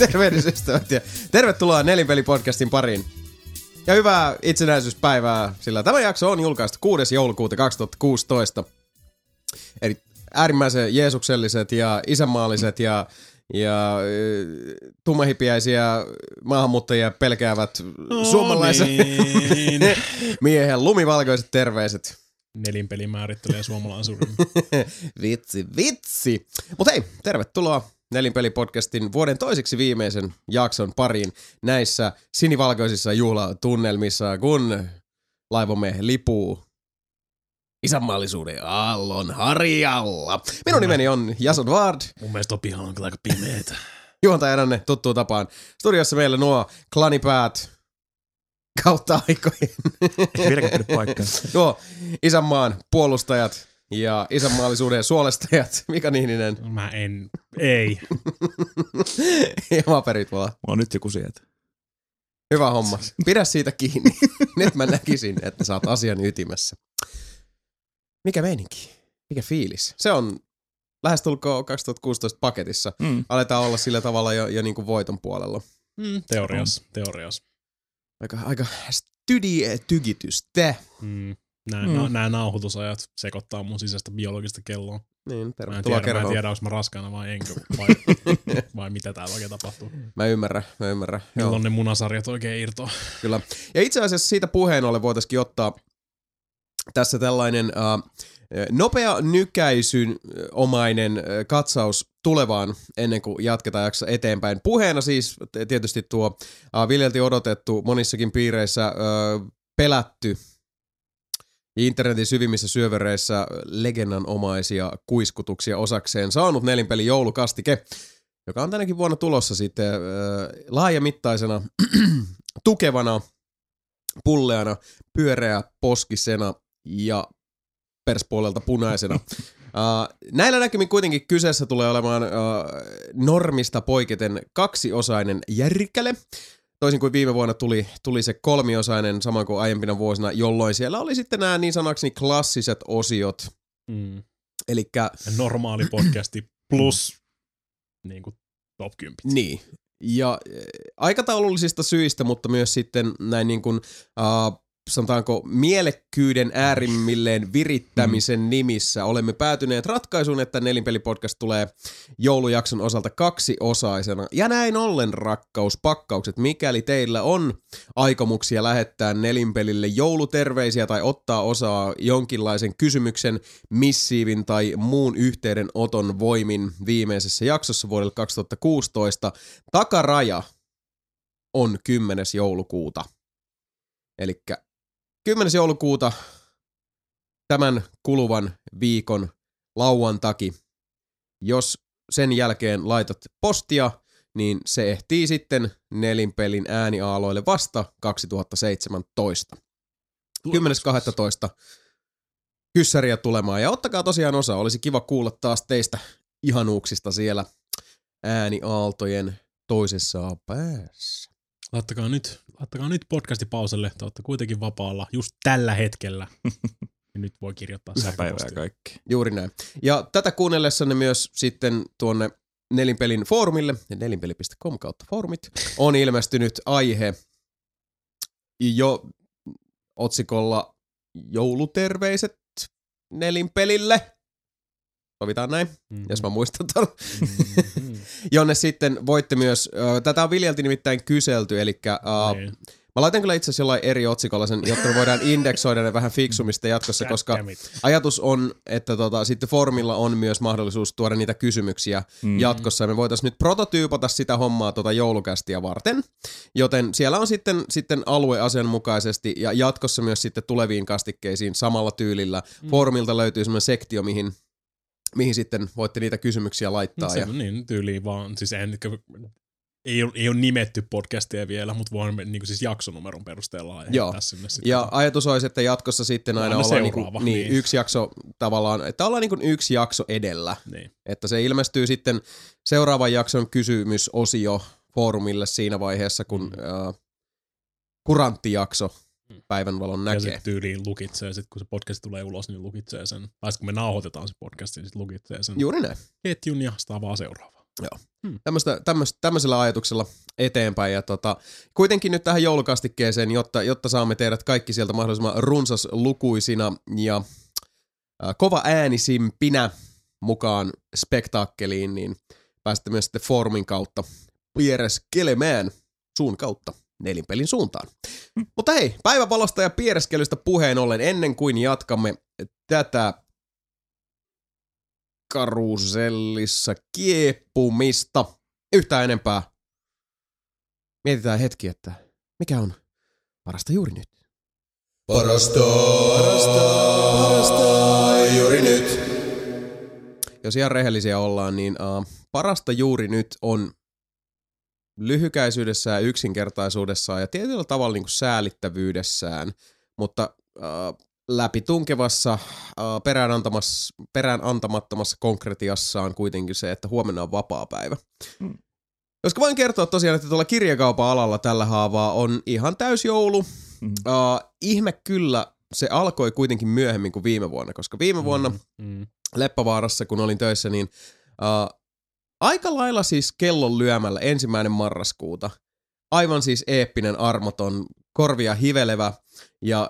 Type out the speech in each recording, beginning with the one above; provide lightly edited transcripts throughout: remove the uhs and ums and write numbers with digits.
Tervehdys ystävät ja tervetuloa Nelinpeli-podcastin pariin. Ja hyvää itsenäisyyspäivää, sillä tämä jakso on julkaistu 6. joulukuuta 2016. Eli äärimmäisen jeesukselliset ja isänmaalliset ja tummahipiäisiä maahanmuuttajia pelkäävät suomalaiset miehen lumivalkoiset terveiset. Nelinpeli määrittelee suomalaisuuden. Vitsi. Mutta hei, tervetuloa Nelinpeli-podcastin vuoden toiseksi viimeisen jakson pariin näissä sinivalkoisissa juhlatunnelmissa, kun laivomme lipuu isänmaallisuuden aallon harjalla. Minun nimeni on Jason Ward. Mun mielestä piha on kyllä aika pimeetä. Juontajananne tuttuun tapaan. Studiossa meillä nuo klanipäät kautta aikojen. Virkättynyt paikka. Nuo isänmaan puolustajat ja isänmaallisuuden suolestajat. Mika Niininen. Ei. Ja Maperit vaan. Mulla on nyt joku sieltä. Hyvä homma. Pidä siitä kiinni. Nyt mä näkisin, että sä oot asian ytimessä. Mikä meininki? Mikä fiilis? Se on lähestulkoon 2016 paketissa. Aletaan olla sillä tavalla jo niin kuin voiton puolella. Teoriassa. Aika tygitystä. Nämä nauhoitusajat sekoittaa mun sisäistä biologista kelloa. Niin, tervetuloa kerhoon. Mä en tiedä, onko mä raskaana vai enkö, vai mitä täällä oikein tapahtuu. Mä ymmärrän. Milloin ne munasarjat oikein irtoaa. Kyllä. Ja itse asiassa siitä puheen ollen voitaisiin ottaa tässä tällainen nopea nykäisynomainen katsaus tulevaan ennen kuin jatketaan jaksossa eteenpäin. Puheena siis tietysti tuo viljelti odotettu, monissakin piireissä pelätty internetin syvimmissä syövereissä legendanomaisia kuiskutuksia osakseen saanut Nelinpeli joulukastike, joka on tänäkin vuonna tulossa sitten laajamittaisena, tukevana, pulleana, pyöreä poskisena ja perspuolelta punaisena. Näillä näkymin kuitenkin kyseessä tulee olemaan normista poiketen kaksiosainen järkäle. Toisin kuin viime vuonna tuli se kolmiosainen saman kuin aiempina vuosina, jolloin siellä oli sitten nämä niin sanakseni klassiset osiot. Elikkä normaali podcasti plus niin kuin top 10. Niin. Ja aikataulullisista syistä, mutta myös sitten näin niin kuin sanotaanko mielekkyyden äärimmilleen virittämisen nimissä olemme päätyneet ratkaisuun, että Nelinpeli-podcast tulee joulujakson osalta kaksiosaisena. Ja näin ollen, rakkauspakkaukset, mikäli teillä on aikomuksia lähettää Nelinpelille jouluterveisiä tai ottaa osaa jonkinlaisen kysymyksen, missiivin tai muun yhteydenoton voimin viimeisessä jaksossa vuodelle 2016, takaraja on 10. joulukuuta. Elikkä 10. joulukuuta tämän kuluvan viikon lauantaki. Jos sen jälkeen laitat postia, niin se ehtii sitten Nelinpelin ääniaaloille vasta 2017. 10.12. kyssäriä tulemaan. Ja ottakaa tosiaan osaa. Olisi kiva kuulla taas teistä ihanuuksista siellä ääniaaltojen toisessa päässä. Laittakaa nyt podcasti pauselle. Te olette kuitenkin vapaalla just tällä hetkellä. Ja nyt voi kirjoittaa sähköpostia. Kaikki. Juuri näin. Ja tätä kuunnellessanne myös sitten tuonne Nelinpelin foorumille, nelinpeli.com kautta foorumit, on ilmestynyt aihe jo otsikolla jouluterveiset Nelinpelille. Sovitaan näin, jos mä muistan ton. Jonne sitten voitte myös, tätä on viljelti nimittäin kyselty, eli mä laitan kyllä itse asiassa jollain eri otsikolla sen, jotta me voidaan indeksoida ne vähän fiksumista jatkossa, koska ajatus on, että sitten foorumilla on myös mahdollisuus tuoda niitä kysymyksiä jatkossa. Me voitaisiin nyt prototyypata sitä hommaa joulukästiä varten, joten siellä on sitten alue asianmukaisesti ja jatkossa myös sitten tuleviin kastikkeisiin samalla tyylillä. Foorumilta löytyy semmoinen sektio, mihin sitten voitte niitä kysymyksiä laittaa. Se on niin tyyliin vaan, siis ei ole nimetty podcastia vielä, mutta voin niin siis jaksonumeron perusteella aiheuttaa sinne sitten. Ja ajatus olisi, että jatkossa sitten aina ollaan yksi jakso tavallaan, että ollaan niin yksi jakso edellä. Niin. Että se ilmestyy sitten seuraavan jakson kysymysosio foorumille siinä vaiheessa, kun kuranttijakso päivänvalon näkee. Ja sitten tyyliin lukitsee, sit kun se podcast tulee ulos, niin lukitsee sen. Tai kun me nauhoitetaan se podcast, niin sitten lukitsee sen juuri näin. Ketjun ja sitä vaan seuraavaa. Joo. Tämmöisellä ajatuksella eteenpäin. Ja kuitenkin nyt tähän joulukastikkeeseen, jotta saamme teidät kaikki sieltä mahdollisimman runsaslukuisina ja kova äänisimpinä mukaan spektaakkeliin, niin pääsette myös sitten foorumin kautta piereskelemään suun kautta Nelinpelin suuntaan. Mutta hei, päivävalosta ja piereskelystä puheen ollen, ennen kuin jatkamme tätä karusellissa kieppumista yhtään enempää, mietitään hetki, että mikä on parasta juuri nyt. Parasta juuri nyt. Jos ihan rehellisiä ollaan, niin parasta juuri nyt on lyhykäisyydessään ja yksinkertaisuudessaan ja tietyllä tavalla niin kuin säälittävyydessään, mutta läpitunkevassa, perään antamattomassa konkretiassaan kuitenkin se, että huomenna on vapaapäivä. Koska voin kertoa tosiaan, että tuolla kirjakaupan alalla tällä haavaa on ihan täysjoulu. Ihme kyllä, se alkoi kuitenkin myöhemmin kuin viime vuonna, koska viime vuonna Leppävaarassa, kun olin töissä, niin aika lailla siis kellon lyömällä 1. marraskuuta. Aivan siis eeppinen, armoton, korvia hivelevä ja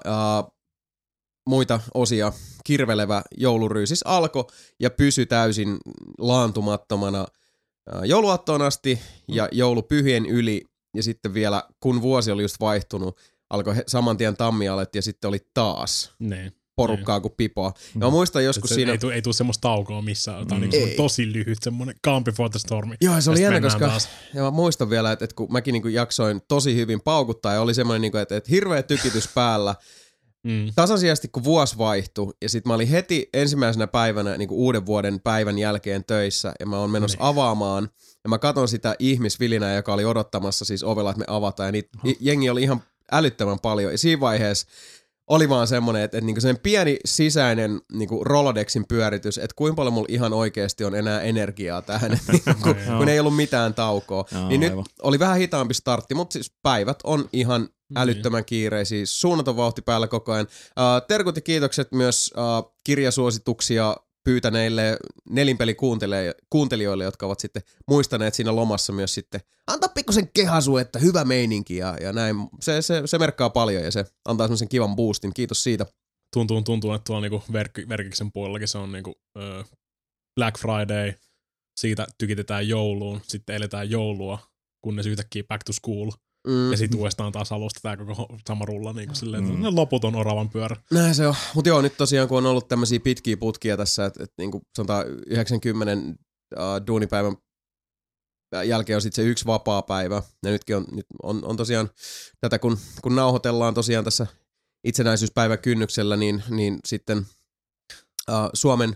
muita osia kirvelevä jouluryysis alkoi ja pysyi täysin laantumattomana jouluaattoon asti ja joulupyhien yli. Ja sitten vielä, kun vuosi oli just vaihtunut, alkoi saman tien tammialet ja sitten oli taas porukkaa kuin pipoa. Ja mä muistan joskus siinä... Ei tule semmoista taukoa missään. Tämä on niin tosi lyhyt, semmoinen calm before the storm. Joo, se oli jännä, koska... Ja mä muistan vielä, että kun mäkin niinku jaksoin tosi hyvin paukuttaa ja oli semmoinen, niinku, että hirveä tykitys päällä. Tasaisesti kun vuosi vaihtui ja sit mä olin heti ensimmäisenä päivänä niinku uuden vuoden päivän jälkeen töissä ja mä oon menossa avaamaan ja mä katon sitä ihmisvilinää, joka oli odottamassa siis ovella, että me avataan ja niitä jengi oli ihan älyttömän paljon ja siinä vaiheessa oli vaan semmonen, että niinku semmoinen pieni sisäinen niinku Rolodexin pyöritys, että kuinka paljon mulla ihan oikeesti on enää energiaa tähän, kun ei ollut mitään taukoa. Niin nyt oli vähän hitaampi startti, mutta siis päivät on ihan älyttömän kiireisiä, suunnaton vauhti päällä koko ajan. Terkut ja kiitokset myös kirjasuosituksia pyytäneille nelinpelikuuntelijoille, jotka ovat sitten muistaneet siinä lomassa myös sitten antaa pikkusen kehasu, että hyvä meininki ja näin. Se merkkaa paljon ja se antaa semmoisen kivan boostin. Kiitos siitä. Tuntuu, että tuolla niinku Verkiksen puolellakin se on niinku Black Friday, siitä tykitetään jouluun, sitten eletään joulua, kunnes yhtäkkiä back to school. Ja sit uudestaan taas alusta tää koko sama rulla niin silleen, että loputon oravan pyörä. Näin se on. Mut joo, nyt tosiaan kun on ollut tämmösiä pitkiä putkia tässä, että niinku sanotaan 90 duunipäivän jälkeen on sit se yksi vapaa päivä. Ja nyt on tosiaan tätä, kun nauhoitellaan tosiaan tässä itsenäisyyspäivän kynnyksellä, niin sitten Suomen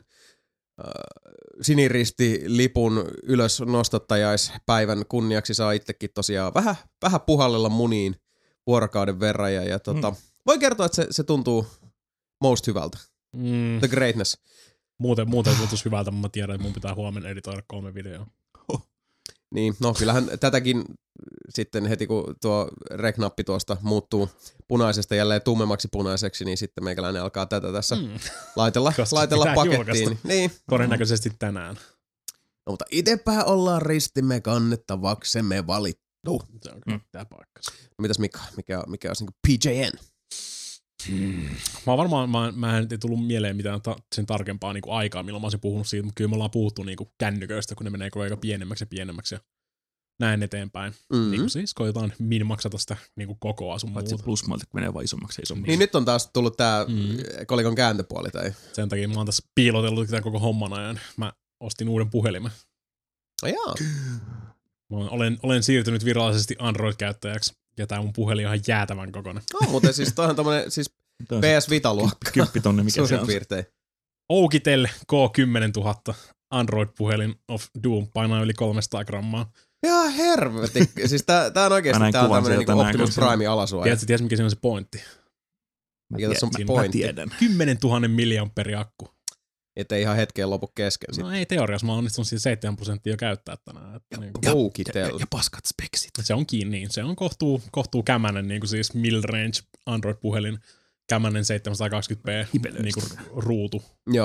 siniristilipun ylös nostattajaispäivän kunniaksi saa itsekin tosiaan vähän puhallella muniin vuorokauden verran. Ja voin kertoa, että se tuntuu most hyvältä. The greatness. Muuten tuntuisi hyvältä, mutta mä tiedän, että mun pitää huomenna editoida 3 videoa. Niin, no kyllähän tätäkin sitten heti kun tuo rek-nappi tuosta muuttuu punaisesta jälleen tummemmaksi punaiseksi, niin sitten meikäläinen alkaa tätä tässä laitella pakettiin. Niin. Todennäköisesti tänään. No mutta itepä ollaan ristimme kannettavaksemme valittu. Se on kyllä tää paikkansa. No mitäs Mika, mikä olisi niin PJN? Mä en tullut mieleen mitään sen tarkempaa niinku aikaa, milloin mä olisin puhunut siitä, mutta kyllä me ollaan puhuttu niinku kännyköistä, kun ne menee aika pienemmäksi ja näin eteenpäin. Niinku siis koitetaan minimaksata sitä niinku kokoa sun muuta. Plusmalta menee vaan isommaksi ja isommaksi. Niin nyt on taas tullut tää kolikon kääntöpuoli. Tai... Sen takia mä oon tässä piilotellut tämän koko homman ajan. Mä ostin uuden puhelimen. Jaa. Olen siirtynyt virallisesti Android-käyttäjäksi. Ja tää mun puhelin on ihan jäätävän kokoinen. Mutta siis toi on tommonen siis PS Vita-luokka. 10 000, mikä se on. Piirtein. Oukitel K10 000 Android-puhelin of Doom painaa yli 300 grammaa. Jaa, hervetti. Siis tää on oikeesti tää on tämmönen niinku Optimus Prime alasuoja. Tiedätkö mikä siinä on se pointti? Mikä tässä on pointti? 10 000 milliamperi akku. Ettei ihan hetkeen lopu kesken. No ei teoriassa, mä onnistunut siinä 7% jo käyttää tänään. Ja paskat speksit. Se on kiinni, niin se on kohtuu kämänen, niin kuin siis mid-range Android-puhelin, kämänen 720p niin kuin ruutu. Joo.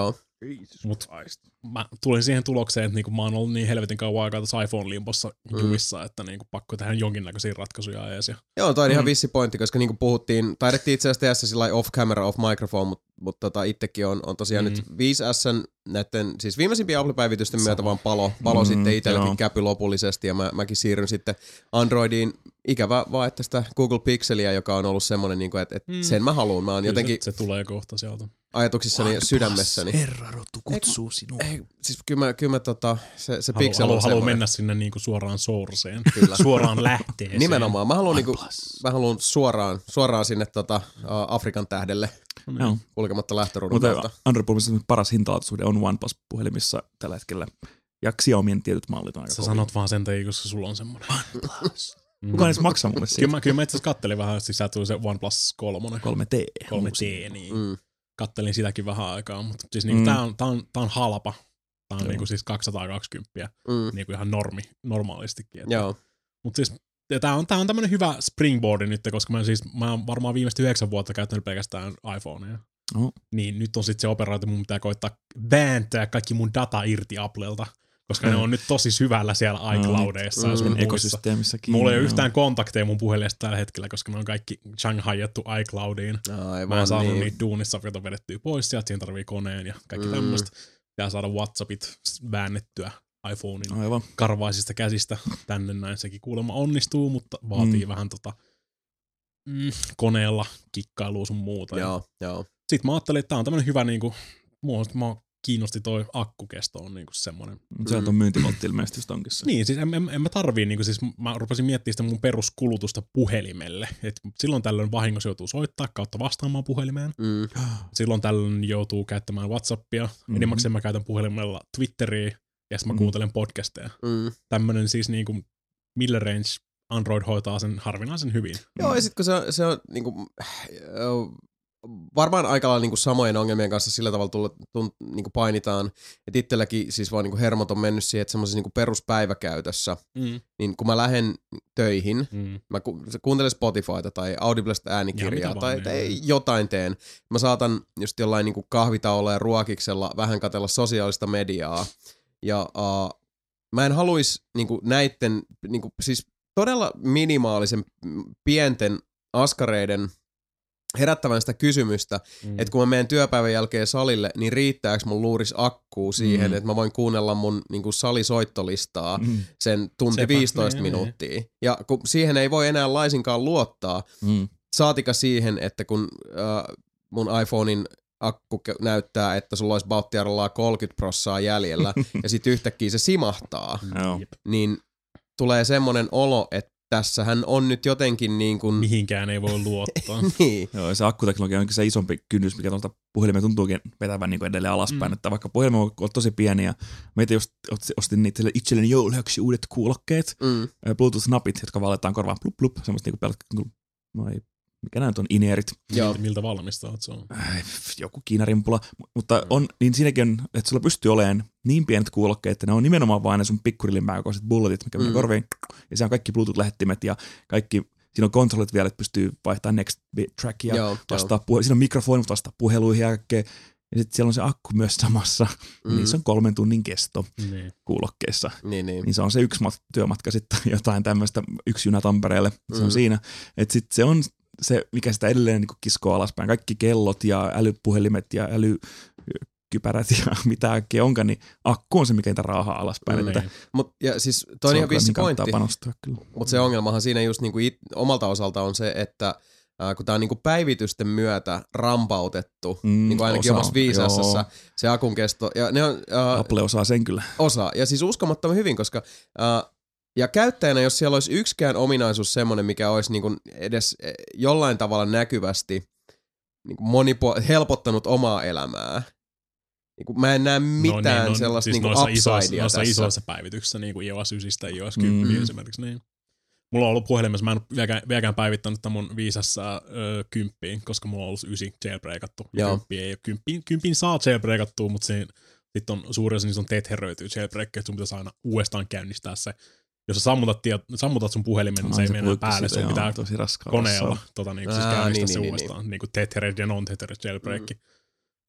Mut mä tulin siihen tulokseen, että niinku mä oon ollut niin helvetin kauan aikaa tässä iPhone-limpossa jumissa, että niinku pakko tehdä jonkinnäköisiä ratkaisuja ees. Joo, toi on ihan vissi pointti, koska niinku taidettiin itse asiassa tehdä se sillä off camera, off microphone, mutta itsekin on tosiaan nyt 5S näiden siis viimeisimpien Apple-päivitysten myötä vaan palo sitten itsellekin käpy lopullisesti ja mäkin siirryn sitten Androidiin. Ikävä vaan, että sitä Google Pixelia, joka on ollut semmoinen, niinku, että sen mä haluun. Mä oon jotenkin se tulee kohta sieltä. Ajatuksissani sydämessäni. Herra Rottu kutsuu sinua. Siis kyllä se Pixel on haluaa mennä sinne niinku suoraan sourceen. Kyllä. Suoraan lähteeseen. Nimenomaan. Mä haluan suoraan sinne Afrikan tähdelle. Kulkematta lähtöruudun kautta. Mutta Android-puhelimissa paras hintalaatuisuuden on OnePlus-puhelimissa tällä hetkellä. Ja Xiaomien tietyt mallit on aika Sä sanot vaan sen takia, koska sulla on semmoinen. OnePlus. Kukaan edes maksaa mulle siitä. Kyllä mä itse asiassa kattelin vähän, että sisään tuli se OnePlus 3. 3T, niin. Kattelin sitäkin vähän aikaa, mutta siis niinku tää on halpa. Tää on niinku siis 220. Niinku ihan normaalistikin. Mutta siis tää on tämmönen hyvä springboardi nyt, koska mä oon varmaan viimeiset 9 vuotta käyttänyt pelkästään iPhonea. Niin nyt on sitten se operaatio, mun pitää koittaa vääntää kaikki mun data irti Applelta. Koska ne on nyt tosi syvällä siellä iCloudeissa ja sun ekosysteemissäkin. Mulla ei ole yhtään kontakteja mun puhelimesta tällä hetkellä, koska ne on kaikki Shanghaiattu iCloudiin. Mä en saanut niitä duunissa vedettyä pois sieltä, siihen tarvii koneen ja kaikki tämmöistä. Pitää saada WhatsAppit väännettyä iPhonein karvaisista käsistä tänne näin. Sekin kuulemma onnistuu, mutta vaatii vähän koneella kikkailua sun muuta. Joo. Sitten mä ajattelin, että tää on tämmönen hyvä niinku, mä kiinnosti toi akkukesto on niinku semmonen. Se on myyntivaltti ilmeisesti just onkin se. Niin, siis en mä tarvii niinku, siis mä rupesin miettimään sitä mun peruskulutusta puhelimelle. Et silloin tällöin vahingossa joutuu soittaa kautta vastaamaan puhelimeen. Silloin tällöin joutuu käyttämään WhatsAppia. Enimmäkseen mä käytän puhelimella Twitteriä ja sitten mä kuuntelen podcasteja. Tämmönen siis niinku mid-range Android hoitaa sen harvinaisen hyvin. Joo, ja sit kun se on niinku varmaan aika lailla niinku samojen ongelmien kanssa sillä tavalla niinku painitaan, että itselläkin siis vaan niinku hermot on mennyt siihen, että semmoisessa niinku peruspäiväkäytössä, niin kun mä lähden töihin, mä kuuntelen Spotifyta tai Audiblesta äänikirjaa tai jotain teen, mä saatan just jollain niinku kahvitauolla ja ruokiksella vähän katsella sosiaalista mediaa, ja mä en haluis niinku näitten niinku siis todella minimaalisen pienten askareiden herättävän sitä kysymystä, että kun mä menen työpäivän jälkeen salille, niin riittääkö mun luuris akkuu siihen, että mä voin kuunnella mun niinku salisoittolistaa sen tunti 15 minuuttia. Ja kun siihen ei voi enää laisinkaan luottaa, saatika siihen, että kun mun iPhonein akku näyttää, että sulla olisi bauttiarollaan 30% jäljellä, ja sit yhtäkkiä se simahtaa, niin tulee semmonen olo, että tässähän on nyt jotenkin niin kuin mihinkään ei voi luottaa. Niin. Joo, se akkuteknologia onkin se isompi kynnys, mikä tuolta puhelimeen tuntuukin vetävän niin kuin edelleen alaspäin. Että vaikka puhelimen on tosi pieni ja meitä just ostin niitä itselleni jouluhyöksi uudet kuulokkeet, Bluetooth-napit, jotka valitaan korvaan plup plup, semmoista niin kuin mikä näin on ineerit. Miltä valmistavat se on? Joku Kiinarimpula. Mutta on, niin siinäkin on, että sulla pystyy olemaan niin pienet kuulokkeet, että ne on nimenomaan vain ne sun pikkurillinpää kokoiset bulletit, mikä menee korviin. Ja se on kaikki Bluetooth-lähettimet ja kaikki, siinä on kontrollit vielä, että pystyy vaihtamaan next trackia, siinä on mikrofoni, vastaa puheluihin ja kaikkea. Ja sitten siellä on se akku myös samassa, niin se on 3 tunnin kesto kuulokkeessa. Niin se on se yksi työmatka sitten jotain tämmöistä, yksi juna Tampereelle, se on siinä. Että sitten se on se, mikä sitä edelleen niin kiskoo alaspäin, kaikki kellot ja älypuhelimet ja älykypärät ja mitä äkkiä onkaan, niin akku on se, mikä niitä raahaa alaspäin. Ja siis toi on ihan vissi pointti, mutta se ongelmahan siinä just niinku omalta osalta on se, että kun tää on niinku päivitysten myötä rampautettu, niinku ainakin omassa 5S:ssä se akun kesto. Ja ne on, Apple osaa sen kyllä. Osaa, ja siis uskomattoman hyvin, koska ja käyttäjänä, jos siellä olisi yksikään ominaisuus semmoinen, mikä olisi niinku edes jollain tavalla näkyvästi niinku helpottanut omaa elämää. Niinku mä en näe mitään sellaista siis niinku upsidea tässä. Noissa isoissa päivityksissä, niin kuin iOS 9 ja iOS 10 esimerkiksi. Niin. Mulla on ollut puhelimessa, mä en ole vieläkään päivittänyt mun 5S 10, koska mulla on ollut 9 jailbreakattu. Ja 10 saa jailbreakattua, mutta sitten on suuri osa, niin se on tetheröityy jailbreakki, että sun pitäisi aina uudestaan käynnistää se. Jos sä sammutat sun puhelimen, niin se ei mene päälle, sun pitää koneella siis käynnistää se uudestaan, niin kuin tethered ja non-tethered jailbreak.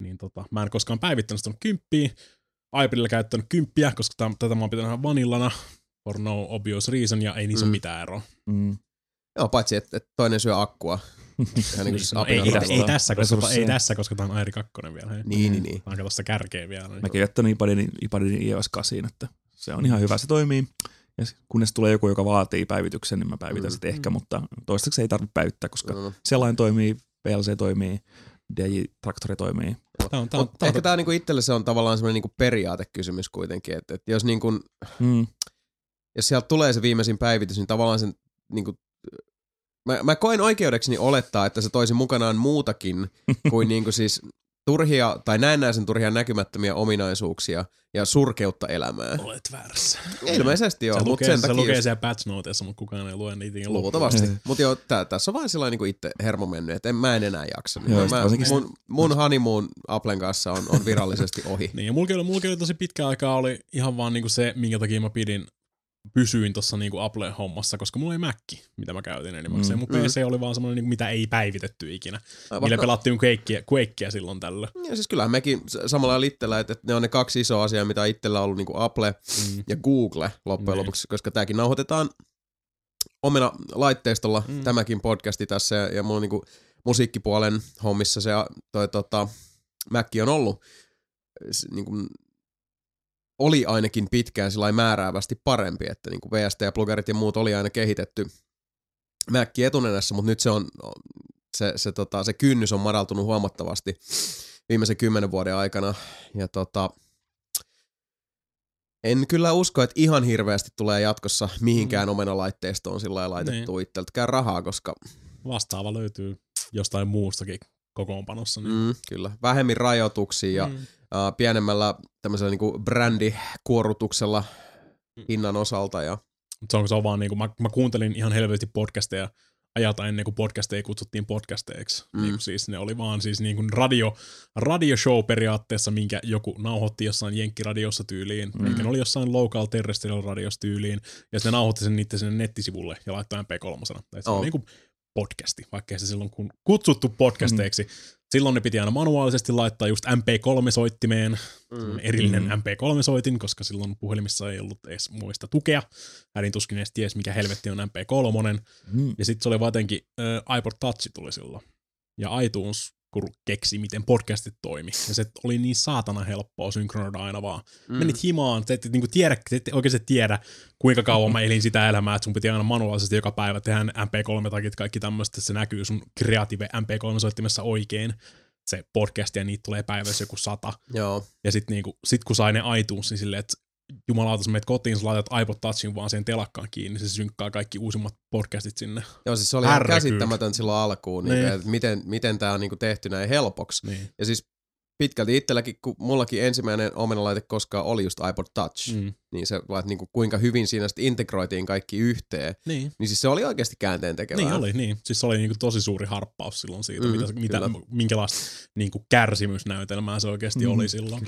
niin mä en koskaan päivittänyt sitä 10, iPadilla käyttänyt 10, koska tätä mä oon pitänyt ihan vanillana for no obvious reason, ja ei niissä ole mitään eroa. Joo, paitsi että toinen syö akkua. Ei tässä, koska tää on Airi 2 vielä. Hei. Niin. Mä oon sitä kärkeä vielä. Mäkin käyttänyt iPadin iOS 8, että se on ihan hyvä, se toimii. Ja kunnes tulee joku, joka vaatii päivityksen, niin mä päivitän sitten ehkä, mutta toistaiseksi ei tarvitse päivittää, koska sellainen toimii, PLC toimii, DJ-traktori toimii. Ehkä tää niinku itselle se on tavallaan semmoinen niinku periaatekysymys kuitenkin, että jos niinku, jos sieltä tulee se viimeisin päivitys, niin tavallaan sen niinku, mä koen oikeudekseni olettaa, että se toisi mukanaan muutakin kuin niinku siis turhia tai näennäisen turhia näkymättömiä ominaisuuksia ja surkeutta elämää. Olet väärässä. Ilmeisesti joo. Se lukee siellä patch noteissa, mutta kukaan ei lue niitä. Luultavasti. Mutta joo, tässä on vaan sillä niinku itse hermo mennyt, että mä en enää jaksa. Mun honeymoon Applen kanssa on virallisesti ohi. Niin, ja mulla oli tosi pitkä aikaa oli ihan vaan niinku se, minkä takia mä pysyin tossa niinku Apple-hommassa, koska mulla ei Macki, mitä mä käytin enimmäkseen. Mun PC oli vaan semmoinen, niinku, mitä ei päivitetty ikinä. Millä pelattiin Quakea silloin tällöin. Ja siis kyllähän mekin samalla liitteellä, että ne on ne kaksi isoa asiaa, mitä itsellä on ollut niinku Apple ja Google loppujen lopuksi, koska tääkin nauhoitetaan Omena-laitteistolla tämäkin podcasti tässä, ja mulla on niinku musiikkipuolen hommissa se Macki on ollut niinku oli ainakin pitkään sillai määräävästi parempi, että niinku VST ja plugerit ja muut oli aina kehitetty Macki etunenässä, mutta nyt se on se kynnys on madaltunut huomattavasti viimeisen 10 vuoden aikana, ja en kyllä usko, että ihan hirveästi tulee jatkossa mihinkään Omena-laitteistoon sillai laitettua itseltäkään rahaa, koska vastaava löytyy jostain muustakin kokoonpanossa. Niin. Kyllä, vähemmin rajoituksia ja pienemmällä tämmöisellä niinku brändikuorutuksella hinnan osalta. Ja se on vaan niinku, mä kuuntelin ihan helvetin podcasteja ajata ennen kuin podcasteja kutsuttiin podcasteiksi. Niin siis ne oli vaan siis niinku radioshow periaatteessa, minkä joku nauhoitti jossain jenkkiradiossa tyyliin, minkä ne oli jossain local terrestrial radiossa tyyliin, ja sitten ne nauhoitti sen niitten sinne nettisivulle ja laittoi MP3. Se on niinku podcasti, vaikkei se silloin kun kutsuttu podcasteiksi. Silloin ne piti aina manuaalisesti laittaa just MP3-soittimeen, erillinen MP3-soitin, koska silloin puhelimissa ei ollut edes muista tukea. Hädin tuskin edes ties, mikä helvetti on MP3. Ja sitten se oli jotenkin iPod Touch tuli silloin. Ja iTunes keksi, miten podcastit toimi. Ja se oli niin saatana helppoa synkronoida aina vaan. Menit himaan, et oikeasti tiedä, kuinka kauan mä elin sitä elämää, että sun piti aina manuaalisesti joka päivä tehdä MP3-takit, kaikki tämmöistä, että se näkyy sun Creative MP3-soittimessa oikein. Se podcast ja niitä tulee päivässä joku 100. Joo. Ja sit kun sai ne iTunes, niin silleen, että jumalauta, sä menet kotiin, sä laitat iPod Touchin vaan siihen telakkaan kiinni, se synkkaa kaikki uusimmat podcastit sinne. Joo, siis se oli ihan käsittämätön silloin alkuun, niin. Että miten tää on niinku tehty näin helpoksi. Niin. Ja siis pitkälti itselläkin, kun mullakin ensimmäinen Omena-laite koskaan oli just iPod Touch, niin se niinku, kuinka hyvin siinä sitten integroitiin kaikki yhteen, niin siis se oli oikeasti käänteen tekevää. Niin oli, niin. Siis se oli niinku tosi suuri harppaus silloin siitä, minkälaista niinku kärsimysnäytelmää se oikeasti oli silloin.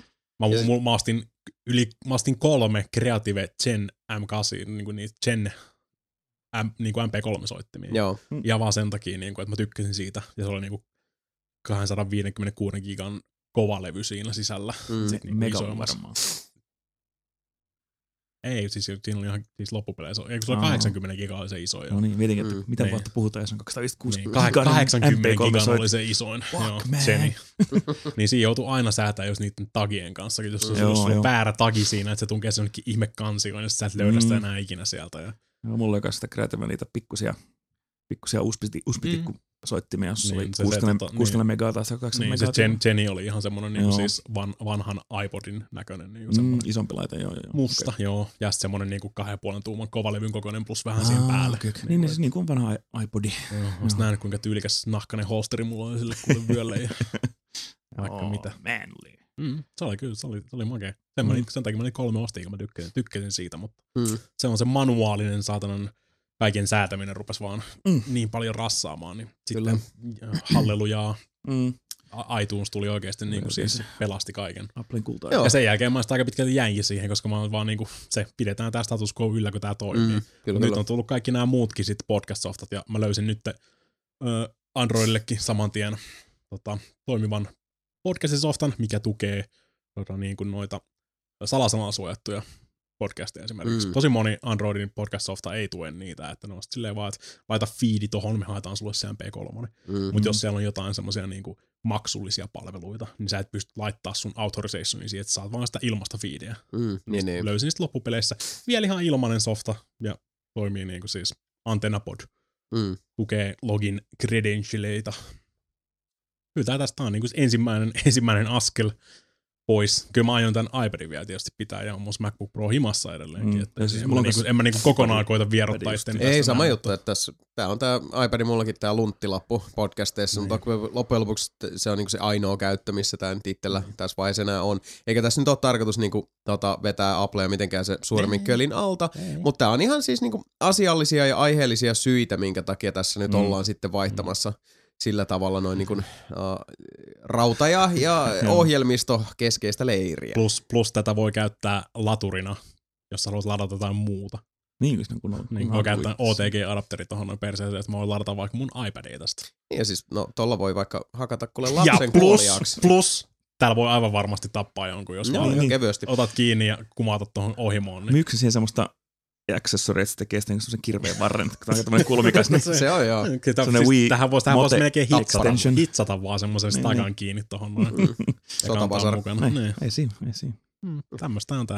Mä ostin 3 Creative Gen M8, niinku niitä Gen niinku MP3-soittimia. Joo. Ja vaan sen takia, niinku, että mä tykkäsin siitä. Ja se oli niinku 256 gigan kovalevy siinä sisällä. Mega varmaan. Ei, siis siinä oli ihan siis loppupeleissä. Eikö se oli 80 gigaa oli se isoin? No niin, mietinkin, että mitä vuotta puhutaan, jos on 256 gigan 80 gigan oli se isoin. Geni. Niin siinä joutuu aina säätää jos niiden tagien kanssa. Jos sulla on väärä tagi siinä, että se tunkee se jonnekin ihme kansioon, ja sä et löydä sitä enää ikinä sieltä. Ja mulla oli kanssa sitä Creative niitä pikkusia USB-tikkusoittimia, jossa oli 60 megaa tai 80 megaa. Se Geni oli ihan semmoinen niinku siis vanhan iPodin näköinen. Niinku isompi laite, joo. Musta, joo. Ja sitten semmoinen niinku 2,5 tuuman kovalevyn kokoinen plus vähän siihen päälle. Niin se niinku on vanha iPodi. Joo, mä oon nähnyt kuinka tyylikäs nahkainen holsteri mulla oli sille kuule vyölle ja vaikka mitä. Manly. Se oli kyllä, se oli makea. Sen takia mä 3 ostin, kun mä tykkäsin siitä, mutta se on se manuaalinen saatanan kaiken säätäminen rupesi vaan niin paljon rassaamaan, niin sitten hallelujaa. iTunes tuli oikeasti niinku siis pelasti kaiken. Applen kultaa. Ja sen jälkeen mä sitä aika pitkälti jäinkin siihen, koska mä oon vaan niinku se pidetään tää status quo yllä, kun tää toimii. Nyt on tullut kaikki nämä muutkin sit podcast-softat ja mä löysin nyt Androidillekin saman tien toimivan podcastisoftan, mikä tukee niin kuin noita salasanaa suojattuja podcasteja esimerkiksi. Tosi moni Androidin podcast-softa ei tue niitä, että ne on silleen vaan, että laita feedi tohon, me haetaan sulle se MP3. Mutta jos siellä on jotain semmoisia niinku maksullisia palveluita, niin sä et pysty laittaa sun authorizationia siihen, että saat vaan sitä ilmasta feediä. Niin. Löysin sitten loppupeleissä vielä ihan ilmainen softa ja toimii niinku siis AntennaPod. Tukee login credentialeita. Kyllä tästä on niinku ensimmäinen askel pois. Kyllä mä aion tämän iPadin vielä tietysti pitää, ja on mun MacBook Pro himassa edelleenkin. Että siis en mä niinku kokonaan koita vierottaa itteni. Ei, sama juttu, että tää on tää iPad mullakin tää lunttilappu podcasteissa, mutta loppujen lopuksi se on niinku se ainoa käyttö, missä tää nyt itsellä tässä vaiheessa enää on. Eikä tässä nyt ole tarkoitus niinku vetää Applea mitenkään se suuremmin kölin alta, mutta tää on ihan siis niinku asiallisia ja aiheellisia syitä, minkä takia tässä nyt ollaan sitten vaihtamassa sillä tavalla noin niin kuin, rauta- ja ohjelmisto keskeistä leiriä. Plus tätä voi käyttää laturina, jos haluat ladata jotain muuta. Niin, niin voi käyttää OTG-adapteri tuohon noin perseeseen, että mä voin ladata vaikka mun iPadia tästä. Ja siis, no tolla voi vaikka hakata kuule lapsen kuoliaaksi. Plus, täällä voi aivan varmasti tappaa jonkun, jos vaan kevyesti otat kiinni ja kumatat tuohon ohimoon. Niin. Myykö siihen semmoista accessory, että se tekee sitten semmoisen kirveen varren, kun tämä on tämmöinen kulmikas. Niin se on joo. Tähän voisi melkein hitsata vaan semmoisen stagan kiinni tuohon noin. Sotavasar. Ei siinä. Tämmöistä on tää.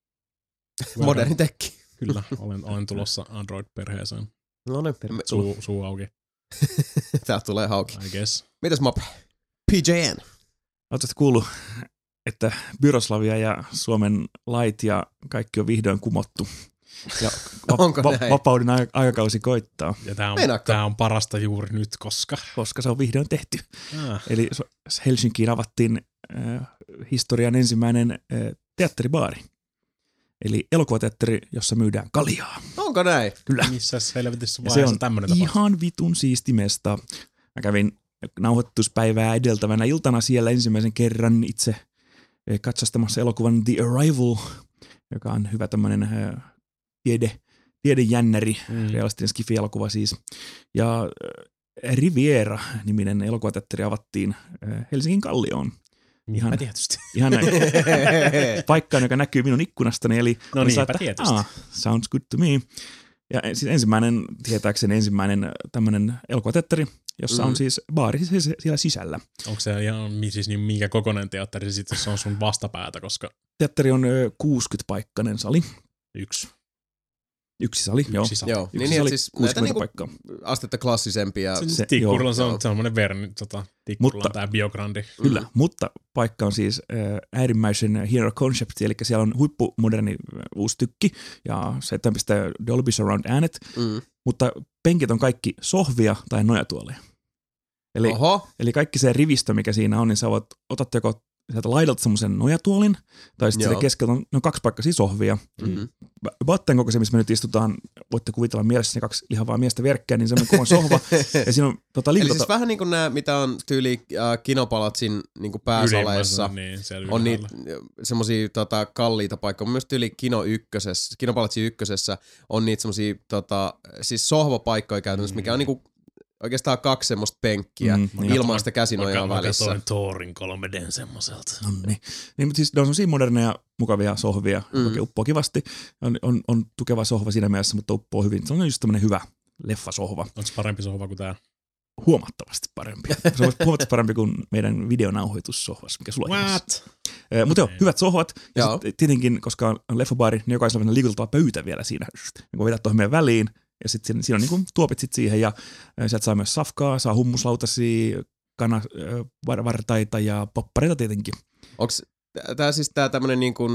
Moderni tekki. Kyllä, olen tulossa Android-perheeseen. No niin. Suu auki. Täältä tulee hauki. I guess. Mitäs Mape? PJN. Oletko kuullut, että Byroslavia ja Suomen lait ja kaikki on vihdoin kumottu? Ja vapauden aikakausi koittaa. Ja tää on parasta juuri nyt, koska se on vihdoin tehty. Eli Helsinkiin avattiin historian ensimmäinen teatteribaari. Eli elokuvateatteri, jossa myydään kaljaa. Onko näin? Kyllä. Missäs helvetissä vaiheessa tämmönen tapahtui? Se on ihan vitun siisti mesta. Mä kävin nauhoituspäivää edeltävänä iltana siellä ensimmäisen kerran itse katsastamassa elokuvan The Arrival, joka on hyvä tämmönen tiedejännäri, realistinen skifi-elokuva siis. Ja Riviera-niminen elokuvateatteri avattiin Helsingin Kallioon. Ihan tietysti. Ihan näin. Paikkaan, joka näkyy minun ikkunastani. Eli no niinpä tietysti. Sounds good to me. Ja siis ensimmäinen tämmöinen elokuvateatteri, jossa on siis baari siellä sisällä. Onko se ihan siis niin minkä kokoinen teatteri sitten, se on sun vastapäätä, koska... Teatteri on 60-paikkainen sali. Yksi sali, joo. Niin, sali, siis 60 paikkaa. Astetta klassisempia. Tikkurilla on semmoinen verni, Tikkurilla on tää Biograndi. Kyllä, mutta paikka on siis äärimmäisen hieno konsepti, eli siellä on huippumoderni uusi tykki, ja se pistää Dolby Surround äänet, mutta penkit on kaikki sohvia tai nojatuoleja. Eli kaikki se rivistö, mikä siinä on, niin sä otat joko sieltä laidalta semmoisen nojatuolin, tai sitten sieltä keskeltä on kaksipaikkaisia sohvia. Batten kokoisia, missä me nyt istutaan, voitte kuvitella mielessä ne kaksi lihavaa miestä verkkeä, niin semmoinen kova sohva. Ja siinä on Eli siis vähän niin kuin nämä, mitä on tyyli Kinopalatsin niin kuin pääsaleissa, on niitä semmoisia kalliita paikkoja. Myös tyyli Kinopalatsin ykkösessä on niitä semmoisia siis sohvapaikkoja käytännössä, mikä on niinku oikeastaan kaksi semmoista penkkiä ilman sitä käsinojaa välissä. Mä Thorin 3D:n semmoiselta. Niin, mutta siis ne on semmosia moderneja, mukavia sohvia, joka uppoo kivasti. On tukeva sohva siinä mielessä, mutta uppoo hyvin. Se on just tämmönen hyvä leffasohva. Onko se parempi sohva kuin tää? Huomattavasti parempi. Se on huomattavasti parempi kuin meidän videonauhoitussohvassa, mikä sulla on. Mutta joo, hyvät sohvat. Ja tietenkin, koska on leffabaari, niin jokaisella on liikuteltava pöytä vielä siinä. Niin kun vedät tuohon meidän väliin. Ja sitten siinä on niinku tuopit sit siihen ja sieltä saa myös safkaa, saa hummuslautasia, vartaita ja poppareita tietenkin. Onko tämä siis tämmöinen niinku,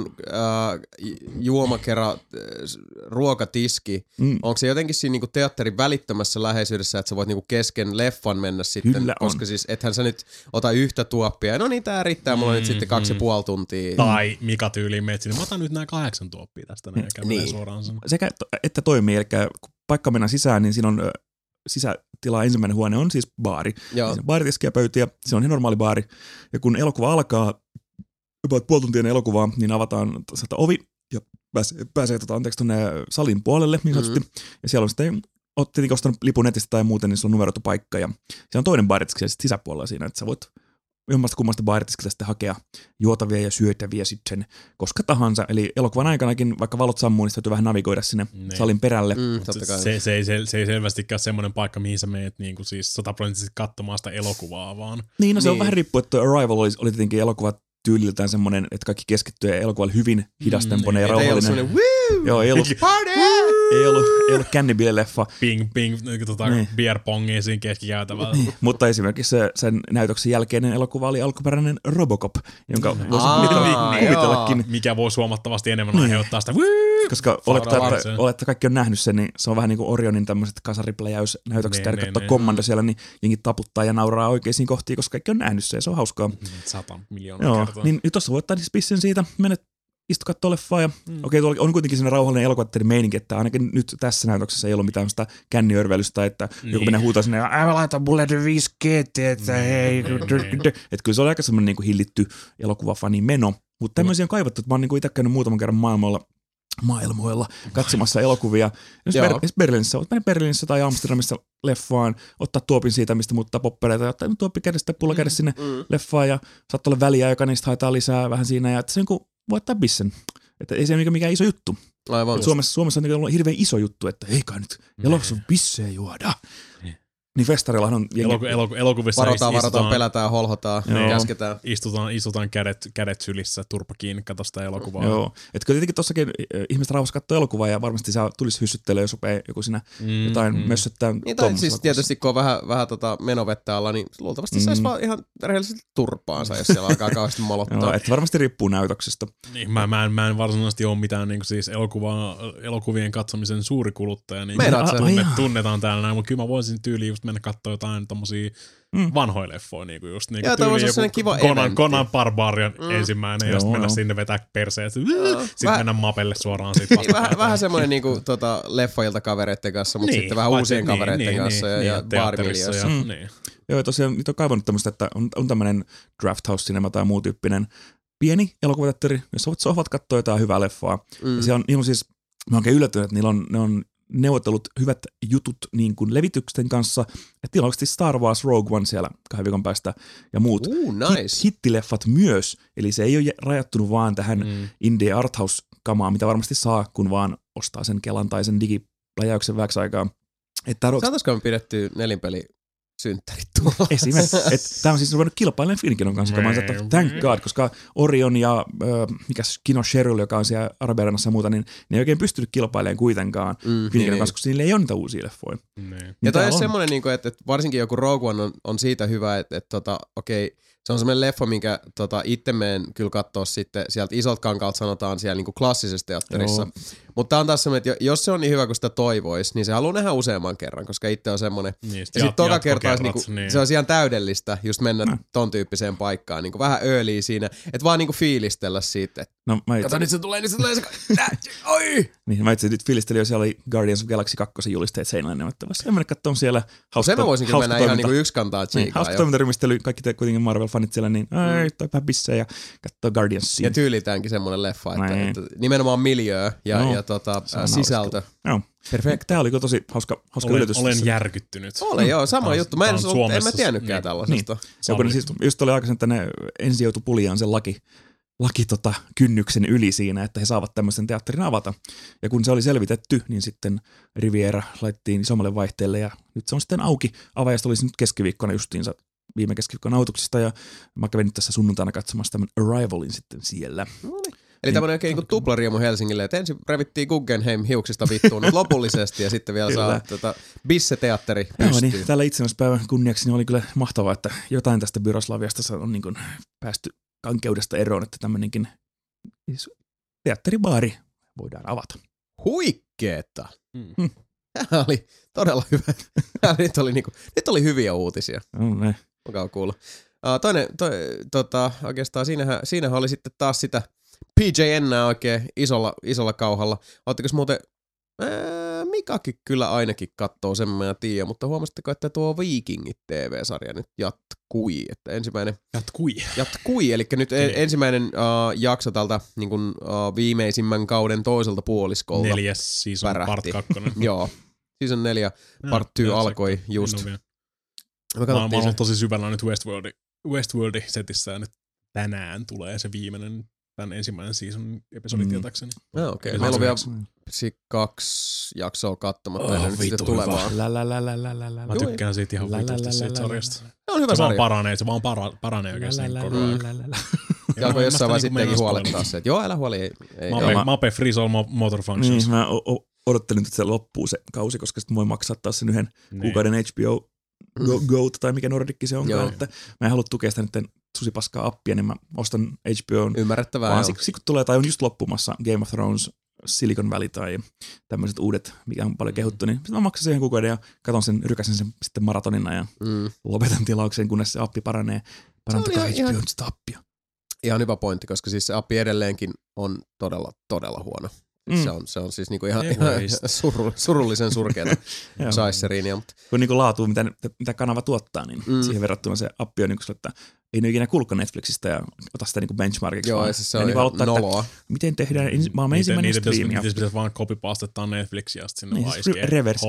juomakera ruokatiski, onko se jotenkin siinä niinku teatterin välittömässä läheisyydessä, että sä voit niinku kesken leffan mennä sitten, kyllä koska siis ethän sä nyt ota yhtä tuoppia, no niin tää riittää mulla nyt sitten 2,5 tuntia. Tai Mika tyyliin meet sinne, mä otan nyt nämä 8 tuoppia tästä näin, niin. Suoraan sen. Sekä että toimii, eli kun paikka mennään sisään, niin siinä on sisätila, ensimmäinen huone on siis baari. Siinä on baaritiski ja pöytiä, se on ihan normaali baari. Ja kun elokuva alkaa, about puoli tuntia elokuvaa, niin avataan ovi ja pääsee tuonne salin puolelle niin sanotusti. Ja siellä on sitten, oot tietenkin ostanut lipun netistä tai muuten, niin se on numeroitu paikka. Ja siellä on toinen baaritiski sisäpuolella siinä, että sä voit jommasta kummasta baaritiskiltä sitten hakea juotavia ja syötäviä sitten koska tahansa. Eli elokuvan aikanakin, vaikka valot sammuu, niin täytyy vähän navigoida sinne salin perälle. Se ei selvästikään ole semmoinen paikka, mihin sä meet niin kuin siis 100% katsomaan sitä elokuvaa, vaan. Niin, no se on vähän riippuu, että Arrival oli tietenkin elokuva tyyliltään semmoinen, että kaikki keskittyy elokuva oli hyvin hidastempoinen ja rauhallinen. Ei ollut kännibile-leffa. Ping, beer pongia siinä keskikäytävällä. Niin. Mutta esimerkiksi sen näytöksen jälkeinen elokuva oli alkuperäinen Robocop, jonka voisi kuvitellakin. Mikä voisi huomattavasti enemmän aiheuttaa sitä. Koska olette kaikki on nähnyt sen, niin se on vähän niin kuin Orionin tämmöiset kasaripläjäysnäytökset, ja katsoa kommando siellä, niin jengi taputtaa ja nauraa oikeisiin kohtiin, koska kaikki on nähnyt sen, ja se on hauskaa. 100 miljoonaa kertaa. Niin tuossa voit ottaa pissin siitä, menet istu kattoo leffaa ja okei, on kuitenkin sellainen rauhallinen elokuvateiden meininki, että ainakin nyt tässä näytöksessä ei ollut mitään sitä känniörvelystä, että joku menee huutaa sinne, älä laita mulle 5G, että hei. Että kyllä se oli aika semmoinen niin kuin hillitty elokuvafani meno, mutta tämmöisiä on kaivattu, että mä oon niin kuin itse käynyt muutaman kerran maailmoilla katsomassa elokuvia. Jos Berliinissä tai Amsterdamissa leffaan, ottaa tuopin siitä, mistä muuttaa poppereita ja ottaa tuoppi kädestä, pulla kädessä sinne leffaan ja saattaa olla väliä, joka niistä haetaan lisää vähän siinä ja että se niin voi ottaa bissen. Että ei se ole mikään iso juttu. Suomessa on hirveän iso juttu, että ei kai nyt elokuvassa on bissejä juoda. Niin festarillahan on elokuvissa varotaan, pelätään, holhotaan, käsketään. Istutaan kädet sylissä, turpa kiinni, katso sitä elokuvaa. Joo, että kyllä tietenkin tossakin ihmiset rauhassa katsoo elokuvaa ja varmasti se tulisi hyssyttelyä, jos rupeaa joku siinä jotain mössöttää. Niin, tai siis tietysti kun on vähän menovettä alla, niin luultavasti saisi vaan ihan rehellisesti turpaansa, jos siellä alkaa kauheasti molottaa. Joo, että varmasti riippuu näytöksestä. Niin, mä en varsinaisesti ole mitään niin siis elokuvien katsomisen suuri kuluttaja, niin tunnetaan täällä näin, mutta kyllä mä voisin tyyliin just mennä katsoa jotain tommosia vanhoja leffoja, niinku just niinku tyyli joku Conan Barbarian ensimmäinen, ja sitten mennä sinne vetää perseet, sitten mennä mapelle suoraan siitä vasta. Vähän semmoinen niinku leffoilta kavereiden kanssa, mutta sitten vähän uusien kavereiden kanssa ja baarimiljöissä. Joo, tosiaan niitä on kaivannut tämmöistä, että on tämmöinen Draft House Cinema tai muu tyyppinen pieni elokuvateatteri, jossa voit sohvat katsoa jotain hyvää leffaa. Ja siellä on siis, mä oon oikein yllättynyt, että ne on neuvotellut hyvät jutut niin kuin levityksen kanssa, että niillä on oikeasti Star Wars Rogue One siellä 2 viikon päästä ja muut nice. hittileffat myös, eli se ei ole rajattunut vaan tähän indie arthouse-kamaan, mitä varmasti saa, kun vaan ostaa sen Kelan tai sen digipläjäyksen vähäksi aikaa. Saataisiko me pidetty nelinpeli synttärit tuolla? Esimerkiksi. Tämä on siis ruvennut kilpailemaan Finkinon kanssa, joka mä oon sanottu, thank God, koska Orion ja Kino Sherrill, joka on siellä Arabiaranassa ja muuta, niin ne ei oikein pystynyt kilpailemaan kuitenkaan Finkinon kanssa, koska niillä ei ole niitä uusia leffoja. Ja toi on semmoinen, että varsinkin joku Rogue One on siitä hyvä, että okei, se on semmoinen leffa, minkä itse meen kyllä katsoa sitten sieltä isolta kankaalta sanotaan siellä niinku klassisessa teatterissa. Mutta tää on taas semmoinen, että jos se on niin hyvä kuin sitä toivoisi, niin se haluaa nähdä useamman kerran, koska itse on semmoinen. Niin, ja sitten toka kertaa se on ihan täydellistä just mennä ton tyyppiseen paikkaan, niinku vähän ööliä siinä, että vaan niinku fiilistellä siitä. No, kato, nyt se tulee se. Oi! Niin, mä itse nyt fiilistelin jo, siellä oli Guardians of Galaxy 2 julisteet seinällä nemättävässä. Ja mennä katsomaan siellä hauska. Sen mä voisin kyllä mennä ihan niinku yksi kantaa tsiikaa. Hauska toimintarymistely, kaikki te kuitenkin Marvel-fanit siellä, niin toi vähän bissejä ja katsoo Guardiansia. Ja tyylitäänkin semmoinen leffa, että nimenomaan miljöö ja sisältö. Joo. Perfect. Tää oli tosi hauska yllätys. Olen järkyttynyt. Joo, sama juttu. Mä en tiennytkään tällaisesta. Niin. Siis just oli aikaisemmin, että ne ensin joutui puljaan sen laki kynnyksen yli siinä, että he saavat tämmöisen teatterin avata. Ja kun se oli selvitetty, niin sitten Riviera laittiin isommalle vaihteelle ja nyt se on sitten auki. Avaajasta olisi nyt keskiviikkona justiinsa viime keskiviikon autuksista ja mä kävin nyt tässä sunnuntaina katsomassa tämän Arrivalin sitten siellä. Eli tämmöinen oikein niin tuplariemu Helsingille, että ensin revittiin Guggenheim hiuksista vittuun nyt lopullisesti ja sitten vielä saa Bisse-teatteri pystyyn. Joo, niin tällä itsenäispäivän kunniaksi niin oli kyllä mahtavaa, että jotain tästä Byroslaviasta on niin kuin päästy kankeudesta eroon, että tämmöinenkin teatteribaari voidaan avata. Huikeeta! Tämä oli todella hyvä. Nyt oli hyviä uutisia. Mukava kuulla. Oikeastaan siinähän oli sitten taas sitä PJN:ää oikein isolla kauhalla. Ootteko muuten, Mikakin kyllä ainakin kattoo, sen mä tiedän, mutta huomasitteko, että tuo Vikingit TV-sarja nyt jatkui, että ensimmäinen jatkui, eli nyt ensimmäinen jakso tältä niin kuin, viimeisimmän kauden toiselta puoliskolta 4. season part 2. Joo, season 4 part 2 alkoi just. Mä oon tosi syvällä nyt Westworldin Westworldin setissä nyt tänään tulee se viimeinen, tämän ensimmäinen season episodi tietääkseni. Okei. Meillä on vielä 2 jaksoa katsomatta ennen nyt sitten tulevaa. Mä tykkään siitä ihan vitusti siitä sarjasta. Se on hyvä sarja. Se vaan paranee oikeasti koko ajan. Ja alkoi jossain vaiheessa sittenkin huolettaa se, että joo, älä huoli. Mape freeze all motor functions. Niin, mä odottelin, että se loppuu se kausi, koska sitten voi maksaa taas sen yhden kuukauden HBO Go tai mikä Nordicki se onkaan. Että mä en halua tukea sitä nyt susipaskaa appia, niin mä ostan HBOn. Ymmärrettävää. Vaan siksi kun tulee, tai on just loppumassa Game of Thrones, Silicon Valley tai tämmöiset uudet, mikä on paljon kehuttu, niin sitten mä maksan sen kuukauden ja katon sen, rykäsen sen sitten maratonina ja lopetan tilauksen, kunnes se appi paranee. Parantakaa HBO sitä appia. Ihan hyvä pointti, koska siis se appi edelleenkin on todella, todella huono. Se on siis niinku ihan surullisen surkeata saisseriinia. Kun niinku laatu, mitä kanava tuottaa, niin siihen verrattuna se appi on niinku sille, että ei ne ikinä kuulkaan Netflixistä ja ota sitä niinku benchmarkiksi. Joo, siis se on ihan noloa. Miten tehdään maailman ensimmäinen striimi. Niitä pitäisi vaan copy-pastettaa Netflixiä, sitten sinne niin, vaan iskee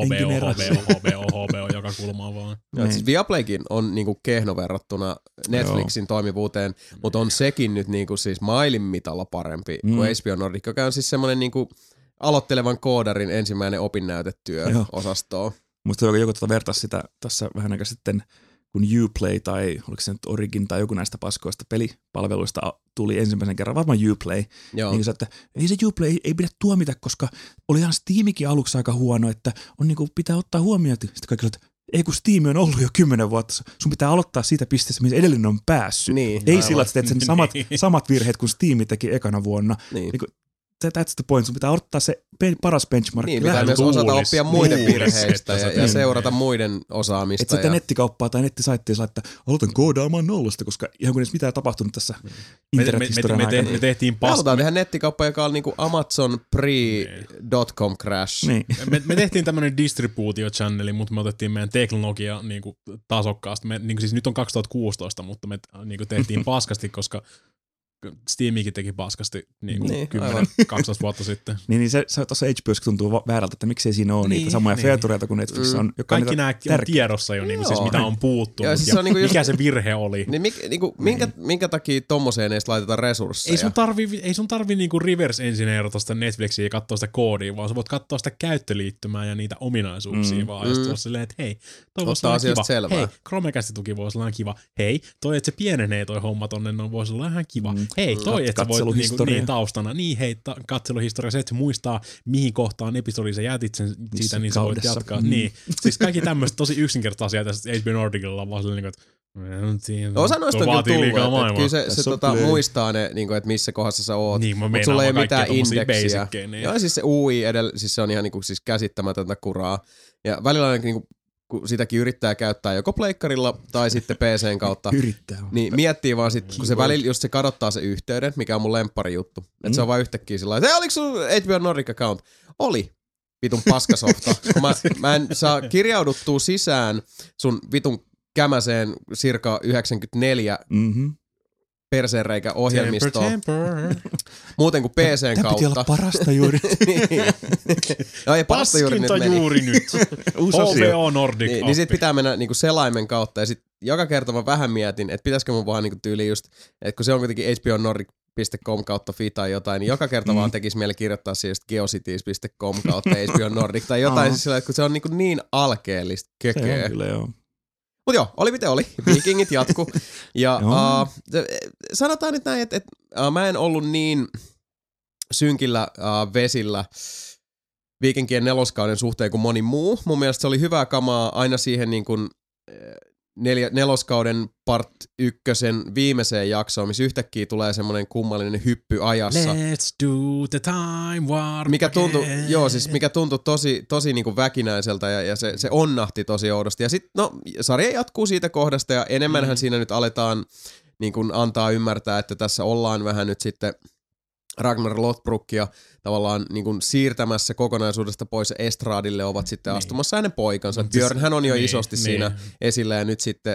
HBO joka kulmaa vaan. Joo, siis Viaplaykin on niinku kehno verrattuna Netflixin toimivuuteen, mutta on sekin nyt niinku siis mailin mitalla parempi kuin HBO Nordic, joka on siis semmoinen niinku aloittelevan koodarin ensimmäinen opinnäytetyö-osastoa. Musta joku vertaisi sitä tässä vähän aikaa sitten, kun Uplay tai oliko se nyt Origin tai joku näistä paskoista pelipalveluista tuli ensimmäisen kerran, varmaan Uplay, niin se, että ei se Uplay ei pidä tuomita, koska olihan Steamikin aluksi aika huono, että on niinku, pitää ottaa huomioon, että sitten kaikilla, että ei kun Steam on ollut jo 10 vuotta, sun pitää aloittaa siitä pisteestä, missä edellinen on päässyt. Niin, ei sillä, että teet sen samat virheet kuin Steam teki ekana vuonna. Niin that's the point. Sun pitää ottaa se paras benchmark. Niin, pitää myös osata oppia muiden virheistä ja seurata muiden osaamista. Että sitten nettikauppaa tai nettisaittia laittaa, aloitan koodaamaan nollasta, koska ihan kun edes mitään tapahtunut tässä internethistorian aikana. Me tehtiin me halutaan tehdä nettikauppa, joka on niinku Amazon pre.com crash. Niin. me tehtiin tämmönen distribuutio-channeli, mutta me otettiin meidän teknologia niinku tasokkaasti. Niinku siis nyt on 2016, mutta me niinku tehtiin paskasti, koska Steamikin teki paskasti niin 10-12 vuotta sitten. Niin se tuossa HBOssa tuntuu väärältä, että miksei siinä ole niitä samoja featureita kuin Netflix on. Kaikki nämä on tiedossa jo, niin siis mitä on puuttunut ja siis mikä se virhe oli. Niin minkä takia tommoseen edes laitetaan resursseja? Ei sun tarvi niinku reverse engineerata sitä Netflixiä ja katsoa sitä koodia, vaan sä voit katsoa sitä käyttöliittymää ja niitä ominaisuuksia vaan. Ja sitten silleen, että hei, toi voisi olla kiva. Selvää. Hei, Chromecast-tuki voisi olla kiva. Hei, toi, että se pienenee toi homma tonne, voisi olla ihan kiva. Hei, toi, että sä voit niin taustana. Niin, hei, katseluhistoria. Se, että se muistaa, mihin kohtaan episodin sä jätit sen siitä, niin sä voit jatkaa. Niin. Siis kaikki tämmöiset tosi yksinkertaisia asiat. HBO Nordicilla on vaan sellainen, että osa noista on kyllä tullut, että kyllä se muistaa ne, niin kuin, että missä kohdassa sä oot, niin, mutta sulla ei ole mitään indeksiä. Niin. Joo, siis se UI siis se on ihan niin kuin, siis käsittämätöntä kuraa. Ja välillä niin kuin, kun sitäkin yrittää käyttää joko pleikkarilla tai sitten PC:n kautta, niin miettii vaan sitten, kun se välillä just se kadottaa se yhteyden, mikä on mun lemppari juttu. Että se on vaan yhtäkkiä sillä lailla, että oliko sun HBO Nordic account? Oli. Vitun paskasofta. Mä en saa kirjauduttua sisään sun vitun kämäseen circa 94 perseenreikä ohjelmistoon. Muuten kuin PC:n kautta. Tämä piti olla parasta juuri. Niin. No ei parasta juuri nyt meni. juuri nyt. HBO Nordic. Niin sit pitää mennä niinku selaimen kautta ja sit joka kerta mä vähän mietin, että pitäisikö mun vaan niinku tyyli just, että kun se on kuitenkin hbonordic.com kautta fi tai jotain, niin joka kerta vaan tekisi mieli kirjoittaa siihen geocities.com kautta HBO Nordic tai jotain siis sillä, että kun se on niin alkeellista kököä. Se on kyllä joo. Mut joo, oli miten oli. Vikingit jatku. Ja sanotaan nyt näin, että mä en ollut niin synkillä vesillä Vikingien 4. kauden suhteen kuin moni muu. Mun mielestä se oli hyvää kamaa aina siihen niin kuin 4. kauden part 1 viimeiseen jaksoon, missä yhtäkkiä tulee semmoinen kummallinen hyppy ajassa. Let's do the time warp mikä tuntui tosi niin kuin väkinäiseltä ja se onnahti tosi oudosti. Ja sitten sarja jatkuu siitä kohdasta ja enemmänhän siinä nyt aletaan niin kuin antaa ymmärtää, että tässä ollaan vähän nyt sitten Ragnar Lothbrokia tavallaan niin kuin siirtämässä kokonaisuudesta pois Estradille ovat sitten astumassa hänen poikansa. Björnhän on jo isosti siinä esillä ja nyt sitten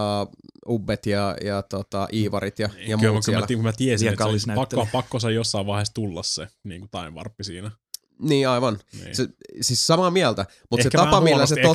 Ubbet ja Iivarit ja muut siellä. Kyllä mä tiesin, että pakko jossain vaiheessa tulla se niin kuin time warppi siinä. Niin, aivan. Niin. Siis samaa mieltä, mutta se Ehkä tapa, millä se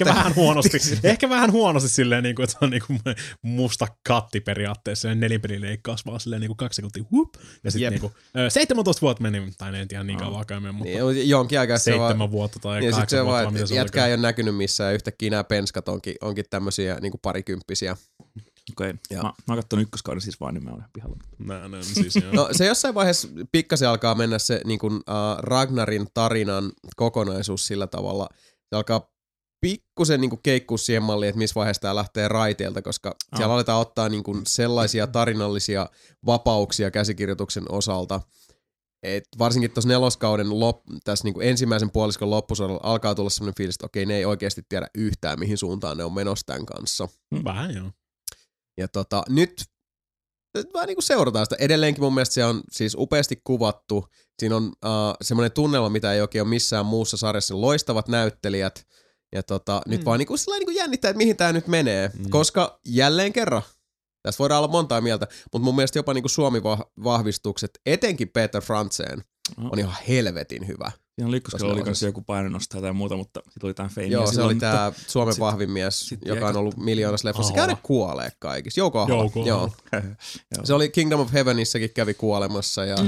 Ehkä vähän huonosti silleen, niin kuin, että se on niin kuin musta katti periaatteessa, ja nelinpelin leikkaus vaan silleen niin kuin 2 sekuntia, hup, ja sitten niin kuin, 17 vuotta meni, tai en tiedä niin kauan käymään, mutta niin, jonkin aikaa 7 vuotta tai 8 vuotta, mitä se jätkää ei ole näkynyt missään, ja yhtäkkiä nämä penskat onkin tämmöisiä niin kuin parikymppisiä. Okei, mä oon kattonut ykköskauden siis vaan, niin mä olen pihalla. Siis, no se jossain vaiheessa pikkasen alkaa mennä se niin kuin, Ragnarin tarinan kokonaisuus sillä tavalla, se alkaa pikkusen niin kuin keikkuu siihen malliin, että missä vaiheessa tämä lähtee raiteilta, koska siellä aletaan ottaa niin kuin sellaisia tarinallisia vapauksia käsikirjoituksen osalta, et varsinkin tuossa 4. kauden tässä niin kuin ensimmäisen puoliskon loppusodalla alkaa tulla sellainen fiilis, että okei, ne ei oikeasti tiedä yhtään, mihin suuntaan ne on menossa tämän kanssa. Vähän joo. Ja nyt vähän niin kuin seurataan sitä. Edelleenkin mun mielestä se on siis upeasti kuvattu. Siinä on semmoinen tunnelma, mitä ei oikein ole missään muussa sarjassa. Loistavat näyttelijät. Ja nyt vaan niin kuin jännittää, että mihin tämä nyt menee. Koska jälleen kerran, tässä voidaan olla montaa mieltä, mutta mun mielestä jopa niin kuin Suomi-vahvistukset, etenkin Peter Frantzen, on ihan helvetin hyvä. Siinä Likkoskella oli myös joku painonnostaja tai muuta, mutta sitten oli tämä Fame. Joo, se oli tämä Suomen vahvin mies, joka on ollut miljoonassa leffassa. Se käy kuolee kaikissa. Jouko Ahola. Joo. Se oli Kingdom of Heavenissäkin kävi kuolemassa ja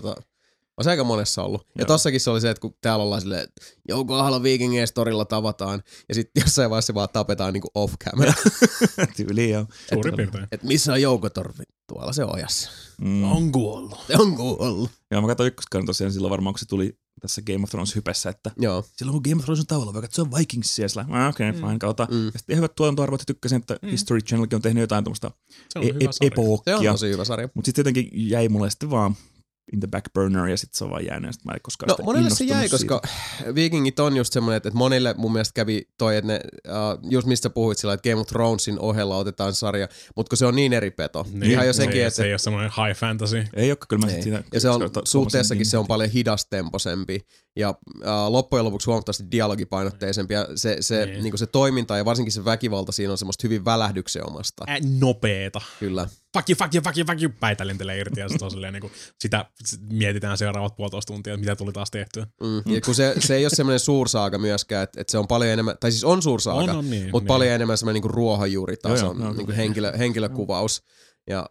on se aika monessa ollut. Ja tossakin se oli se, että kun täällä ollaan silleen, että Jouko Ahola Vikingeistä torilla tavataan ja sitten jossain vaiheessa vaan tapetaan niinku off camera. Tyyliin joo. Suurin piirtein. Että missä on Jouko Torvi? Tuolla se ojassa. On kuollut. Se on kuollut. Joo, mä katsoin ykköskauden tosiaan silloin varmaan, kun se tuli tässä Game of Thrones hypessä, että silloin kun Game of Thrones on tavalla, vaikka se on Vikingsia, ja okei, fine, kautta. Ja sitten hyvät tuotantoarvot, ja tykkäsin, että History Channelkin on tehnyt jotain tuommoista epookkia. Se on tosi hyvä sarja. Mutta sitten jotenkin jäi mulle sitten vaan in the back burner, ja sitten se on vaan jäänyt, ja sitten mä en koskaan sitä monelle se jäi, koska Vikingit on just semmoinen, että monille mun mielestä kävi toi, että ne, just mistä puhuit sillä, että Game of Thronesin ohella otetaan sarja, mutta kun se on niin eri peto. Niin, ihan jo sekin, että se ei ole semmoinen high fantasy. Ei olekaan, kyllä mä sitten siinä. Ja se on suhteessakin se on paljon hidastemposempi, ja loppujen lopuksi huomattavasti dialogipainotteisempi, ja se, niinku se toiminta ja varsinkin se väkivalta siinä on semmoista hyvin välähdyksenomasta. Nopeeta. Kyllä. Fuck you, päitä lentelee irti ja sitten on silleen niinku, sitä mietitään seuraavat 1,5 tuntia, että mitä tuli taas tehtyä. Ja kun se ei ole semmoinen suursaaga myöskään, että se on paljon enemmän, tai siis on suursaaga, mutta paljon enemmän semmoinen niinku ruohonjuuritason niinku henkilökuvaus. Ja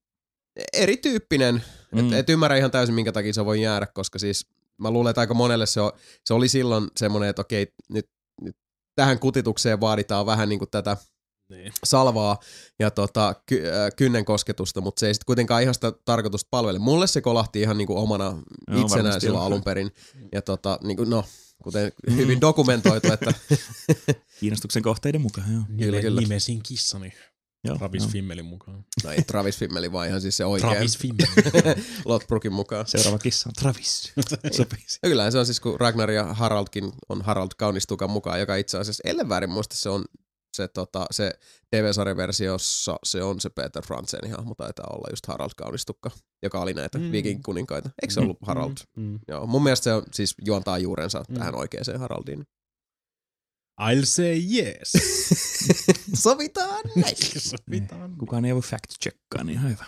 erityyppinen, et ymmärrä ihan täysin minkä takia se voi jäädä, koska siis mä luulen, että aika monelle se oli silloin semmoinen, että okei, nyt tähän kutitukseen vaaditaan vähän niinku tätä salvaa ja kynnen kosketusta, mutta se ei sitten kuitenkaan ihan sitä tarkoitusta palvele. Mulle se kolahti ihan niinku omana itsenään silloin alun perin. Ja niinku, kuten hyvin dokumentoitu, että kiinnostuksen kohteiden mukaan, joo. Kyllä. Nimesin kissani. Travis Fimmelin mukaan. No ei Travis Fimmeli, vaan ihan siis se oikein. Travis Fimmeli. Lotbrookin mukaan. Seuraava kissa on Travis. Kyllähän se on siis, kun Ragnar ja Haraldkin on Harald Kaunistukan mukaan, joka itse asiassa, ellen väärin muista, se on se TV-sarjaversiossa se on se Peter Frantzenin hahmo, taitaa olla just Harald Kaunistukka, joka oli näitä Viking-kuninkaita. Eikö se ollut Harald? Joo, mun mielestä se on, siis juontaa juurensa tähän oikeaan Haraldiin. I'll say yes. Sovitaan näin. Kukaan ei voi fact-checkaa, niin ihan hyvä.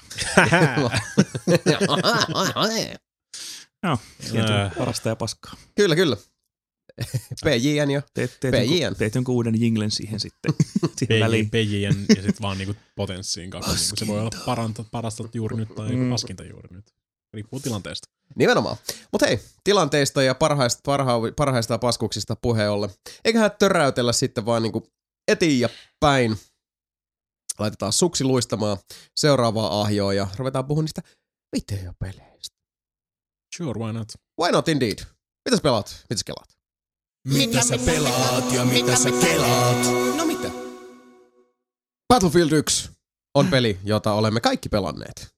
Joo, parasta ja paskaa. Kyllä. PJN jo. Teet jonkun uuden jinglen siihen sitten. PJN ja sitten vaan niinku potenssiin kaksi. Niinku se voi olla parasta juuri nyt tai paskinta juuri nyt. Riippuu tilanteesta. Nimenomaan. Mutta hei, tilanteista ja parhaista paskuksista puheen ollen. Eiköhän töräytellä sitten vaan niinku etiin ja päin. Laitetaan suksi luistamaan seuraavaa ahjoa ja ruvetaan puhumaan niistä videopeleistä. Sure, why not? Why not indeed? Mitäs pelaat? Mitäs kelaat? Mitä sä pelaat ja mitä sä kelaat? No mitä? Battlefield 1 on peli, jota olemme kaikki pelanneet.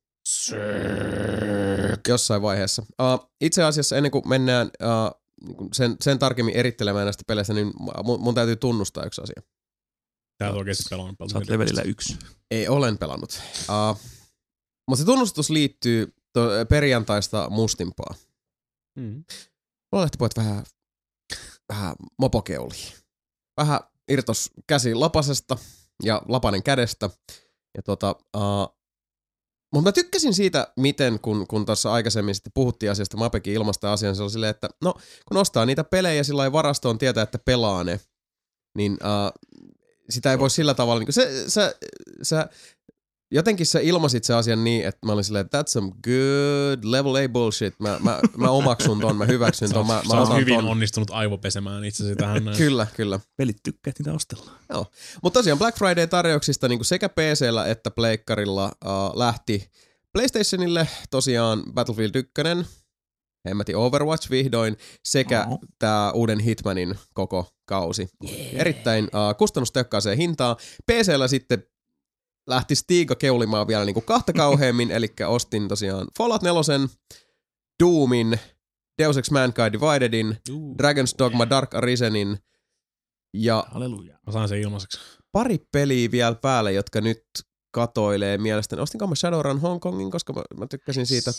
Jossain vaiheessa. Itse asiassa ennen kuin mennään sen tarkemmin erittelemään näistä peleistä, niin mun täytyy tunnustaa yksi asia. Tää on oikeasti pelannut. Sä oot levelillä 1. Ei, olen pelannut. Mutta se tunnustus liittyy perjantaista mustimpaa. Mulla lähti poet vähän mopokeuliin. Vähän irtos käsi lapasesta ja lapanen kädestä. Ja Mutta mä tykkäsin siitä, miten kun tuossa aikaisemmin sitten puhuttiin asiasta, Mapekin ilmasta asian, se oli silleen, että no kun ostaa niitä pelejä sillä lailla varastoon tietää, että pelaa ne, niin sitä ei voi sillä tavalla, niin sä jotenkin sä ilmasit se asian niin, että mä olin silleen, that's some good level A bullshit, mä omaksun ton, mä hyväksyn ton, mä otan hyvin ton. Onnistunut aivopesemään itsesi tähän näin. Kyllä. Pelit tykkäät, niitä ostellaan. Joo, mutta tosiaan Black Friday-tarjouksista niin sekä PC:llä että pleikkarilla lähti PlayStationille tosiaan Battlefield 1, hemmetin Overwatch vihdoin, sekä tää uuden Hitmanin koko kausi. Erittäin kustannustehokkaaseen hintaan. PC:llä sitten lähti Stiga keulimaan vielä niinku kahta kauheammin, eli ostin tosiaan Fallout 4, Doomin, Deus Ex Mankind Dividedin, Dragon's Dogma Dark Arisenin ja halleluja. Mä saan sen ilmaiseksi. Pari peliä vielä päälle, jotka nyt katoilee mielestäni. Ostinko mä Shadowrun Hong Kongin, koska mä tykkäsin siitä,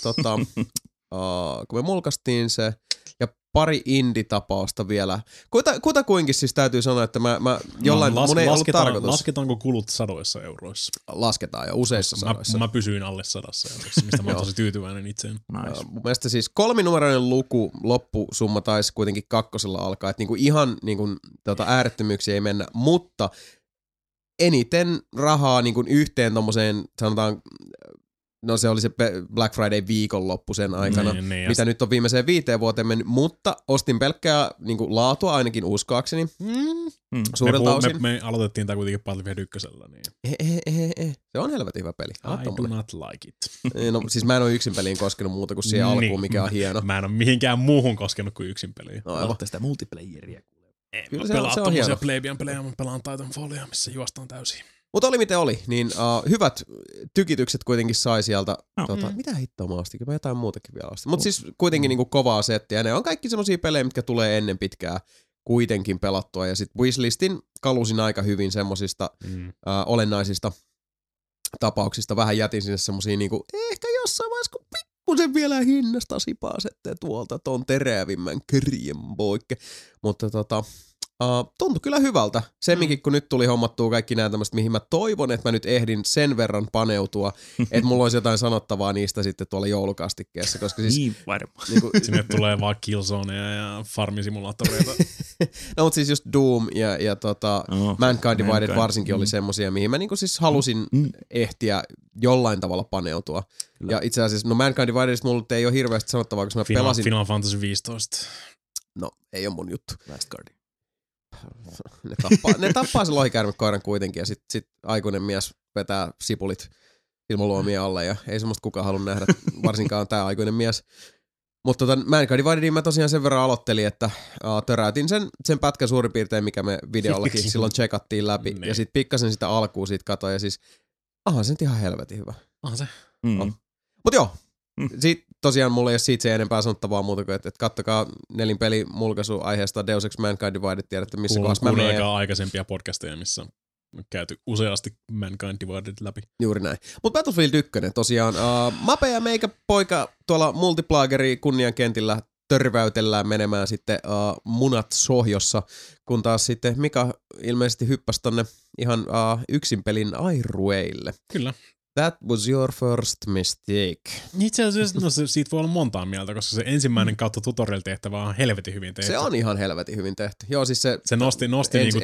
kun me mulkaistiin se, ja pari indie-tapausta vielä. Kutakuinkin siis täytyy sanoa, että mä jollain, mun ei ollut tarkoitus. Lasketaanko kulut sadoissa euroissa? Lasketaan jo useissa sadoissa. Mä pysyin alle 100 euroissa, mistä mä oon tosi tyytyväinen itseen. Nice. Mun mielestä siis 3-numeroinen luku, loppusumma taisi kuitenkin 2 alkaa, että niinku ihan niinku, äärettömyyksiä ei mennä, mutta eniten rahaa niinku yhteen tommoseen, sanotaan, no se oli se Black Friday viikonloppu sen aikana, mitä nyt on viimeiseen 5 vuoteen mennyt, mutta ostin pelkkää niin kuin laatua ainakin uskoakseni suurelta osin. Me aloitettiin tää kuitenkin Battlefield 1. Niin. Se on helvetin hyvä peli. I do not like it. No siis mä en ole yksin peliin koskenut muuta kuin siihen alkuun, mikä on hieno. Mä en ole mihinkään muuhun koskenut kuin yksin peliin. Aloitte sitä multiplayeria. Kyllä se on hieno. Plebian pelejä, mä pelaan Titanfallia, missä juostaan täysin. Mutta oli miten oli, niin hyvät tykitykset kuitenkin sai sieltä. Mitä hittoa mä ostin? Mä jotain muutakin vielä ostin. Mutta siis kuitenkin niinku kovaa settiä. Ja ne on kaikki semmosia pelejä, mitkä tulee ennen pitkää kuitenkin pelattua. Ja sit wishlistin kalusin aika hyvin semmosista olennaisista tapauksista. Vähän jätin sinne semmosia niinku, ehkä jossain vaiheessa kun pikkusen vielä hinnasta sipasette tuolta ton terävimmän kirjen poikke. Mutta tuntui kyllä hyvältä. Semminkin, kun nyt tuli hommattua kaikki nämä tämmöiset, mihin mä toivon, että mä nyt ehdin sen verran paneutua, että mulla olisi jotain sanottavaa niistä sitten tuolla joulukastikkeessa. Koska siis, niin varmaan. Niin sinne tulee vaan Killzoneja ja farmisimulaattoreita. No mutta siis just Doom ja Mankind Divided varsinkin oli semmosia, mihin mä niinku siis halusin ehtiä jollain tavalla paneutua. Kyllä. Ja itse asiassa, no Mankind Dividedista mulla ei ole hirveästi sanottavaa, koska mä pelasin... Final Fantasy 15. No, ei ole mun juttu. Last Guardian. Ne tappaa se lohikäärmekoiran kuitenkin ja sit aikuinen mies vetää sipulit ilmaluomien alle ja ei semmoista kukaan halua nähdä, varsinkaan tää aikuinen mies. Mutta Mankind Dividedin mä tosiaan sen verran aloittelin, että töräytin sen pätkän suurin piirtein, mikä me videollakin silloin checkattiin läpi. Ja sit pikkasen sitä alkuun siitä katoin ja siis, se nyt ihan helvetin hyvä. Se. Mut joo. Siitä tosiaan mulla ei ole siitä se enempää sanottavaa muuta kuin, että kattokaa nelinpeli mulkaisu aiheesta Deus Ex Mankind Divided, tiedätte missä kohdassa mä menen. Aikaisempia podcasteja, missä on käyty useasti Mankind Divided läpi. Juuri näin. Mutta Battlefield 1 tosiaan, Mape ja meikä poika tuolla multiplageri kunniankentillä törväytellään menemään sitten munat sohjossa, kun taas sitten Mika ilmeisesti hyppäsi tonne ihan yksin pelin airueille. Kyllä. That was your first mistake. Itse asiassa siitä voi olla montaa mieltä, koska se ensimmäinen kautta tutorial-tehtävä on helvetin hyvin tehty. Se on ihan helvetin hyvin tehty. Joo, siis se nosti niinku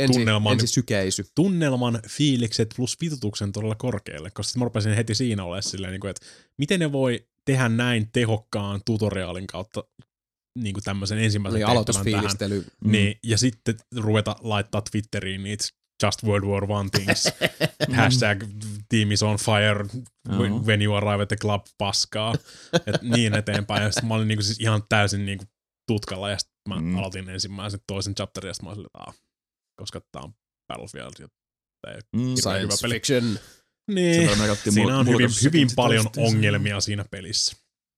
tunnelman fiilikset plus vitutuksen todella korkealle, koska mä rupesin heti siinä olemaan silleen, niinku, että miten ne voi tehdä näin tehokkaan tutoriaalin kautta niinku tämmöisen ensimmäisen tehtävän tähän. Niin, ja sitten ruveta laittaa Twitteriin niitä Just World War I things. Hashtag team is on fire when you arrive at the club paskaa. Et niin eteenpäin. Ja mä olin niinku siis ihan täysin niinku tutkalla. Ja sitten mä aloitin ensimmäisen toisen chapterin. Ja sitten mä olin silleen, koska tää on Battlefield. Ja tää ei science fiction. Niin, siinä on hyvin paljon ongelmia siinä pelissä.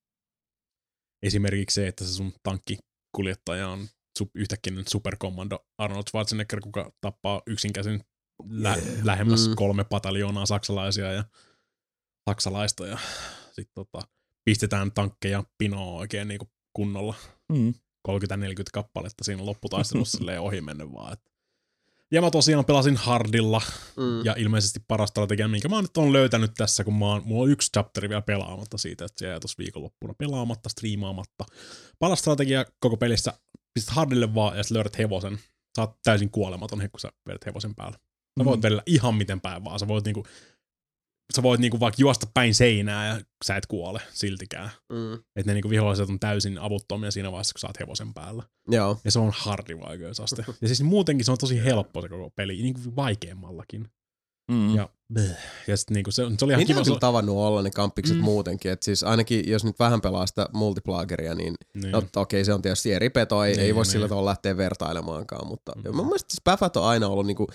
Esimerkiksi se, että se sun tankkikuljettaja on yhtäkkiä superkommando Arnold Schwarzenegger, kuka tappaa yksinkäsin lähemmäs 3 pataljoonaa saksalaisia ja saksalaista ja sitten pistetään tankkeja pinoon oikein niinku kunnolla. 30-40 kappaletta siinä lopputaistelussa silleen ohi mennyt vaan. Ja mä tosiaan pelasin hardilla, ja ilmeisesti paras strategia, minkä mä nyt on löytänyt tässä, kun mulla on yksi chapteri vielä pelaamatta siitä, että se jäi tuossa viikonloppuna pelaamatta, striimaamatta. Paras strategia koko pelissä, pistät hardille vaan, ja sä löydät hevosen. Sä oot täysin kuolematon, kun sä vedät hevosen päälle. Sä voit vedellä ihan miten päin vaan, sä voit niinku vaikka juosta päin seinää, ja sä et kuole siltikään. Että ne niinku viholliset on täysin avuttomia siinä vaiheessa, kun sä oot hevosen päällä. Joo. Ja se on hardi vaikeusaste. Ja siis muutenkin se on tosi helppo se koko peli, niinku vaikeammallakin. Ja sit niinku se oli ihan Niitä kiva. on kyllä tavannut olla ne kampikset muutenkin. Et siis ainakin jos nyt vähän pelaa sitä multiplageria, niin no, okei, se on tietysti eri peto, ei voi sillä tavalla lähteä vertailemaankaan. Mutta mun mielestä siis Päfät on aina ollut niinku,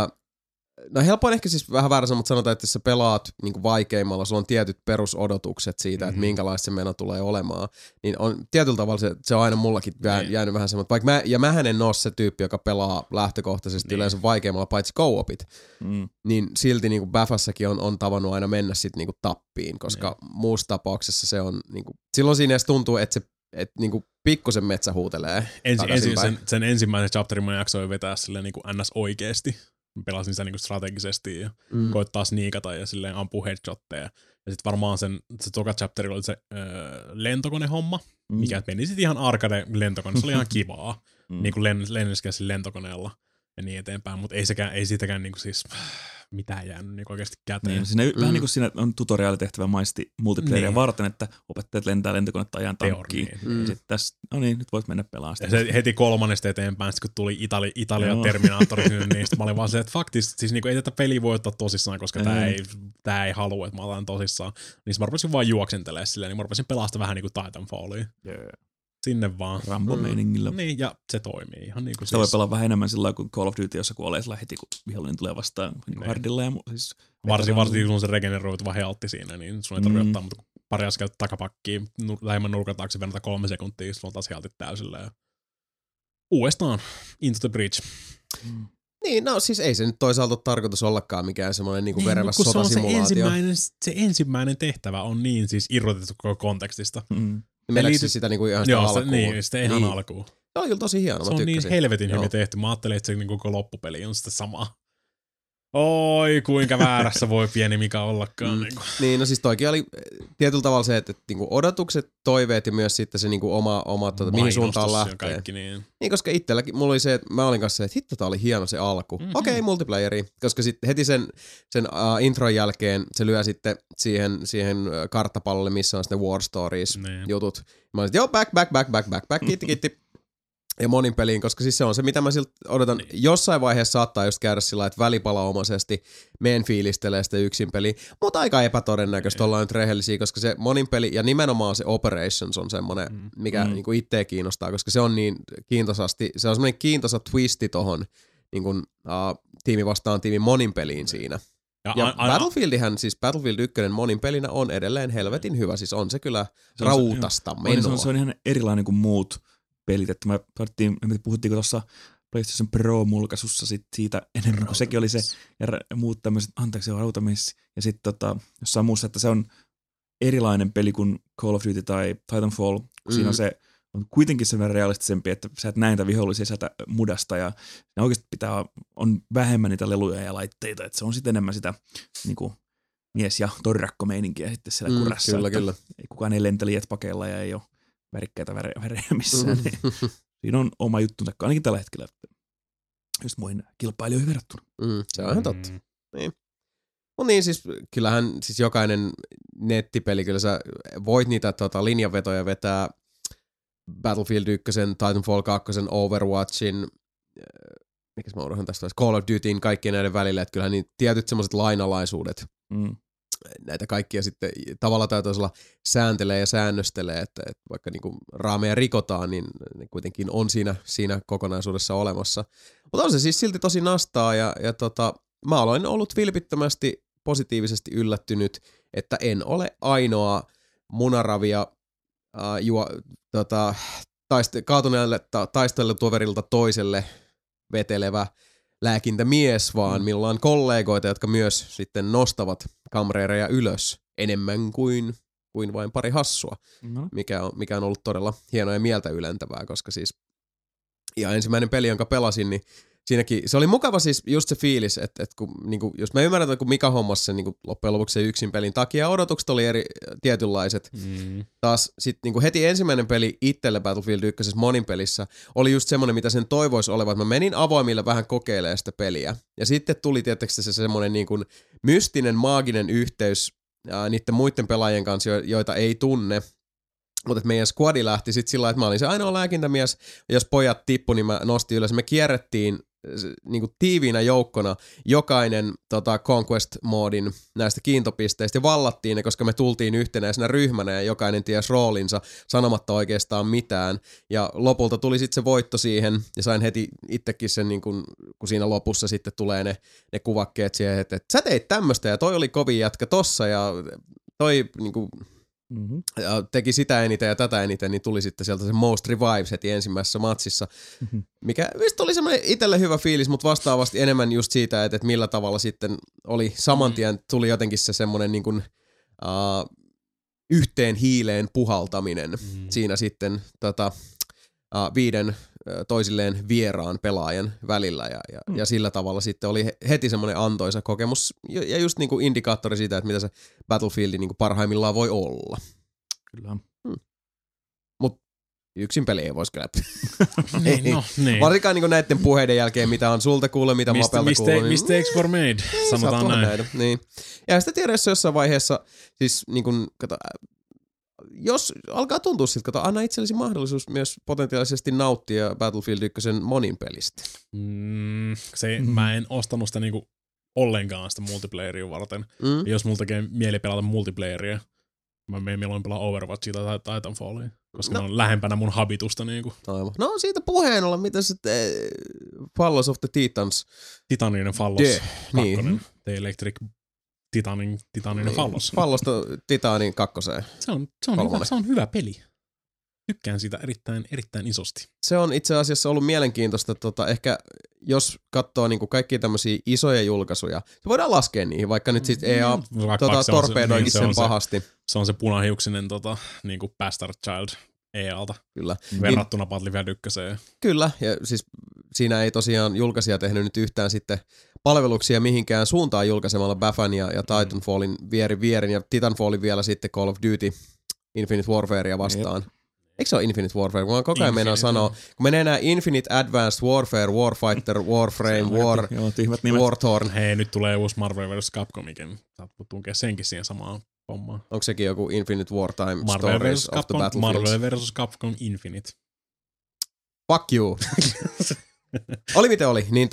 no helpoin ehkä siis vähän väärä, mutta sanotaan, että jos sä pelaat niinku vaikeimmalla, sulla on tietyt perusodotukset siitä, että minkälaista se meno tulee olemaan, niin on tietyllä tavalla se on aina mullakin jäänyt vähän semmoinen, vaikka mähän en ole se tyyppi, joka pelaa lähtökohtaisesti yleensä vaikeimmalla, paitsi co-opit, niin silti niinku Bäfässäkin on tavannut aina mennä sit niinku tappiin, koska muussa tapauksessa se on niinku, silloin siinä edes tuntuu, että niinku pikkusen metsä huutelee sen ensimmäisen chapterin mä jaksoin vetää silleen niinku ns oikeesti. Pelasin sitä niinku strategisesti ja koittaa sniikata ja silleen ampua headshotteja. Ja sit varmaan se toka chapteri oli se lentokonehomma, mikä meni sit ihan arcade-lentokone. Se oli ihan kivaa, niinku lenneskellä lentokoneella ja niin eteenpäin, mutta ei siitäkään niinku siis mitään jäänyt niinku oikeasti käteen. Niin, siinä vähän niin kuin siinä on tutoriaalitehtävä maisti multiplayeria varten, että opettajat lentää lentokonetta ajan tankkiin. Ja sitten tässä, no niin, nyt voit mennä pelaamaan sitä. Ja se heti kolmannesta eteenpäin, kun tuli Italia Terminaattori, niin mä olin vaan se, että faktisesti, siis niinku ei tätä peliä voi ottaa tosissaan, koska tää ei halua, että mä otan tosissaan. Niin mä rupesin vaan juoksentelemaan silleen, niin mä rupesin pelaamaan vähän niinku Titanfallia. Sinne vaan. Rambo-meiningillä. Niin, ja se toimii ihan niin kuin sitä voi pelaa vähän enemmän sillä kuin Call of Duty, jossa kuolee sillä heti, kun vihollinen tulee vastaan niin hardilla. Ja siis varsinkin kun on se regeneroituva healtti siinä, niin sun ei tarvitse ottaa, mutta pari askelta takapakkiin, lähemmän nurkan taakse venata 3 sekuntia, sulla on taas healtit täysillä. Ja uudestaan, Into the Breach. Niin, no siis ei se nyt toisaalta ole tarkoitus ollakaan mikään semmoinen niinku verevä sotasimulaatio. Se ensimmäinen tehtävä on niin siis irrotettu koko kontekstista. Meneekö sitä niinku ihan sitä alkuun? Niin, sitä ihan alkuun. Se on kyllä tosi hieno, se on niin helvetin hyvin tehty. Mä ajattelin, että se niinku koko loppupeli on sitä samaa. Oi, kuinka väärässä voi pieni Mika ollakaan. Niin, no siis toikin oli tietyllä tavalla se, että niinku odotukset, toiveet ja myös sitten se niinku oma mihin suuntaan lähtee. Kaikki, niin, koska itselläkin mulla oli se, että mä olin kanssa se, että hitto, tää oli hieno se alku. Okei, multiplayeri. Koska sitten heti sen intron jälkeen se lyö sitten siihen karttapallolle, missä on sitten War Stories jutut. Mä olin, että joo, back, kiitti. Ja monin peliin, koska siis se on se, mitä mä siltä odotan. Jossain vaiheessa saattaa just käydä sillä, että välipalaomaisesti meen fiilistelee sitä yksin peliä, mutta aika epätodennäköistä ollaan nyt rehellisiä, koska se monin peli ja nimenomaan se Operations on semmoinen, mikä niinku itseä kiinnostaa, koska se on niin kiintoisasti, se on semmoinen kiintoisa twisti tohon niinku, tiimi vastaan tiimin monin peliin siinä. Ja Battlefieldihän, siis Battlefield 1 monin pelinä on edelleen helvetin hyvä, siis on se kyllä rautasta menoa. Se on ihan erilainen kuin muut pelit, että puhuttiinko tuossa PlayStation Pro-mulkaisussa siitä enemmän, kun sekin oli se, ja muut tämmöiset, anteeksi, rautamies, ja sitten jossain muussa, että se on erilainen peli kuin Call of Duty tai Titanfall, kun siinä on se, on kuitenkin sellainen realistisempi, että sä et näe niitä vihollisia sieltä mudasta, ja oikeasti on vähemmän niitä leluja ja laitteita, että se on sitten enemmän sitä niinku mies- ja torrakko-meininkiä sitten siellä kurassa. Kyllä. Ei kukaan ei lenteli jetpakeilla ja ei ole värikkäitä värejä missään. Niin siinä on oma juttunsa, ainakin tällä hetkellä, just muihin kilpailijoihin verrattuna. Se on ihan totta. Niin. Mutta niin, siis kyllähän siis jokainen nettipeli, kyllä sä voit niitä linjanvetoja vetää Battlefield 1, Titanfall 2, Overwatchin, mikäs mä unohdan tästä, Call of Dutyin kaikkien näiden välillä, että kyllähän niin tietyt semmoiset lainalaisuudet, näitä kaikkia sitten tavalla tai toisella sääntelee ja säännöstelee, että vaikka niinku raameja rikotaan, niin ne kuitenkin on siinä kokonaisuudessa olemassa. Mutta on se siis silti tosi nastaa ja mä olen ollut vilpittömästi positiivisesti yllättynyt, että en ole ainoa munaravia kaatuneelle taistelutoverilta toiselle vetelevä lääkintämies, vaan minulla on kollegoita, jotka myös sitten nostavat kamreereja ylös enemmän kuin vain pari hassua, mikä on ollut todella hienoa ja mieltä ylentävää, koska siis ihan ensimmäinen peli, jonka pelasin, niin siinäkin, se oli mukava siis just se fiilis, että kun, niinku, jos mä ymmärrän, että kun Mika hommasi sen niinku, loppujen lopuksi se yksin pelin takia, odotukset oli tietynlaiset. Taas sitten niinku, heti ensimmäinen peli itselle Battlefield 1 monin pelissä oli just semmoinen, mitä sen toivoisi olevan, että mä menin avoimille vähän kokeilemaan sitä peliä. Ja sitten tuli tietysti se semmoinen niinku, mystinen, maaginen yhteys niiden muiden pelaajien kanssa, joita ei tunne. Mutta meidän squadi lähti sitten sillä, että mä olin se ainoa lääkintämies, ja jos pojat tippu, niin mä nostin ylös. Me kierrettiin niinku tiiviinä joukkona jokainen Conquest-moodin näistä kiintopisteistä ja vallattiin ne, koska me tultiin yhtenäisenä ryhmänä ja jokainen tiesi roolinsa sanomatta oikeastaan mitään. Ja lopulta tuli sitten se voitto siihen ja sain heti itsekin sen, niin kun siinä lopussa sitten tulee ne kuvakkeet siihen, että sä teit tämmöistä ja toi oli kovin jätkä tossa ja toi niinku... Ja teki sitä eniten ja tätä eniten, niin tuli sitten sieltä se Most Revives heti ensimmäisessä matsissa, mikä mistä oli semmoinen itselle hyvä fiilis, mutta vastaavasti enemmän just siitä, että millä tavalla sitten oli saman tien, tuli jotenkin se semmoinen niin kuin, yhteen hiileen puhaltaminen siinä sitten 5 toisilleen vieraan pelaajan välillä ja sillä tavalla sitten oli heti semmoinen antoisa kokemus ja just niin kuin indikaattori siitä, että mitä se Battlefield niin kuin parhaimmillaan voi olla. Kyllä. Mut yksin peli ei voisi kyllä. niin. Varsinkaan niin kuin näiden puheiden jälkeen, mitä on sulta kuullut, mitä Mapelta kuullut. Mistakes were made, sanotaan näin. Niin. Ja sitä tiedä, jos jossain vaiheessa, siis niin kuin, jos alkaa tuntua siltä, että anna itsellesi mahdollisuus myös potentiaalisesti nauttia Battlefield 1 monin pelistä. Mä en ostanut sitä niinku ollenkaan sitä multiplayeria varten. Ja jos mulla tekee mieli pelata multiplayeria, mä menen mieluummin pelaa Overwatchia tai Titanfallia, koska ne on lähempänä mun habitusta. Niinku. No siitä puheen olla, mitä se Fallos of the Titans. Titaninen Fallos 2. Niin. The Electric Titaninen Fallos. Fallosta Titanin 2. Se on hyvä peli. Tykkään siitä erittäin isosti. Se on itse asiassa ollut mielenkiintoista, ehkä jos katsoo niinku kaikkia tämmöisiä isoja julkaisuja, se voidaan laskea niihin, vaikka nyt sit EA torpedoikin sen pahasti. Se on se punahiuksinen niinku Bastard Child EAlta. Kyllä. Verrattuna Battlefield 1. Kyllä, ja siis siinä ei tosiaan julkaisija tehnyt nyt yhtään sitten palveluksia mihinkään suuntaan julkaisemalla Bafan ja Titanfallin vierin ja Titanfallin vielä sitten Call of Duty Infinite Warfarea vastaan. Eikö se ole Infinite Warfare? Kun mä koko ajan meinaan sanoa, kun menee nää Infinite Advanced Warfare, Warfighter, Warframe, Warthorn. Hei, nyt tulee uusi Marvel vs. Capcomikin. Saat tunkea senkin siihen samaan hommaan. Onko sekin joku Infinite Wartime Stories of the Battlefields? Marvel vs. Capcom Infinite. Fuck you. Oli miten oli, niin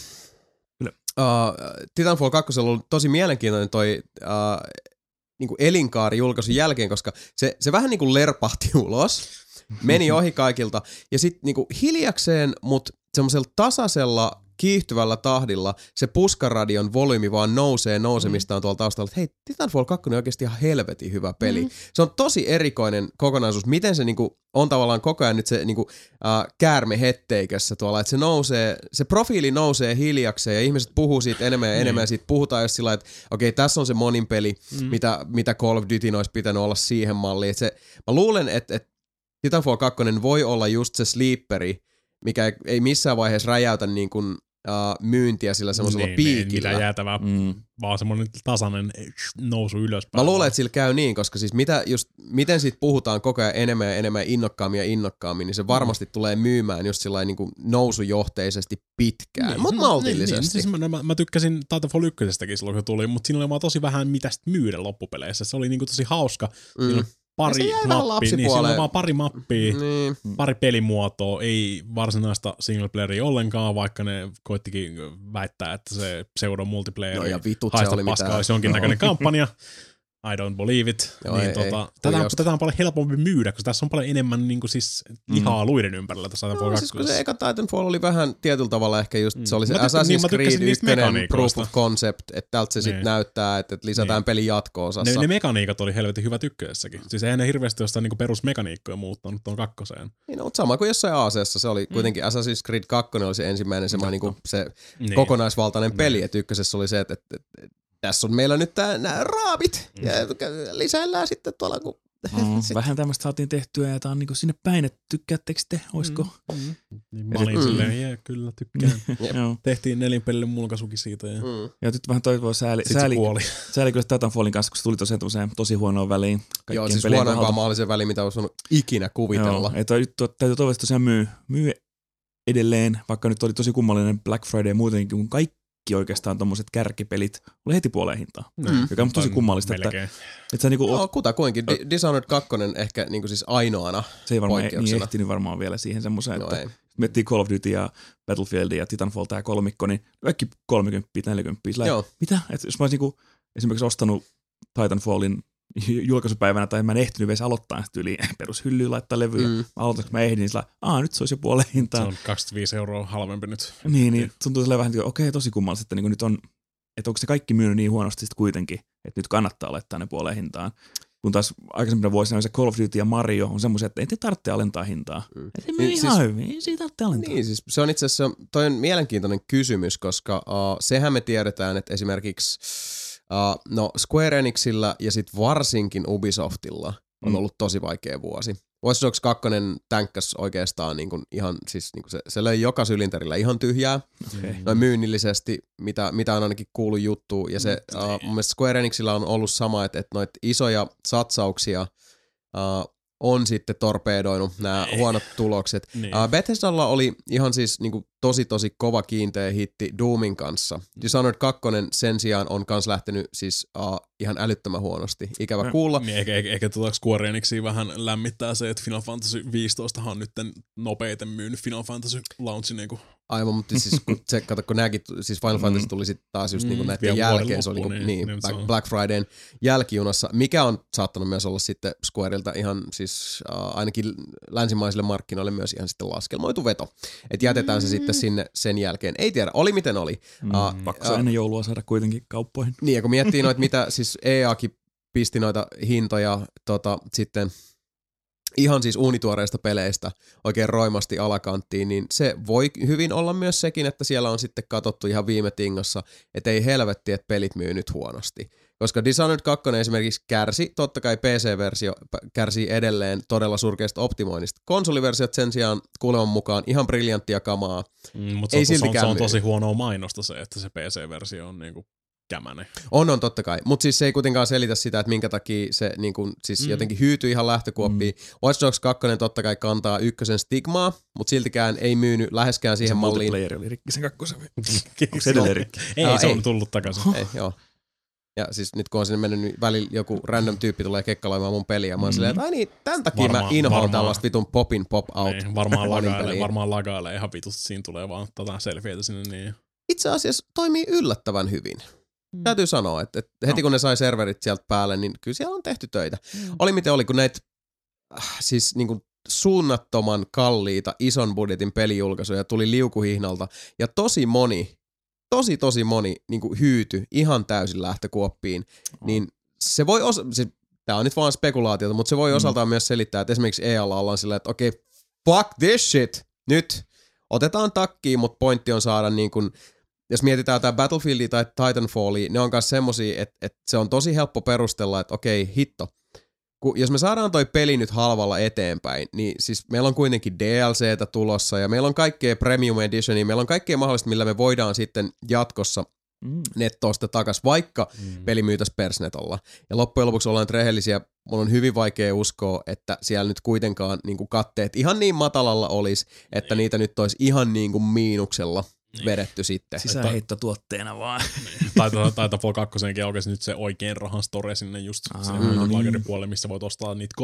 Titanfall 2 on ollut tosi mielenkiintoinen toi niinku elinkaari julkaisun jälkeen, koska se vähän niinku lerpahti ulos, meni ohi kaikilta ja sitten niinku hiljakseen, mut semmoisella tasaisella kiihtyvällä tahdilla se puskaradion volyymi vaan nousee nousemistaan tuolla taustalla, että hei, Titanfall 2 on oikeasti ihan helvetin hyvä peli. Se on tosi erikoinen kokonaisuus, miten se niinku on tavallaan koko ajan nyt se niinku, käärme hetteikössä tuolla, että se nousee, se profiili nousee hiljakseen ja ihmiset puhuu siitä enemmän ja enemmän ja siitä puhutaan jos sillä että okei, tässä on se monin peli, mitä Call of Duty olisi pitänyt olla siihen malliin. Mä luulen, että Titanfall 2 voi olla just se sleeperi, mikä ei missään vaiheessa räjäytä niin kuin, myyntiä sillä semmoisella piikillä. Mitä jäätävää, vaan semmoinen tasainen nousu ylöspäin. Mä luulen, että sillä käy niin, koska siis miten siitä puhutaan koko ajan enemmän ja enemmän innokkaammin, niin se varmasti tulee myymään just sillain niin kuin nousujohteisesti pitkään, mutta maltillisesti. Siis mä tykkäsin Titanfall 1:stäkin silloin, kun tuli, mutta siinä oli vaan tosi vähän mitä myydä loppupeleissä. Se oli niin kuin tosi hauska. Pari mappia, niin siinä on vaan pari mappia, pari pelimuotoa, ei varsinaista singleplayeria ollenkaan, vaikka ne koittikin väittää, että se pseudo-multiplayeri haista paskaa olisi jonkinnäköinen kampanja. I don't believe it. Joo, niin tätä on paljon helpompi myydä, koska tässä on paljon enemmän niin kuin siis lihaa luiden ympärillä tässä Titanfall 2. Siis kun se eka Titanfall oli vähän tietyllä tavalla ehkä just, se oli se Assassin's Creed 1 proof of concept, että tältä se sitten näyttää, että lisätään pelin jatko-osassa. Ne mekaniikat oli helvetin hyvät ykkösessäkin. Siis eihän ne hirveästi jostain niin perusmekaniikkoja muuttanut tuon kakkoseen. Niin, no, mutta sama kuin jossain Aasiassa, se oli kuitenkin Assassin's Creed 2 oli se ensimmäinen semmoinen niin se kokonaisvaltainen peli, että ykkösessä oli se, että tässä on meillä nyt nämä raavit ja lisäillään sitten tuolla, kun Vähän tämmöistä saatiin tehtyä ja tää on niinku sinne päin, että tykkäättekö te, oisko? Niin mä olin silleen, kyllä tykkään. Joo. Tehtiin nelinpelin mulkaisukin siitä. Ja nyt vähän toivoa sääli kyllä Titanfallin kanssa, kun se tuli tosiaan tosi huonoon väliin. Joo, siis huonoimpaa mahdollisen väliin, mitä olisi voinut ikinä kuvitella. Joo, että täytyy toivottavasti tosiaan myy edelleen, vaikka nyt oli tosi kummallinen Black Friday muutenkin, kun kaikki oikeastaan tommoset kärkipelit oli heti puoleen hintaan. Joka on tosi kummallista, että sä niinku joo, kutakuinkin. Dishonored 2 ehkä niinku siis ainoana se ei varmaan poikkeuksena. niin ehtinyt varmaan vielä siihen semmoiseen, No että ei. miettii Call of Duty ja Battlefield ja Titanfall tää kolmikko, niin kaikki 30, 40. Joo. Mitä? Että jos mä olisin niinku esimerkiksi ostanut Titanfallin julkaisupäivänä, tai mä en ehtinyt edes aloittaa sitä yli perushyllyyn laittaa levyä. Aloitanko mä ehdin, niin sillä nyt se olisi jo puoleen hintaan. Se on 25 € halvempi nyt. Niin tuntuu silleen vähän, että okei, tosi kummallista, että niin nyt on, että onko se kaikki myynyt niin huonosti sitten kuitenkin, että nyt kannattaa laittaa ne puoleen hintaan. Kun taas aikaisempina vuosina se Call of Duty ja Mario on semmoisia, että ei te tarvitse alentaa hintaa. Se myy ihan hyvin, ei siitä tarvitse alentaa. Niin, siis se on itse asiassa, toi on mielenkiintoinen kysymys, koska sehän me tiedetään, että esimerkiksi Square Enixillä ja sitten varsinkin Ubisoftilla on ollut tosi vaikea vuosi. Watch Dogs 2 tänkkäs oikeastaan niin kuin ihan, siis niin kuin se löi joka sylinterillä ihan tyhjää, noin myynnillisesti, mitä on ainakin kuullut juttuun. Ja se mun mielestä Square Enixillä on ollut sama, että noita isoja satsauksia on sitten torpeedoinut nämä huonot tulokset. Niin. Bethesdalla oli ihan siis niin kuin tosi kova kiinteä hitti Doomin kanssa. Dishonored 2 sen sijaan on kans lähtenyt siis ihan älyttömän huonosti. Ikävä kuulla. Niin, eikä Square Enixia vähän lämmittää se, että Final Fantasy 15 on nyt nopeiten myynyt Final Fantasy launchin niinku. Aivan, mutta siis kun nääkin, siis Final Fantasy tuli sitten taas just niinku näiden jälkeen, se oli niin Black Fridayn jälkijunassa, mikä on saattanut myös olla sitten Squareilta ihan siis ainakin länsimaisille markkinoille myös ihan sitten laskelmoitu veto. Että jätetään se sitten sinne sen jälkeen. Ei tiedä, oli miten oli. Pakko ennen joulua saada kuitenkin kauppoihin. Niin, ja kun miettii noita, mitä siis EAkin pisti noita hintoja sitten ihan siis uunituoreista peleistä oikein roimasti alakanttiin, niin se voi hyvin olla myös sekin, että siellä on sitten katsottu ihan viime tingassa, että ei helvetti, että pelit myy nyt huonosti. Koska Dishonored 2 esimerkiksi kärsi, totta kai PC-versio kärsii edelleen todella surkeasta optimoinnista. Konsoliversiot sen sijaan kuuleman mukaan ihan briljanttia kamaa. Mutta se on tosi huonoa mainosta se, että se PC-versio on niinku kämänen. On totta kai, mutta siis se ei kuitenkaan selitä sitä, että minkä takia se niinku, siis jotenkin hyytyi ihan lähtökuoppiin. Watch Dogs 2 totta kai kantaa ykkösen stigmaa, mutta siltikään ei myynyt läheskään siihen malliin. Se multiplayer oli rikki sen kakkosen. Onko se edelleen rikki? Ei, se on tullut takaisin. Ei, joo. Ja siis nyt kun on sinne mennyt, niin välillä joku random tyyppi tulee kekkaloimaan mun peliä. Mä oon silleen, että ai niin, tämän takia mä inhoan tällaista vitun popin pop-out. Niin, varmaan lagailee ihan vitusti, siinä tulee vaan selfieitä sinne. Niin. Itse asiassa toimii yllättävän hyvin. Täytyy sanoa, että heti kun ne sai serverit sieltä päälle, niin kyllä siellä on tehty töitä. Oli miten oli, kun näitä siis niin kuin suunnattoman kalliita ison budjetin pelijulkaisuja tuli liukuhihnalta ja tosi moni niin kuin hyyty ihan täysin lähtökuoppiin, niin se voi siis, tää on nyt vaan spekulaatiota, mutta se voi osaltaan myös selittää, että esimerkiksi EA:lla ollaan silleen, että okei, fuck this shit, nyt otetaan takkiin, mutta pointti on saada niin kuin, jos mietitään jotain Battlefieldia tai Titanfallia, ne on myös semmosia, että se on tosi helppo perustella, että okei, hitto. Jos me saadaan toi peli nyt halvalla eteenpäin, niin siis meillä on kuitenkin DLCtä tulossa ja meillä on kaikkea Premium Editionia, meillä on kaikkea mahdollista, millä me voidaan sitten jatkossa nettoosta takas, vaikka peli myytäisi persnetolla. Ja loppujen lopuksi ollaan rehellisiä, mun on hyvin vaikea uskoa, että siellä nyt kuitenkaan niin kuin katteet ihan niin matalalla olisi, että niitä nyt olisi ihan niin kuin miinuksella vedetty sitten. Sisäänheittotuotteena vaan. Tai Tapol 2 aukesi nyt se oikein rahan store sinne just lageripuolelle, missä voit ostaa niitä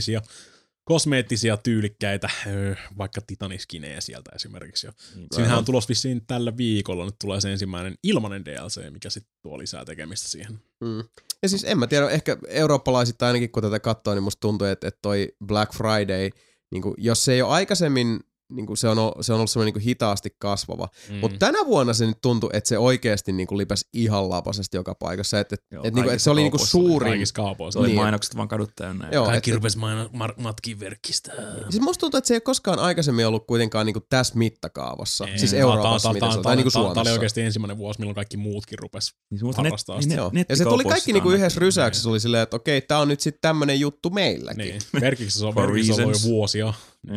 kosmeettisia tyylikkäitä, vaikka titaniskinejä sieltä esimerkiksi. Siinähän on tulossa vissiin tällä viikolla, nyt tulee se ensimmäinen ilmainen DLC, mikä sitten tuo lisää tekemistä siihen. Ja siis en mä tiedä, ehkä eurooppalaisittain ainakin kun tätä katsoo, niin musta tuntuu, että toi Black Friday, niin jos se ei ole aikaisemmin niinku se on ollut semmoinen niinku hitaasti kasvava. Mutta tänä vuonna se nyt tuntui, että se oikeasti niinku lipäsi ihan lapasesti joka paikassa. Että se oli niinku suurin. Kaikissa kaupoissa. Se oli mainokset vaan kadut täynnä. Joo, kaikki rupesi matkiin verkkistä. Siis musta tuntuu, että se ei ole koskaan aikaisemmin ollut kuitenkaan niinku tässä mittakaavassa. Siis Euroopassa mitassa, tai niinku Suomessa. Tämä oli oikeasti ensimmäinen vuosi, milloin kaikki muutkin rupesi harrastaa sitä. Ja se tuli kaikki niinku yhdessä rysäyksessä. Oli silleen, että okei, tää on nyt sitten tämmönen juttu meilläkin. Niin. Verkiksessä on ollut jo vuosia.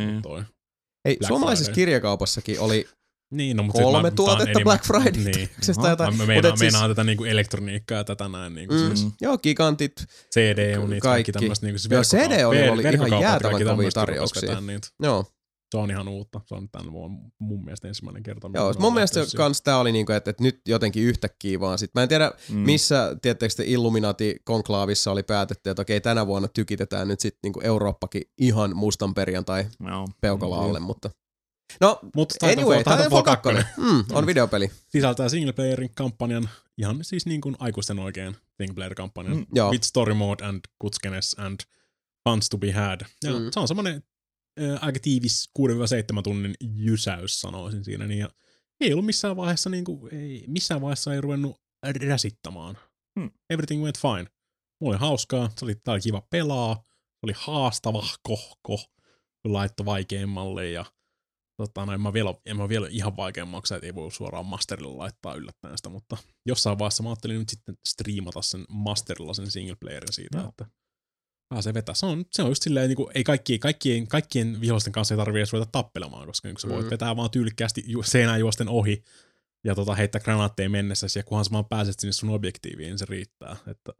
Ei, suomalaisessa kirjakaupassakin oli niin, no, 3 tuotetta Black Friday. Niin. Jotain. Meinaan tätä niinku elektroniikkaa ja tätä näin. Niinku Joo, gigantit. CD-unit, kaikki tämmöistä. Niinku, joo, CD oli ihan jäätävän kovia tarjouksia. Joo. Se on ihan uutta. Se on tämän mun mielestä ensimmäinen kerta. Joo, mun mielestä kans tää oli niinku, että nyt jotenkin yhtäkkiä vaan sit. Mä en tiedä, missä, tiedättekö te, Illuminati-konklaavissa oli päätetty, että okei, tänä vuonna tykitetään nyt sit niinku Eurooppakin ihan mustan perjantai peukalo alle, mutta... No, anyway, Titanfall 2 on videopeli. Sisältää singleplayerin kampanjan, ihan siis niin kuin aikuisten oikein singleplayer-kampanjan. With story mode and kutskenes and funds to be had. Ja se on semmoinen aika tiivis 6-7 tunnin jysäys, sanoisin siinä. Niin, ja ei ollut missään vaiheessa, ei ruvennut räsittämään. Everything went fine. Mulla oli hauskaa, tää oli kiva pelaa, se oli haastava kohko, kun laittoi vaikeimmalle ja en mä vielä ihan vaikeammaksi, että ei voi suoraan masterilla laittaa yllättäen sitä, mutta jossain vaiheessa mä ajattelin nyt sitten striimata sen masterilla sen singleplayerin siitä, että pääsee vetää. Se on just silleen, niin kuin, ei kaikkien vihollisten kanssa ei tarvitse edes ruveta tappelemaan, koska niin sä voit vetää vaan tyylikkäästi seinään juosten ohi ja heittää granaatteja mennessäsi, ja kunhan sä vaan pääset sinne sun objektiiviin, niin se riittää. Että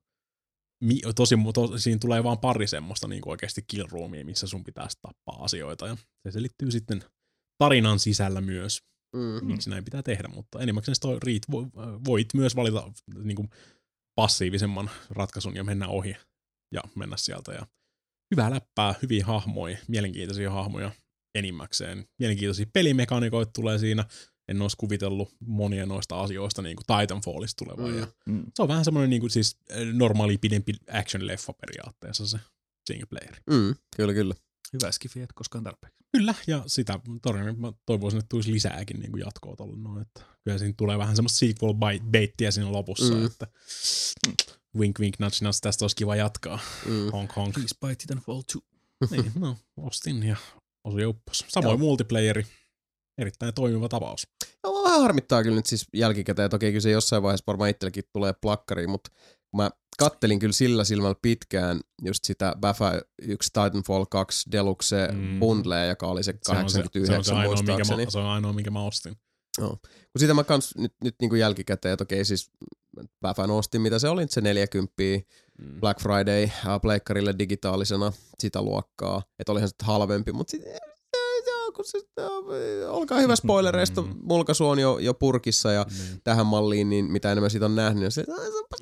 siinä tulee vaan pari semmoista niin oikeasti kill-roomia, missä sun pitäisi tappaa asioita, ja se selittyy sitten tarinan sisällä myös, miksi näin pitää tehdä, mutta enimmäkseen voit myös valita niin kuin passiivisemman ratkaisun ja mennä ohi ja mennä sieltä. Ja hyvää läppää, hyviä hahmoja, mielenkiintoisia hahmoja enimmäkseen. Mielenkiintoisia pelimekaniikoita tulee siinä. En olisi kuvitellut monia noista asioista niin kuin Titanfallista tulevaa. Se on vähän semmoinen niin kuin, siis normaali pidempi action-leffa periaatteessa se single player. Kyllä. Hyvä skifi, et koskaan tarpeeksi. Kyllä, ja sitä todennäköisesti mä toivoisin, että tulisi lisääkin niin kuin jatkoa tuolla noin, että kyllä siinä tulee vähän semmoista sequel-baittia siinä lopussa, että wink wink nudge nudge, tästä olisi kiva jatkaa. Honk honk. Please buy Titanfall 2. Niin, no, ostin ja osui uppos. Samoin multiplayeri, erittäin toimiva tapaus. No, vähän harmittaa kyllä nyt siis jälkikäteen, toki kyllä se jossain vaiheessa varmaan itsellekin tulee plakkariin, mutta mä kattelin kyllä sillä silmällä pitkään just sitä BAFA 1 Titanfall 2 Deluxe bundlea, joka oli se 89 muistaakseni. Se on ainoa, minkä mä ostin. No. Kun sitä mä kans nyt niin kuin jälkikäteen, että okei siis BAFAn ostin, mitä se oli, se 40 Black Friday pleikkarille digitaalisena sitä luokkaa, että olihan se halvempi, mutta sitten olkaa hyvä spoilereista, mulkaisu on jo purkissa ja tähän malliin, niin mitä enemmän siitä on nähnyt, niin se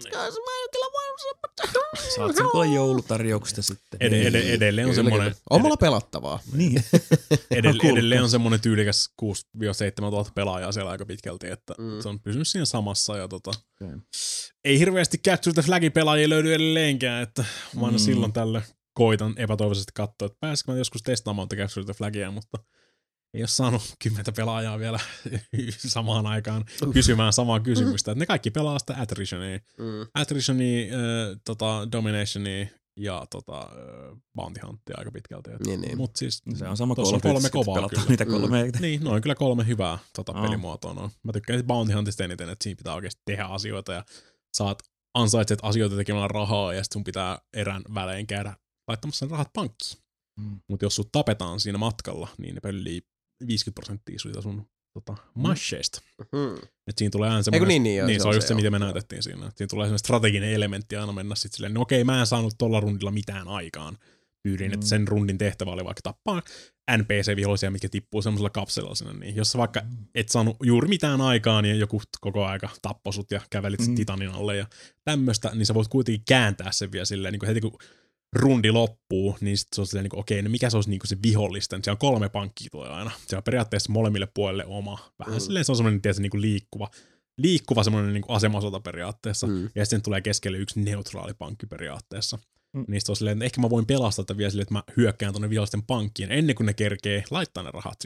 saat sen kuulla joulutarjouksesta sitten. Edelleen on semmoinen... On mulla pelattavaa. Niin. Edelleen on semmoinen tyylikäs 6-7 tuhatta pelaajaa siellä aika pitkälti, että se on pysynyt siinä samassa ja ei hirveästi Capture the Flagin pelaajia löydy edelleenkään, että mä aina silloin tälle koitan epätoivoisesti katsoa, että pääsikö mä joskus testaamaan Capture the Flagia, mutta ei ole saanut 10 pelaajaa vielä samaan aikaan kysymään samaa kysymystä. Että ne kaikki pelaa sitä Attritionia, Dominationia ja Bounty Huntia aika pitkälti. Niin. Mut siis se on sama kolme kovaa kyllä. Niitä kolme. Niin, noin kyllä 3 hyvää pelimuotoa. No. Mä tykkään Bounty Huntista eniten, että siinä pitää oikeasti tehdä asioita ja ansaitset asioita tekemällä rahaa ja sitten sun pitää erän välein käydä laittamassa sen rahat pankkiin. Mutta jos sut tapetaan siinä matkalla, niin ne pöllii 50% siitä sun masheista. Et siinä tulee aina semmoinen... Niin, se on just se, mitä me näytettiin siinä. Et siinä tulee semmoinen strateginen elementti aina mennä sitten silleen, no okei, mä en saanut tolla rundilla mitään aikaan. Pyydin, että sen rundin tehtävä oli vaikka tappaa NPC-vihollisia, mitkä tippuu semmoisella kapselilla sinne. Niin jos sä vaikka et saanut juuri mitään aikaan, niin joku koko aika tappoi sut ja kävelit Titanin alle ja tämmöistä, niin sä voit kuitenkin kääntää sen vielä silleen, niin heti kun rundi loppuu, niin sit se on silleen, niin okei, no mikä se olisi niin se vihollisten? Siellä on 3 pankkia tulee aina. Se on periaatteessa molemmille puolelle oma. Vähän silleen se on semmoinen tietysti niin liikkuva semmoinen niin asemasota periaatteessa. Ja sitten tulee keskelle yksi neutraali pankki periaatteessa. Niistä on silleen, että ehkä mä voin pelastaa tätä vielä silleen, että mä hyökkään tonne vihollisten pankkiin ennen kuin ne kerkee laittaa ne rahat sinne.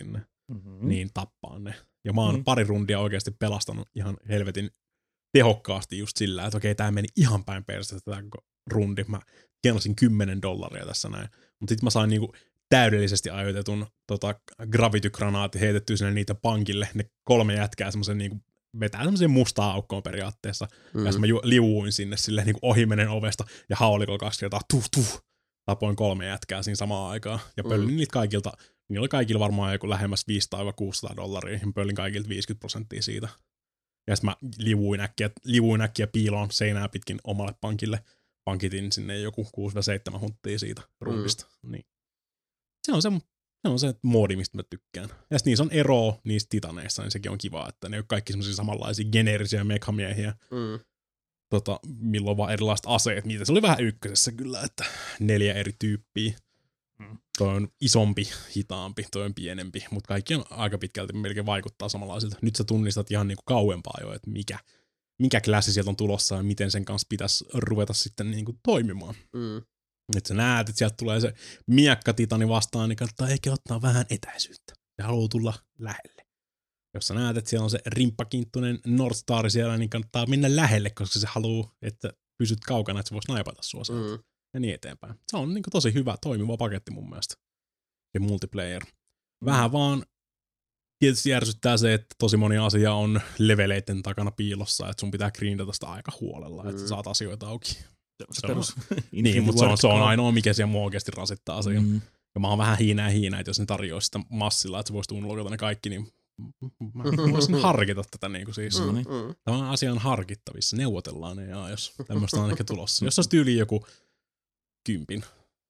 niin tappaa ne. Ja mä oon pari rundia oikeasti pelastanut ihan helvetin tehokkaasti just sillä, että okei, tää meni ihan päin persestä tää rundi. Mä tienasin $10 tässä näin. Mutta sit mä sain niinku täydellisesti ajoitetun gravity-granaatti heitettyä sinne niitä pankille. Ne 3 jätkää semmosen niinku vetää semmoisen mustaa aukkoon periaatteessa. Ja mä liuuin sinne silleen niinku ohimenen ovesta ja haulikolla 2 kertaa tapoin 3 jätkää siinä samaan aikaan. Ja pöllin niitä kaikilta, niillä oli kaikilla varmaan joku lähemmäs $500-600. Ja pöllin kaikilta 50% siitä. Ja sitten mä liuuin äkkiä piiloon seinää pitkin omalle pankille. Pankitin sinne joku 6-7 hunttia siitä rundista. Niin. Se on se moodi, mistä mä tykkään. Ja sitten niissä on eroa niistä titaneissa, niin sekin on kiva, että ne on kaikki semmosia samanlaisia geneerisiä mekhamiehiä. Milloin on vaan erilaiset aseet. Niitä se oli vähän ykkösessä kyllä, että 4 eri tyyppiä. Toi on isompi, hitaampi, toi on pienempi, mutta kaikki on aika pitkälti melkein vaikuttaa samanlaisilta. Nyt sä tunnistat ihan niinku kauempaa jo, että mikä klassi sieltä on tulossa ja miten sen kanssa pitäisi ruveta sitten niinku toimimaan. Että sä näet, että sieltä tulee se miakkatitani vastaan, niin kannattaa ehkä ottaa vähän etäisyyttä. Ja haluaa tulla lähelle. Jos sä näet, että siellä on se rimppakinttunen North Star siellä, niin kannattaa mennä lähelle, koska se haluaa, että pysyt kaukana, että se voisi naipata sua sieltä. Ja niin eteenpäin. Se on niin kuin tosi hyvä, toimiva paketti mun mielestä. Se multiplayer. Vähän vaan tietysti järsyttää se, että tosi moni asia on leveleiden takana piilossa, että sun pitää grindata sitä aika huolella, että sä saat asioita auki. Niin, mutta se on ainoa, mikä siellä mua oikeasti rasittaa asiaa. Ja mä oon vähän hiinää, että jos ne tarjoaisi sitä massilla, että sä voisit unlokata ne kaikki, niin mä voisin harkita tätä niin kuin siis. Tämä asia on harkittavissa, neuvotellaan ja jos tämmöistä on ehkä tulossa. Jos olisi tyyliin joku 10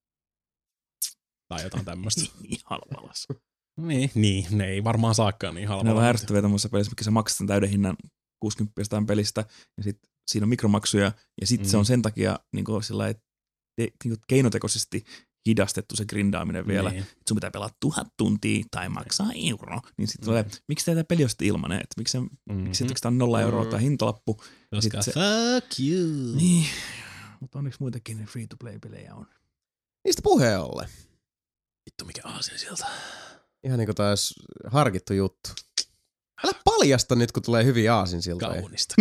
tai jotain tämmöistä. Niin halvalas. Niin, ne ei varmaan saakaan niin halvalla. Ne on ärsyttäviä tämmöisessä pelissä, mikä sä maksat sen täyden hinnan 60 jostain pelistä, ja sitten siinä on mikromaksuja, ja sitten se on sen takia niin keinotekoisesti hidastettu se grindaaminen vielä. Niin. Sun pitää pelaa 1000 tuntia tai maksaa €1. Niin sitten tulee, miksi tätä peli on sitten ilmanen? Että miksi tämä on €0 tai hintalappu? Koska fuck you. Niin, mutta onneksi muitakin free-to-play-pelejä on. Niistä puheen ollen. Vittu mikä aasin sieltä. Ihan niinku taas harkittu juttu. Älä paljasta nyt, kun tulee hyviä aasinsiltoja. Kaunista.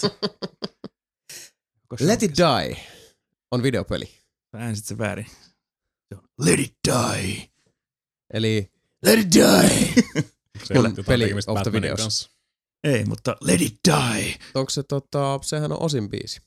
Let It Die on videopeli. Mä äänsit se väärin. Let it die. Eli Let it die. peli of the videos. Ei, mutta Let it die. Onko se sehän on osin biisi.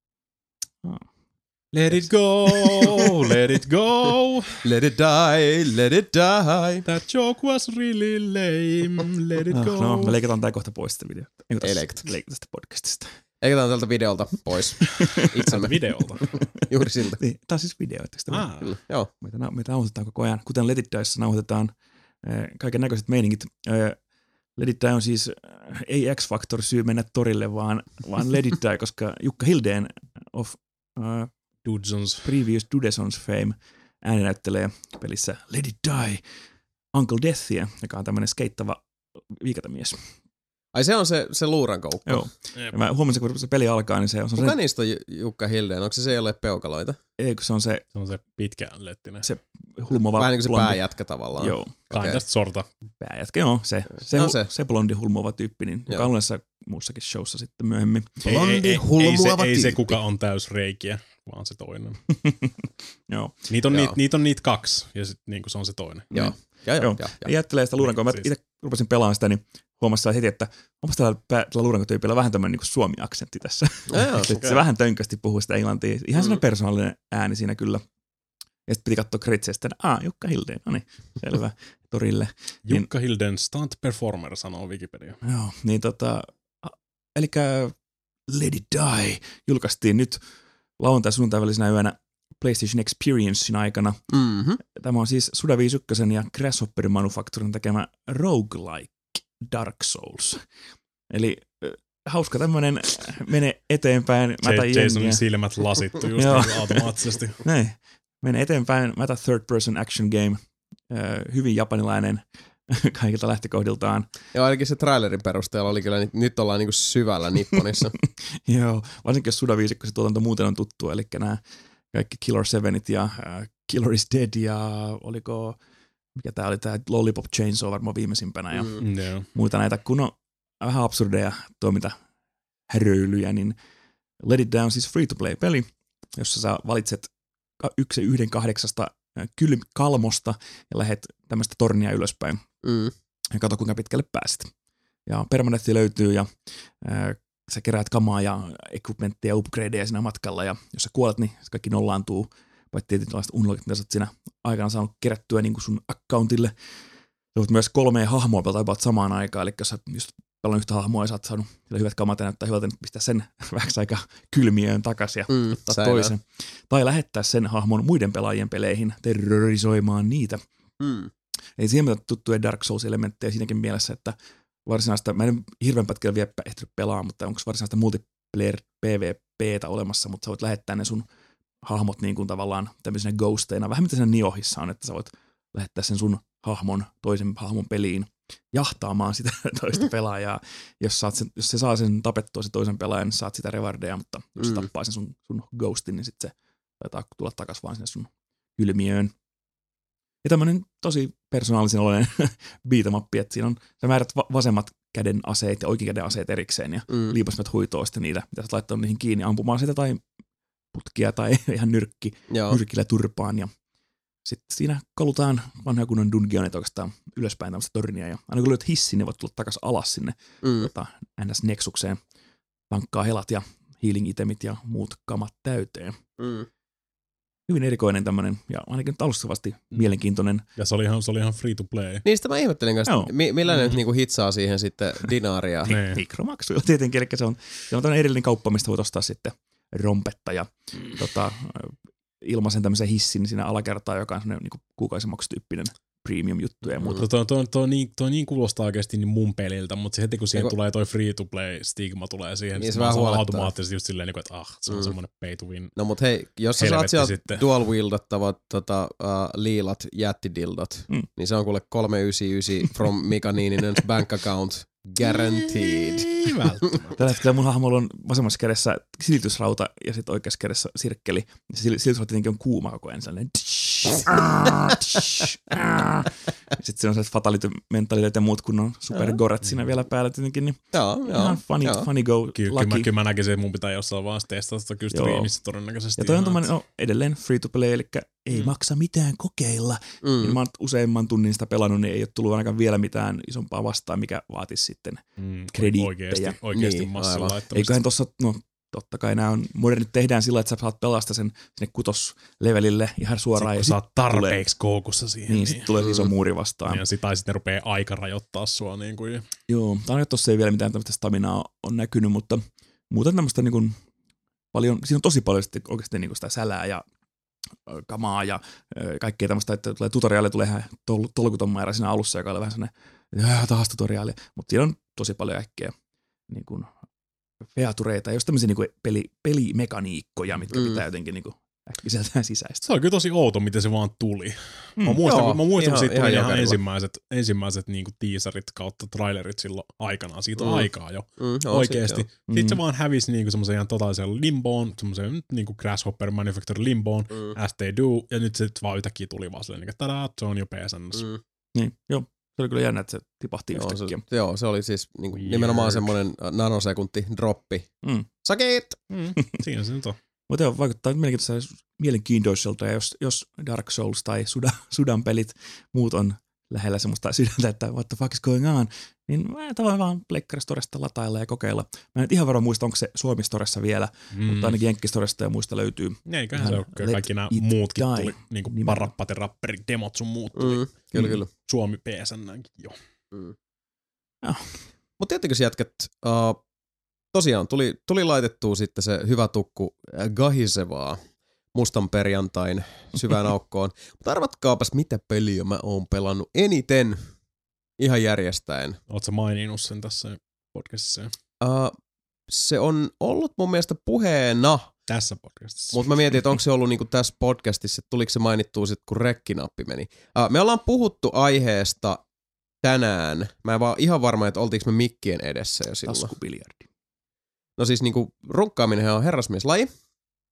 Let it go, let it go. Let it die, let it die. That joke was really lame, let it go. No, me leikataan tää kohta pois sitä videota. Ei leikata. Tästä podcastista. Leikataan tältä videolta pois. Itsemme. Videolta? Juuri siltä. Niin, tää on siis video. Kyllä, joo. Meitä nauhoitetaan koko ajan. Kuten Let It Diessa nauhoitetaan kaiken näköiset meiningit. Let It Die on siis ei X-Factor syy mennä torille, vaan Let It Die, koska Jukka Hildén of Previous Dudesons fame ääninäyttelee pelissä Let It Die Uncle Deathia, joka on tämmönen skeittava viikatamies. Ai se on se luurankoukko. Joo. Ja mä huomasin, kun se peli alkaa, niin se on Kuka niistä on Jukka Hildén? Onko se jolle peukaloita? Ei, kun se on se... Se on se pitkä lettinen. Se hulmova vähän niin kuin se blondi. pääjätkä tavallaan. Joo. Okay. Tästä sorta. Pääjätkä, joo. Se blondi hulmova tyyppi, niin joka on näissä muussakin showssa sitten myöhemmin. Blondi hulmuava ei tyyppi. se kuka on täysreikiä, vaan se toinen. Joo. Niitä on niitä 2, ja sit niinku se on se toinen. Joo. Ja jättelee sitä luurankoa. Mä itse rupesin pelaamaan sitä, niin huomasin heti, että onpas tällä luurankotyypillä vähän tämmöinen niin suomi-aksentti tässä. Se vähän tönkästi puhuu sitä englantia. Ihan sellainen persoonallinen ääni siinä kyllä. Ja sitten piti katsoa kritseistä, että Jukka Hildén, no niin, selvä, torille. Jukka Hildén stunt performer, sanoo Wikipedia. Joo, niin elikkä Let It Die julkaistiin nyt lauantai-sunnuntai välisenä yönä PlayStation Experiencein aikana. Tämä on siis Suda 51 ja Grasshopper Manufacturen tekemä roguelike Dark Souls. Eli hauska tämmönen mene eteenpäin. Jasonin silmät lasittu just automaattisesti. Näin. Mene eteenpäin. Mätä third person action game. Hyvin japanilainen kaikilta lähtökohdiltaan. Joo, ainakin se trailerin perusteella oli kyllä, nyt ollaan niinku syvällä Nipponissa. Joo, varsinkin jos Suda 50 tuotanto muuten on tuttu, eli nämä kaikki Killer 7 ja Killer is Dead ja oliko mikä tää oli, tää Lollipop Chainsaw varmaan viimeisimpänä ja Joo. muita näitä, kun on vähän absurdeja toimintahäröilyjä, niin Let It Down siis free-to-play-peli, jossa sä valitset 1/8 kalmosta ja lähet tämmöistä tornia ylöspäin ja katso kuinka pitkälle pääset. Ja permanentti löytyy ja sä keräät kamaa ja equipmenttia ja upgradeja siinä matkalla ja jos sä kuolet, niin se kaikki nollaantuu, paitsi tietynlaiset unlockit, mitä sä oot siinä aikana saanut kerättyä niin kuin sun accountille. Sä voit myös 3 hahmoa pelata samaan aikaan, eli jos sä just pelannut yhtä hahmoa ja sä oot saanut hyvät kamat ja näyttää hyvältä, niin pistää sen vähäksi aika kylmiöön takaisin ja ottaa toisen. Tai lähettää sen hahmon muiden pelaajien peleihin terrorisoimaan niitä. Ei siihen mitään tuttuja Dark Souls-elementtejä siinäkin mielessä, että varsinaista, mä en hirveän pätkällä vielä ehtinyt pelaa, mutta onko varsinaista multiplayer PvPtä olemassa, mutta sä voit lähettää ne sun hahmot niin kuin tavallaan tämmöisenä ghosteina, vähän mitä siinä Niohissa on, että sä voit lähettää sen sun toisen hahmon peliin jahtaamaan sitä toista pelaajaa. Jos se saa sen tapettua se toisen pelaajan, niin saat sitä rewardeja, mutta jos se tappaa sen sun ghostin, niin sitten se taitaa tulla takaisin vaan sinne sun kylmiöön. Ja tämmöinen tosi persoonallisen oloinen beat-em-up, että siinä on, sä määrät vasemmat käden aseet ja oikein käden aseet erikseen ja liipasimet huitoo sitten niitä, mitä sä laittanut niihin kiinni ampumaan sitä tai putkia tai ihan nyrkillä turpaan ja sitten siinä kalutaan vanhoja kunnon dungeoneita oikeastaan ylöspäin tämmöistä tornia ja aina kun löydät hissin, niin voit tulla takaisin alas sinne NS-neksukseen, tankkaa helat ja healing itemit ja muut kamat täyteen. Hyvin erikoinen tämmöinen ja ainakin alustavasti mielenkiintoinen. Ja se oli ihan free to play. Niin sitä mä ihmettelin kanssa, millä ne nyt niinku hitsaa siihen sitten dinaaria. Mikromaksuja tietenkin, eli se on tämmöinen erillinen kauppa, mistä voit ostaa sitten rompetta ja ilmaisen tämmöisen hissin siinä alakertaa, joka on semmoinen niin kuukausimaksutyyppinen premium-juttu ja muuta. Tuo niin kuulostaa oikeasti niin mun peliltä, mutta heti kun siihen tulee toi free-to-play-stigma tulee siihen, niin se on automaattisesti just silleen, että se on semmoinen pay to win. No mut hei, jos sä saat sieltä dual-wieldattavat liilat jättidildot, niin se on kuule 399 from Mika Niininen's bank account. Guaranteed. Tällä hetkellä mun hahmolla on vasemmassa kädessä silitysrauta ja sitten oikeassa kädessä sirkkeli. Ja se silitysrauta tietenkin on kuuma koko ajan. Sitten siinä on sellaiset fatality-mentalitet ja muut kunnon supergoret siinä vielä päällä tietenkin. Niin ihan funny go lucky. Kyllä mä näkisin, että mun pitää jossain vaan testata sitä kyllä striimissä todennäköisesti. Ja toi on tommoinen edelleen free to play, eli ei maksa mitään kokeilla. Niin mä oon useimman tunnin sitä pelannut, niin ei ole tullut ainakaan vielä mitään isompaa vastaan, mikä vaatisi sitten krediittejä. Oikeasti massin laittamista. Eiköhän tossa, totta kai nämä on modernit tehdään sillä, että sä saat pelasta sen sinne 6-levelille ihan suoraan. Sitten kun saat tarpeeksi koukussa siihen. Niin, sitten tulee iso muuri vastaan. Ja sitten ne rupeaa aika rajoittaa sua. Niin kuin. Joo, ainakaan tossa ei vielä mitään tämmöistä staminaa on näkynyt, mutta muuten tämmöistä niin kuin paljon, siinä on tosi paljon sitten oikeasti niin kuin sitä sälää ja kamaa ja kaikkea tämmöistä, että tulee tutoriaali, tulee ihan tolkuton määrä siinä alussa, joka oli vähän sellainen taas tutoriaali, mutta siinä on tosi paljon äkkiä niin kuin featureita ja just tämmöisiä niin pelimekaniikkoja, mitkä pitää jotenkin niin kuin äkkiseltään sisäistä. Se on kyllä tosi outo, miten se vaan tuli. Mä muistan, kun siitä tuli ihan ensimmäiset niin kuin teaserit kautta trailerit silloin aikanaan. Siitä on aikaa jo oikeesti. Sitten se vaan hävisi niin kuin semmoisen ihan totaaliseen limboon, semmoisen niin kuin Grasshopper Manufacturer limboon, as they do, ja nyt se vaan yhtäkkiä tuli vaan silleen, että tadaa, se on jo PSN:ssä. Niin, joo. Se oli kyllä jännä, että se tipahti yhtäkkiä. Se oli siis niin kuin nimenomaan semmoinen nanosekunti droppi. Sakit! Siinä se nyt on. Mutta vaikuttaa mielenkiintoiselta, ja jos Dark Souls tai Sudan pelit muut on lähellä semmoista sydäntä, että what the fuck is going on, niin mä tavallaan vaan Pleikkaristoresta latailla ja kokeilla. Mä en ihan varmaan muista, onko se Suomistoressa vielä, mutta ainakin Jenkkistoresta ja muista löytyy. Eiköhän se ole, kaikki nämä muutkin tuli, niin kuin Parappat ja Rapperit, demot sun muut tuli. Kyllä. Suomi PSN:nkin jo. Mutta tietenkin jätkät, tosiaan tuli laitettua sitten se hyvä tukku gahisevaa mustan perjantain syvään aukkoon. Mutta arvatkaapas, mitä peliä mä oon pelannut eniten ihan järjestäen. Ootko sä maininnut sen tässä podcastissa? Se on ollut mun mielestä puheena. Tässä podcastissa. Mutta mä mietin, että onko se ollut niinku tässä podcastissa, että tuliko se mainittua sitten, kun rekkinappi meni. Me ollaan puhuttu aiheesta tänään. Mä en vaan ihan varma, että oltiinko me mikkien edessä jo silloin. Taskubiljardi. No siis niinku runkkaaminenhan on herrasmieslaji,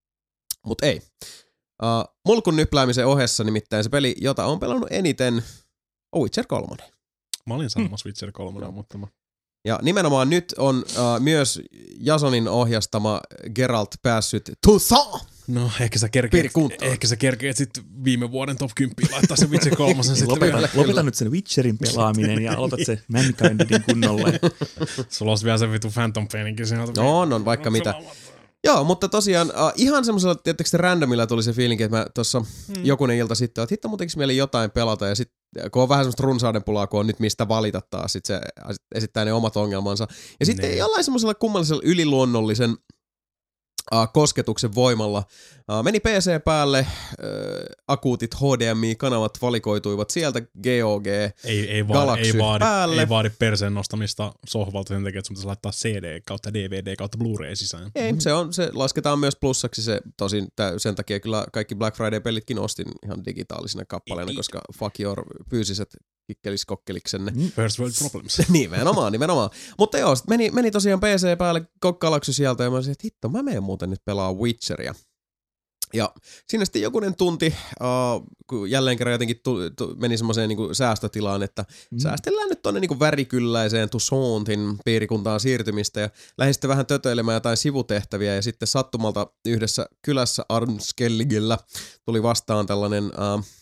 mutta ei. Mulkun nypläämisen ohessa nimittäin se peli, jota on pelannut eniten, Witcher 3. Mä olin sanomassa Witcher 3, mutta Ja nimenomaan nyt on myös Jasonin ohjastama Geralt päässyt Toussaint. no ehkä sä kerkeet sitten viime vuoden top 10 laittaa se Witcher 3 sitten vielä. Lopeta nyt sen Witcherin pelaaminen ja aloitat se Mankindin kunnolle. Sulla olisi vielä se vitu Phantom Paininkin sieltä. On vaikka mitä. Joo, mutta tosiaan ihan semmoisella, tietysti randomilla tuli se fiilinki, että mä tuossa jokunen ilta sitten, että hitto muutenkin mieli jotain pelata, ja sitten kun on vähän semmoista runsauden pulaa, kun on nyt mistä valita taas, sit se esittää ne omat ongelmansa. Ja sitten jollain semmoisella kummallisella yliluonnollisen kosketuksen voimalla meni PC päälle, akuutit HDMI-kanavat valikoituivat sieltä GOG Galaxy päälle. Ei vaadi perseen nostamista sohvalta sen takia, että sun pitäisi laittaa CD kautta DVD kautta Blu-ray sisään. Ei, se lasketaan myös plussaksi se tosin, sen takia kyllä kaikki Black Friday-pelitkin ostin ihan digitaalisina kappaleina, koska fuck your fyysiset kikkeliskokkeliksenne. First world problems. nimenomaan. Mutta joo, sit meni tosiaan PC päälle Galaxy sieltä ja mä olisin, että hitto, mä menen muuten nyt pelaa Witcheria. Ja siinä sitten jokunen tunti, kun jälleen kerran jotenkin meni semmoiseen niinku säästötilaan, että säästellään nyt tonne niinku värikylläiseen Toussaintin piirikuntaan siirtymistä ja lähdin sitten vähän tötöilemään jotain sivutehtäviä ja sitten sattumalta yhdessä kylässä Arnskelligillä tuli vastaan tällainen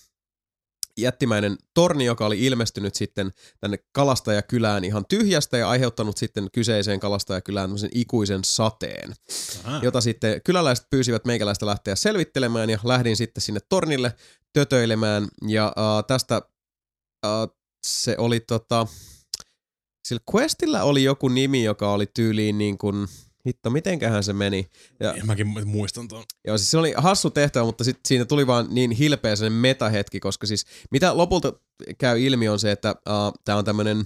jättimäinen torni, joka oli ilmestynyt sitten tänne kalastajakylään ihan tyhjästä ja aiheuttanut sitten kyseiseen kalastajakylään tämmöisen ikuisen sateen, jota sitten kyläläiset pyysivät meikäläistä lähteä selvittelemään ja lähdin sitten sinne tornille tötöilemään ja tästä se oli sillä questillä oli joku nimi, joka oli tyyliin niin kuin hitto, mitenköhän se meni? Ja, mäkin muistan tuon. Joo, siis se oli hassu tehtävä, mutta sitten siinä tuli vaan niin hilpeä sellainen metahetki, koska siis mitä lopulta käy ilmi on se, että tää on tämmönen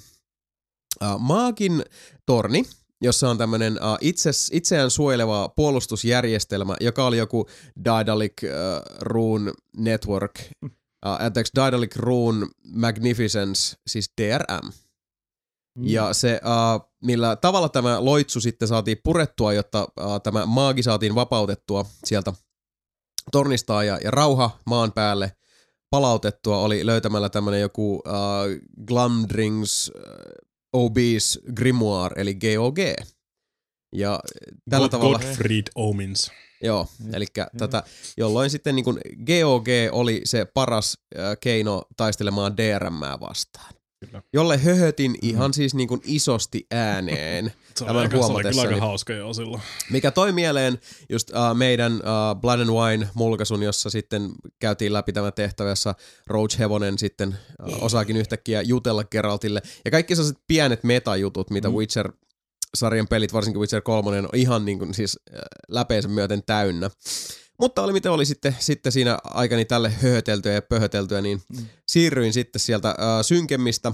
maagin torni, jossa on tämmönen itseään suojeleva puolustusjärjestelmä, joka oli joku Daedalic Rune Network, Daedalic Rune Magnificence, siis DRM. Ja se, millä tavalla tämä loitsu sitten saatiin purettua, jotta tämä maagi saatiin vapautettua sieltä tornistaan ja rauha maan päälle palautettua, oli löytämällä tämmönen joku Glamdring's Obese Grimoire, eli GOG. Ja tällä tavalla Godfried Omens. Joo, eli jolloin sitten niin kuin GOG oli se paras keino taistelemaan DRMää vastaan. Kyllä. Jolle höhötin ihan siis niin kuin isosti ääneen tämän huomatessani. Se oli kyllä aika hauska jo silloin. Mikä toi mieleen just meidän Blood and Wine-mulkaisun, jossa sitten käytiin läpi tämä tehtävässä Roach Hevonen sitten osaakin yhtäkkiä jutella Geraltille. Ja kaikki sellaiset pienet metajutut, mitä Witcher-sarjan pelit, varsinkin Witcher 3, on ihan niin kuin siis läpeensä myöten täynnä. Mutta oli miten oli sitten siinä aikani tälle höhöteltyä ja pöhöteltyä, niin siirryin sitten sieltä synkemmistä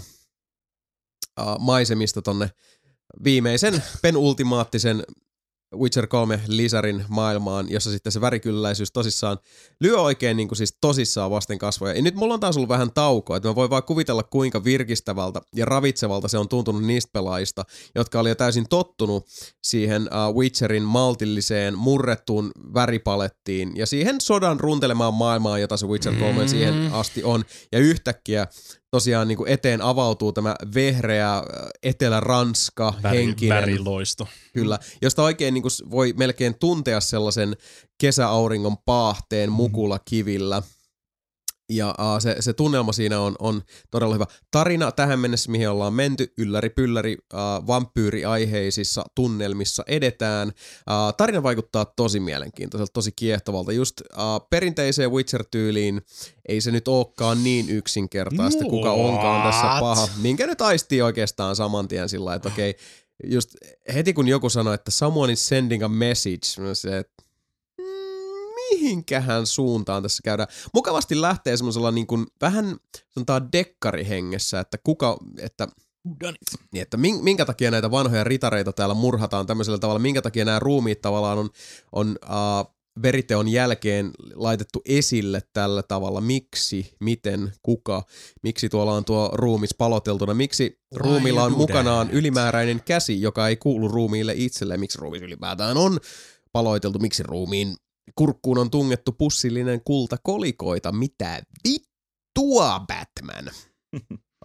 maisemista tonne viimeisen penultimaattisen Witcher 3 lisärin maailmaan, jossa sitten se värikylläisyys tosissaan lyö oikein niin kuin siis tosissaan vasten kasvoja. Ja nyt mulla on taas ollut vähän taukoa, että mä voin vaan kuvitella kuinka virkistävältä ja ravitsevalta se on tuntunut niistä pelaajista, jotka oli jo täysin tottunut siihen Witcherin maltilliseen murrettuun väripalettiin ja siihen sodan runtelemaan maailmaan, jota se Witcher 3 siihen asti on. Ja yhtäkkiä tosiaan niin kuin eteen avautuu tämä vehreä Etelä-Ranska henkinen. Väriloisto. Kyllä, josta oikein niin kuin voi melkein tuntea sellaisen kesäauringon paahteen mukulakivillä. Ja se tunnelma siinä on todella hyvä. Tarina tähän mennessä, mihin ollaan menty, ylläri-pylläri, vampyyriaiheisissa tunnelmissa edetään. Tarina vaikuttaa tosi mielenkiintoiselta, tosi kiehtovalta. Just perinteiseen Witcher-tyyliin ei se nyt olekaan niin yksinkertaista, kuka onkaan tässä paha. Minkä nyt aistii oikeastaan saman tien sillä, että okei, just heti kun joku sanoi, että someone is sending a message, se, että mihinkähän suuntaan tässä käydään. Mukavasti lähtee semmoisella niin kuin vähän sanotaan dekkarihengessä, että että minkä takia näitä vanhoja ritareita täällä murhataan tämmöisellä tavalla, minkä takia nämä ruumiit tavallaan on veriteon jälkeen laitettu esille tällä tavalla, miksi, miten, kuka, miksi tuolla on tuo ruumis paloteltuna, miksi ruumiilla on mukanaan ylimääräinen käsi, joka ei kuulu ruumiille itselleen, miksi ruumis ylipäätään on paloiteltu, miksi ruumiin kurkkuun on tungettu pussillinen kultakolikoita. Mitä vittua, Batman?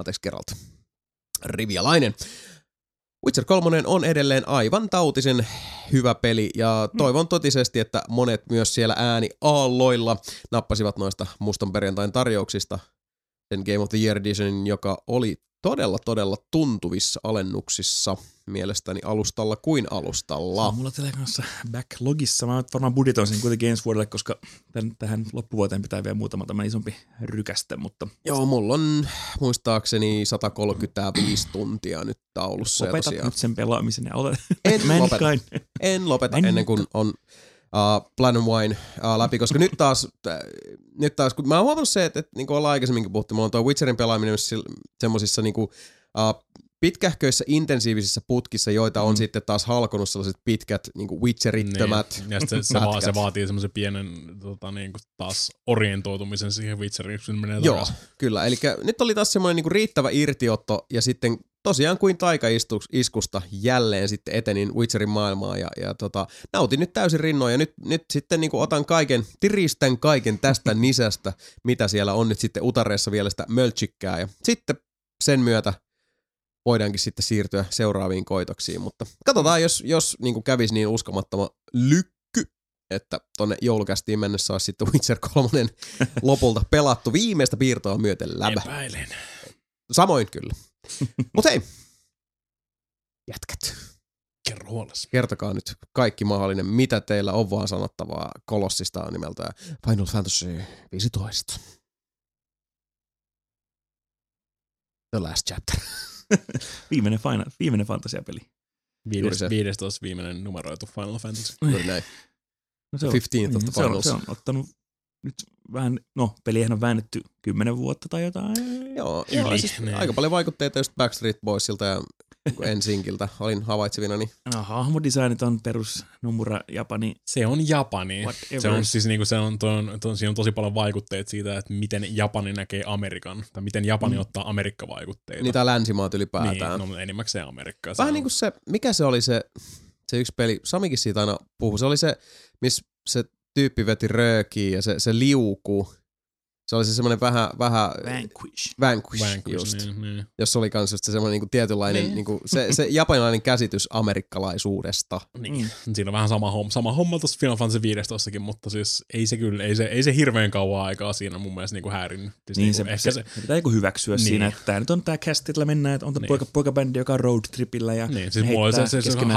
Geralt. Rivialainen. Witcher 3 on edelleen aivan tautisen hyvä peli ja toivon totisesti, että monet myös siellä ääniaalloilla nappasivat noista mustan perjantain tarjouksista sen Game of the Year Editionin, joka oli todella tuntuvissa alennuksissa mielestäni alustalla kuin alustalla. Se on mulla teillä kanssa backlogissa. Mä varmaan budjetoin sen kuitenkin ensi vuodelle, koska tähän loppuvuoteen pitää vielä muutama tämän isompi rykästä, mutta... Joo, mulla on muistaakseni 135 tuntia nyt taulussa. Lopetat nyt sen pelaamisen ja olet... En lopeta ennen kuin on Blood and Wine läpi, koska nyt taas kun mä oon huomannut se, että niin kuin ollaan aikaisemminkin puhuttu, mulla on tuo Witcherin pelaaminen semmosissa niin kuin, pitkähköissä intensiivisissä putkissa, joita on sitten taas halkonut sellaiset pitkät niin kuin Witcherittömät ja se vaatii semmoisen pienen niin kuin taas orientoitumisen siihen Witcheriin, kun menee takaisin. Joo, kyllä. Eli nyt oli taas semmoinen niin kuin riittävä irtiotto ja sitten tosiaan kuin taikaiskusta jälleen sitten etenin Witcherin maailmaa ja nautin nyt täysin rinnoin ja nyt sitten niin kuin tiristän kaiken tästä nisästä, mitä siellä on nyt sitten utareessa vielä sitä möltsikkää ja sitten sen myötä voidaankin sitten siirtyä seuraaviin koitoksiin, mutta katsotaan, jos niin kuin kävisi niin uskomattoman lykky, että tonne joulukästiin mennessä olisi sitten Witcher 3 lopulta pelattu viimeistä piirtoa myöten lävä. Epäilen. Samoin kyllä. Mutta hei, jätkät. Kerro huolessa. Kertokaa nyt kaikki mahdollinen, mitä teillä on vaan sanottavaa Kolossista nimeltä Final Fantasy 15. The Last Chapter. viimeinen fantasiapeli. 15 viimeinen numeroitu Final Fantasy. Juuri näin. No se on, 15th of the Finals. Se on ottanut nyt vähän, pelihän on väännetty 10 vuotta tai jotain. Joo, siis aika paljon vaikutteita just Backstreet Boysilta ja NSYNCiltä olin havaitsevinani. No, hahmodesignit on perus Nomura Japani. Se on Japani. Whatever. Se on siis niinku siinä on tosi paljon vaikutteita siitä, että miten Japani näkee Amerikan tai miten Japani ottaa Amerikka-vaikutteita. Niitä länsimaat ylipäätään. Niin, no enimmäkseen Amerikkaa. Vähän niinku se, mikä se oli se yksi peli, Samikin siitä aina puhui, se oli se, missä se tyyppi veti ja se liukuu. Se oli se semmoinen vähän Vanquish just. Niin. Jos oli kans just se semmoinen niinku tietynlainen, niinku, se japanilainen käsitys amerikkalaisuudesta. Niin. Siinä on vähän sama homma tuossa Final Fantasy 15:kin, mutta siis ei se hirveän kauan aikaa siinä mun mielestä niinku häirinnyt. Siis niin, niinku se pitää joku hyväksyä niin. Siinä, että tää nyt on tää castilla mennään, että on tää poikabändi, joka on roadtripillä ja niin, siis mulla on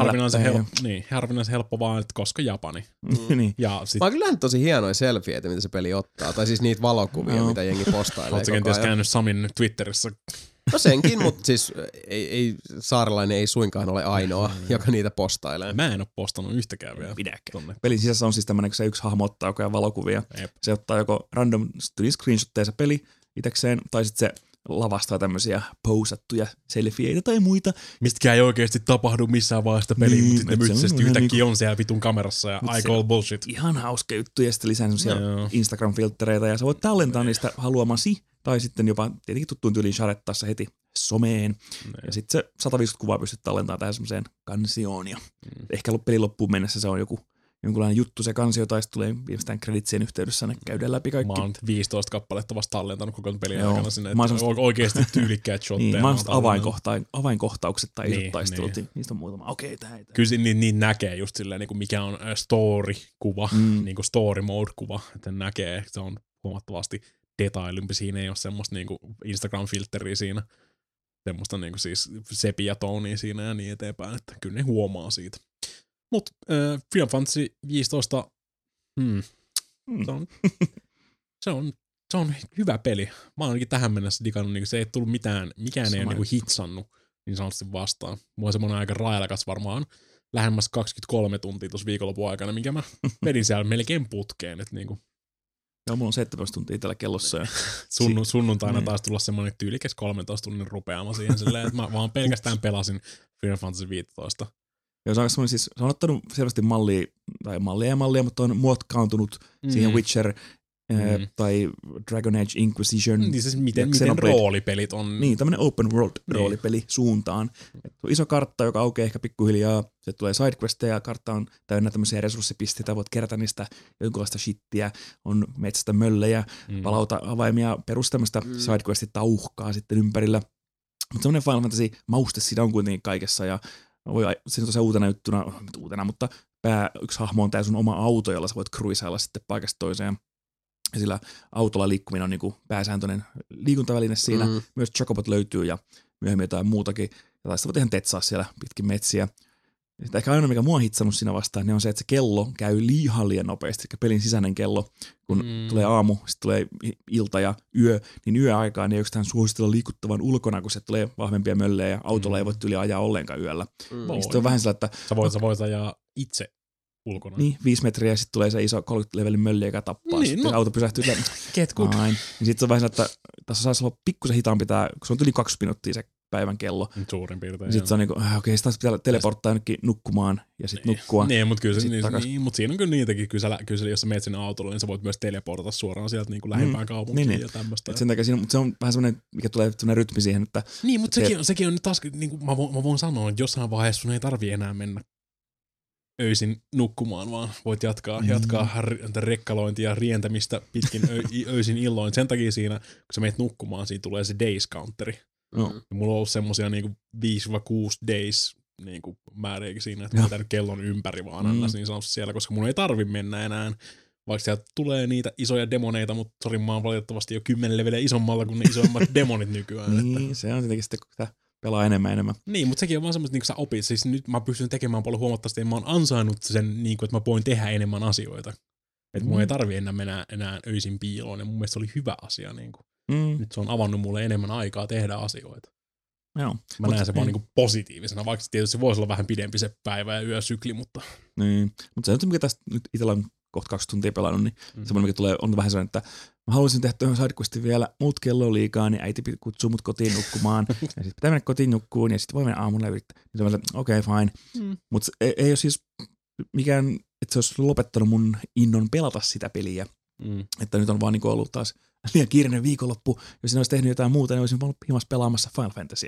se harvinaisen helppo vaan, että koska Japani. Niin. Ja sit... Mä oon kyllä nähnyt tosi hienoja selfieitä, mitä se peli ottaa, tai siis niitä valokuvia, mitä jengi postailee. Oletko kenties käynyt Samin Twitterissä? No senkin, mutta siis ei saarelainen ei suinkaan ole ainoa, joka niitä postailee. Mä en ole postannut yhtäkään vielä. Pidäkään. Pelin sisässä on siis tämmönen, kun se yksi hahmo ottaa koko ajan valokuvia. Jep. Se ottaa joko random screenshotteja se peli itekseen, tai sitten se lavastaa tämmöisiä pousattuja selfieitä tai muita. Mistikään ei oikeasti tapahdu missään vaiheessa peliä, mutta sitten mystisesti yhtäkkiä on siellä vitun kamerassa ja I call bullshit. Ihan hauska juttu ja sitten lisää semmosia Instagram-filttereitä ja sä voit tallentaa niistä haluamasi tai sitten jopa tietenkin tuttuun tyyliin sharettaa se heti someen. Ja sitten se 150 kuvaa pystyt tallentamaan tähän semmoiseen kansioon ja ehkä pelin loppuun mennessä se on jonkunlainen juttu se kansio, tai tulee viimeistään kreditsien yhteydessä, ne käydään läpi kaikki. Mä oon 15 kappaletta vasta tallentanut koko pelin aikana sinne, että oikeesti tyylikkäät shotteja. Niin, mä oon avainkohtaukset tai isot taistelut, niin niistä on muutama. Okei, tää. Kyllä niin näkee just silleen, niin kuin mikä on story-kuva, niin kuin story mode-kuva, että näkee, se on huomattavasti detailympi, siinä ei ole semmoista niin kuin Instagram-filtteriä siinä, semmoista niin kuin siis sepia-tonia siinä ja niin eteenpäin, että kyllä ne huomaa siitä. Mut Final Fantasy 15, se on hyvä peli. Mä oon ainakin tähän mennessä digannut, niin se ei tullut mikään ei ole niin hitsannut niin sanotusti vastaan. Mulla on semmoinen aika railakas varmaan lähemmäs 23 tuntia tuossa viikonlopun aikana, minkä mä vedin siellä melkein putkeen. Että niinku. Joo, mulla on 17 tuntia tällä kellossa. Ja sunnuntaina taas tulla semmoinen tyylikäs 13 tunnin rupeama siihen silleen, että mä vaan pelkästään pelasin Final Fantasy 15. Joo, se on ottanut selvästi mallia, mutta on muokkaantunut siihen Witcher tai Dragon Age Inquisition. Niin siis miten roolipelit on. Niin, tämmönen open world roolipeli suuntaan. On iso kartta, joka aukeaa ehkä pikkuhiljaa. Se tulee sidequesteja ja kartta on täynnä tämmöisiä resurssipisteitä. Voit kerätä niistä jonkunlaista shittiä. On metsästä möllejä, palauta avaimia, perus tämmöistä sidequestitauhkaa sitten ympärillä. Mutta semmoinen Final Fantasy-mauste siinä on kuitenkin kaikessa, ja se on tosiaan uutena, mutta yksi hahmo on tää sun oma auto, jolla sä voit cruisailla sitten paikasta toiseen. Ja sillä autolla liikkuminen on niinku pääsääntöinen liikuntaväline siinä. Myös chocobot löytyy ja myöhemmin jotain muutakin. Ja sitä voit ihan tetsaa siellä pitkin metsiä. Ja sitten ehkä ainoa, mikä mua on hitsannut siinä vastaan, niin on se, että se kello käy liian liian nopeasti. Eli pelin sisäinen kello, kun tulee aamu, sitten tulee ilta ja yö, niin yöaikaan ei oikeastaan suositella liikuttavan ulkona, kun se tulee vahvempia möllejä ja autolla ei voi yli ajaa ollenkaan yöllä. Sitten on vähän sillä, että Sä voit ajaa itse ulkona. Niin, 5 metriä ja sitten tulee se iso 30-levelin mölli, joka tappaa. Niin, sitten auto pysähtyy. Ketku. Niin sitten se on vähän sillä, että tässä saisi olla pikkusen hitaampi kun se on yli 2 minuuttia se päivän kello. Suurin piirtein. Sitten se on niinku, okei, sitä pitää teleporttaa jonnekin nukkumaan ja sitten nukkua. Niin, mutta kyllä mutta siinä on kyllä niitäkin. Kyllä jos sä meet sinne autolle, niin sä voit myös teleportata suoraan sieltä niin kuin lähempään kaupunkiin ja tämmöistä. Sen takia siinä, mutta se on vähän semmoinen, mikä tulee semmoinen rytmi siihen, että... Niin, mutta sekin on nyt taas, niin kuin mä voin sanoa, että jossain vaiheessa sun ei tarvii enää mennä öisin nukkumaan, vaan voit jatkaa rekkalointia ja rientämistä pitkin öisin illoin. Sen takia siinä, kun sä meet nukkumaan, siinä tulee se days counteri. Ja mulla on ollut semmosia niinku 5-6 days niinku määriäkin siinä, että mä oon kellon ympäri vaan aina niin sanotusti siellä, koska mun ei tarvi mennä enää. Vaikka sieltä tulee niitä isoja demoneita, mutta sori, mä oon valitettavasti jo 10 leveliä isommalla kuin ne isoimmat demonit nykyään. Niin, se on tietenkin sitten, kun sitä pelaa enemmän. Niin, mutta sekin on vaan semmoista, niin kuin sä opit. Siis nyt mä pystyn tekemään paljon huomattavasti, ja mä oon ansainnut sen, niin kuin, että mä voin tehdä enemmän asioita. Että mun ei tarvi enää öisin piiloon, ja mun mielestä se oli hyvä asia. Niin kuin. Nyt se on avannut mulle enemmän aikaa tehdä asioita. Joo. Mä näen sen vaan niin kuin positiivisena, vaikka tietysti voisi olla vähän pidempi se päivä ja yösykli, mutta... Niin, mutta se on mikä tästä nyt itsellä on kohta 2 tuntia pelannut, niin semmoinen, mikä tulee, on vähän sellainen, että mä haluaisin tehdä tuohon sidequestin vielä, mut kello on liikaa, niin äiti kutsuu mut kotiin nukkumaan, ja sitten pitää mennä kotiin nukkuun, ja sitten voi mennä aamulla yrittää. Niin se on okei, fine. Mutta ei ole siis mikään, että se olisi lopettanut mun innon pelata sitä peliä. Että nyt on vaan niinku ollut taas liian kiireinen viikonloppu. Jos en olisi tehnyt jotain muuta, niin olisin ollut himassa pelaamassa Final Fantasyä.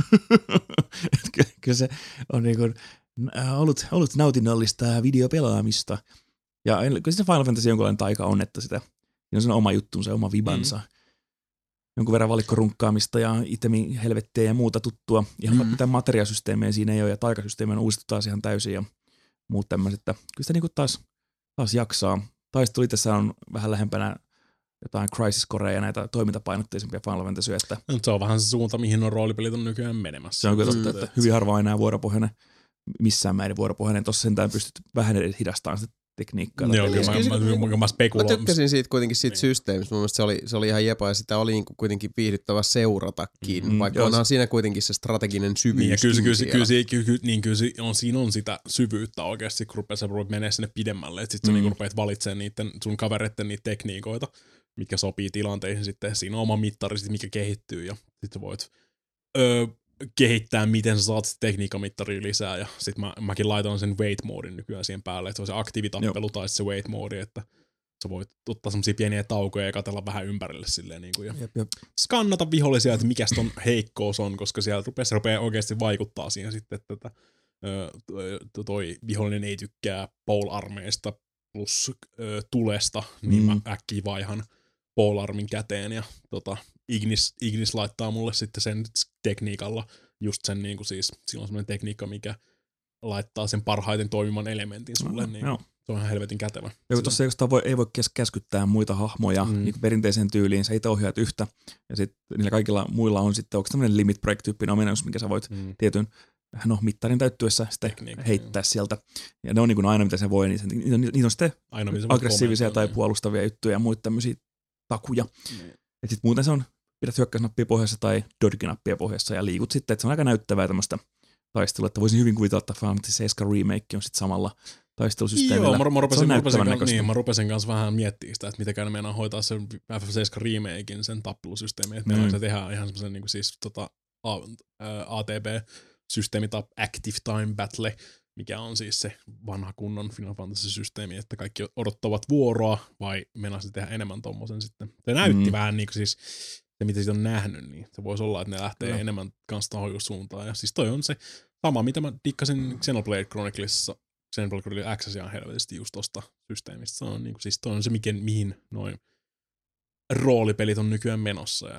Kyllä se on niinku ollut nautinnollista videopelaamista. Ja kyllä se Final Fantasy jonkunlainen taika on, että sitä on sen oma juttunsa, oma vibansa. Jonkun verran valikkorunkkaamista ja itemi helvetteä ja muuta tuttua. Ihan mitään materiasysteemejä siinä ei ole, ja taikasysteemejä uusittu taas ihan täysin ja muut tämmöiset. Kyllä sitä niinku taas jaksaa. Taistelu tässä on vähän lähempänä jotain Crisis Corea ja näitä toimintapainotteisempia Final Fantasy. Että se on vähän se suunta, mihin on roolipelit on nykyään menemässä. Se on kyllä totta, että hyvin harva enää vuoropohjainen, missään määrin vuoropohjainen. Tuossa sentään pystyt vähän edes hidastamaan sitä tekniikkaa. Joo, mä spekuloin. Mä tykkäsin siitä kuitenkin siitä systeemistä. Mun mielestä se oli ihan jepa ja sitä oli niinku kuitenkin viihdyttävä seuratakin, vaikka onhan siinä kuitenkin se strateginen syvyys. Niin, ja kyllä siinä on sitä syvyyttä oikeasti, kun rupeat menee sinne pidemmälle. Sitten niinku rupeat valitsemaan sun kavereiden niitä tekniikoita, mitkä sopii tilanteisiin sitten. Siinä on oma mittari, mikä kehittyy ja sitten voit kehittää, miten sä saat sitä tekniikkamittaria lisää, ja sit mäkin laitan sen wait modin nykyään siihen päälle, että se on se aktiivitappelu tai se wait modi, että sä voit ottaa semmosia pieniä taukoja ja katsella vähän ympärille silleen niin kuin, ja skannata vihollisia, että mikä ton heikkous on, koska siellä rupeaa oikeasti vaikuttaa siihen sitten, että toi vihollinen ei tykkää pole-armeista plus tulesta, niin mä äkkiä vaihan pole-armin käteen, ja Ignis laittaa mulle sitten sen tekniikalla just sen niinku siis, sillä on semmoinen tekniikka, mikä laittaa sen parhaiten toimivan elementin sulle, niin se on ihan helvetin kätevä. Ja tuossa ei voi käskyttää muita hahmoja niin perinteiseen tyyliin, sä itse ohjaat yhtä, ja sitten niillä kaikilla muilla on sitten, onko tämmöinen limit break-tyyppinen ominaisuus, minkä sä voit tietyn mittarin täyttyessä sitä heittää sieltä. Ja ne on niin kuin aina, mitä se voi, niitä on sitten aggressiivisia tai puolustavia juttuja ja muita tämmöisiä takuja. Ja sitten muuten se on, pidät hyökkäysnappia pohjassa tai dodge-nappia pohjassa ja liikut sitten, että se on aika näyttävää tämmöistä taistelua, että voisin hyvin kuvitella, että Final Fantasy 7 remake on sitten samalla taistelusysteemillä. Joo, mä rupesin kanssa vähän miettimään sitä, että mitäkään meinaa hoitaa sen FF7 remakein sen tappelusysteemin, että meillä se tehdään ihan semmoisen niin kuin siis ATB-systeemi tai Active Time Battle, mikä on siis se vanha kunnon Final Fantasy-systeemi, että kaikki odottavat vuoroa, vai meinaa se tehdä enemmän tommosen sitten. Se näytti vähän niin kuin siis, se mitä siitä on nähnyt, niin se voisi olla, että ne lähtee enemmän kanssa tohon suuntaan. Ja siis toi on se sama, mitä mä dikkasin Xenoblade Chroniclesissa, Xenoblade Chronicles X ihan helvetisti just tosta systeemistä. Se on niin kuin, siis toi on se, mihin noin roolipelit on nykyään menossa. Ja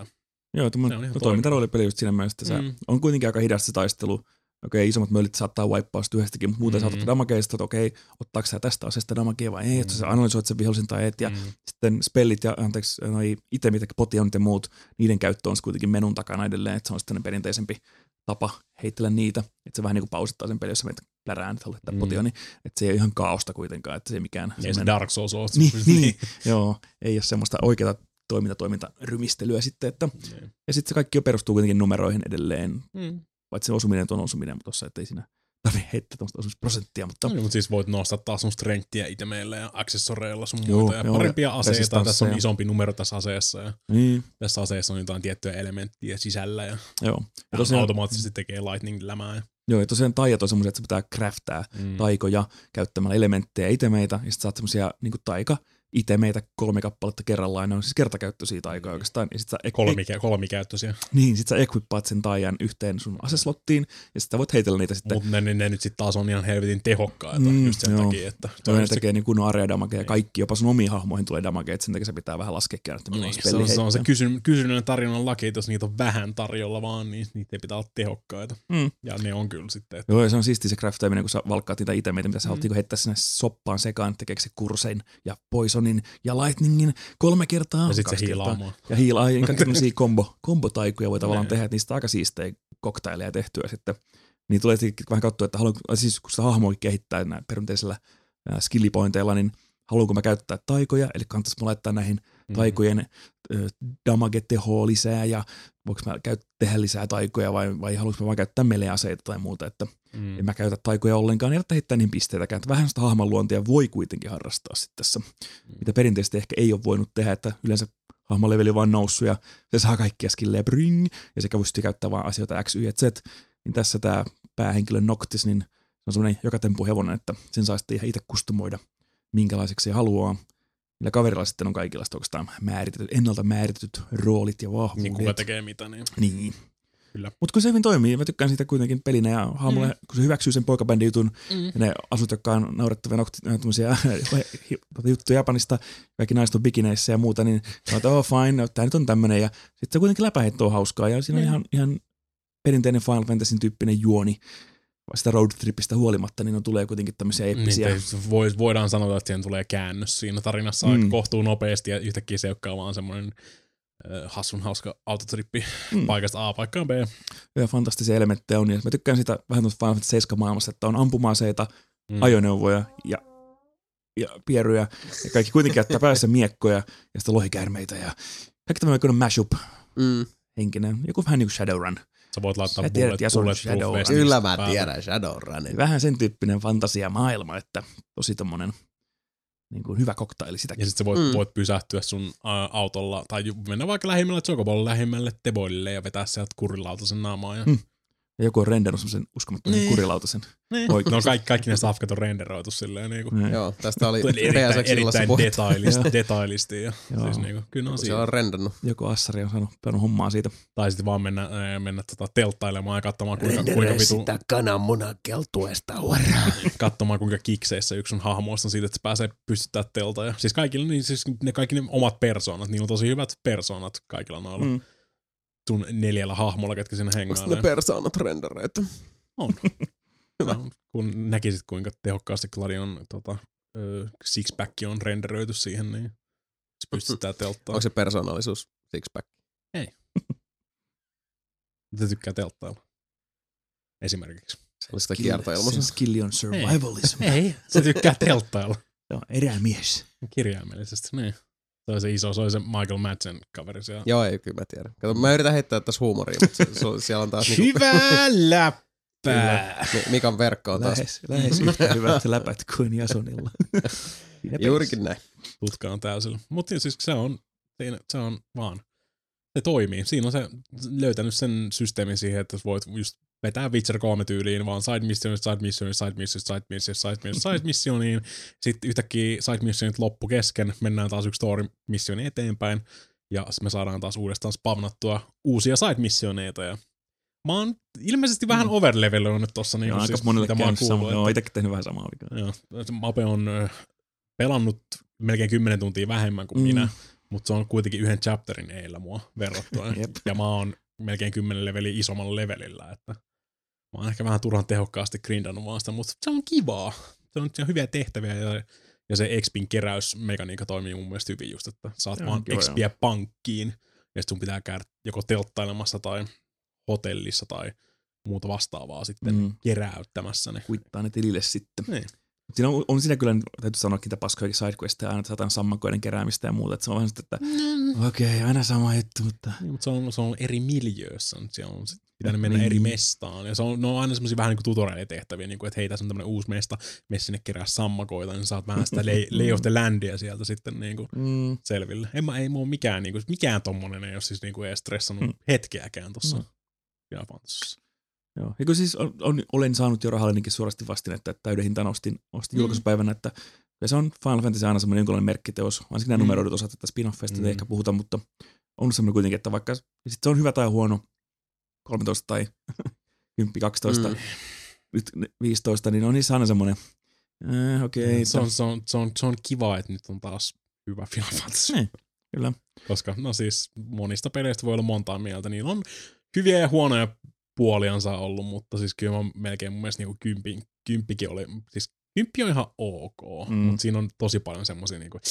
Joo, toimintaroolipeli just siinä mielessä, että on kuitenkin aika hidas se taistelu. Okei, isommat möllit saattaa waippaa yhdestäkin, mutta muuten saatat damageista, että okei, ottaako sä tästä aseesta damagea vai ei, että sä analysoit sen vihollisen tai et, ja sitten spellit ja noi itemit ja potionit ja muut, niiden käyttö on kuitenkin menun takana edelleen, että se on sitten perinteisempi tapa heitellä niitä, että se vähän niin kuin pausittaa sen peli, jos sä menet plärään, että haluat potioni, että se ei ole ihan kaaosta kuitenkaan, että se ei mikään... Ei se Dark Souls ole. Niin, joo, ei ole semmoista oikeaa toimintarymistelyä sitten, että ja sitten se kaikki perustuu kuitenkin numeroihin edelleen, paitsi se osuminen on osuminen, mutta tossa, ettei siinä tarvitse heittää tuollaista osumisprosenttia. Mutta siis voit nostaa taas sun strengthia itemeillä ja accessoreilla sun muuta ja parempia aseita. Tässä on isompi numero tässä aseessa ja tässä aseessa on jotain tiettyjä elementtiä sisällä ja tosiaan, automaattisesti tekee lightning-lämää. Joo, ja tosiaan taijat on semmoisia, että se pitää craftaa taikoja käyttämällä elementtejä ja itemeitä, ja sitten saat semmoisia niin kuin itemeitä 3 kappaletta kerrallaan, ne on siis kertakäyttöisiä taikoja oikeastaan. Ja sit sä kolmikäyttöisiä. Niin, sit sä equippaat sen taian yhteen sun aseslottiin, ja sitten voit heitellä niitä sitten. Mutta ne nyt sit taas on ihan helvetin tehokkaita, just sen takia, että... Ne tekee niin kunnon area damagea, kaikki, jopa sun omiin hahmoihin tulee damagea, että sen takia se pitää vähän laskea käydä, että milloin spelli heittää. Se on se kysynnän tarinan laki, että jos niitä on vähän tarjolla vaan, niin niitä ei pitää olla tehokkaita. Ja ne on kyllä sitten. Että... Joo, ja se on siistiä se craftaaminen, kun sä valkkaat niitä itemeitä, mitä sä haluat heittää sinne soppaan sekaan, tekeekö se kursein ja poisonin ja lightningin 3 kertaa. Ja sitten se hiilaamaan. Ja kaikki tämmöisiä kombotaikuja voi tavallaan tehdä, että niistä on aika siistejä koktaileja tehtyä sitten. Niin tulee vähän katsoa, että siis kun sitä hahmoakin kehittää näin perinteisellä skillipointeilla, niin haluanko mä käyttää taikoja, eli kannattaisi mä laittaa näihin taikojen damage-tehoa lisää, ja voiko mä tehdä lisää taikoja, vai haluanko mä vaan käyttää melee-aseita tai muuta, että en mä käytä taikoja ollenkaan, niin heittää niin pisteitäkään, että vähän sitä hahmonluontia voi kuitenkin harrastaa sitten tässä, mitä perinteisesti ehkä ei ole voinut tehdä, että yleensä hahmoleveli on vaan noussut, ja se saa kaikkia skillejä, bring, ja se pystyy käyttämään vaan asioita X, Y ja Z, niin tässä tämä päähenkilö Noctis, niin se on semmoinen joka temppu hevonen, että sen saa sitten ihan itse kustomoida, minkälaiseksi se haluaa. Niillä kaverilla sitten on kaikilla oikeastaan ennalta määritetyt roolit ja vahvuudet. Niin kuka tekee mitä, niin. Niin. Mutta kun se hyvin toimii, mä tykkään siitä kuitenkin pelinä ja hahmolle, kun se hyväksyy sen poikabändijutun ja ne asut, jotka on naurettavia juttuja Japanista, kaikki naiset on bikineissä ja muuta, niin sanotaan, fine, tää nyt on tämmönen ja sitten se kuitenkin läpäheitto on hauskaa ja siinä on ihan perinteinen Final Fantasyn tyyppinen juoni. Sitä roadtripistä huolimatta, niin tulee kuitenkin tämmöisiä eeppisiä. Niin, voidaan sanoa, että siihen tulee käännös siinä tarinassa aika kohtuu nopeasti ja yhtäkkiä se ei vaan semmoinen hassun hauska autotrippi paikasta A paikkaan B. Ja fantastisia elementtejä on. Ja mä tykkään sitä vähän tuosta Final Fantasy 7 maailmassa, että on ampuma-aseita, ajoneuvoja ja pieruja ja kaikki kuitenkin käyttää päässä miekkoja ja sitten lohikäärmeitä ja kaikki tämmöinen mashup henkinen. Joku vähän niin kuin Shadowrun. Sä voit laittaa bulletproof vestin. Kyllä mä tiedän Shadowrunin. Vähän sen tyyppinen fantasiamaailma, että tosi tommonen niin kuin hyvä koktaili sitäkin. Ja sit sä voit pysähtyä sun autolla, tai mennä vaikka lähimmälle Chocobolle lähimmälle Teboilille ja vetää sieltä kurilautasen naamaa. Ja joku on renderannut semmosen uskomattoman kurilautasen. No kaikki ne safkat on renderoitu silleen. Niinku. Joo, tästä oli erittäin detailisti. Ja siis niinku, kyllä on se on rendannut. Joku assari on saanut hommaa siitä. Tai sitten vaan mennä telttailemaan ja katsomaan kuinka sitä kananmunakeltuesta huoraa. Katsomaan kuinka kikseissä yksi sun hahmoista on siitä, että se pääsee pystyttää teltaa. Ja siis kaikilla niin siis kaikki ne omat persoonat, niillä on tosi hyvät persoonat kaikilla noilla. Sun 4 hahmolla, ketkä siinä hengailee. Onko ne persoonat rendereitä? On. Hyvä. Kun näkisit, kuinka tehokkaasti Gladion six-pack on renderöity siihen, niin se pystytään telttaa. Onko se persoonallisuus six-pack? Ei. Mitä tykkää telttailla? Esimerkiksi. Se oli sitä kiertoilmassa. Sen skilli on survivalism. Ei. Se tykkää telttailla. Joo, erämies. Kirjaimellisesti, niin. Se oli se Michael Madsen kaveri siellä. Joo, ei, kyllä mä tiedän. Kato, mä yritän heittää tässä huumoria, mutta siellä on taas hyvä läppää! Mikan verkko on taas. Lähes yhtä hyvät läpät kuin Jasonilla. Juurikin näin. Tutka on täysillä. Mutta siis se on vaan. Se toimii. Siinä on se löytänyt sen systeemin siihen, että voit just vetää Witcher 3 tyyliin, vaan side missioniin. Sitten yhtäkkiä side missionit loppu kesken, mennään taas yksi story missioni eteenpäin, ja me saadaan taas uudestaan spavnattua uusia side missioneita. Ja mä oon ilmeisesti vähän overlevelöinyt tossa. Niin aika siis, monelle käynyt samaa. Joo, itekin tehnyt vähän samaa. Joo, Mape on pelannut melkein 10 tuntia vähemmän kuin minä. mutta se on kuitenkin yhden chapterin eillä mua verrattuna. Ja mä oon melkein 10 leveliä isommalla levelillä, että mä oon ehkä vähän turhan tehokkaasti grindannut vaan sitä, mutta se on kivaa. Se on hyviä tehtäviä ja se XPin keräysmekaniikka toimii mun mielestä hyvin just, että saat vaan XPiä pankkiin ja sit sun pitää käydä joko telttailemassa tai hotellissa tai muuta vastaavaa sitten keräyttämässä ne. Kuittaa ne tilille sitten. Niin. Siinä on siinä kyllä, täytyy sanoa, että paskoikin sidequesteja aina, että saatan sammakoiden keräämistä ja muuta. Että se on vähän sitten, että okei, aina sama juttu, mutta... Niin, mutta se on eri miljöössä. Siellä on pitänyt mennä eri mestaan. Ja ne on aina semmosia vähän niin kuin tutorial-tehtäviä, niin kuin, että hei, tässä on tämmönen uusi mesta, mene sinne kerää sammakoita, niin saat vähän sitä lay of the landia sieltä sitten niin kuin selville. Ei mua mikään tommonen ei ole siis niin kuin edes stressannut hetkeäkään tossa Final Fantasyssä. Joo, eikö siis olen saanut jo rahallenikin suorasti vastinetta, että täyden hintaan ostin julkaisupäivänä, että se on Final Fantasy aina semmoinen jonkinlainen merkkiteos, varsinkin nämä numeroidut osat, että spin-offeista ei ehkä puhuta, mutta on semmoinen kuitenkin, että vaikka sit se on hyvä tai huono, 13 tai 10, 12, nyt 15, niin on niissä aina semmoinen, okei. Se on kiva, että nyt on taas hyvä Final Fantasy. Kyllä. Koska no siis monista peleistä voi olla montaa mieltä, niillä on hyviä ja huonoja puoliansa ollut, mutta siis kyllä mä melkein mun mielestä niinku kymppikin oli, siis 10 on ihan ok, mutta siinä on tosi paljon semmosia niinku,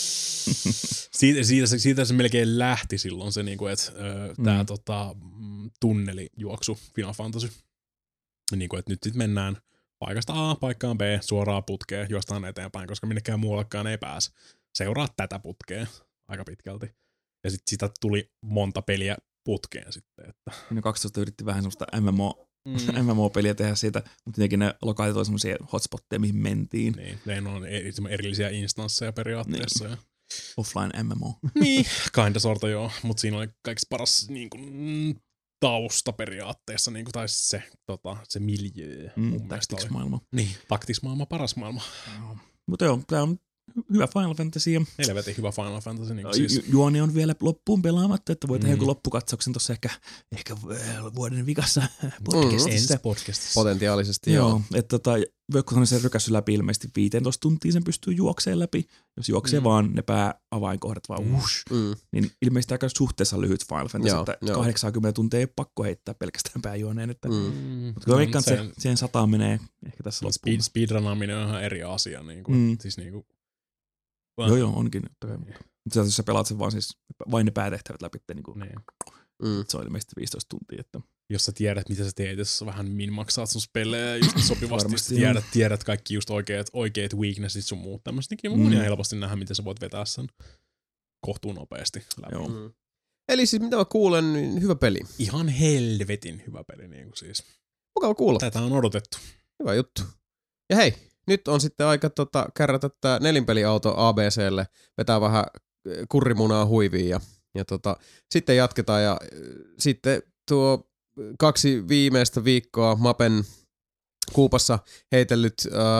siitä se melkein lähti silloin se niinku, että tää tunnelijuoksu Final Fantasy, niinku, että nyt sit mennään paikasta A paikkaan B suoraan putkeen, juostaan eteenpäin, koska minnekään muuallekaan ei pääse. Seuraa tätä putkea aika pitkälti. Ja sit sitä tuli monta peliä putkeen sitten. Että. 12 yritti vähän semmoista MMO-peliä tehdä siitä, mutta tietenkin ne lokaatit oli semmoisia hotspotteja, mihin mentiin. Niin, ne on erillisiä instansseja periaatteessa. Niin. Offline MMO. Niin, kinda sorta joo, mutta siinä oli kaikista paras niin kuin, tausta periaatteessa, niin kuin, tai se miljö. Tactics-maailma. Niin, Tactics-maailma, paras maailma. Mutta joo, tää on hyvä Final Fantasy. Helvetin hyvä Final Fantasy. Niin siis. Juoni on vielä loppuun pelaamatta, että voi tehdä joku loppukatsauksen tuossa ehkä vuoden vikassa podcastissa. Potentiaalisesti joo. Että Vökkonen sen rykässy läpi ilmeisesti 15 tuntia sen pystyy juokseen läpi. Jos juoksee vaan ne pääavainkohdat vaan niin ilmeisesti aika suhteessa lyhyt Final Fantasy, että 80 tuntia ei pakko heittää pelkästään pääjuoneen. Mutta kyllä veikkaan, että siihen 100 menee ehkä tässä loppuun. Speedrunaaminen on ihan eri asia. Niin kuin, siis niin kuin, Joo, onkin. Mutta jos sä pelaat sen vain ne päätehtävät läpi, niin se on ilmeisesti 15 tuntia. Että. Jos sä tiedät, mitä sä teet, jos sä vähän min-maksaat sun pelejä just sopivasti, tiedät kaikki just oikeat weaknessit sun muut tämmöistä, niin on ihan helposti nähdä, miten sä voit vetää sen kohtuun nopeasti läpi. Eli siis mitä mä kuulen, niin hyvä peli. Ihan helvetin hyvä peli, niin kuin siis. Mukava kuulla. Tätä on odotettu. Hyvä juttu. Ja hei, nyt on sitten aika kärrätä tää nelinpeliauto ABClle, vetää vähän kurrimunaa huiviin ja sitten jatketaan ja sitten tuo 2 viimeistä viikkoa Mapen kuupassa heitellyt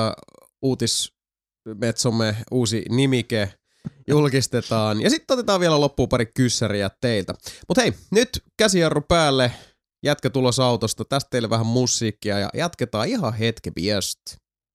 uutismetsomme uusi nimike julkistetaan ja sitten otetaan vielä loppuun pari kyssäriä teiltä. Mutta hei, nyt käsijarru päälle, jätkä tulos autosta, tästä teille vähän musiikkia ja jatketaan ihan hetken viesti.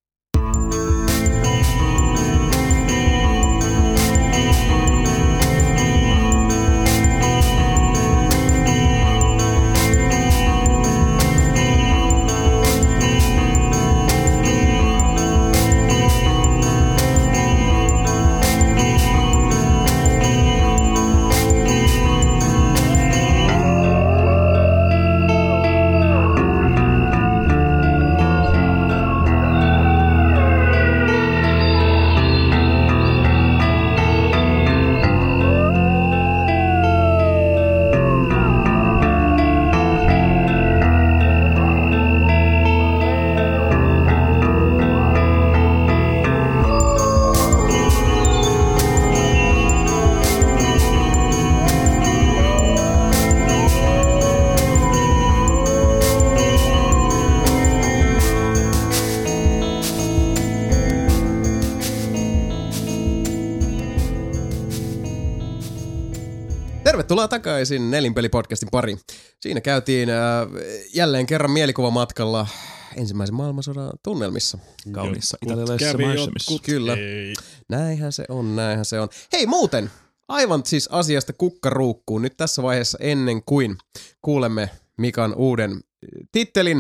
Tervetuloa takaisin Nelinpeli-podcastin pariin. Siinä käytiin jälleen kerran mielikuvamatkalla ensimmäisen maailmansodan tunnelmissa. Kauniissa italialaisessa maisemissa. Kyllä. Näinhän se on. Hei muuten, aivan siis asiasta kukkaruukkuun nyt tässä vaiheessa ennen kuin kuulemme Mikan uuden tittelin.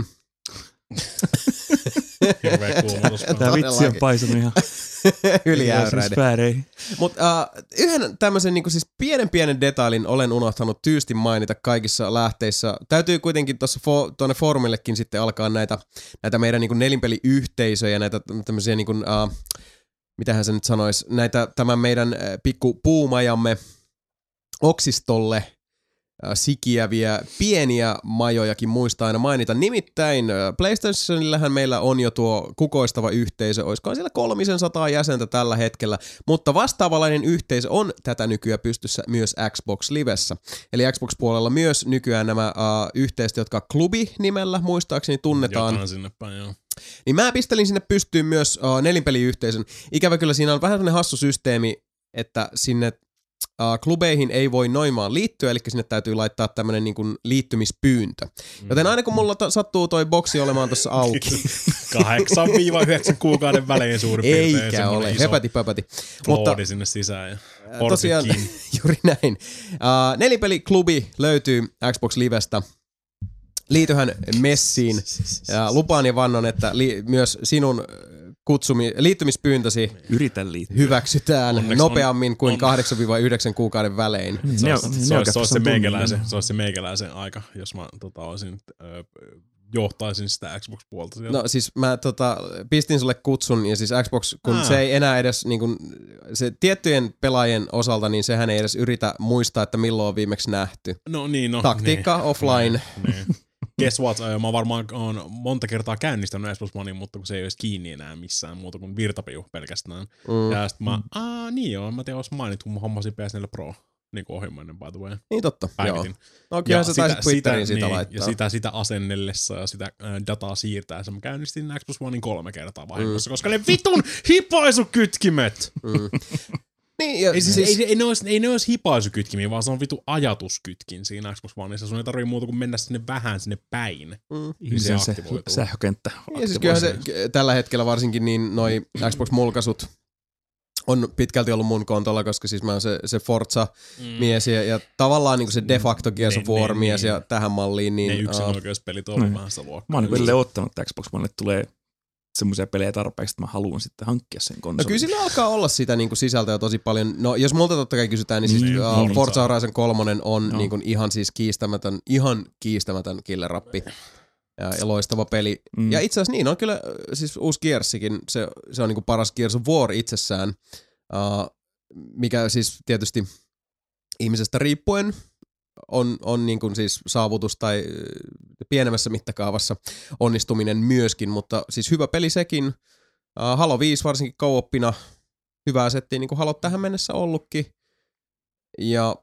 Hirveä kuumotus. Tämä vitsi on paisunut ihan yliäyräinen. Mutta yhden tämmöisen niinku siis pienen detailin olen unohtanut tyystin mainita kaikissa lähteissä. Täytyy kuitenkin tuossa tuonne foorumillekin sitten alkaa näitä meidän niinku nelinpeliyhteisöjä, näitä tämmöisiä niinku, mitähän se nyt sanoisi, näitä tämän meidän pikku puumajamme oksistolle sikiäviä pieniä majojakin muistaa aina mainita. Nimittäin PlayStationillähän meillä on jo tuo kukoistava yhteisö, olisikohan siellä 300 jäsentä tällä hetkellä, mutta vastaavalainen yhteisö on tätä nykyään pystyssä myös Xbox Livessä. Eli Xbox-puolella myös nykyään nämä yhteisöt, jotka Klubi-nimellä muistaakseni tunnetaan. Jotain sinne päin, joo. Niin mä pistelin sinne pystyyn myös nelinpeliyhteisön. Ikävä kyllä siinä on vähän sellainen hassu systeemi, että sinne klubeihin ei voi noin vaan liittyä, eli sinne täytyy laittaa tämmönen niin kuin liittymispyyntö. Joten aina kun mulla sattuu toi boksi olemaan tuossa auki. 8-9 kuukauden välein suurin piirtein. Eikä ole, höpäti. Mutta sinne sisään ja tosiaan, juuri näin. Nelinpeliklubi löytyy Xbox Livestä. Liityhän messiin. Ja lupaan ja vannon, että myös sinun liittymispyyntösi hyväksytään nopeammin kuin 8-9 kuukauden välein. Se olisi se meikäläisen aika, jos mä olisin, johtaisin sitä Xbox-puolta. Sieltä. No siis mä pistin sulle kutsun ja siis Xbox, kun se ei enää edes, niin kun, se tiettyjen pelaajien osalta, niin sehän ei edes yritä muistaa, että milloin on viimeksi nähty. Taktiikka offline. Niin. Guess what? Mä varmaan oon monta kertaa käynnistänyt Xbox Onein, mutta kun se ei ole kiinni enää missään muuta kuin virtapiu pelkästään. Ja sit mä, mä tiedän, jos mainittu, kun mä hommasin PS4 Pro niin kuin ohjelmainen, by the way. Niin totta, päivitin. Joo. No kyllähän sä taisit Twitteriin sitä laittaa. Ja sitä asennellessa ja sitä dataa siirtäessä mä käynnistin Xbox Onein 3 kertaa vahingossa, koska ne vitun hipaisukytkimet! Niin, ja ei ne olisi hipaisukytkimiä, vaan se on vitu ajatuskytkin siinä Xbox Oneissa. Sun ei tarvitse muuta kuin mennä sinne vähän sinne päin. Niin se aktivoituu. Sähkökenttä. Ja siis kyllähän se tällä hetkellä varsinkin niin noi Xbox-mulkaisut on pitkälti ollut mun kontolla, koska siis mä oon se Forza-mies ja tavallaan niin se de facto Gears of War-mies ja tähän malliin. Niin, ne yksinoikeuspelit on ollut vähän sitä luokkaa. Mä oon niin edelleen ottanut, että Xbox Onelle tulee semmoisia pelejä tarpeeksi, että mä haluan sitten hankkia sen konsolin. No kyllä sillä alkaa olla sitä niin kuin sisältöä tosi paljon. No jos multa totta kai kysytään, niin siis Forza Horizon 3 on niin kuin ihan siis kiistämätön killer-rappi. Ja loistava peli. Ja itse asiassa niin on kyllä, siis uusi Gearsikin, se on niin kuin paras Gears of War itsessään, mikä siis tietysti ihmisestä riippuen on niin kuin siis saavutus tai pienemmässä mittakaavassa onnistuminen myöskin, mutta siis hyvä peli sekin. Halo 5 varsinkin co-oppina hyvää settiä, niin kuin Halo tähän mennessä ollutkin. Ja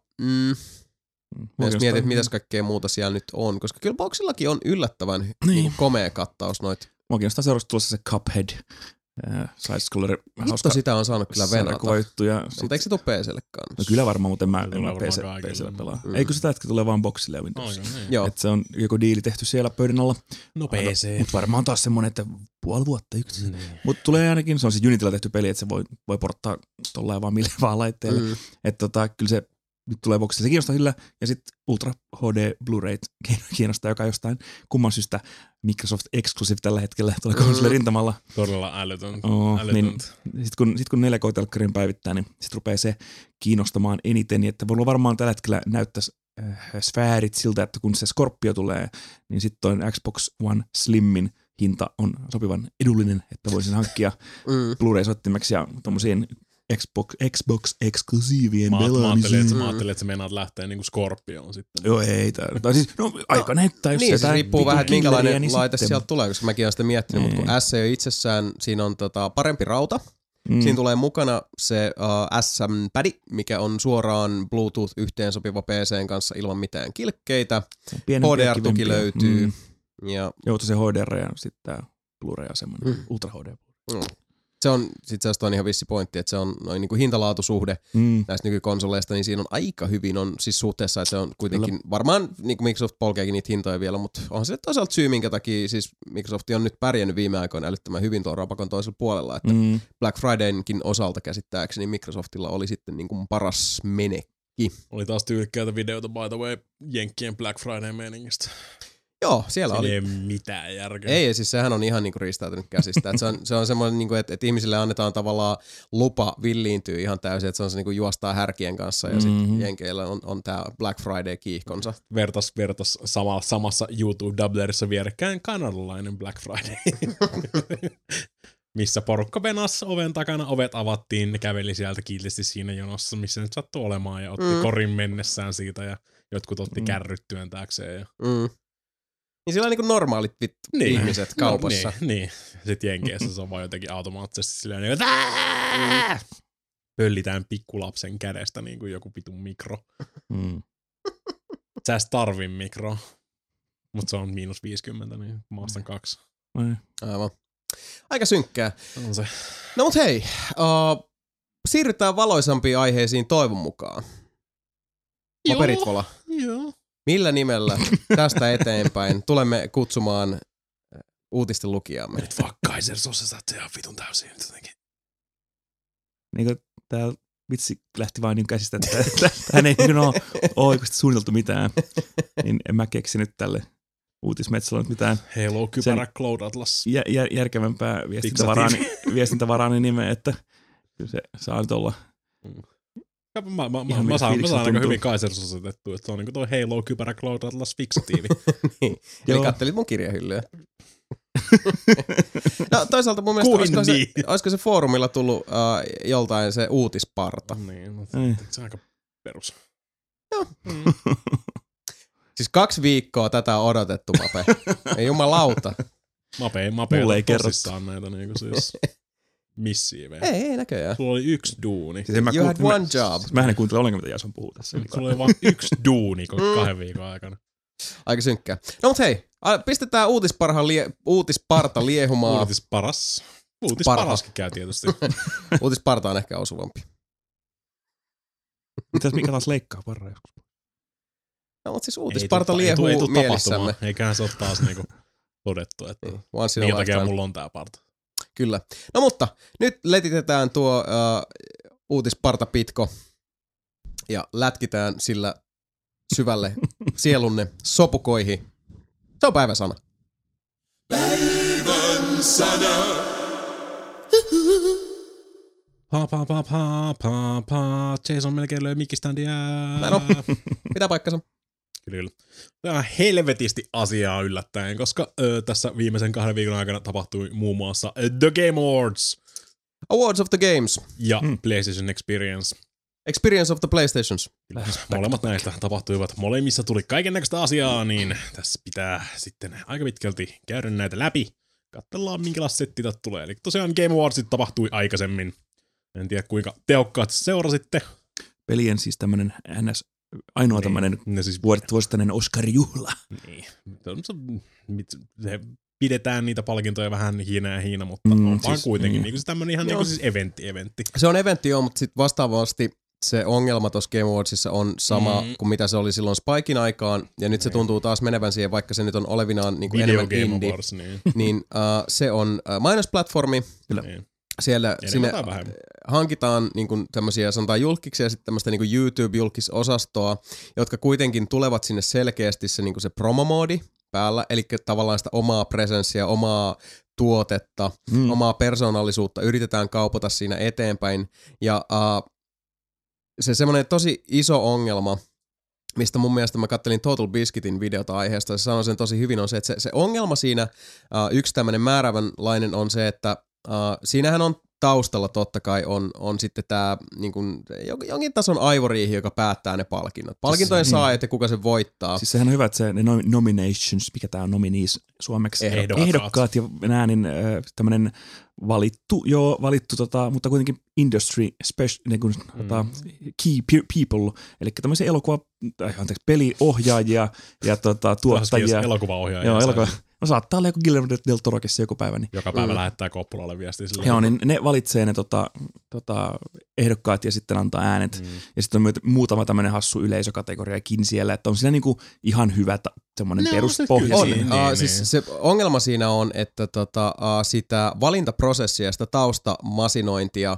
jos mietit, että mitäs kaikkea muuta siellä nyt on, koska kyllä boxillakin on yllättävän niin komea kattaus noita. Mua kiinnostaa seuraavaksi tulossa se Cuphead. Side-scroller. Hitto sitä on saanut kyllä venata. Mutta eikö se tule PC:lle kanssa? No kyllä varmaan, mutta en mä PC:llä pelaa. Eikö sitä, että tulee vaan boxille ja Windowsille? Joo. Että se on joku diili tehty siellä pöydän alla. No PC. Mutta varmaan taas semmonen, että puoli vuotta yksi. Mutta tulee ainakin, se on siis Unityllä tehty peli, että se voi porttaa tollaan vaan mille vaan laitteelle. Että kyllä se nyt tulee boxille. Se kiinnostaa sillä. Ja sitten Ultra HD Blu-ray kiinnostaa, joka jostain kumman syystä Microsoft Exclusive tällä hetkellä tulee konsolille rintamalla. Todella älytöntä. Niin, sitten kun 4K-telkkarin päivittää, niin sitten rupeaa se kiinnostamaan eniten. Niin että voi varmaan tällä hetkellä näyttäisi sfäärit siltä, että kun se Scorpio tulee, niin sitten toi Xbox One Slimin hinta on sopivan edullinen, että voisin hankkia Blu-ray-soittimeksi ja tommosiin Xbox-eksklusiivien pelaamiseen. Mä ajattelin, että sä meinaat lähteä niinku Scorpioon sitten. Joo, ei. Siis, aika näyttää, jos niin, se riippuu vähän, että minkälainen niin laite sieltä tulee, koska mäkin olen sitä miettinyt, mutta kun S ei ole itsessään, siinä on parempi rauta. Siinä tulee mukana se SM-pädi, mikä on suoraan Bluetooth-yhteensopiva PC:n kanssa ilman mitään kilkkeitä. HDR-tuki löytyy. Joo, se HDR ja sitten tää Blu-ray ja semmoinen Ultra HD. Se on sit se on ihan vissi pointti, että se on noin niinku hintalaatusuhde näistä nykykonsoleista, niin siinä on aika hyvin on siis suhteessa, että se on kuitenkin varmaan niinku Microsoft polkeekin niitä hintoja vielä, mutta on se toisaalta syy, minkä takia siis Microsoft on nyt pärjännyt viime aikoina älyttömän hyvin tuon rapakon toisella puolella, että Black Fridaynkin osalta käsittääkseni Microsoftilla oli sitten niinku paras menekki. Oli taas tyylikkäitä videoita by the way Jenkkien Black Friday-meiningistä. Joo, siellä oli. Ei mitään järkeä. Ei, siis sehän on ihan niinku riistäytynyt käsistä. Se on semmoinen, niinku, että ihmisille annetaan tavallaan lupa villiintyä ihan täysin, että se on se niinku juostaa härkien kanssa ja sitten jenkeillä on tää Black Friday-kiihkonsa. Vertas samassa YouTube-dublerissa vierekkäin kanadalainen Black Friday. Missä porukka venas oven takana, ovet avattiin, ne käveli sieltä kiltisti siinä jonossa, missä nyt sattui olemaan ja otti korin mennessään siitä ja jotkut otti kärryt työntääkseen. Ja... Niin sillä on niinku normaalit ihmiset kaupassa. Niin. Sitten Jenkeissä se on vaan jotenkin automaattisesti silleen, että pöllitään pikkulapsen kädestä niin kuin joku vitun mikro. Sä edes tarvin mikro. Mutta se on -50, niin maastan 2. Aivan. Aika synkkää. On se. No mut hei, siirrytään valoisampiin aiheisiin toivon mukaan. Paperitvola. Joo. Millä nimellä tästä eteenpäin tulemme kutsumaan uutisten lukijaamme? Nyt vaan Kaiser Sosa saatte ihan vitun täysin jotenkin. Niin tää vitsi lähti vaan niin käsistä, että tähän ei niin ole oikeasti suunniteltu mitään. Niin en mä keksinyt tälle uutismetsällä mitään. Halo-kypärä Cloud Atlas. Järkevämpää viestintävaraani nimeä, että se saa nyt olla. Mä saan aika hyvin Kaiser-sosetettua, että se on niinku toi Halo-kypärä Cloud Atlas fiksatiivi. Niin. Eli kattelit mun kirjahyllyä. No toisaalta mun mielestä olisiko se foorumilla tullut joltain se uutisparta. Niin, se on aika perus. Joo. Siis 2 viikkoa tätä on odotettu, Mape. Ei jumalauta. Mape ei tosissaan näitä niinku siis missiivejä. Ei näköjään. Sulla oli 1 duuni. Siis you had one job. Mä en kuuntele ollenkaan, mitä Jason puhuu tässä. Sulla oli vaan 1 duuni 2 viikon aikana. Aika synkkää. No mut hei, pistetään uutisparta liehumaan. Uutisparas. Uutisparaskin käy tietysti. Uutisparta on ehkä osuvampi. Mitäs mikä taas leikkaa parraa joskus? No mut siis uutisparta liehuu mielessämme. Eiköhän se ole taas niinku todettu, että minkä takia mulla on tää parta. Kyllä. No mutta nyt letitetään tuo uutisparta pitko ja lätkitään sillä syvälle sielunne sopukoihin. Se on päivän sana. Päivän sana. Jason melkein löi mikiständiä. No, mitä paikkansa? Kyllä. Tämä on helvetisti asiaa yllättäen, koska tässä viimeisen 2 viikon aikana tapahtui muun muassa The Game Awards. Awards of the Games. Ja PlayStation Experience. Experience of the PlayStations. Molemmat näistä tapahtuivat. Molemmissa tuli kaikennäköistä asiaa, niin tässä pitää sitten aika pitkälti käydä näitä läpi. Katsellaan, minkälaista settiä tulee. Eli tosiaan Game Awardsit tapahtui aikaisemmin. En tiedä, kuinka tehokkaasti seurasitte. Pelien siis tämmönen NS ainoa niin, tämmönen siis vuosittainen Oscar-juhla. Niin. Se pidetään niitä palkintoja vähän hiina, mutta on vaan siis, kuitenkin niin. Niin tämmönen ihan niin siis eventti. Se on eventti joo, mutta sitten vastaavasti se ongelma tuossa Game Awardsissa on sama kuin mitä se oli silloin Spikein aikaan, ja nyt se tuntuu taas menevän siihen, vaikka se nyt on olevinaan niin kuin enemmän indie. Wars, niin se on mainosplatformi. Kyllä. Niin. Siellä sinne hankitaan niin tämmöisiä sanotaan julkkiksia ja sitten tämmöistä niin YouTube-julkisosastoa, jotka kuitenkin tulevat sinne selkeästi se, niin se promomoodi päällä, eli tavallaan sitä omaa presenssiä, omaa tuotetta, omaa persoonallisuutta yritetään kaupata siinä eteenpäin. Ja se semmoinen tosi iso ongelma, mistä mun mielestä mä kattelin Total Biscuitin videota aiheesta, ja se sanoi sen tosi hyvin, on se, että se ongelma siinä, yksi tämmöinen määrävänlainen on se, että siinähän on taustalla totta kai on sitten tämä niin kuin, jonkin tason aivoriihi, joka päättää ne palkinnot. Palkintojen saajat ja kuka se voittaa. Siis sehän on hyvä, että se ne nominations, mikä tämä on nominees suomeksi? Ehdokkaat ja nää, niin tämmöinen valittu, mutta kuitenkin industry key people, eli tämmöisiä peliohjaajia ja tuottajia. Elokuvaohjaajia. Joo, no saattaa olla joku Guillermo del Torokin joku päivä. Niin. Joka päivä lähettää Coppolalle viestiä sille. Joo, niin ne valitsee ne ehdokkaat ja sitten antaa äänet. Ja sitten on muutama tämmöinen hassu yleisökategoriakin siellä, että on siinä niinku ihan hyvä semmoinen peruspohja. Siis se ongelma siinä on, että sitä valintaprosessia ja sitä taustamasinointia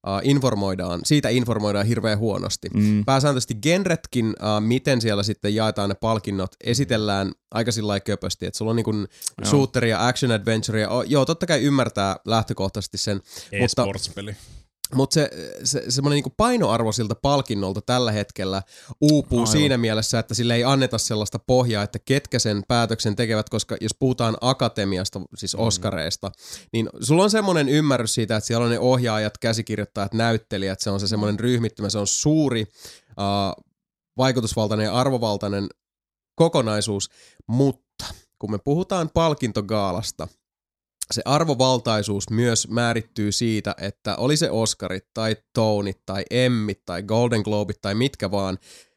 informoidaan hirveän huonosti. Pääsääntöisesti genretkin, miten siellä sitten jaetaan ne palkinnot, esitellään aika sillä lailla köpösti, että sulla on niinku shooteria, action adventurea, joo totta kai ymmärtää lähtökohtaisesti sen. E-sports-peli. Mutta se semmoinen niinku painoarvo siltä palkinnolta tällä hetkellä uupuu siinä mielessä, että sille ei anneta sellaista pohjaa, että ketkä sen päätöksen tekevät, koska jos puhutaan akatemiasta, siis Oscareista, niin sulla on semmoinen ymmärrys siitä, että siellä on ne ohjaajat, käsikirjoittajat, näyttelijät, se on se semmoinen ryhmittymä, se on suuri vaikutusvaltainen ja arvovaltainen kokonaisuus, mutta kun me puhutaan palkintogaalasta, se arvovaltaisuus myös määrittyy siitä, että oli se Oscarit tai Tonit tai Emmit tai Golden Globeit tai mitkä vaan,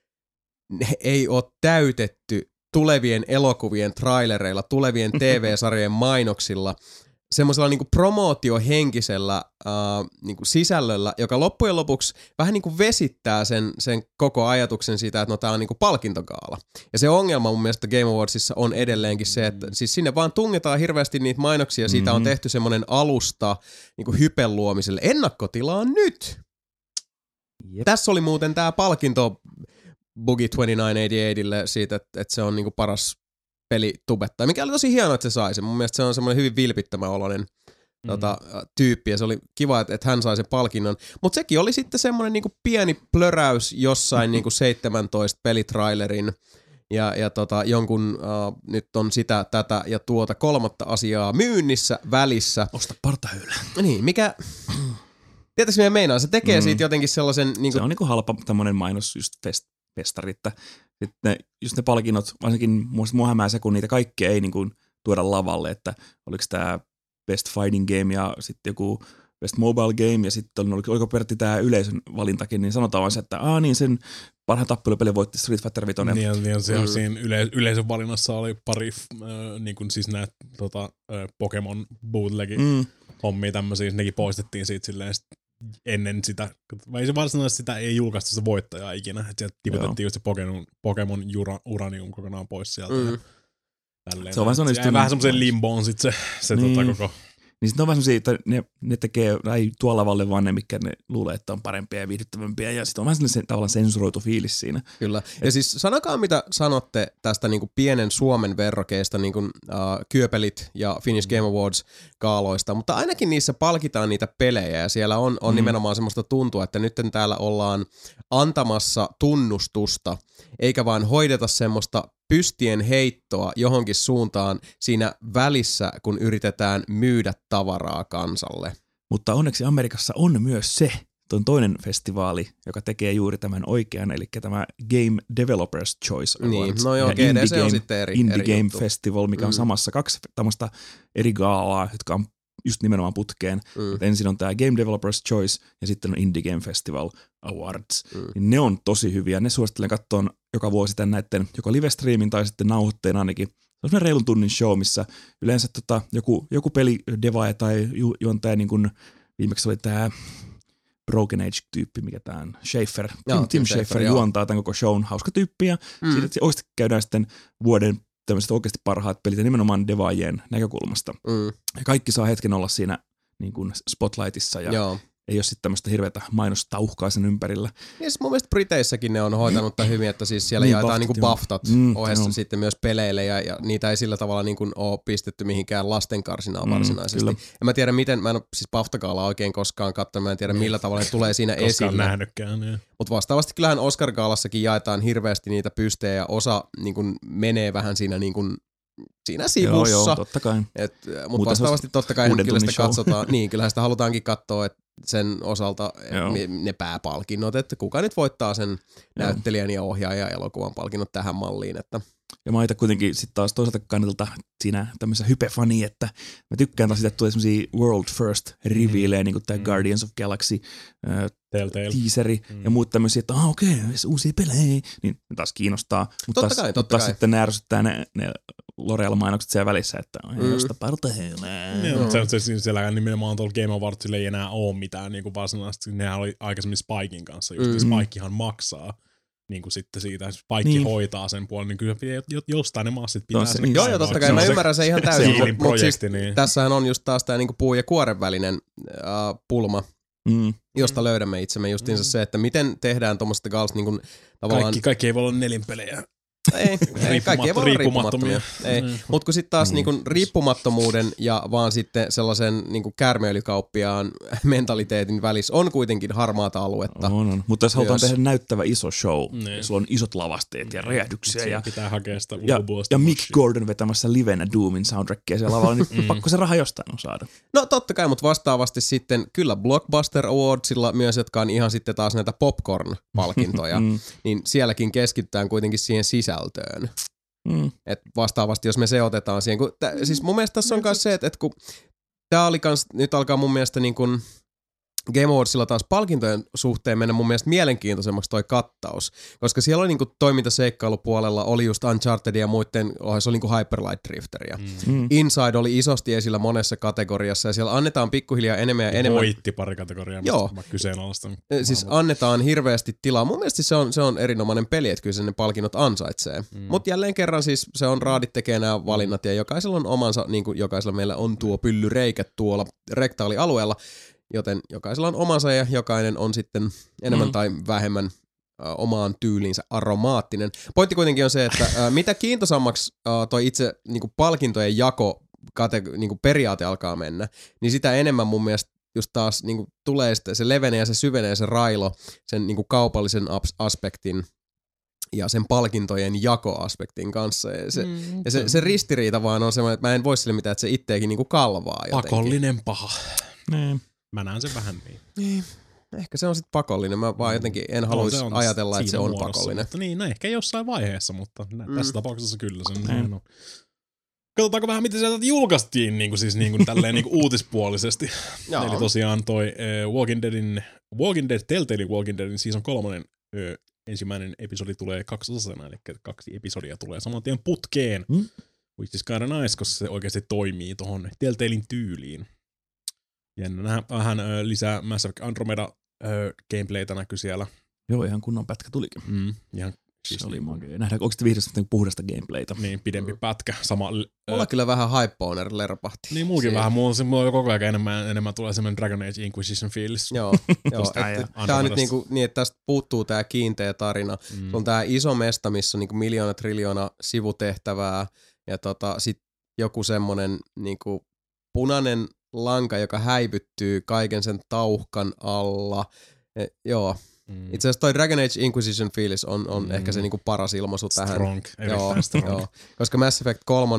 ne ei ole täytetty tulevien elokuvien trailereilla, tulevien TV-sarjojen mainoksilla, semmoisella niinku promootiohenkisellä niinku sisällöllä, joka loppujen lopuksi vähän niinku vesittää sen koko ajatuksen siitä, että no tää on niinku palkintogaala. Ja se ongelma mun mielestä Game Awardsissa on edelleenkin se, että siis sinne vaan tungetaan hirveästi niitä mainoksia, siitä on tehty semmoinen alusta niinku hypen luomiselle. Ennakkotilaa nyt! Jep. Tässä oli muuten tää palkinto Boogie 2988 siitä, että se on niinku paras pelitubettaja, mikä oli tosi hienoa, että se sai sen. Mun mielestä se on semmoinen hyvin vilpittömän oloinen tyyppi, ja se oli kiva, että hän sai sen palkinnon. Mutta sekin oli sitten semmoinen niinku pieni plöräys jossain niinku 17 pelitrailerin ja jonkun nyt on sitä, tätä ja tuota kolmatta asiaa myynnissä välissä. Osta partahöylä. Niin, mikä... Tietysti meidän meinaa, se tekee siitä jotenkin sellaisen... Niinku... Se on niinku halpa tämmöinen mainos just festari, että just ne palkinnot, varsinkin mua hämää se, kun niitä kaikkea ei niinku tuoda lavalle, että oliko tämä Best Fighting Game ja sitten joku Best Mobile Game ja sitten oliko peräti tämä yleisön valintakin, niin sanotaan vaan se, että niin sen parhaan tappelupeli voitti Street Fighter 5. Niin, siinä yleisön valinnassa oli pari niin kuin siis näitä Pokemon bootlegin hommia tämmöisiä, nekin poistettiin siitä silleen ennen sitä, vai se varsinaisesti sitä ei julkaistu se voittaja ikinä, että sieltä tiputettiin just se Pokemon Uranium kokonaan pois sieltä. Ja tälleen. Se on vähän semmoisen limboon sit se niin. Koko... Niin sitten on vähän semmosia, että ne tekee, ei tuolla lavalle vaan ne, mikä ne luulee, että on parempia ja viihdyttävämpiä, ja sitten on vähän sellainen tavallaan sensuroitu fiilis siinä. Kyllä. Ja siis sanokaa, mitä sanotte tästä niinku pienen Suomen verrokeista, niinku Kyöpelit ja Finnish Game Awards -gaaloista, mutta ainakin niissä palkitaan niitä pelejä, ja siellä on nimenomaan semmoista tuntua, että nyt täällä ollaan antamassa tunnustusta, eikä vaan hoideta semmoista pystien heittoa johonkin suuntaan siinä välissä, kun yritetään myydä tavaraa kansalle. Mutta onneksi Amerikassa on myös se, on toinen festivaali, joka tekee juuri tämän oikean, eli tämä Game Developers Choice Awards. Niin, no joo, GDC on sitten eri Game juttu. Festival, mikä on samassa 2 tämmöistä eri gaalaa, jotka on just nimenomaan putkeen. Ensin on tämä Game Developers Choice ja sitten on Indie Game Festival Awards. Niin ne on tosi hyviä. Ne suosittelen katsoa joka vuosi tämän näiden joko live-streamin tai sitten nauhoitteen ainakin. Se on semmoinen reilun tunnin show, missä yleensä joku pelidevaaja tai juontaja, niin kuin viimeksi oli tämä Broken Age-tyyppi, mikä tämä on, Schafer. Tim Schafer juontaa tämän koko shown. Hauska tyyppi ja siitä oikeasti käydään sitten vuoden tämmöiset oikeasti parhaat pelit ja nimenomaan devaajien näkökulmasta. Ja kaikki saa hetken olla siinä niin kuin spotlightissa ja ei ole sitten tämmöistä hirveätä mainostauhkaa sen ympärillä. Ja siis mun mielestä Briteissäkin ne on hoitanut hyvin, että siis siellä jaetaan niinku BAFTat ohessa sitten myös peleille ja niitä ei sillä tavalla niin kuin ole pistetty mihinkään lastenkarsinaan varsinaisesti. Kyllä. En mä tiedä miten, mä en ole siis BAFTA-gaalaa oikein koskaan katsonut, mä en tiedä millä tavalla ne tulee siinä esille. Koskaan nähnytkään. Mutta vastaavasti kyllähän Oscar-gaalassakin jaetaan hirveästi niitä pystejä ja osa niin kuin menee vähän siinä niin kuin siinä sivussa. Joo, totta kai. Mutta vastaavasti totta kai kyllä sitä katsotaan. Niin, kyllähän sitä halutaankin katsoa, että sen osalta ne pääpalkinnot, että kuka nyt voittaa sen näyttelijän ja ohjaajan ja elokuvan palkinnot tähän malliin. Että. Ja mä itse kuitenkin sitten taas toisaalta kannalta siinä tämmöisessä hypefani, että mä tykkään taas siitä, että tulee semmosia world first revealejä, niin kuin tää Guardians of Galaxy teaseri ja muut tämmöisiä, että okei, uusia pelejä, niin taas kiinnostaa. Mutta taas sitten ne ärsyttää ne L'Oreal-mainokset siellä välissä, että josta parteilla. Siellä nimenomaan tuolla Game Awardsilla ei enää ole mitään niin kuin varsinaisesti. Nehän oli aikaisemmin Spiken kanssa, just Spikehan maksaa. Niin kuin sitten siitä, Spike hoitaa sen puolen, niin kyllä jostain ne massit pitää. Joo, totta kai, mä ymmärrän se ihan täysin, mutta siis niin. tässähän on just taas tää niinku puu ja kuoren välinen pulma, josta löydämme itsemme justiinsa se, että miten tehdään tuommoista Gals niinku tavallaan... Kaikki ei voi olla nelinpelejä. Ei, kaikki ei voi olla riippumattomia. Mutta kun sitten taas niinku riippumattomuuden ja vaan sitten sellaisen niinku käärmeöljykauppiaan mentaliteetin välissä on kuitenkin harmaata aluetta. On. Mutta jos halutaan tehdä näyttävä iso show, sulla on isot lavasteet ja räjähdyksiä. Ja pitää hakea sitä ja Mick Gordon vetämässä livenä Doomin soundtrackia siellä lavalla, niin pakko se raha jostain on saada. No totta kai, mutta vastaavasti sitten kyllä Blockbuster Awardsilla myös, jotka on ihan sitten taas näitä popcorn-palkintoja, niin sielläkin keskitytään kuitenkin siihen sisältöön. Et vastaavasti, jos me se otetaan siihen, siis mun mielestä tässä on myös se, että kun tää oli kans, nyt alkaa mun mielestä niin kun Game Awardsilla taas palkintojen suhteen mennä mun mielestä mielenkiintoisemmaksi toi kattaus, koska siellä oli niinku toimintaseikkailupuolella oli just Uncharted ja muiden ohessa oli niinku Hyper Light Drifteria. Inside oli isosti esillä monessa kategoriassa ja siellä annetaan pikkuhiljaa enemmän ja enemmän. Voitti pari kategoriaa, mistä mä kyseenalaistan. Siis annetaan hirveästi tilaa. Mun mielestä se on erinomainen peli, että kyllä se ne palkinnot ansaitsee. Mutta jälleen kerran siis se on raadit tekee nämä valinnat ja jokaisella on omansa, niin kuin jokaisella meillä on tuo pyllyreikä tuolla rektaalialueella. Joten jokaisella on omansa ja jokainen on sitten enemmän tai vähemmän omaan tyyliinsä aromaattinen. Pointti kuitenkin on se, että mitä kiintoisammaksi toi itse niinku palkintojen jako niinku periaate alkaa mennä, niin sitä enemmän mun mielestä just taas niinku tulee se levenee ja se syvenee se railo sen niinku kaupallisen aspektin ja sen palkintojen jakoaspektin kanssa. Ja se ristiriita vaan on semmoinen, että mä en voi sille mitään, että se itteekin niinku kalvaa jotenkin. Pakollinen paha. Niin. Mä näen sen vähän niin. Ehkä se on sitten pakollinen. Mä vaan jotenkin en haluaisi ajatella, että se on pakollinen. Mutta niin, no ehkä jossain vaiheessa, mutta tässä tapauksessa kyllä se on. Katsotaanko vähän, miten sieltä julkaistiin niin kuin tälleen niin kuin uutispuolisesti. Eli tosiaan toi Telltale Walking Deadin season 3 ensimmäinen episodi tulee 2 osasena, eli 2 episodia tulee saman tien putkeen. Which is kinda nice, koska se oikeasti toimii tohon Telltalein tyyliin. Jännä vähän lisää Mass Effect Andromeda gameplaytä näkyy siellä. Joo, ihan kunnon pätkä tulikin. Ihan siis se oli makea. Nähdään oikeasti vihdosta puhdasta gameplaytä. Niin, pidempi pätkä. Mulla kyllä vähän Hypeowner lerpahti. Niin muukin vähän. Mulla koko ajan enemmän tulee semmoinen Dragon Age Inquisition fiilis. Joo. Tää on nyt niin, että tästä puuttuu tää kiinteä tarina. Se on tää iso mesta, missä on niinku miljoona triljoona sivutehtävää ja sit joku semmonen niinku punainen lanka, joka häivyttyy kaiken sen tauhkan alla. Joo. Itse asiassa toi Dragon Age Inquisition fiilis on ehkä se niinku paras ilmaisu tähän. Strong. Joo. Koska Mass Effect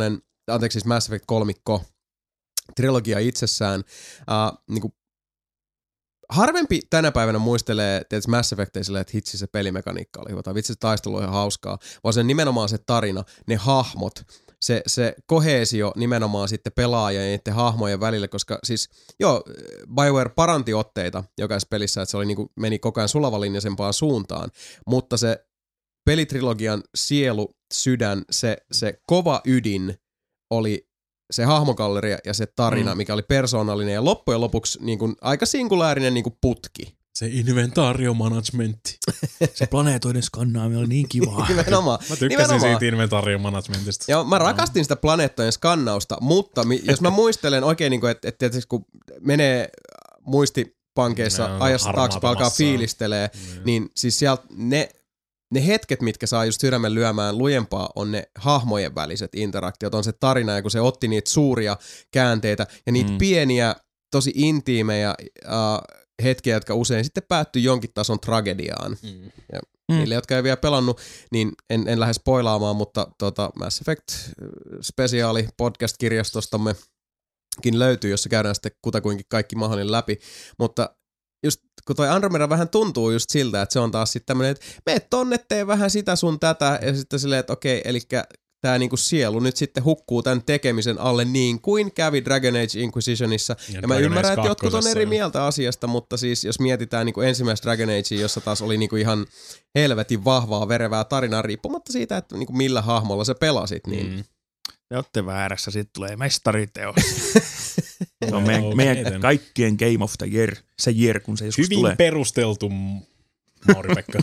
3 trilogia itsessään, niinku harvempi tänä päivänä muistelee tietysti Mass Effectia silleen, että hitsi se pelimekaniikka oli hyvä, tai vitsi se taistelu on ihan hauskaa, vaan se nimenomaan se tarina, ne hahmot, se koheesio nimenomaan sitten pelaajien ja niiden hahmojen välillä, koska siis BioWare paranti otteita jokaisessa pelissä, että se oli niinku, meni koko ajan sulavalinjaisempaan suuntaan, mutta se pelitrilogian sielu, sydän, se kova ydin oli se hahmogalleria ja se tarina, mikä oli persoonallinen ja loppujen lopuksi niin kuin, aika singulaarinen niin kuin putki. Se inventaariomanagementti. Se planeetoiden skannaaminen oli niin kivaa. Nimenomaan. Mä tykkäsin siitä inventaariomanagementista. Joo, mä rakastin sitä planeettojen skannausta, mutta jos mä muistelen oikein, niin että kun menee muistipankeissa ajassa taaksepäin alkaa fiilistelee, niin siis sieltä ne hetket, mitkä saa just sydämen lyömään lujempaa, on ne hahmojen väliset interaktiot, on se tarina, ja kun se otti niitä suuria käänteitä ja niitä pieniä, tosi intiimejä hetkiä, jotka usein sitten päättyy jonkin tason tragediaan. Ja niille, jotka ei vielä pelannut, niin en lähde spoilaamaan, mutta Mass Effect-spesiaali podcast-kirjastostammekin löytyy, jossa käydään sitten kutakuinkin kaikki mahdollinen läpi, mutta just kun toi Andromeda vähän tuntuu just siltä, että se on taas sitten tämmönen, että meet tonne, tee vähän sitä sun tätä, ja sitten silleen, että okei, elikkä tää niinku sielu nyt sitten hukkuu tämän tekemisen alle niin kuin kävi Dragon Age Inquisitionissa. Ja mä ymmärrän, että jotkut on eri mieltä asiasta, mutta siis jos mietitään niinku ensimmäistä Dragon Agea, jossa taas oli niinku ihan helvetin vahvaa verevää tarinaa riippumatta siitä, että niinku millä hahmolla sä pelasit, niin... Te olette väärässä, siitä tulee mestariteos. Se on meidän kaikkien Game of the Year, se year, kun se joskus hyvin tulee. Hyvin perusteltu, Mauri-Pekka.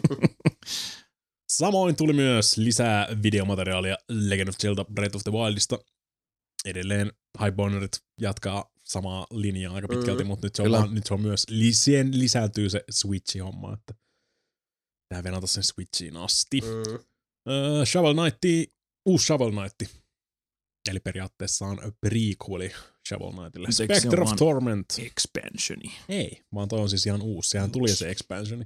Samoin tuli myös lisää videomateriaalia Legend of Zelda Breath of the Wildista. Edelleen Highbornerit jatkaa samaa linjaa aika pitkälti, mutta nyt se on myös, siihen lisääntyy se Switchi-homma, että pitää venata sen Switchiin asti. Shovel Knight, uusi Shovel Knight. Eli periaatteessa on prequeli Shovel Knightille. Spectre of Torment. Expansioni. Ei, vaan toi on siis ihan uusi. Sehän tuli se expansioni.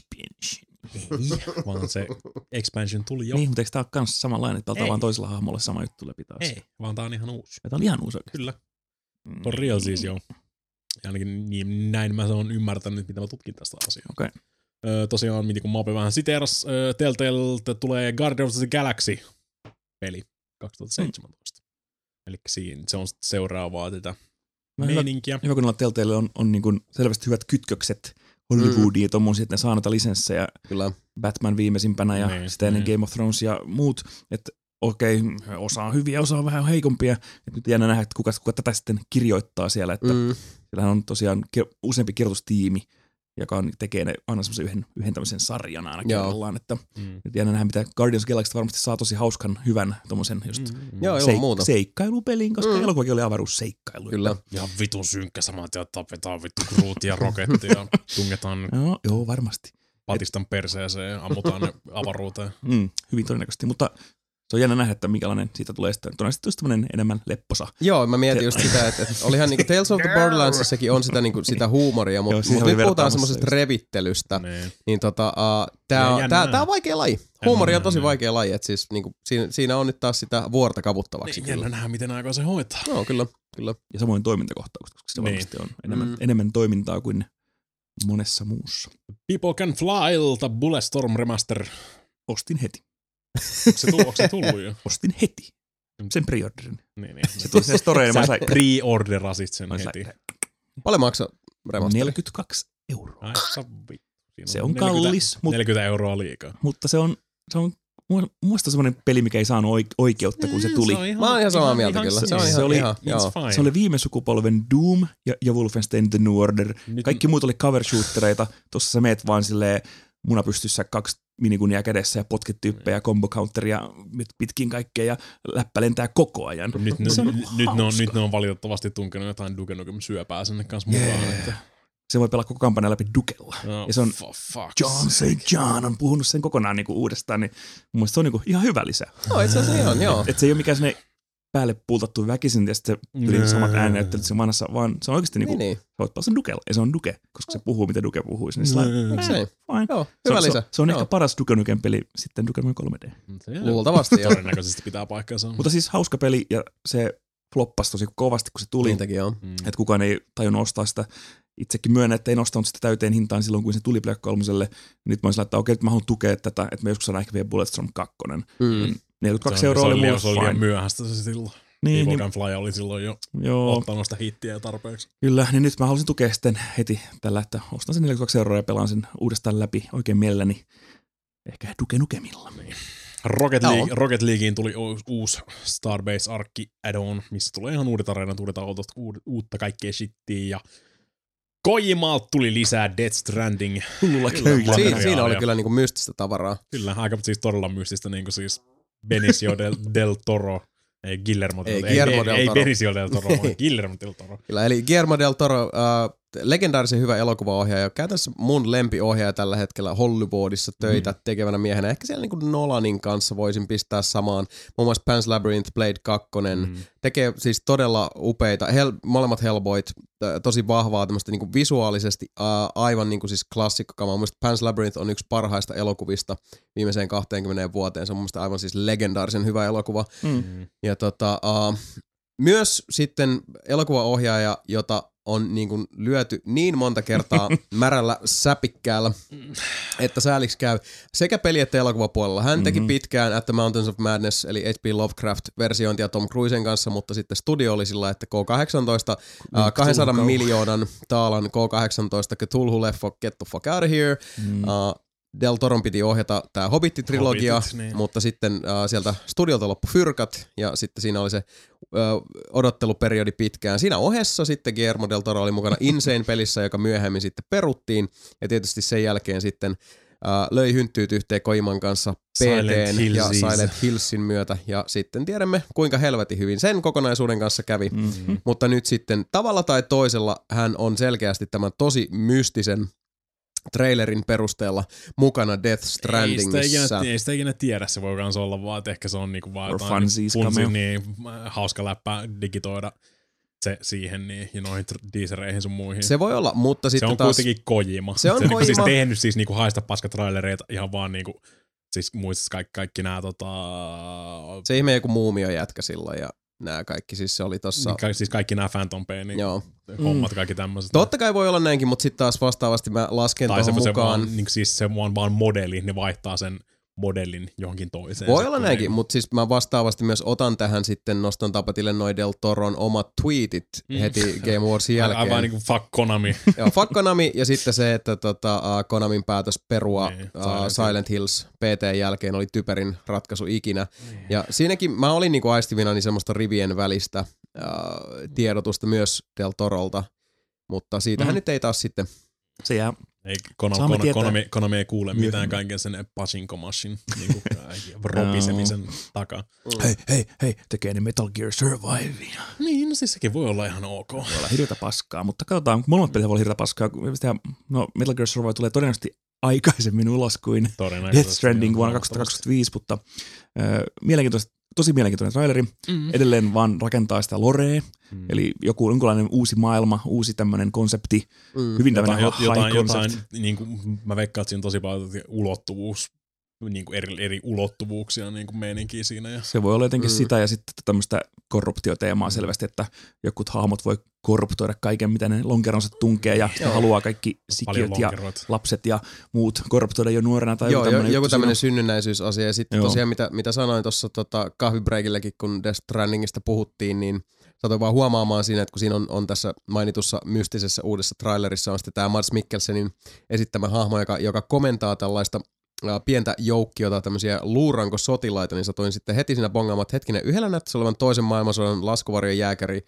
Ei, vaan se expansion tuli jo. Niin, mutta eikö tää ole kans samanlainen, että peltaa vaan toisella hahmolla sama juttu läpi taas? Ei, vaan tää on ihan uusi. Ja tää on ihan uusi oikeesti. Kyllä. On real siis joo. Ja ainakin niin, näin mä oon ymmärtänyt, mitä mä tutkin tästä asiaa. Okei. Tosiaan, kun Mape vähän siteeras, Telltale tulee Guardians of the Galaxy-peli 2017. Eli se on seuraavaa tätä meininkiä. Hyvä, kun Telltale on niin kuin selvästi hyvät kytkökset Hollywoodiin ja tommosia, että ne saa noita lisenssejä. Kyllä. Batman viimeisimpänä ja sitä ennen Game of Thrones ja muut. Että okei, osa on hyviä, osa on vähän heikompia. Et nyt jännä nähdä, että kuka tätä sitten kirjoittaa siellä. Että siellähän on tosiaan useampi kirjoitustiimi, joka tekee ne aina semmoisen yhden tämmöisen sarjan aina kerrallaan. Että nyt jännä nähdä, mitä Guardians of the Galaxy varmasti saa tosi hauskan, hyvän tommosen just seikkailupeliin, koska elokuvakin oli avaruusseikkailu. Kyllä. Ja vitun synkkä samat ja tapetaan vittu Groot ja Rocket ja tungetaan joo, varmasti. patistan perseeseen ja ammutaan ne avaruuteen. Hyvin todennäköisesti, mutta se on jännä nähdä, että mikälainen siitä tulee sitten. Todennäköisesti just tämmöinen enemmän lepposa. Joo, mä mietin just sitä, että olihan niinku Tales of the Borderlandsissakin on sitä, niinku, sitä huumoria, mutta nyt puhutaan semmoisesta revittelystä. Niin tää on vaikea laji. Huumori on tosi vaikea laji, että siis niinku, siinä on nyt taas sitä vuorta kavuttavaksi. Niin, jännä nähdä, miten aikaa se hoitaa. No, kyllä. Ja samoin toimintakohtaukset, koska se varmasti on enemmän toimintaa kuin monessa muussa. People Can Flylta Bulletstorm Remaster. Ostin heti. Onko se tullut jo? Ostin heti. Sen pre-orderin. Niin. Se tuli sen storeen. Sä pre-orderasit sen heti. Paljon maksaa remaster? 42 €. Ai, se on kallis. 40 € liikaa. Mutta se on muista semmoinen peli, mikä ei saanut oikeutta, kun se tuli. Mä oon ihan samaa mieltä kyllä. Se oli viime sukupolven Doom ja Wolfenstein The New Order. Kaikki muut oli cover shootereita. Tuossa sä meet vaan silleen munapystyssä 2 minigunia kädessä ja potket tyyppejä, combo counteria pitkin kaikkea ja läppä lentää koko ajan. Nyt ne on valitettavasti tunkenut jotain Duke Nukem syöpää sinne kanssa mukaan. Että se voi pelaa koko kampanja läpi Dukella. Ja se on John St. John on puhunut sen kokonaan niinku uudestaan, niin mun mielestä se on niinku ihan hyvä lisä. No itse asiassa ihan, joo. Et se ei ole mikään sellainen päälle pultattu väkisin ja sitten tuli samat äänenäyttelyt sen vanhassa, vaan se on oikeasti niinku, sä voit pelaa sen Dukella ja se on Duke, koska se puhuu mitä Duke puhuisi. Niin miksei? Joo, hyvä lisä. Se on ehkä paras Duke Nukem peli sitten Duke Nukem 3D. Luultavasti, joo. Todennäköisesti pitää paikkansa. Mutta siis hauska peli ja se floppasi tosi kovasti, kun se tuli. Niitäkin joo. Että kukaan ei tajunnut ostaa sitä. Itsekin myönnän, että en ostanut sitä täyteen hintaan silloin, kun se tuli Black 3:lle. Nyt mä olisin että okei, nyt mä haluan tukea tätä, että mä joskus saadaan ehkä vielä Bulletstorm 2. 42 € oli mulle fine. Se oli liian myöhäistä se silloin. People Can Fly oli silloin jo ottanut sitä hittiä tarpeeksi. Kyllä, niin nyt mä haluaisin tukea sitten heti tällä, että ostan sen 42 € ja pelaan sen uudestaan läpi oikein mielelläni. Ehkä Duke Nukemilla. Niin. Rocket Leagueen tuli uusi Starbase Arkki add-on, missä tulee ihan uudet arenat, uudet autot, uutta kaikkea shittiä ja Kojimalta tuli lisää Death Stranding. Siinä oli kyllä niinku mystistä tavaraa. Kyllä, aika siis todella mystistä, niinku siis Benicio del Toro. Ei Guillermo del Toro. Ei Benicio del Toro, vaan Guillermo del Toro. Kyllä, eli Guillermo del Toro, legendaarisen hyvä elokuvaohjaaja, käytännössä mun lempiohjaaja tällä hetkellä Hollywoodissa töitä tekevänä miehenä. Ehkä siellä niinku Nolanin kanssa voisin pistää samaan. Muun muassa Pan's Labyrinth, Blade 2. Tekee siis todella upeita, molemmat Hellboyt, tosi vahvaa tämmöistä niinku visuaalisesti aivan niinku siis klassikkokamaa. Mun mielestä Pan's Labyrinth on yksi parhaista elokuvista viimeiseen 20 vuoteen. Se on mun mielestä aivan siis legendaarisen hyvä elokuva. Ja myös sitten elokuvaohjaaja, jota on niin kuin lyöty niin monta kertaa märällä säpikkäällä, että sääliksi käy sekä peli- että elokuvapuolella. Hän teki pitkään At the Mountains of Madness, eli H.P. Lovecraft-versiointia Tom Cruisen kanssa, mutta sitten studio oli sillä, että K-18, 200 miljoonan taalan K-18 Cthulhu-leffo, get the fuck out of here. Del Toron piti ohjata tää Hobbit-trilogia, niin. mutta sitten sieltä studiolta loppu fyrkat ja sitten siinä oli se odotteluperiodi pitkään. Siinä ohessa sitten Guillermo del Toro oli mukana Insane-pelissä, joka myöhemmin sitten peruttiin ja tietysti sen jälkeen sitten löi hynttyyt yhteen Kojiman kanssa PT:n ja Silent Hillsin myötä ja sitten tiedämme kuinka helvetin hyvin sen kokonaisuuden kanssa kävi, mutta nyt sitten tavalla tai toisella hän on selkeästi tämän tosi mystisen trailerin perusteella mukana Death Strandingissa. Ei sitä ikinä tiedä, se voi kans olla vaan, että ehkä se on niinku vaan jotain niin, hauska läppä digitoida se siihen niin, ja noihin teasereihin sun muihin. Se voi olla, mutta sitten se on taas kuitenkin Kojima. Se on Kojima. Kojima. Siis tehnyt siis niinku haista paskatrailereita ihan vaan niinku, siis muistas kaikki nää Se ihme joku muumio jätkä silloin ja nää kaikki, siis se oli tossa siis kaikki nää Phantom Painin hommat, kaikki tämmöiset. Totta kai voi olla näinkin, mutta sitten taas vastaavasti mä lasken tuohon mukaan. Niin, siis se on vaan modeli, ne vaihtaa sen modellin johonkin toiseen. Voi olla näinkin, mutta siis mä vastaavasti myös otan tähän sitten, nostan tapetille noi Del Toron omat tweetit heti Game Warsin jälkeen. Aivan niin kuin fuck Konami. Joo, fuck Konami ja sitten se, että Konamin päätös perua Silent Hills PT jälkeen oli typerin ratkaisu ikinä. Ja siinäkin mä olin niinku aistivinani semmoista rivien välistä tiedotusta myös Del Torolta, mutta siitähän nyt ei taas sitten se jää. Ei, Konami ei kuule mitään kaiken sen pachinko machine niinku, ropisemisen takaa. Hei, tekee ne Metal Gear Survivea. Niin, no siis sekin voi olla ihan ok. Voi olla hirveätä paskaa, mutta katsotaan, molemmat pelit voi olla hirveätä paskaa. No, Metal Gear Survive tulee todennäköisesti aikaisemmin ulos kuin Death Stranding vuonna 2025, mutta tosi mielenkiintoinen traileri. Edelleen vaan rakentaa sitä lorea, eli jonkunlainen uusi maailma, uusi tämmöinen konsepti, hyvin tämmöinen high concept. Niin kuin, mä veikkaan, että siinä on tosi paljon ulottuvuus, niin kuin eri ulottuvuuksia niin kuin meininkiä siinä. Ja se voi olla jotenkin sitä ja sitten tämmöistä korruptioteemaa selvästi, että jokut hahmot voi korruptoida kaiken, mitä ne lonkeronsa tunkee ja haluaa kaikki sikiöt ja lapset ja muut korruptoida jo nuorena. Tai joku tämmöinen synnynnäisyysasia. Ja sitten tosiaan, mitä sanoin tuossa kahvibreikilläkin, kun Death Strandingista puhuttiin, niin satoin vaan huomaamaan siinä, että kun siinä on tässä mainitussa mystisessä uudessa trailerissa on sitten tämä Mads Mikkelsenin esittämä hahmo, joka komentaa tällaista pientä joukkiota, tämmöisiä luurankosotilaita, niin satoin sitten heti siinä bongaamaan, että hetkinen, yhdellä näyttäisi olevan toisen maailmansodan laskuvarjon jääkäri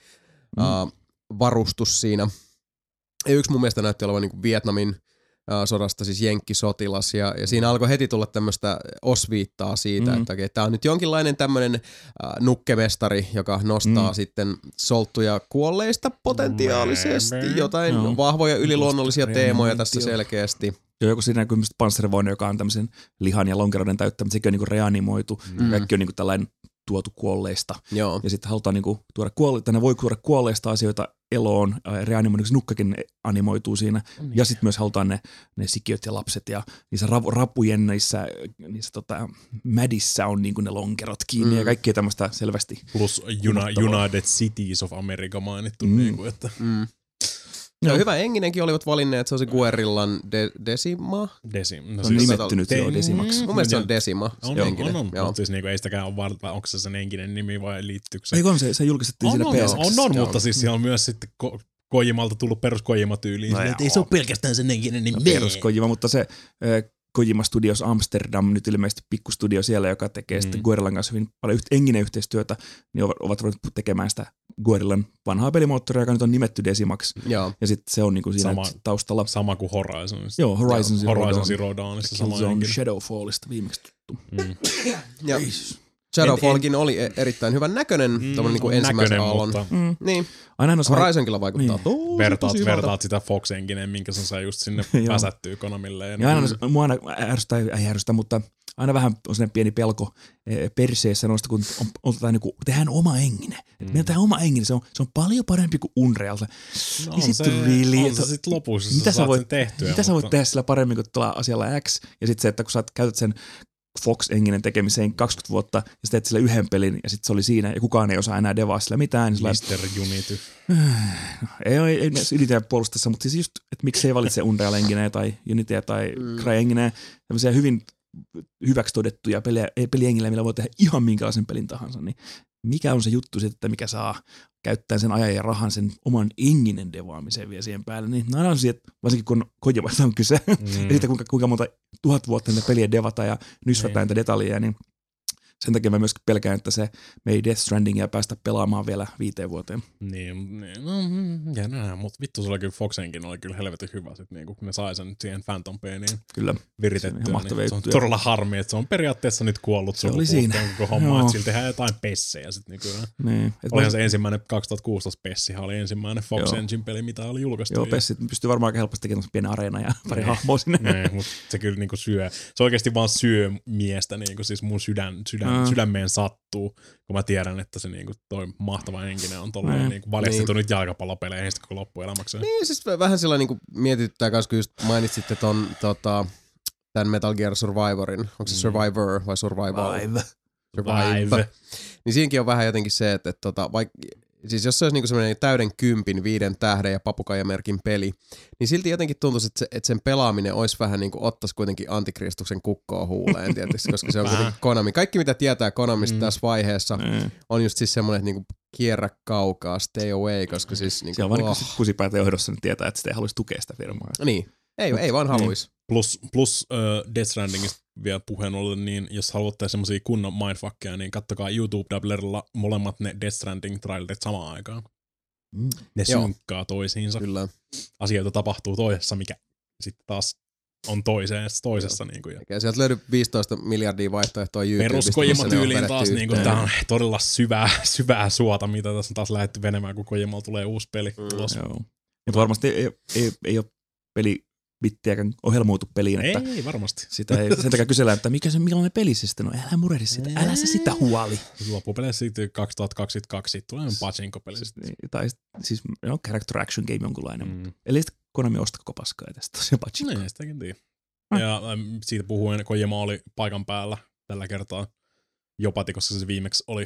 varustus siinä. Ja yksi mun mielestä näytti olevan niin Vietnamin sodasta siis jenkkisotilas, ja siinä alkoi heti tulla tämmöistä osviittaa siitä, että tämä on nyt jonkinlainen tämmöinen nukkemestari, joka nostaa sitten solttuja kuolleista potentiaalisesti, jotain vahvoja yliluonnollisia teemoja tässä selkeästi. Joku siinä näkyy myös Panzervoine, joka on tämmöisen lihan ja lonkeroiden täyttämä, sekin on niinku reanimoitu, kaikki on niinku tällainen tuotu kuolleista. Joo. Ja sitten halutaan niinku tuoda voi tuoda kuolleista asioita eloon, reanimoiduksi nukkakin animoituu siinä, ja sitten myös halutaan ne sikiöt ja lapset, ja niissä rapujen niissä mädissä on niinku ne lonkerot kiinni, ja kaikkea tämmöistä selvästi. Plus United Cities of America mainittu. Niinku, että No, hyvä enginenkin olivat valinneet, että se on se Guerrillan Decima. No, on nimetty nyt jo Decimaksi. Mun mielestä se on Decima. On. Siis niinku ei sitäkään ole varta, onko se sen enkinen nimi vai liittyykö se? Ei kun se julkistettiin siinä PS. On, mutta siis siellä on myös sitten Kojimalta tullut perus Kojima-tyyliin. Ei se ole pelkästään sen enkinen nimi. Perus Kojima, mutta se Kojima Studios Amsterdam, nyt ilmeisesti pikkustudio siellä, joka tekee sitten Guerrillan kanssa hyvin paljon enginen yhteistyötä, niin ovat ruvenneet tekemään sitä Guerrillan vanhaa pelimoottoria, joka nyt on nimetty Decimax. Ja sitten se on niinku siinä taustalla. Sama kuin Horizon. Joo, Horizon Zero Dawnissa sama henkilö. Shadowfallista viimeksi tuttu. Ja Shadowfallkin oli erittäin hyvän näköinen, tommoinen niinku ensimmäisen aallon. Niin. Horizon kyllä vaikuttaa Vertaat sitä Fox Engineen, minkä sen sai just sinne väsättyy Konamille. Ja aina, mua aina ärsyttää, mutta aina vähän on sellainen pieni pelko perseessä noista, kun tehdään oma engine. Meillä tehdään oma engine, se on paljon parempi kuin Unreal. On se sitten lopussa, mitä sä voit tehtyä. Mitä sä voit tehdä sillä paremmin kuin tuolla asialla X, ja sitten se, että kun sä käytät sen Fox-enginen tekemiseen 20 vuotta, ja sä teet sille yhden pelin, ja sitten se oli siinä, ja kukaan ei osaa enää devaa sillä mitään. Niin Mr. Unity. Ei yritä puolustassa, mutta siis just, että miksi ei valitse Unreal Engineä tai Unityä tai CryEngineä, tämmöisiä hyvin hyväksi todettuja peliengineä, millä voi tehdä ihan minkälaisen pelin tahansa, niin mikä on se juttu sitten, että mikä saa käyttää sen ajan ja rahan sen oman enginen devaamiseen vielä siihen päälle, niin nämä on siihen, varsinkin kun Kojimasta on kyse, ja sitten kuinka monta 1000 vuotta niitä peliä devata ja nysvätään niitä detaljeja, niin sen takia mä myöskin pelkään, että se me ei Death Strandingia päästä pelaamaan vielä 5 vuoteen. Niin, no, mutta vittu se oli kyllä Foxenkin oli kyllä helvetin hyvä, sit, niin kun ne sai sen siihen Phantom Painiin kyllä viritettyä. Niin se on todella harmi, että se on periaatteessa nyt kuollut. Se oli siinä. Koko homma, että sillä tehdään jotain pessejä sitten nykyään. Niin. Olihan se ensimmäinen 2016 Pessihan oli ensimmäinen Fox Engine-peli, mitä oli julkaistu. Joo, Pessit pystyy varmaan aika helposti tekemään pienen areena ja pari hahmoa sinne. Niin, mutta se kyllä niinku syö. Se oikeasti vaan syö miestä, niinku siis mun sydämeen sattuu, kun mä tiedän, että se niinku toi mahtava henkinen on tolleen niinku valjastettu nyt jalkapallopeleihin sitten koko loppuelämäkseen. Niin, siis vähän sillä niinku mietityttää kanssa, kun just mainitsitte ton tän Metal Gear Survivorin. Onko se Survivor vai Survival? Survive. Niin siinäkin on vähän jotenkin se, että siis jos se olisi niinku semmoinen täyden 10, 5 tähden ja papukaijamerkin peli, niin silti jotenkin tuntuisi, että sen pelaaminen olisi vähän niin kuin ottaisi kuitenkin Antikristuksen kukkoa huuleen tietysti, koska se on kuitenkin Konami. Kaikki mitä tietää Konamista tässä vaiheessa on just siis semmoinen, että niinku kierrä kaukaa, stay away, koska siis niinku... Se on vaan niin kusipäätä johdossa, niin tietää, että sitä ei haluaisi tukea sitä firmaa. Niin, ei vaan haluaisi. Plus Death Strandingista vielä puheen ollen, niin jos haluatte semmosia kunnon mindfuckeja, niin kattokaa YouTube-dublerilla molemmat ne Death Stranding-trailerit samaan aikaan. Ne synkkaa toisiinsa. Kyllä. Asioita tapahtuu toisessa, mikä sitten taas on toisessa. Niin kuin, ja sieltä löytyy 15 miljardia vaihtoehtoa YouTubesta. Peruskojima-tyyliin taas niin kuin, tää on todella syvää suota, mitä tässä on taas lähdetty venemään, kun Kojimalla tulee uusi peli ulos. Joo. Mutta varmasti ei ole peli bittiäkään ohjelmoitu peliin. Että ei varmasti. Sitä ei sen takia kysellään, että millainen peli se sitten on. Älä murehdi sitä, älä sä sitä huoli. Loppupeleissä siitä 2022 tulee pachinko-peli. Tai siis character action game jonkunlainen. Eli sitten Konami osta koko paskaa ja tästä tosiaan pachinko. Niin, sitäkin tiedä. Ja siitä puhuin, Kojima oli paikan päällä tällä kertaa jopati, koska se viimeksi oli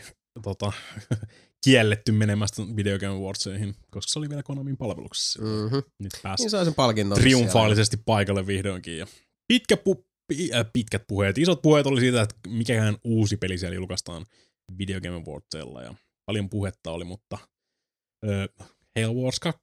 kielletty menemästä Video Game Awardseihin, koska se oli vielä Konamin palveluksessa. Nyt pääsi niin sai sen palkinton triumfaalisesti paikalle vihdoinkin. Ja pitkät puheet, isot puheet oli siitä, että mikäkään uusi peli siellä julkaistaan Video Game Awardsilla. Ja paljon puhetta oli, mutta Halo Wars 2?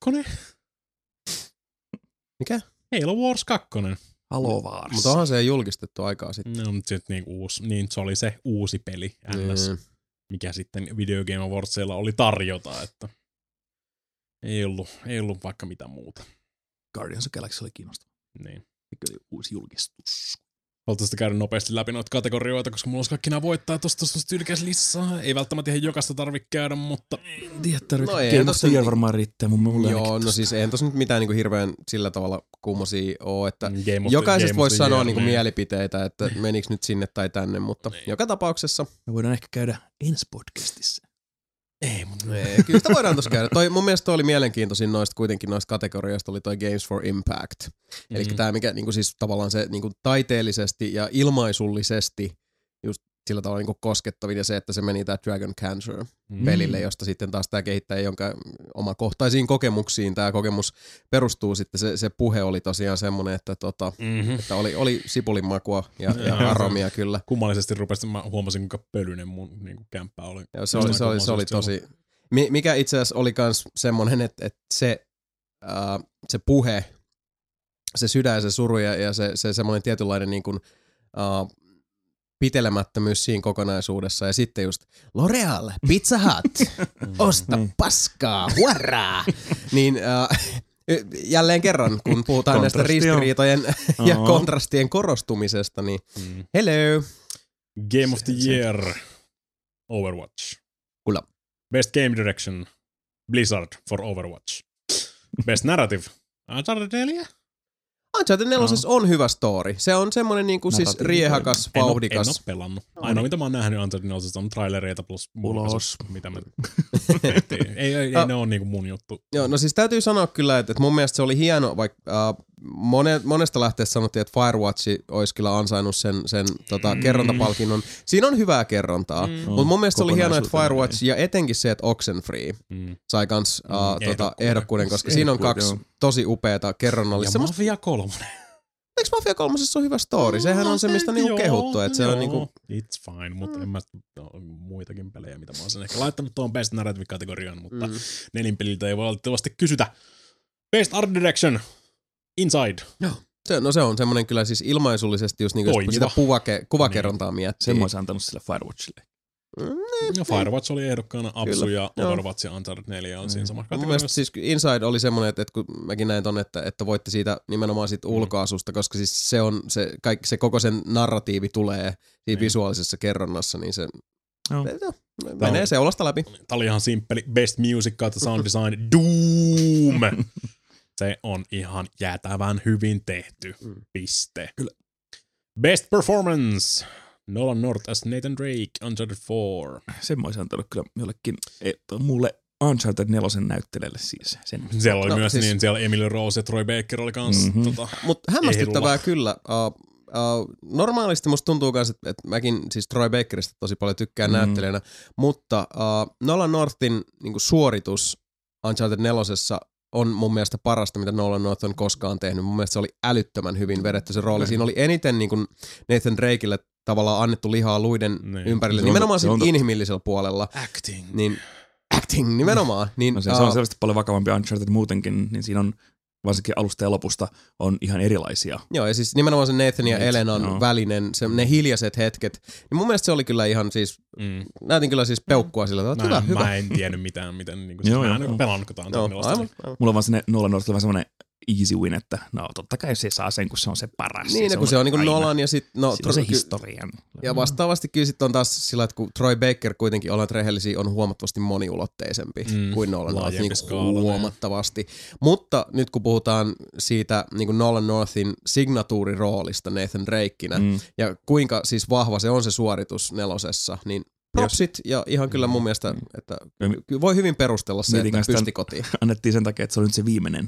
Mikä? Halo Wars 2. Halo Wars. Mutta onhan se julkistettu aikaa sitten. No, mutta sitten niin se oli se uusi peli, NS, mikä sitten Video Game Awardsilla oli tarjota, että ei ollut vaikka mitään muuta. Guardians of the Galaxy oli kiinnostava. Niin. Mikä oli uusi julkistus. Haluaisin sitten käydä nopeasti läpi noita kategorioita, koska mulla olisi kaikki nämä voittaa tuosta listaa. Ei välttämättä ihan jokaista tarvitse käydä, mutta... No ei tossa varmaan riittää mulle. Joo, no siis eihän tossa nyt mitään niinku hirveän sillä tavalla kummosia ole, että jokaisesta voisi sanoa niinku mielipiteitä, että menikö nyt sinne tai tänne, mutta joka tapauksessa... Me voidaan ehkä käydä ensi podcastissa. Ei, mutta... Ei, kyllä sitä voidaan tossa käydä. Mun mielestä oli mielenkiintoisin noista kategorioista oli toi Games for Impact. Eli tää mikä niinku siis tavallaan se niinku taiteellisesti ja ilmaisullisesti just sillä tavalla niinku koskettavin ja se, että se meni tää Dragon Cancer pelille, josta sitten taas tää kehittäjä, jonka omakohtaisiin kokemuksiin tää kokemus perustuu sitten. Se puhe oli tosiaan semmonen, että, että oli sipulin makua ja aromia kyllä. Kummallisesti mä huomasin, kuinka pölyinen mun niinku kämppä oli. Joo, se oli tosi... Mikä itse asiassa oli kans semmonen, että se puhe, se sydän ja se suru ja se semmoinen tietynlainen niin kuin, pitelemättömyys siinä kokonaisuudessa. Ja sitten just L'Oreal, Pizza Hut, osta paskaa, huoraa! Niin jälleen kerran, kun puhutaan näistä ristiriitojen ja kontrastien korostumisesta, niin hello! Game of the Year, Overwatch. Kyllä. Best Game Direction, Blizzard for Overwatch. Best Narrative, Uncharted 4. Uncharted 4 on hyvä story. Se on semmoinen niinku siis riehakas, vauhdikas. En oo pelannut. Ainoa mitä mä oon nähnyt Uncharted 4 on trailereita plus ulos. Mitä mä... ei ne ole niinku mun juttu. Joo, no siis täytyy sanoa kyllä, että mun mielestä se oli hieno, vaikka monesta lähteestä sanottiin, että Firewatch olisi kyllä ansainnut sen kerrontapalkinnon. Siinä on hyvää kerrontaa, mutta mun mielestä oli hienoa, että Firewatch ja etenkin se, että Oxenfree sai kans ehdokkuuden, koska siinä on 2 tosi upeata kerronnallista. Ja Mafia 3. Eikö Mafia 3 ole hyvä story? Sehän on se, mistä niinku kehuttu. Että se on niinku... It's fine, mutta en mä muitakin pelejä, mitä mä oon sen ehkä laittanut tuon Best Narrative-kategoriaan, mutta nelinpeliltä ei valitettavasti kysytä. Best Art Direction, Inside. Joo. Se on semmoinen kyllä siis ilmaisullisesti, jos niinku sitä kuvakerrontaa miettii. Semmoisen antanut sille Firewatchille. No Firewatch oli ehdokkaana, Apsu ja Overwatch ja Uncharted 4 on siinä samassa kategoriassa. Siis Inside oli semmoinen, että kun mäkin näin ton, että voitte siitä nimenomaan siitä ulkoasusta, koska siis se koko sen narratiivi tulee siinä visuaalisessa kerronnassa, niin se menee seulasta läpi. Tää oli ihan simppeli. Best Music kautta Sound Design, Doom! Se on ihan jäätävän hyvin tehty. Piste. Kyllä. Best Performance. Nolan North as Nathan Drake, Uncharted 4. Semmoisen antanut kyllä jollekin, mulle Uncharted 4 näyttelijälle siis. Siellä oli myös siis, niin, siellä Emily Rose ja Troy Baker oli kans Mutta hämmästyttävää kyllä. Normaalisti musta tuntuu myös, että mäkin siis Troy Bakerista tosi paljon tykkään näyttelijänä, mutta Nolan Northin niinku suoritus Uncharted 4 on mun mielestä parasta, mitä Nolan North on koskaan tehnyt. Mun mielestä se oli älyttömän hyvin vedetty se rooli. Siinä oli eniten niin kuin Nathan Drakeille tavallaan annettu lihaa luiden ympärille. Nimenomaan siinä inhimillisellä puolella. Acting, nimenomaan. Niin, se on selvästi paljon vakavampi Uncharted muutenkin, niin siinä on varsinkin alusta ja lopusta on ihan erilaisia. Joo, ja siis nimenomaan se Nathan ja Elenan välinen, ne hiljaiset hetket. Niin mun mielestä se oli kyllä ihan siis, näytin kyllä siis peukkua sillä tavalla. Hyvä. Mä en tiennyt mitään, miten niinku, siis mä en pelannut, kun tää on Mulla on vaan se Nolan North vähän semmoinen easy win, että no totta kai se saa sen, kun se on se paras. Niin, kun se on niinku Nolan ja sit... No, on se historian. Ja vastaavasti kyllä sit on taas sillä, että kun Troy Baker kuitenkin, ollaan rehellisiä, on huomattavasti moniulotteisempi kuin Nolan North, niin huomattavasti. Mutta nyt kun puhutaan siitä niin kuin Nolan Northin signatuuriroolista Nathan Drakenä, ja kuinka siis vahva se on se suoritus 4, niin propsit, ja ihan kyllä mun mielestä, että voi hyvin perustella se, että pysti kotiin. Annettiin sen takia, että se oli nyt se viimeinen.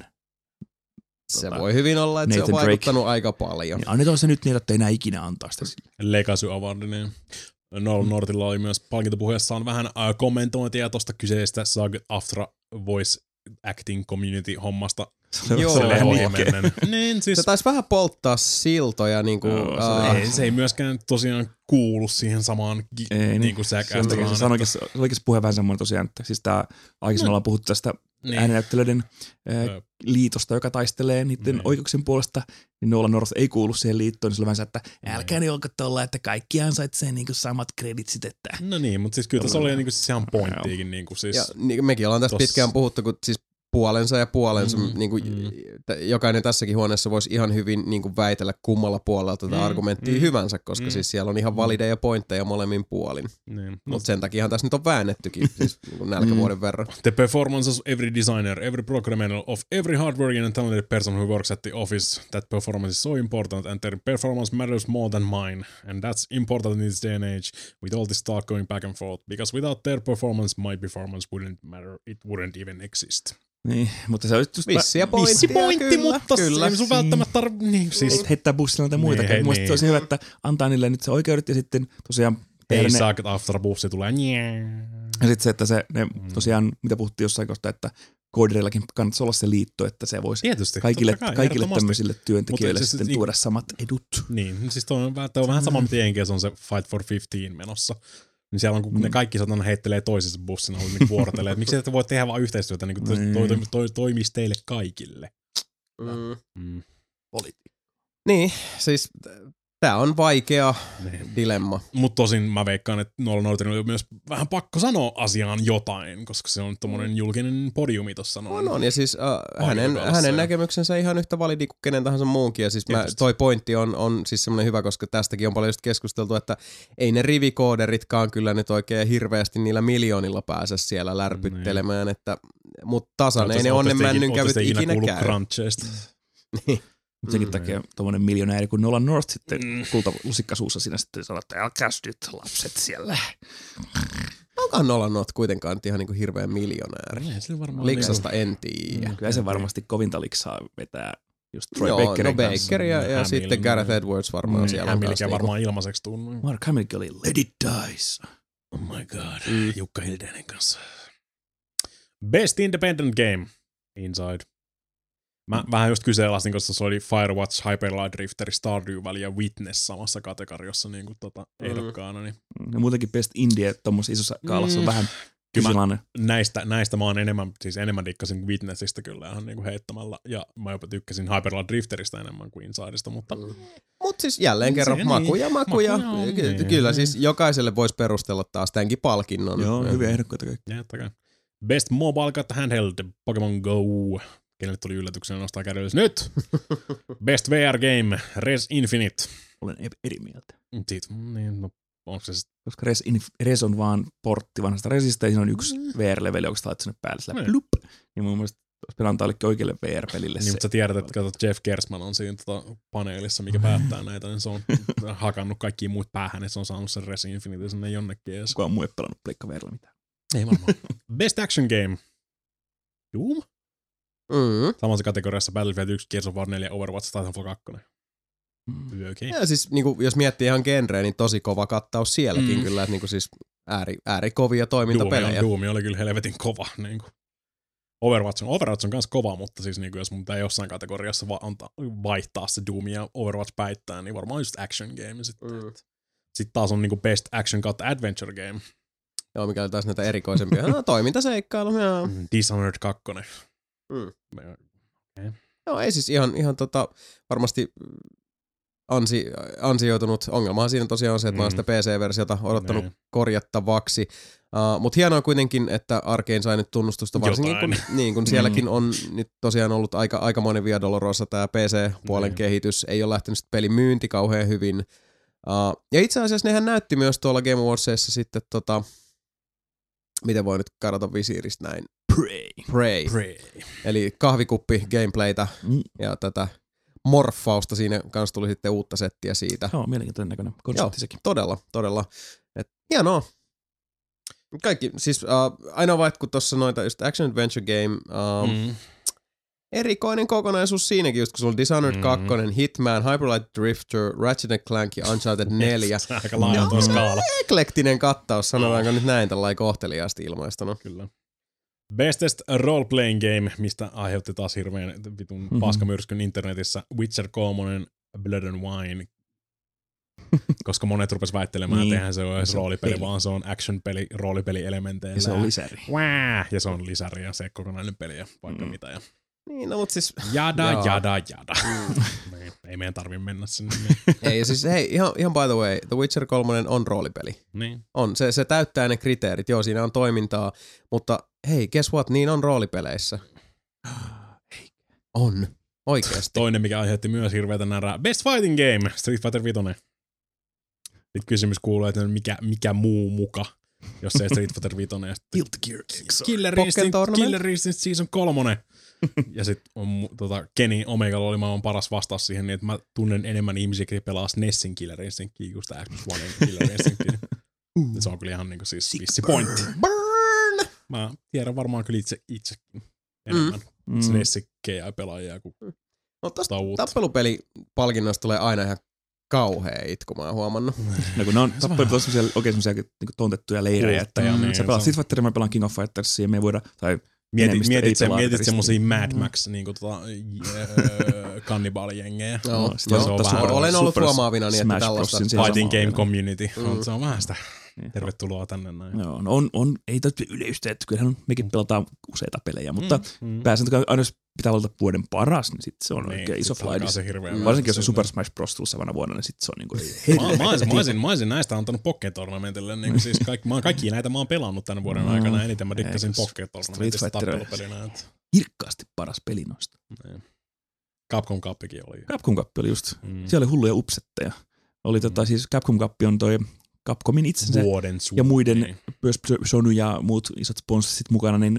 Se voi hyvin olla, että Nathan se on vaikuttanut Drake aika paljon. Niin annetaan se nyt niin, että ei enää ikinä antaa sitä sille. Legacy Awardineen. Nolan Northilla oli myös palkintopuheessaan vähän kommentointia tuosta kyseistä SAG-AFTRA Voice Acting Community-hommasta. Joo, niin, siis... Se taisi vähän polttaa siltoja. Niin kuin, se ei myöskään tosiaan kuulu siihen samaan niin kuin Se olikin puhe vähän semmoinen tosiaan, että siis aikaisemmin ollaan puhuttu tästä ääninäyttelijöiden liitosta, joka taistelee niiden oikeuksien puolesta, niin Nolan North ei kuulu siihen liittoon, niin se oli vähän se, että älkää niin olko tuolla, että kaikki ansaitsee niin kuin samat kreditsit, että... No niin, mutta siis kyllä tässä oli niin kuin siis ihan pointtiikin. Niin kuin siis ja niin, mekin ollaan tästä pitkään puhuttu, kun siis puolensa ja puolensa. Niin kuin, jokainen tässäkin huoneessa voisi ihan hyvin niin kuin väitellä kummalla puolella tätä argumenttia hyvänsä, koska siis siellä on ihan valideja pointteja molemmin puolin. Mutta sen takiahan tässä nyt on väännettykin siis niin nälkävuoden verran. The performance of every designer, every programmer, of every hardworking and talented person who works at the office, that performance is so important and their performance matters more than mine. And that's important in this day and age with all this talk going back and forth. Because without their performance, my performance wouldn't matter. It wouldn't even exist. Niin, mutta se olisi just... Vissi pointti, mutta kyllä, ei sun välttämättä niin, siis... heittää bussilla näitä muitakin. Niin, mielestäni se olisi hyvä, että antaa niille nyt se oikeudet ja sitten tosiaan... Ei saa, että after bussi tulee. Ja sitten se, että se, ne tosiaan, mitä puhuttiin jossain kohtaa, että koodereillakin kannattaisi olla se liitto, että se voisi tietysti, kaikille tämmöisille työntekijöille siis sitten tuoda samat edut. Niin, siis tuo on vähän sama, mitä Jenkeissä on se Fight for 15 menossa. Niin siellä on, kun ne kaikki satana heittelee toisessa bussina, niin vuorotelee, että miksi ette voi tehdä vaan yhteistyötä, niin kuin toimisi teille kaikille. Niin, siis tää on vaikea dilemma. Mutta tosin mä veikkaan, että Nolan Northin on myös vähän pakko sanoa asiaan jotain, koska se on tommonen julkinen podiumi tossa noin. On, ja siis hänen näkemyksensä ihan yhtä validi kuin kenen tahansa muunkin, ja siis toi pointti on siis semmoinen hyvä, koska tästäkin on paljon just keskusteltu, että ei ne rivikooderitkaan kyllä nyt oikein hirveästi niillä miljoonilla pääse siellä lärpyttelemään, mutta tasan ei ne onnenmännynkävyt ikinä käy. Cruncheista. Niin. Mutta senkin takia tommonen miljonääri kuin Nolan North sitten kultalusikka suussa siinä sitten sanoo, että älkääs nyt lapset siellä. Onkohan Nolan North kuitenkaan nyt ihan niinku hirveän miljonääri? Ei, sillä varmaan Liksasta en tiedä. Kyllä se varmasti kovinta liksaa vetää just Troy Joo, Bakerin kanssa. Baker ja sitten Gareth Edwards varmaan siellä on kanssa. varmaan ilmaiseksi tunnu. Mark Hamillkin oli Let It Dice. Oh my god. Jukka Hildenen kanssa. Best Independent Game. Inside. Mä vähän just kyseenalaistin, koska se oli Firewatch, Hyperlight Drifter, Stardew Valley ja Witness samassa kategoriassa niin kuin ehdokkaana. Niin. Ja muutenkin Best Indie tuommoisessa isossa kaalassa on vähän kyselanne. Näistä mä oon enemmän dikkasin Witnessistä kyllä ihan niin kuin heittämällä. Ja mä jopa tykkäsin Hyperlight Drifteristä enemmän kuin Insidesta, mutta... Mut siis jälleen kerran makuja. Kyllä siis jokaiselle voisi perustella taas tämänkin palkinnon. Joo, hyviä ehdokkaita kaikki. Best Mobile kautta Handheld, Pokemon Go. Kenelle tuli yllätyksenä nostaa kädellä nyt. Best VR Game, Res Infinite. Olen eri mieltä. Siitä, niin, no, onko se sitten? Koska Res on vaan portti vanhasta Resistä, ja siinä on yksi VR-leveli, joka sä laitat sinne päälle sillä plup. Niin mun mielestä olisi pelannut tällekin oikealle VR-pelille. Niin, mutta sä tiedät, että Jeff Gersman on siinä paneelissa, mikä päättää näitä, niin se on hakannut kaikkia muut päähän, että se on saanut sen Res Infinite sinne jonnekin edes. Kukaan muu ei pelannut Pleikka VR:llä mitään. Ei varmaan. Best Action Game. Doom. Samassa kategoriassa Battlefield 1, Gears of War 4, Overwatch, Titanfall 2. Okay. Ja siis niinku, jos miettii ihan genreä, niin tosi kova kattaus sielläkin kyllä, että niinku siis äärikovia toimintapelejä. Doom oli kyllä helvetin kova. Niinku. Overwatch on kans kova, mutta siis niinku, jos mun pitää jossain kategoriassa vaihtaa se Doom ja Overwatch päittää, niin varmaan just Action Game. Sitten taas on niinku Best Action kautta Adventure Game. Joo, mikä oli taas näitä erikoisempia. Toimintaseikkailu. Dishonored 2. Okay. Joo, ei siis ihan varmasti ansioitunut. Ongelmahan siinä tosiaan on se, että mä oon sitä PC-versiota odottanut korjattavaksi. Mutta hienoa kuitenkin, että Arkane sai nyt tunnustusta, varsinkin kun sielläkin on nyt tosiaan ollut aikamoinen Via Dolorosa tämä PC-puolen kehitys. Ei ole lähtenyt pelin myynti kauhean hyvin. Ja itse asiassa nehän näytti myös tuolla Game Awardsissa sitten miten voi nyt kadota visiiristä näin? Prey. Eli kahvikuppi gameplaytä ja tätä morfausta. Siinä kanssa tuli sitten uutta settiä siitä. Joo, mielenkiintoinen näköinen konsepti sekin. Todella. Hienoa. Kaikki, siis ainoa vaan, kun tuossa noita just Action Adventure Game, erikoinen kokonaisuus siinäkin, just kun sulla on Dishonored 2, Hitman, Hyperlight Drifter, Ratchet & Clank ja Uncharted 4. Aika laaja tuo skaala. Eklektinen kattaus, sanotaanko nyt näin tällainen kohteliaasti ilmaistuna. Kyllä. Bestest role-playing game, mistä aiheutti taas hirveän vitun paskamyrskyn internetissä. Witcher 3, Blood and Wine. Koska monet rupes väittelemään, että eihän se ole edes roolipeli, vaan se on action-peli, roolipeli-elementeillä. Ja se on lisäri. Ja se on lisäri ja se kokonainen peli ja vaikka mitä. Ja niin, no mut siis... Jada. Ei meidän tarvitse mennä sinne. Ei, siis hei, ihan by the way, The Witcher 3 on roolipeli. Niin. On, se täyttää ne kriteerit. Joo, siinä on toimintaa, mutta hei, guess what, niin on roolipeleissä. On, oikeasti. Toinen, mikä aiheutti myös hirveätä närää. Best Fighting Game, Street Fighter 5. Sitten kysymys kuuluu, että mikä muu muka, jos se Street Fighter 5. Guilty Gear X. Killer Instinct Season 3. Ja sitten Kenny Omegalla oli maailman paras vastaus siihen, niin että mä tunnen enemmän ihmisiä, jotka pelaa SNESin Killer Instinctia kuin sitä Xbox Onein Killer Instinctia. Se on kyllä ihan niinku siis vissi pointti. Burn! Mä tiedän varmaan kyllä itse enemmän SNESin GI-pelaajia kuin tosta tappelupelipalkinnoista tulee aina ihan kauhea itku, mä oon huomannut. No kun ne on tappelut semmosia niinku tontettuja leirejä, että sä pelaat Street Fighteria, mä pelaan King of Fightersia ja me ei voida, tai Mietit semmosia Mad Max niinku kannibaalijengejä. Olen ollut huomaavina niin, että tällaista fighting game community. Se on vähän sitä. Tervetuloa tänne näin. Joo, no on ei täytyy yleistä, että kyllähän mekin pelataan useita pelejä, mutta pääsääntö aina jos pitää valita vuoden paras, niin sit se on oikein iso flaidis. Varsinkin jos on Super Smash Bros. Tullut samana vuonna, niin sit se on niinku Mä olisin näistä antanut Pocket-tornamentille, niin siis kaikki näitä mä oon pelannut tämän vuoden aikana, eniten mä dikkasin Pocket-tornamentista tappelupelinä. Hirkkaasti paras peli noista. Capcom Cupikin oli. Capcom Cup oli just. Siellä oli hulluja upsetteja. Oli siis Capcom Cup on toi Capcomin itsensä ja muiden myös Sony ja muut isot sponsorit mukana, niin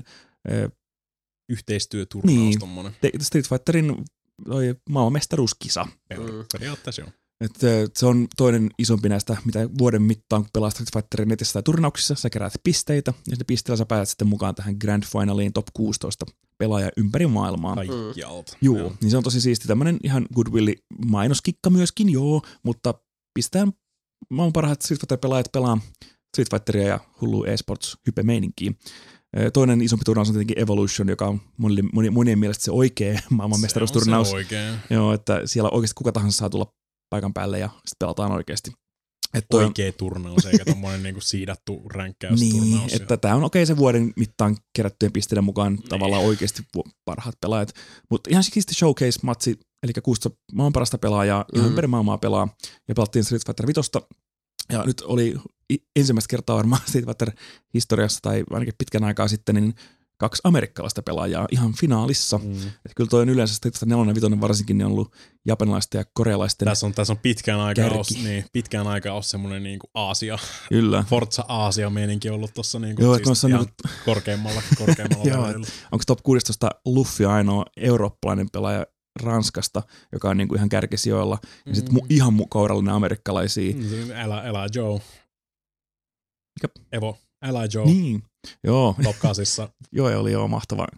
yhteistyöturnaus tommonen. Street Fighterin maailmanmestaruuskisa. Periaatteessa joo. Se on toinen isompi näistä, mitä vuoden mittaan pelaa Street Fighterin netissä tai turnauksissa. Sä keräät pisteitä, ja sitten pisteellä sä pääset sitten mukaan tähän Grand Finaliin top 16 pelaaja ympäri maailmaa. Kaikkialta. Joo, niin se on tosi siisti. Tämmönen ihan goodwill-mainoskikka myöskin, joo, mutta pistetään maan parhaat Street Fighter-pelaajat pelaa Street Fighteria ja hullu eSports-hype-meininkiä. Toinen isompi turnaus on tietenkin Evolution, joka on monien mielestä se oikea maailmanmestaruusturnaus. Se on se oikea. Joo, että siellä oikeasti kuka tahansa saa tulla paikan päälle ja sitten pelataan oikeasti. Oikea turnaus, eikä tommoinen niinku siidattu ränkkäysturnaus. Niin, että tämä on okei se vuoden mittaan kerättyjen pisteiden mukaan tavallaan oikeasti parhaat pelaajat. Mutta ihan siisti showcase-matsi, eli 16 maan parasta pelaajaa, ihan ympäri maailmaa pelaa, ja pelattiin Street Fighter 5. Ja nyt oli ensimmäistä kertaa varmaan Street Fighter historiassa, tai ainakin pitkän aikaa sitten, niin 2 amerikkalaista pelaajaa ihan finaalissa. Että kyllä toi on yleensä Street Fighter 4 ja 5 varsinkin niin on ollut japanilaisten ja korealaisten Tässä on pitkään aikaa ollut semmoinen niinku Aasia, kyllä. Forza Aasia-meininki ollut tossa niinku siis ihan korkeammalla välillä. Onko top 16 Luffy ainoa eurooppalainen pelaaja Ranskasta, joka on niinku ihan kärkisijoilla, ja sitten ihan kourallinen amerikkalaisia. Älä Joe. Mikä? Evo. Älä Joe. Niin. Joo. Top 8. Joo, oli mahtavaa.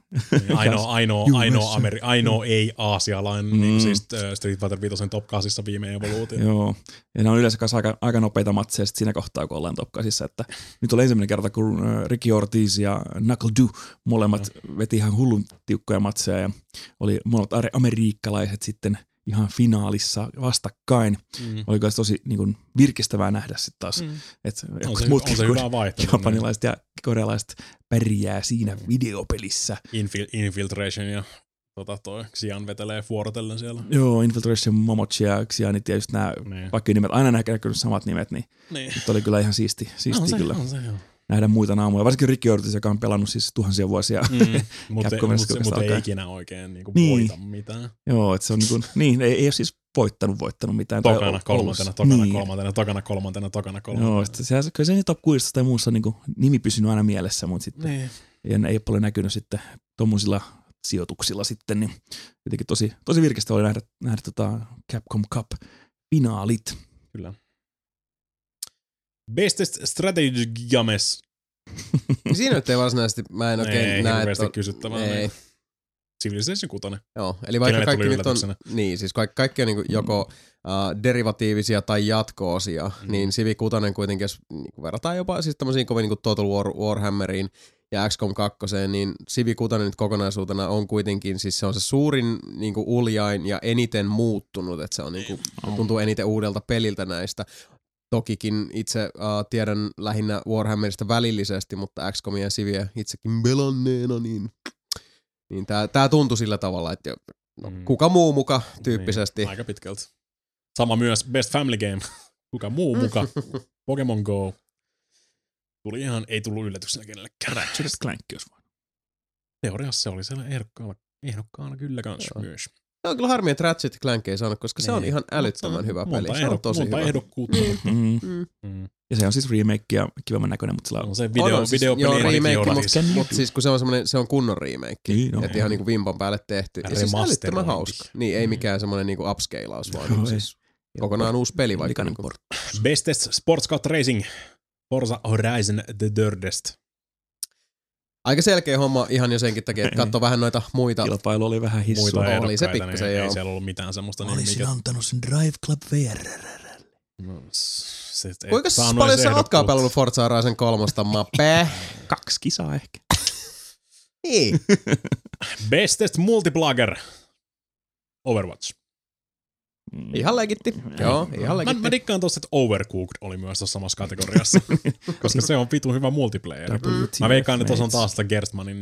Ainoa ei-aasialainen niin siis Street Fighter 5 top 8 viime evoluutio. Joo. Ja ne on yleensä aika nopeita matseja siinä kohtaa, kun ollaan top 8. Että nyt oli ensimmäinen kerta, kun Ricky Ortiz ja Knuckle Due molemmat veti ihan hullun tiukkoja matseja ja oli molemmat amerikkalaiset sitten ihan finaalissa vastakkain. Oliko se tosi niin kuin virkistävää nähdä sitten taas, että on se hyvä vaihtoehto. Japanilaiset ja korealaiset pärjää siinä videopelissä. Infiltration ja toi Xian vetelee vuorotellen siellä. Joo, Infiltration, Momochi ja Xianit ja just nämä, vaikka nimet, aina näkynyt samat nimet, niin nyt oli kyllä ihan siistiä kyllä. On se, joo. Nähdä muita naamuja. Varsinkin Ricky Ortiz, joka on pelannut siis tuhansia vuosia. Mutta ei ikinä oikein niinku voita mitään. Joo, että se on niin, ei ole siis voittanut mitään. Tokana kolmantena. Joo, kyllä se top 16 tai muussa niin nimi pysynyt aina mielessä, mutta sitten ei ole paljon näkynyt sitten tommosilla sijoituksilla sitten, niin jotenkin tosi virkeistä oli nähdä Capcom Cup-finaalit. Kyllä. Bestest Strategy Games. Siinä nyt ei varsinaisesti, mä en oikein näe, että kysyttävää. Ei. Civilization 6. Joo, eli vaikka kaikki nyt on, niin siis kaikki on niin joko derivatiivisia tai jatko-osia, niin Civi 6 kuitenkin, jos niin verrataan jopa siis tämmöisiin kovin niin Total Warhammeriin ja XCOM 2, niin Civi 6 nyt kokonaisuutena on kuitenkin, siis se on se suurin niin uljain ja eniten muuttunut, että se on niin tuntuu eniten uudelta peliltä näistä. Tokikin itse tiedän lähinnä Warhammerista välillisesti, mutta XCOMia ja Civiä itsekin pelanneena, niin tää tuntui sillä tavalla, että kuka muu muka tyyppisesti. Niin, aika pitkälti. Sama myös Best Family Game. Kuka muu muka. Pokemon Go. Ei tullut yllätyksenä kenellekään. Ratchet Clank jos vaan. Teoriassa se oli siellä ehdokkaana kyllä kanssa myös. Se on kyllä harmi, että Ratchet Clank ei saanut, koska se on ihan älyttömän hyvä peli. Se on tosi hyvä. Ehdokkuutta. Ja se on siis remake ja kivemman näköinen, mutta sillä on se videopeli. Joo, remake, mutta siis kun se on kunnon remake. Niin, että ihan niinku vimpan päälle tehty. Ja siis älyttömän hauska. Niin, ei mikään semmoinen niinku upscalaus, vaan siis kokonaan uusi peli vaikka. Bestest Sports Racing. Forza Horizon The Thirdest. Aika selkeä homma ihan jo senkin takia, että katso vähän noita muita. Kilpailu oli vähän hissua. Oli se pikkusen, niin joo. Ei siellä ollut mitään semmoista. Olisin antanut sen Drive Club VR. Kuinka paljon sä ootkaan pelannut Forza Horizon 3, Mappe? 2 kisaa ehkä. Niin. Bestest Multiplayer. Overwatch. Ihan legitti. Joo, ihan legitti. Mä dikkaan tosta, että Overcooked oli myös tuossa samassa kategoriassa, koska se on vitun hyvä multiplayer. Mä veikkaan, että tuossa on taas sitä Gerstmanin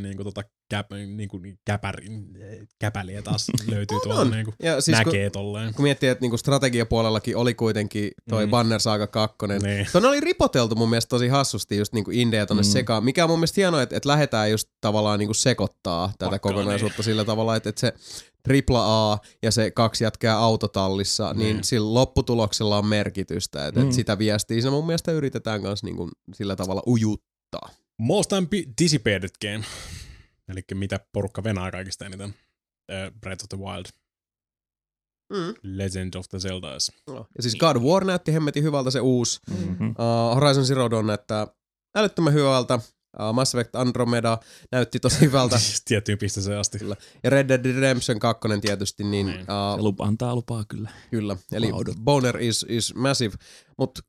käpäliä taas löytyy tuolla niinku, siis näkee tolleen. Kun miettii, että niinku strategiapuolellakin oli kuitenkin toi Banner Saga 2. Niin. Tuonne oli ripoteltu mun mielestä tosi hassusti just niinku indejä tonne sekaan, mikä on mun mielestä hienoa, että lähdetään just tavallaan niinku sekoittaa tätä kokonaisuutta sillä tavalla, että se AAA ja se 2 jätkää autotallissa, niin sillä lopputuloksella on merkitystä. Että sitä viestiä siinä mun mielestä yritetään kanssa niinku sillä tavalla ujuttaa. Most anticipated game. Eli mitä porukka venää kaikista eniten. Breath of the Wild. Legend of the Zeldas. Ja siis God of War näytti hemmetin hyvältä se uusi. Horizon Zero Dawn näyttää älyttömän hyvältä. Mass Effect Andromeda näytti tosi hyvältä. Tiettyyn pisteeseen asti. Kyllä. Ja Red Dead Redemption 2 tietysti. Niin, se antaa lupaa kyllä. Kyllä, eli Boner is massive. Mutta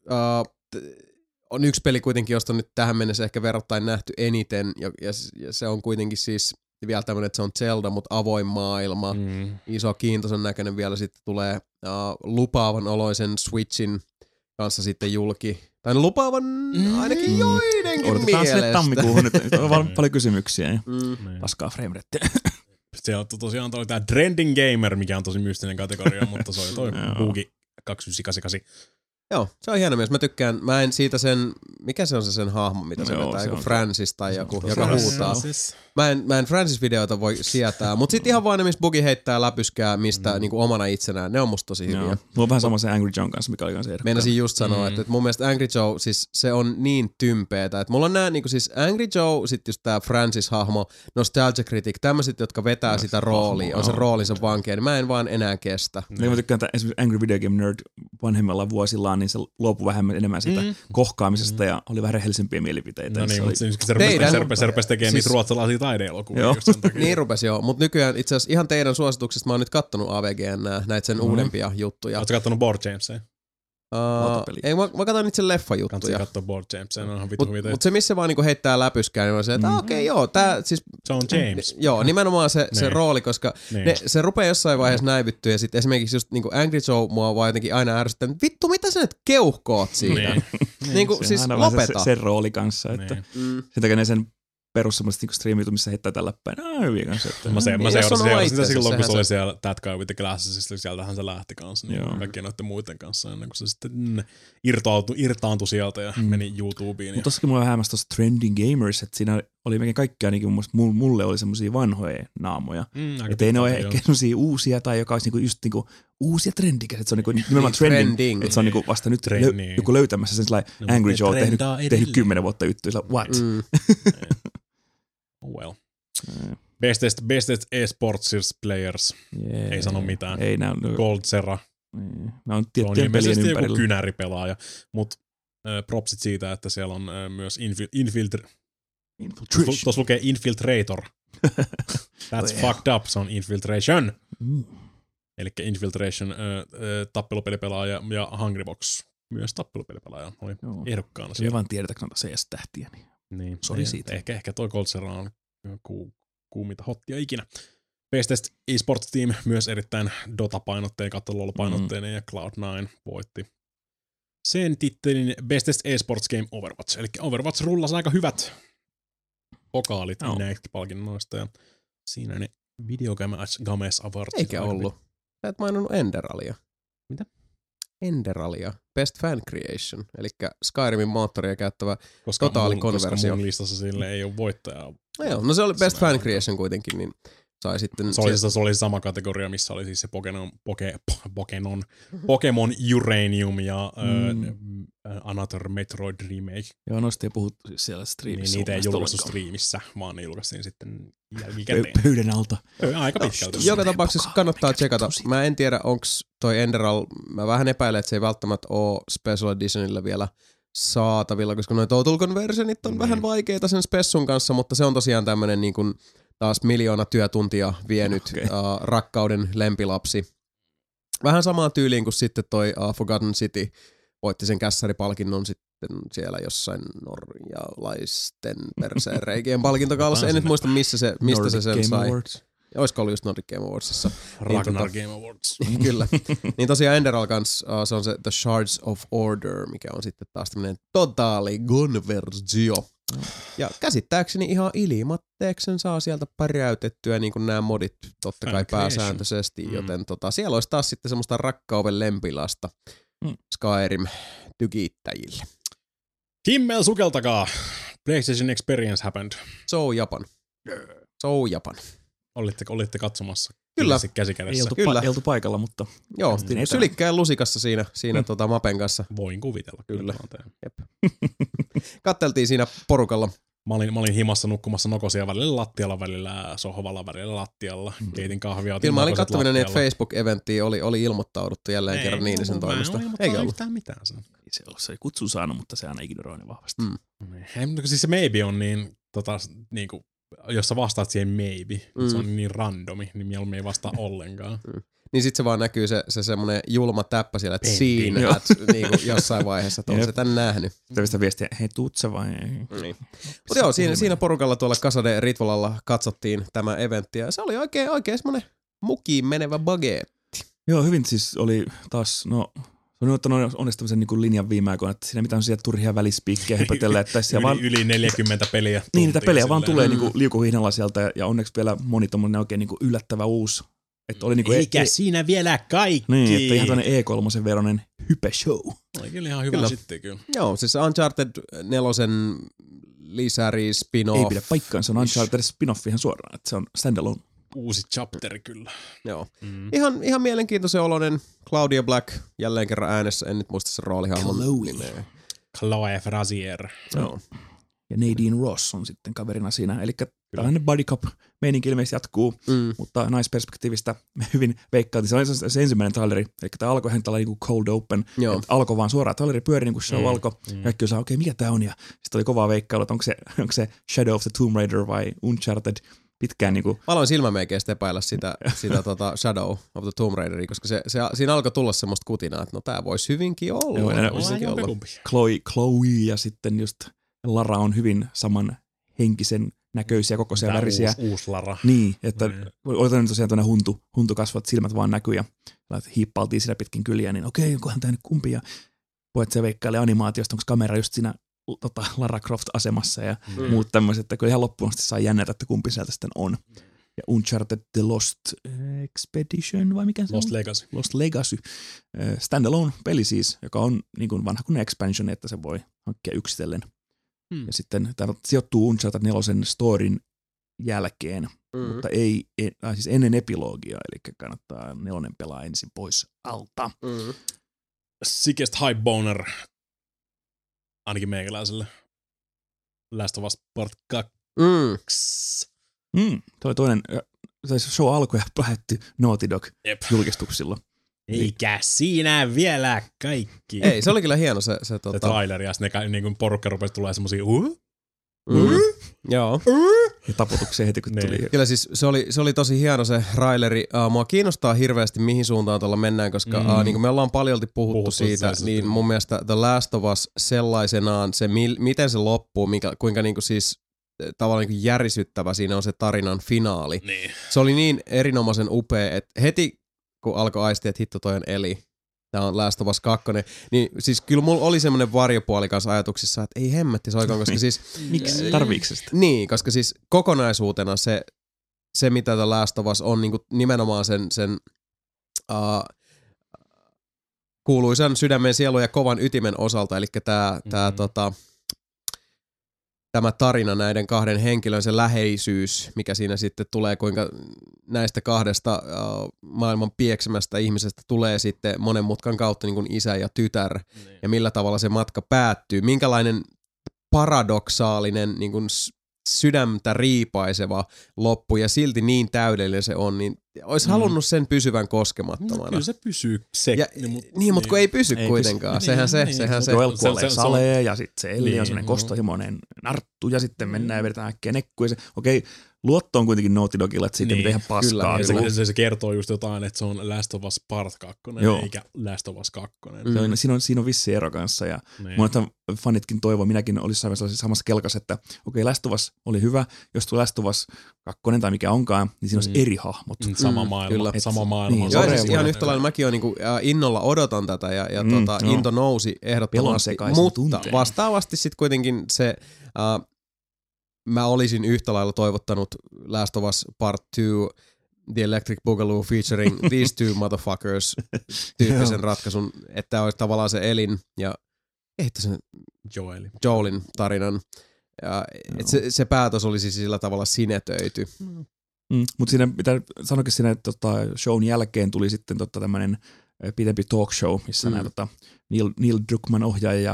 on yksi peli kuitenkin, josta on nyt tähän mennessä ehkä verrattain nähty eniten. Ja se on kuitenkin siis vielä tämmöinen, että se on Zelda, mutta avoin maailma. Iso kiintoisen näköinen vielä sitten tulee lupaavan oloisen Switchin kanssa sitten julki. Tai lupaavan ainakin joidenkin odotetaan mielestä. Odotetaan tammikuuhun nyt. On paljon kysymyksiä. Ja paskaa framerettiä. Se on tosiaan tämä Trending Gamer, mikä on tosi mystinen kategoria, mutta se oli toi Bugi 2988. Joo, se on hieno mies. Mä tykkään, mä en siitä mikä se on se sen hahmo, mitä se vetää, joku Francis tai joku, joka huutaa. Mä en Francis-videoita voi sietää, mutta sit ihan vaan ne, missä Bugi heittää läpyskää, mistä niinku omana itsenään, ne on musta tosi hyviä. Mulla on vähän sama se Angry John kanssa, mikä oli kanssa ehdokkaan. Meinasin just sanoa, että mun mielestä Angry Joe, siis se on niin tympeetä, että mulla on nää niinku siis Angry Joe, sit just tää Francis-hahmo, Nostalgia Critic, tämmöset, jotka vetää sitä roolia, on se roolinsa vankia, niin mä en vaan enää kestä. Mä tykkään esimerkiksi Angry Video Game Nerd vanhemmilla vuosillaan, niin se luopui vähemmän enemmän siitä kohkaamisesta ja oli vähän rehellisempiä mielipiteitä. No niin, mutta se rupesi tekemään niitä ruotsalaisia taideelokuvia. Niin rupesi joo, mutta nykyään itse asiassa ihan teidän suosituksista mä oon nyt kattonut AVGn näitä sen uudempia juttuja. Ootko kattonut Board Jamesia? Ei, mä katson itse leffajuttuja. Kannattaa katsoa Board Jamesia, ne on ihan vitu hyviä. Mutta se missä vaan niinku heittää läpyskään, niin on se, että okei, joo, tää siis... Se on James. Joo, nimenomaan se rooli, koska se rupeaa jossain vaiheessa näivyttyä, ja sitten esimerkiksi just niinku Angry Joe mua vaan jotenkin aina ärsyttää, että vittu, mitä sä nyt keuhkoot siitä? Niinku siis lopeta. Sen rooli kanssa, että sen takia ne sen perus semmoiset niinku striimit, missä heittää tällä päin. Hyviä kanssa. Mä seurasin sitä silloin, kun se oli siellä That Guy with the Glasses, siis sieltähän se lähti kanssa, niin kaikkien noiden muiden kanssa, ennen kuin se sitten irtaantui sieltä ja meni YouTubeen. Mutta tossakin mulla hämmäsi tuossa Trending Gamers, että siinä oli melkein kaikkia, ainakin mulle oli semmosia vanhoja naamoja. Että ei ne ole ehkä semmosia uusia tai joka olisi niinku just niinku uusia trendikäs, että se on niinku nimenomaan trending, että se on niinku vasta nyt joku löytämässä sen sellainen Angry Joe tehnyt 10 vuotta yttyä, what? Well. Bestest eSports Players. Ei sano mitään. Ei näy. Gold Serra. Nämä on tiettyjen pelien ympärillä. Joku kynäripelaaja, mutta propsit siitä, että siellä on myös tuossa lukee Infiltrator. That's fucked up, se on Infiltration. Elikkä Infiltration tappelupelipelaaja ja Hungrybox myös tappelupelipelaaja oli ehdokkaana. Ei vaan tiedetä, kun on CS-tähtiä. Niin, sori siitä. Ehkä toi Gold Serra on kuuminta hottia ikinä. Bestest eSports Team myös erittäin Dota-painotteinen, kautta LoL-painotteinen ja Cloud9 voitti sen tittelin Bestest eSports Game Overwatch. Eli Overwatch rullasi aika hyvät pokaalit näistä palkinnoista ja siinä ne Video Games Awards. Eikä ollut. Sä et maininnut Enderalia. Mitä? Enderalia. Best Fan Creation, eli Skyrimin moottoria käyttävä totaalikonversio. Koska mun listassa sille ei ole voittajaa. No se oli Best Fan Creation kuitenkin, niin sai sitten... Se oli sama kategoria, missä oli siis se Pokemon Uranium ja Another Metroid Remake. Joo, noista ei puhuttu siis siellä striimissä. Niitä ei julkaistu striimissä, vaan ne julkaistiin sitten jälkikäteen. Pöydän alta. Aika pitkälti. Joka tapauksessa kannattaa tsekata. Mä en tiedä, onks toi Enderal, mä vähän epäilen, että se ei välttämättä ole Special Editionilla vielä saatavilla, koska noi Total-conversionit on vähän vaikeita sen Spessun kanssa, mutta se on tosiaan tämmönen niin kuin taas miljoona työtuntia vienyt rakkauden lempilapsi. Vähän samaan tyyliin kuin sitten toi Forgotten City voitti sen kässäripalkinnon sitten siellä jossain norjalaisten perseereikien palkintokaalassa. En nyt muista, mistä se sen sai. Olisiko ollut just Nordic Game Awardsissa. Ragnar Game Awards. Kyllä. Niin tosiaan Enderal kanssa se on se The Shards of Order, mikä on sitten taas tämmönen totaali conversio. Ja käsittääkseni ihan ilmatteeksi sen saa sieltä päräytettyä niin kuin nämä modit totta kai pääsääntöisesti, joten siellä olisi taas sitten semmoista rakkauden lempilasta Skyrim-tykittäjille. Himmel sukeltakaa! PlayStation Experience happened. So Japan. Olitte katsomassa. Kyllä. Käsi kädessä. Ei oltu paikalla, mutta... Joo, sylikkään lusikassa siinä Mapen kanssa. Voin kuvitella. Kyllä. Jep. Katteltiin siinä porukalla. Mä olin himassa nukkumassa nokosia välillä lattialla, välillä sohvalla, välillä lattialla. Keitin kahvia. Kyllä mä olin katsominen niitä Facebook-eventtiä, oli ilmoittauduttu jälleen kerran Niinisen toimesta. Eikä ollut yhtään mitään sen. Se ei kutsun saanut, mutta se aina ignoroi ne vahvasti. Ei, mutta siis se maybe on niin, niinku, jos sä vastaat siihen maybe, se on niin randomi, niin mieluummin ei vastaa ollenkaan. Niin sit se vaan näkyy se semmonen julma täppä siellä, että siinä niinku jossain vaiheessa, että on se tän nähnyt. Sitä viestiä, hei tuut sä vai? Niin. Mutta joo, siinä porukalla tuolla Casa de Ritvolalla katsottiin tämä eventti ja se oli oikein semmonen mukiin menevä bageetti. Joo, hyvin siis oli taas, se on ottanut onnistumisen niin linjan viime aikoina, että siinä mitään sellaisia turhia välispiikkejä hypätellä. Yli 40 peliä. Niin, niitä pelejä vaan tulee niin liukuhihnalla sieltä ja onneksi vielä moni tommoinen oikein niin yllättävä uusi. Että oli niinku eikä siinä vielä kaikki. Niin, että ihan tämmöinen E3 veronen hype-show. Oli kyllä ihan hyvä sitten kyllä. Joo, siis Uncharted 4 lisäri, spin-off. Ei pidä paikkaan, se on Uncharted spin-off ihan suoraan, että se on standalone. Uusi chapteri kyllä. Joo. Ihan mielenkiintoisen oloinen Claudia Black jälleen kerran äänessä, en nyt muista sen roolihahmon nimeä. Chloe Frazier. Joo. Ja Nadine Ross on sitten kaverina siinä, eli tällainen buddy cop meininki ilmeisesti jatkuu, mutta naisperspektiivistä me hyvin veikkaatiin. Se oli se ensimmäinen traileri, eli tämä alkoi ihan tällainen cold open, että alkoi vaan suoraan traileri pyöri, niin kuin show alkoi, kaikki osaa, okei, mikä tämä on, ja sitten oli kovaa veikkailu, että onko se Shadow of the Tomb Raider vai Uncharted, pitkään niinku. Mä aloin silmämeikeistä epäillä sitä Shadow of the Tomb Raideria, koska siinä alkoi tulla semmoista kutinaa, että no tää voisi hyvinkin olla. Chloe ja sitten just Lara on hyvin saman henkisen näköisiä, kokoisia, värisiä. Uusi Lara. Niin, että otetaan tosiaan tuonne huntukasvat, silmät vaan näkyy ja hiippailtiin siinä pitkin kyliä, niin okei, onkohan tämä nyt kumpi ja voit se veikkailee animaatiosta, onko kamera just siinä Lara Croft-asemassa ja muut tämmöiset, että kyllä ihan loppuun asti saa jännätä, että kumpi sieltä sitten on. Ja Uncharted The Lost Expedition, vai mikä se Lost on? Legacy. Lost Legacy. Standalone peli siis, joka on niin kuin vanha kuin expansion, että se voi hankkia yksitellen. Ja sitten tämä sijoittuu Uncharted 4 storin jälkeen, mutta siis ennen epilogia, eli kannattaa 4 pelaa ensin pois alta. Sickest Hype Boner, ainakin meikäläiselle. Last of Us Part 2. Toi toinen, show alkoi ja päättyi Naughty Dog julkistuksilla. Eikä siinä vielä kaikki. Ei, se oli kyllä hieno se traileri, ja sitten niin porukka rupesi tulee semmosia Joo. Ja taputuksia heti, kun tuli. Kyllä siis se oli tosi hieno se traileri. Mua kiinnostaa hirveästi, mihin suuntaan tuolla mennään, koska niin kuin me ollaan paljolti puhuttu siitä, niin mun mielestä The Last of Us sellaisenaan, se miten se loppuu, kuinka niin kuin siis tavallaan niin kuin järisyttävä siinä on se tarinan finaali. Niin. Se oli niin erinomaisen upea, että heti kun alkoi aistia, että hitto toi on Eli, tää on Last of Us 2, niin siis kyllä mulla oli semmoinen varjopuoli kanssa ajatuksissa, että ei hemmetti soikoon, koska siis miksi? Tarviiks sitä? Niin, koska siis kokonaisuutena se mitä The Last of Us on niin kuin nimenomaan sen kuuluisan sydämen, sielun ja kovan ytimen osalta, eli tämä tarina näiden kahden henkilön, se läheisyys, mikä siinä sitten tulee, kuinka näistä kahdesta maailman pieksemästä ihmisestä tulee sitten monen mutkan kautta niin kuin isä ja tytär, ja millä tavalla se matka päättyy, minkälainen paradoksaalinen niin kuin sydämtä riipaiseva loppu ja silti niin täydellinen se on, niin olisi halunnut sen pysyvän koskemattomana. No, kyllä se pysyy mutta kun ei pysy kuitenkaan. Sehän se. Joel kuolee salee ja sitten se Ellie on semmoinen kostohimoinen narttu ja sitten mennään ja vedetään äkkiä nekkuja. Okei, luotto on kuitenkin Naughty Dogilla, että siitä ei mitään ihan paskaa. Se kertoo just jotain, että se on Last of Us Part 2 eikä Last of Us 2. Siinä on vissi ero kanssa ja monet fanitkin toivoo, minäkin olisi samassa kelkassa, että okei, Last of Us oli hyvä, jos tuo Last of Us 2 tai mikä onkaan, niin siinä olisi eri hahmot. Sama maailma. Sama maailma. Niin, joo, siis ihan yhtä lailla mäkin on niinku, innolla odotan tätä ja into nousi ehdottomasti, mutta vastaavasti sitten kuitenkin se mä olisin yhtä lailla toivottanut Last of Us Part 2 The Electric Boogaloo featuring these two motherfuckers tyyppisen ratkaisun, että olisi tavallaan se Elin ja sen Joelin tarinan. Ja, se päätös olisi sillä tavalla sinetöity. Mutta siinä pitää sanoakin siinä, että shown jälkeen tuli sitten tämmöinen pitempi talk show, missä nämä Neil Druckmann ohjaaja ja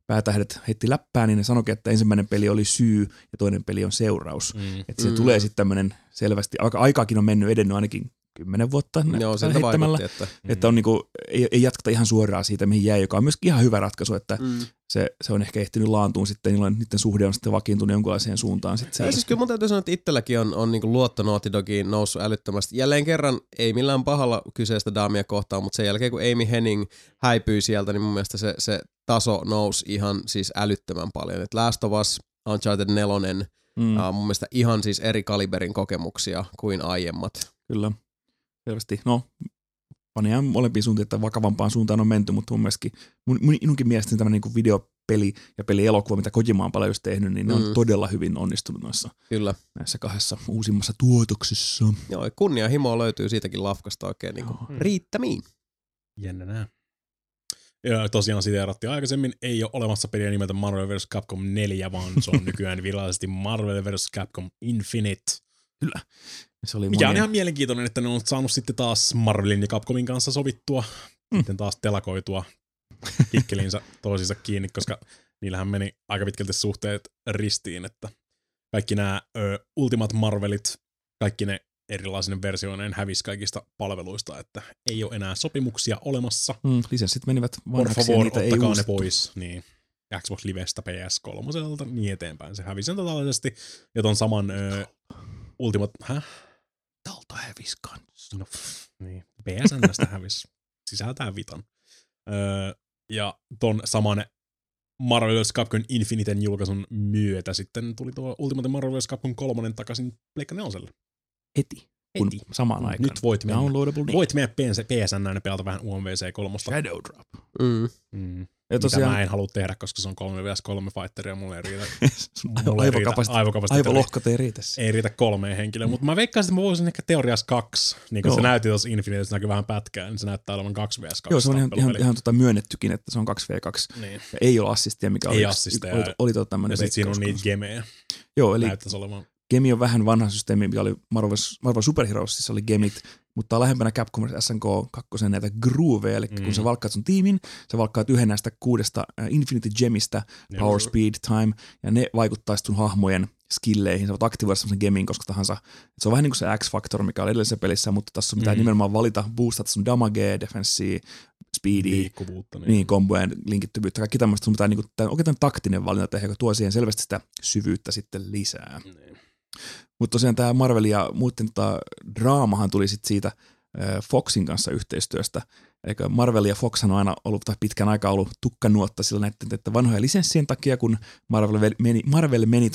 päätähdet heitti läppää, niin ne sanoikin, että ensimmäinen peli oli syy ja toinen peli on seuraus. Että se tulee sitten tämmöinen selvästi, aikaakin on edennyt ainakin 10 vuotta heittämällä, että on niinku, ei jatketa ihan suoraan siitä, mihin jäi, joka on myöskin ihan hyvä ratkaisu, että se on ehkä ehtinyt laantuun sitten, niiden suhde on sitten vakiintunut jonkunlaiseen suuntaan. Sitten siis kyllä mun täytyy sanoa, että itselläkin on niinku luotto Naughty Dogiin noussut älyttömästi. Jälleen kerran ei millään pahalla kyseistä daamia kohtaan, mutta sen jälkeen kun Amy Hennig häipyi sieltä, niin mun mielestä se taso nousi ihan siis älyttömän paljon. Et Last of Us, Uncharted 4, mun mielestä ihan siis eri kaliberin kokemuksia kuin aiemmat. Kyllä. Selvästi. No, paneaan molempiin suuntiin, että vakavampaan suuntaan on menty, mutta minunkin mielestäni tämä niin videopeli ja pelielokuva, mitä Kojima on paljon just tehnyt, niin ne on todella hyvin onnistunut näissä kahdessa uusimmassa tuotoksessa. Joo, kunnianhimoa löytyy siitäkin lafkasta oikein niin riittämiin. Jännä nää. Ja tosiaan siteerattiin aikaisemmin, ei ole olemassa peliä nimeltä Marvel vs. Capcom 4, vaan se on nykyään virallisesti Marvel vs. Capcom Infinite. Kyllä. Mikä on ihan mielenkiintoinen, että ne on saanut sitten taas Marvelin ja Capcomin kanssa sovittua, sitten taas telakoitua kikkeliinsä toisiinsa kiinni, koska niillähän meni aika pitkälti suhteet ristiin, että kaikki nämä Ultimate Marvelit, kaikki ne erilaisine versioineen hävisi kaikista palveluista, että ei ole enää sopimuksia olemassa. Lisenssit menivät vanhaksi ja niitä ei uusittu. Ne pois, niin. Xbox Livestä, PS3, niin eteenpäin. Se hävisi sen totaalisesti, ja ton saman Ultimate... Talta hävisi kanssa. No, niin. PSN:stä hävisi. Sisältää vitan. Ja ton saman Marvel vs. Capcom Infiniten julkaisun myötä sitten tuli tuo Ultimate Marvel vs. Capcom 3 takaisin Pleikka 4:lle. Heti. Kun samaan aikaan. Nyt voit mennä PSN:ään ja pelata vähän UMVC 3. Shadow Drop. Ja tosiaan, mitä mä en halua tehdä, koska se on 3vs3 fighteria, mulle ei riitä. Aivolohkot ei riitä. Ei riitä 3 henkilöä, mutta mä veikkaisin, että mä voisin ehkä teoriassa 2. Niin kuin se näytti tuossa Infinite, näkyy vähän pätkää, niin se näyttää olevan 2vs2. Joo, se on ihan myönnettykin, että se on 2v2. Niin. Ja ei ole assistia, mikä ei oli tämmöinen. Ja sit siinä on niitä gemejä. Joo, eli näyttäisi olevan. Gemi on vähän vanha systeemi, mikä oli Marvel Super Heroesissa oli gemit, mutta on lähempänä Capcom SNK 2 näitä grooveja, eli kun sä valkkaat sun tiimin, sä valkkaat yhden näistä 6 Infinity Gemistä, Power, Speed, Time, ja ne vaikuttaa sun hahmojen skilleihin. Sä voit aktivoida semmoisen gemin koska tahansa. Se on vähän niin kuin se X-Factor, mikä oli edellisessä pelissä, mutta tässä on mitään nimenomaan valita, boostat sun damagea, defenssia, speedia, niin kombojen linkittyvyyttä, kaikki tämmöistä. Sun pitää oikein taktinen valinta tehdä, joka tuo siihen selvästi sitä syvyyttä sitten lisää. Mutta tosiaan tämä Marvel ja muuten draamahan tuli sitten siitä Foxin kanssa yhteistyöstä. Eli Marvel ja Fox on aina ollut pitkän aikaa ollut tukkanuotta sillä näiden vanhoja lisenssien takia, kun Marvel meni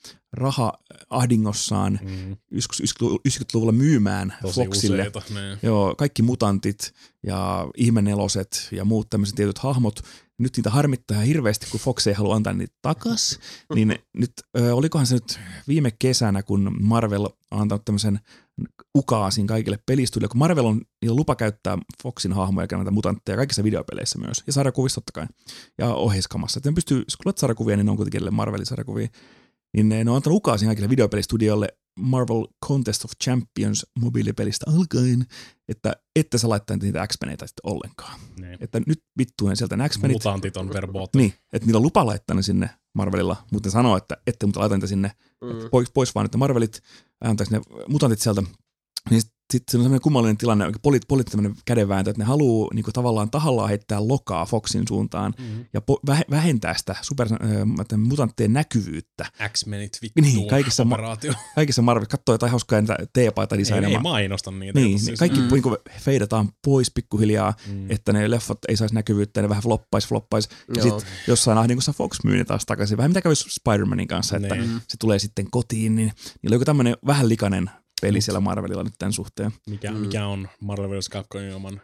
raha-ahdingossaan 90-luvulla myymään tosi Foxille. Useita, joo, kaikki mutantit ja ihmeneloset ja muut tämmöiset tietyt hahmot. Nyt niitä harmittaa hirveästi, kun Fox ei halua antaa niitä takas. Niin nyt, olikohan se nyt viime kesänä, kun Marvel on antanut tämmöisen ukaasin kaikille pelistudioille, kun Marvel on lupa käyttää Foxin hahmoja ja näitä mutantteja kaikissa videopeleissä myös, ja sarjakuvissa totta kai, ja ohjeiskamassa. Että ne pystyy, kun luet sarjakuvia, niin ne on kuitenkin Marvelin sarjakuvia, niin ne on antanut ukaasin kaikille videopelistudioille Marvel Contest of Champions mobiilipelistä alkaen, että ette sä laittaa niitä X-meneitä sitten ollenkaan. Niin. Että nyt vittuinen sieltä ne X-menit. Mutantit on verboten. Niin, että niillä on lupa laittaa ne sinne Marvelilla, mutta ne sanoo, että ette mutta laita niitä sinne, pois vaan, että Marvelit, antaisi ne mutantit sieltä. Niin sitten se on semmoinen kummallinen tilanne, poliittinen kädenvääntö, että ne haluaa niin tavallaan tahallaan heittää lokaa Foxin suuntaan ja vähentää sitä mutanttien näkyvyyttä. X-menit vittuun niin, kaikissa Marvel, katsoo jotain hauskaa niitä teepaita-designeja. Ei mainosta niitä. Niin, siis. Kaikki niin feidataan pois pikkuhiljaa, että ne leffat ei saisi näkyvyyttä ja ne vähän floppais. Ja sitten jossain ahdingossa Fox myy taas takaisin. Vähän mitä kävisi Spider-Manin kanssa, että se tulee sitten kotiin. Niin niillä on joku tämmöinen vähän likainen peli siellä Marvelilla nyt tämän suhteen. Mikä on Marvel vs. Capcom ilman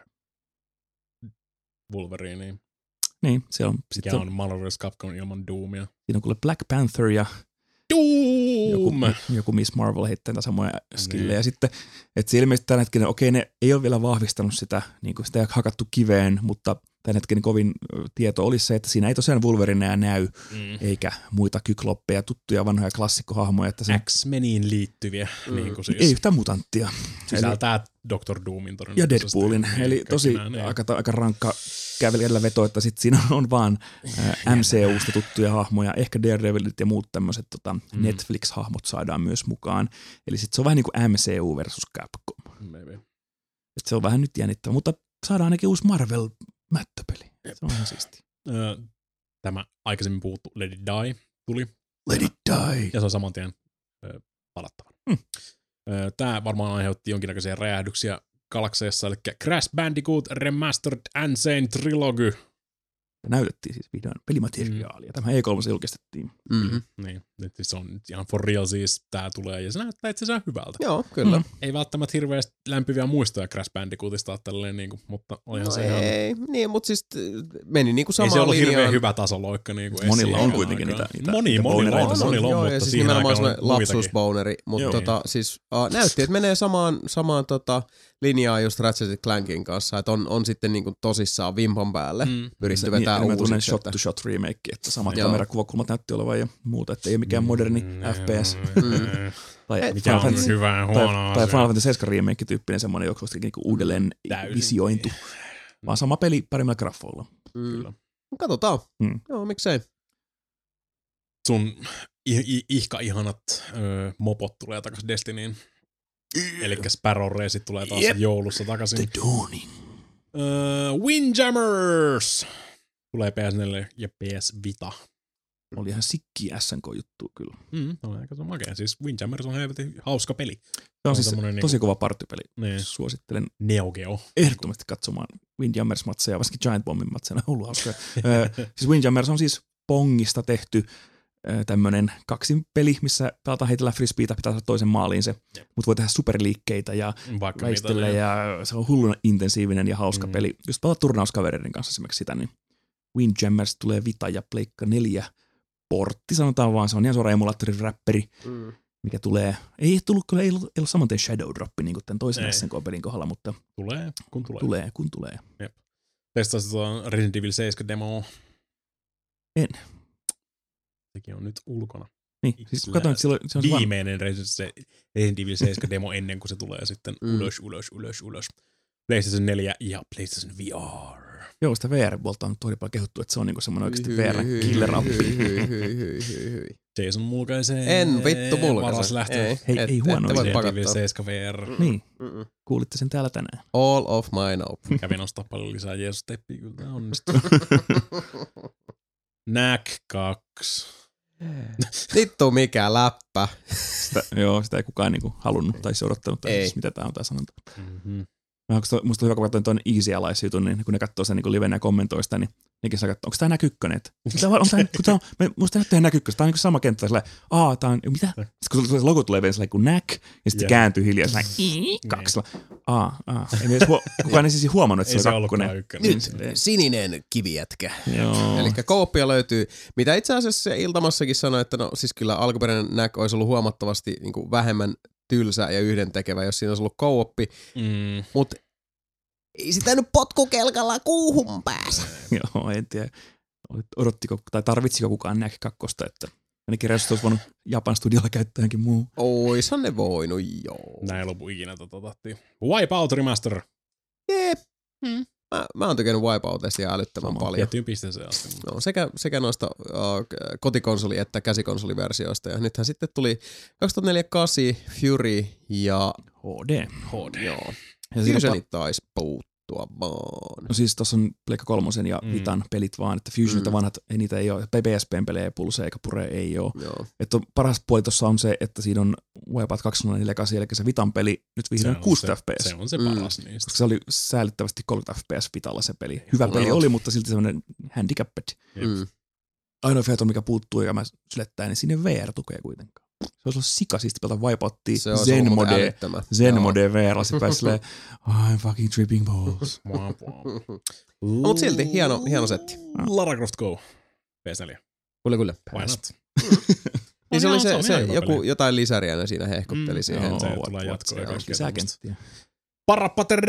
Wolverine? Niin, se on. Mikä on Marvel vs. Capcom ilman Doomia? Siinä on kuule Black Panther ja Doom! Joku Miss Marvel heittää niitä samoja skillejä. Sitten, että se ilmeisesti tämän hetkinen, ne ei ole vielä vahvistanut sitä, niin kuin sitä ei hakattu kiveen, mutta tämän hetken kovin tieto olisi se, että siinä ei tosiaan Wolverinea näy, eikä muita kykloppeja, tuttuja vanhoja klassikkohahmoja. Että X-meniin liittyviä. Niin kuin siis. Ei yhtään mutanttia. Sisältää Dr. Doomin ja Deadpoolin. Eli tosi aika rankka kävelijällä veto, että sit siinä on vaan MCUsta tuttuja hahmoja, ehkä Daredevilit ja muut tämmöiset Netflix-hahmot saadaan myös mukaan. Eli sit se on vähän niin kuin MCU versus Capcom. Maybe. Et se on vähän nyt jännittävä, mutta saadaan ainakin uusi Marvel-mättöpeli. Se on ihan siistiä. Tämä aikaisemmin puhuttu Let It Die tuli. Let It Die. Ja se on saman tien palattava. Tämä varmaan aiheutti jonkinnäköisiä räjähdyksiä galakseissa, eli Crash Bandicoot Remastered Insane Trilogy. Näytettiin siis videon pelimateriaalia. Tämä E3 julkistettiin. Niin, nyt se on ihan for real siis tää tulee, ja se näyttää itse asiassa hyvältä. Joo, kyllä. Ei välttämättä hirveästi lämpiviä muistoja Crash Bandicootista tälleen, niinku, mutta olihan se ihan... Ei, niin, mutta siis meni niinku samaan linjaan. Ei se ollut linjaan. hirveän hyvä tasoloikka. Niinku monilla on kuitenkin niitä monilla on, joo, ja mutta siis siinä nimenomaan aikana semmoinen lapsuusboneri, mutta siis näytti, että menee samaan linjaan just Ratchet & Clankin kanssa, että on sitten niinku tosissaan vimpan päälle pyritty vetää uusiksi. Shot-to-shot remake, että samat kamerakuvakulmat näytti olevan ja muuta, että ei ole mikään moderni FPS. Mikä on hyvää huonoa. Tai Final Fantasy 7 remake-tyyppinen semmoinen, joka olisi niinku uudelleen visiointu. Vaan sama peli paremmilla graffoilla. Kyllä. Katsotaan. Joo, miksei. Sun ihanat mopot tulee takaisin Destinyin. Elikkä Sparrow Race tulee taas joulussa takaisin. The Dawning. Windjammers tulee PS4 ja PS Vita. Oli ihan sikkiä SNK-juttu kyllä. On aika makea. Siis Windjammers on helvetin hauska peli. Se on siis tosi kova partypeli. Niin. Suosittelen Neo Geo. Ehdottomasti katsomaan Windjammers-matseja, varsinkin Giant Bombin matseja on ollut hauskoja. Siis Windjammers on siis Pongista tehty tämmönen kaksinpeli, missä pelataan heitellä frisbeitä, pitää saada toisen maaliin se, mutta voi tehdä superliikkeitä ja väistellä ja se on hulluna intensiivinen ja hauska peli. Jos pelaat turnauskavereiden kanssa esimerkiksi sitä, niin Windjammers tulee Vita ja Pleikka 4 portti, sanotaan vaan, se on ihan suora emulaattoriräppäri, mikä tulee, ei ollut saman tien Shadow Drop niin kuin tämän toisen SNK-pelin kohdalla, mutta tulee, kun tulee. Jep. Testasit tuon Resident Evil 7 demo. En. Sekin on nyt ulkona. Niin, siis katsoin, että se on viimeinen Resident Evil 7 demo ennen kuin se tulee sitten ylös. PlayStation 4 ja PlayStation VR. Joo, sitä VR-puolta on todella paljon kehuttu, että se on niinku semmoinen oikeasti VR-killer-appi. Jason mulkaisee. En vittu mulkaise. Paras lähtö. Ei huono. Resident Evil 7 VR. Niin, kuulitte sen täällä tänään. All of mine open. Kävin ostaa paljon lisää Jeesus-teppiä, kyllä tämä onnistuu. Knack 2. Vittu mikä läppä. Sitä ei kukaan niinku halunnut tai odottanut, tai siis mitä tää on tää sanonta. Musta on hyvä, kun katsoin tuon Easy Allies-jutun, niin kun ne katsoo sitä niin livenä ja kommentoi sitä, niin nekin saa katsoa, onko tämä Knack 1? Musta näyttää Knack 1, tämä on niin sama kenttä, tää on, mitä? Sitten kun se logo tulee vielä sellainen kuin Knack, ja sitten se kääntyy hiljaa, sellainen 2. Kukaan ei siis huomannut, että se on 2. Nyt sininen kivijätkä. Eli kooppia löytyy, mitä itse asiassa se Iltamassakin sanoi, että no siis kyllä alkuperäinen Knack olisi ollut huomattavasti niin kuin vähemmän tylsä ja yhdentekevä, jos siinä olisi ollut co-oppi. Mutta ei sitä nyt potkukelkalla kuuhun pääse. Joo, en tiedä. Odottiko tai tarvitsiko kukaan Knack 2, että ainakin Resto olisi voinut Japan studiolla käyttää johonkin muu. Oishan ne voinut, joo. Näin ei lopu ikinä tahtiin. Wipeout Remaster. Jep. Mä oon tykännyt Wipeoutista ihan älyttömän paljon. Tiettyyn pisteeseen asti. No, sekä noista kotikonsoli- että käsikonsoliversioista. Ja nythän sitten tuli 2004 8 Fury ja HD. Joo. Ja Fusioni taisi puuttua vaan. No siis tossa on Pleikka 3 ja Vitan pelit vaan, että Fusionita vanhat, niitä ei ole, PSPn pelejä, Pulse eikä Pure ei ole. Joo. Että paras puoli tossa on se, että siinä on Wipeout 2048, eli se Vitan peli nyt vihdoin 6 FPS. Se on se paras niistä. Koska se oli säällittävästi 30 FPS Vitalla se peli. Hyvä peli oli, mutta silti semmoinen handicapped. Ainoa feature, mikä puuttuu ja mä sylettää, niin sinne VR tukee kuitenkaan. Se olisi ollut sikasisti pelata Wipeouttia Zen mode VR, se pääsi silleen, I'm fucking tripping balls. Mutta silti, hieno setti. Lara Croft Go, PS4. Kyllä. Why not? Niin se oli se jotain lisäriä ne siinä hehkutteli siihen. Se tulee jatkoa. Lisäkenttiä.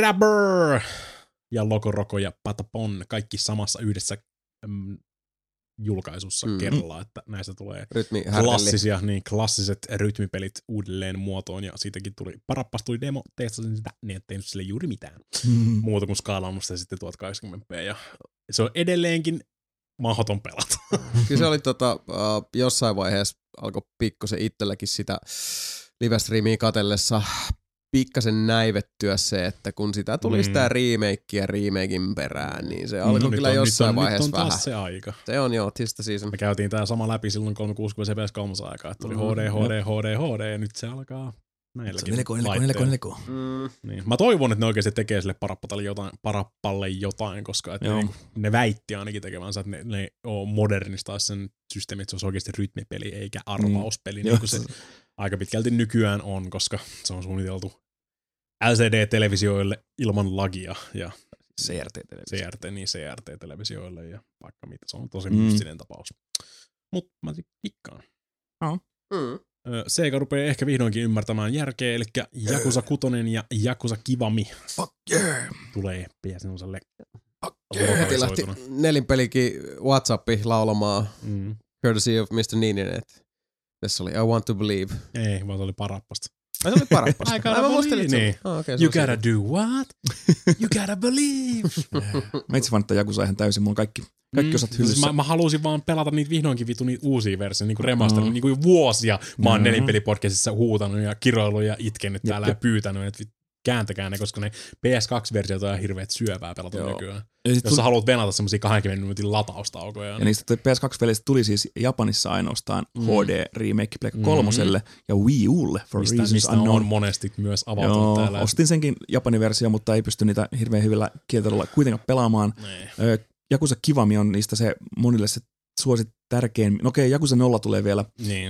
Parappaterabber! Ja Loco Roco ja Patapon, kaikki samassa yhdessä julkaisussa kerrallaan, että näistä tulee klassiset rytmipelit uudelleen muotoon, ja siitäkin tuli, Parappas tuli demo, testasin sitä, ne ei tehnyt sille juuri mitään. Muuta kuin skaalannut sitä sitten 1080p, ja se on edelleenkin mahdoton pelata. Kyllä se oli jossain vaiheessa alkoi pikkusen itselläkin sitä live-streamia katsellessa pikkasen näivettyä se, että kun sitä tuli sitä remakea remakein perään, niin se alkoi kyllä jossain vaiheessa vähän. Nyt on taas se aika. Se on joo, tista season. Me käytiin tää sama läpi silloin 360 CPS 3 aikaa, että tuli HD, ja nyt se alkaa näilläkin laitteilla. Niin. Mä toivon, että ne oikeasti tekee sille Parappalle jotain, koska ne väitti ainakin tekevänsä, että ne modernistaisi sen systeemi, että se olisi oikeasti rytmipeli eikä arvauspeli, niin kuin se aika pitkälti nykyään on, koska se on suunniteltu LCD-televisioille ilman lagia ja CRT-televisioille ja vaikka mitä. Se on tosi mystinen tapaus. Mutta mä tikkaan. Sega rupeaa ehkä vihdoinkin ymmärtämään järkeä, eli Yakuza 6 ja Yakuza Kiwami tulee PS4:lle. Heti lähti nelinpelikin WhatsAppi laulamaan Courtesy of Mr. Ninin, että tässä oli I Want to Believe. Ei, vaan se oli Parappasta. Se oli Parappasta. Mä muistelin niin. You gotta do what? You gotta believe. Mä itse fanittaa Yakuza ihan täysin, mulla on kaikki osat hyllyssä. Mä halusin vaan pelata niitä vihdoinkin niitä uusia versioita, niinku remasterin, niinku vuosia mä oon nelinpelipodcastissa huutanut ja kiroillut ja itkenyt täällä ja pyytänyt, että kääntäkää ne, koska ne PS2-versiot on ihan hirveet syövää pelata nykyään. Jos sä haluat venata semmosia 20 minuutin lataustaukoja. Ja niistä PS2-pelistä tuli siis Japanissa ainoastaan HD-remake Pleikka 3:lle ja Wii Ulle for reasons mistä unknown. on monesti myös avautunut täällä. Ostin senkin Japanin versio, mutta ei pysty niitä hirveän hyvillä kieltoilla kuitenkaan pelaamaan. Yakuza Kiwami on niistä se monille se tärkein. No okei, Yakuza 0 tulee vielä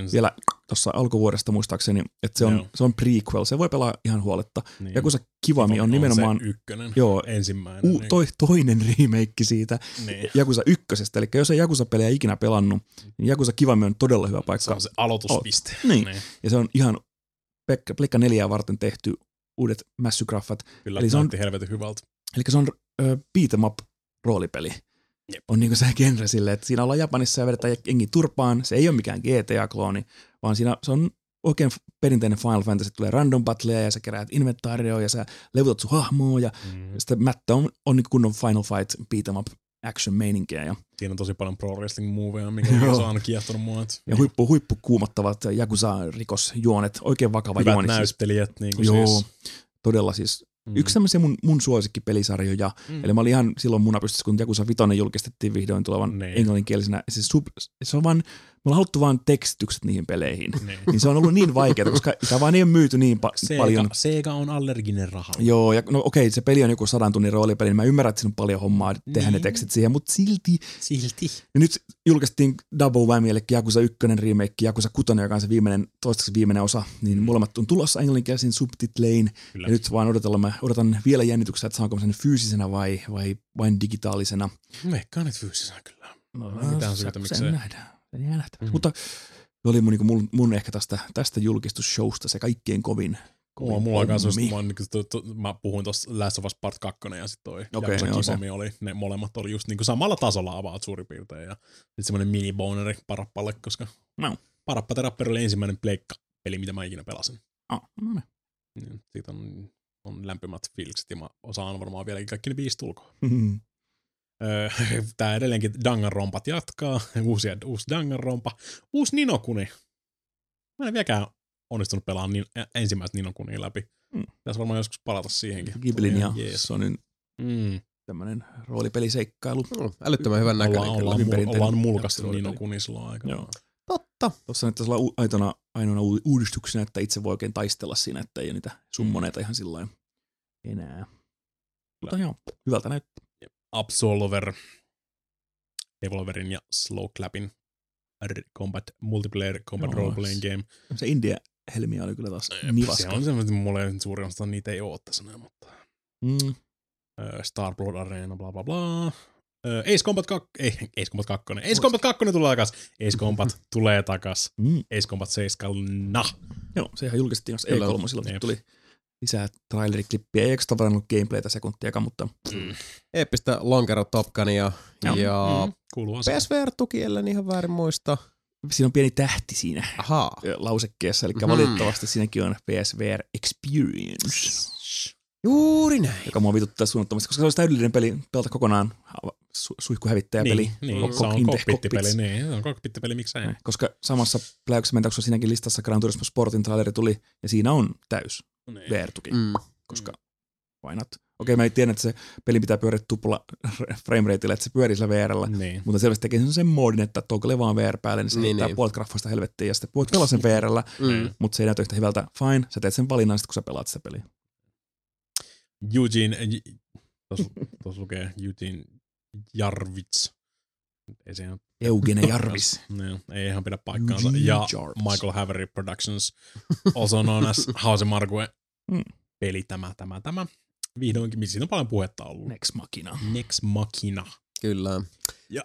tuossa alkuvuodesta muistaakseni, että se on prequel. Se voi pelaa ihan huoletta. Niin. Yakuza Kiwami on nimenomaan se ykkönen, ensimmäinen. Toinen remake siitä Yakuza 1:stä. Eli jos ei Yakuza-pelejä ikinä pelannut, niin Yakuza Kiwami on todella hyvä paikka. Se on se aloituspiste. Niin. Ja se on ihan Pleikka 4 varten tehty uudet mässygraffat. Kyllä, eli se on helvetin hyvältä. Eli se on beat 'em up roolipeli. Jep. On niinku se genre silleen, että siinä ollaan Japanissa ja vedetään jengi turpaan. Se ei ole mikään GTA-klooni, vaan siinä se on oikein perinteinen Final Fantasy. Tulee random battleja ja sä keräät inventaarioa ja sä levutat sun hahmoa ja sitten mättä on niinku kunnon Final Fight beat 'em up action meininkiä. Ja siinä on tosi paljon pro wrestling moveja, mikä on aina kiehtonut mua. Ja huippu kuumottavat Yakuza-rikosjuonet, oikein vakava hyvät juoni. Hyvät näyttelijät. Niin siis. Todella siis. Yksi semmoisia mun suosikkipelisarjoja. Eli mä olin ihan silloin munapystyssä, kun Yakuza 5 julkistettiin vihdoin tulevan englanninkielisenä. Siis se on vaan, me ollaan haluttu vaan tekstitykset niihin peleihin. Niin se on ollut niin vaikeaa, koska sitä vaan ei ole myyty niin paljon. Sega on allerginen raha. Joo, ja no okei, se peli on joku 100 tunnin roolipeli, niin mä ymmärrän, että siinä on paljon hommaa tehdä ne tekstit siihen, mutta silti. Ja nyt julkaistiin Double Whammy, eli Yakuza 1 remake, Yakuza 6, joka on se toistaiseksi viimeinen osa, niin molemmat on tulossa englanninkielisiin subtitlein. Ja nyt vaan odotan vielä jännityksellä, että saanko sen fyysisenä vai vain digitaalisena. Veikkaan, että fyysisenä kyllä. Mitään syytä, miksei. Nähdään. Mutta se oli mun ehkä tästä julkistusshowsta se kaikkein kovin. Mulla on kanssa, mä puhuin tuossa Last of Us Part 2 ja sitten toi Yakuza Kiwami oli, ne molemmat oli just niinku samalla tasolla avaat suurin piirtein ja sitten semmoinen mini-boneri Parappalle, koska Parappa The Rapper oli ensimmäinen pleikka-peli, mitä mä ikinä pelasin. Siitä on lämpimät fiilikset ja mä osaan varmaan vieläkin kaikki ne 5 tulkoa. Tää edelleenkin Danganronpat jatkaa. Uusi Danganronpa. Uusi Ninokuni. Mä en vieläkään onnistunut pelaamaan ensimmäistä Ninokunia läpi. Tässä varmaan joskus palata siihenkin. Ghiblin ja Sonyn tämmönen roolipeliseikkailu. Älyttömän hyvän näköinen. Ollaan mulkaistu Ninokuni silloin aikanaan. Totta. Tuossa nyt tässä olla ainoana uudistuksena, että itse voi oikein taistella siinä, että ei ole niitä summoneita ihan sillain enää. Mutta joo, hyvältä näyttää. Absolver, Evolverin ja Slow Clapin multiplayer combat role-playing game. Se India-helmiä oli kyllä taas nivaska. Se on semmoinen, mulle suurin osa niitä ei oo tässä näin, mutta Starblood Arena, bla bla bla. Ace Combat 2, Ace Combat 2 tulee takas. Ace Combat tulee takas. Ace Combat 7. Joo, sehän julkistettiin E3, tuli lisää traileriklippiä. Ei oikeastaan varannut gameplaytä sekuntiakaan, mutta Eeppistä Lonkero Top Gunia ja kuuluu asia. PSVR-tuki, ellen ihan väärin muista. siinä on pieni tähti siinä Ahaa. lausekkeessa, eli valitettavasti siinäkin on PSVR Experience. Juuri näin. Joka mua vituttaa suunnattomasti, koska se olisi täydellinen peli pelata kokonaan suihkuhävittäjäpeli. Niin, se on kokpittipeli. Niin, se on kokpittipeli, miksei. Koska samassa Pläyksmäntauksessa siinäkin listassa Gran Turismo Sportin traileri tuli, ja siinä on täys VR-tuki, koska why not? Okei, mä en tiedä, että se peli pitää pyöriä tupla framerateilla, että se pyörii sillä VR:llä, mutta selvästi tekee sen moodin, että toggle vaan VR päälle, niin se heittää puolet graffoista helvettiin, ja sitten voit pelaa sen VR:llä, mutta se ei näytä yhtä hyvältä. Fine, sä teet sen valinnan sitten, kun sä pelaat sitä peliä. Eugene, tuossa lukee Eugene Jarvits. Ei se ihan Eugene Jarvis. Ei ihan pidä paikkaansa. Ja Michael Havery Productions, also known as House Marque peli tämä. Vihdoinkin, siinä on paljon puhetta ollut. Nex Machina. Kyllä. Ja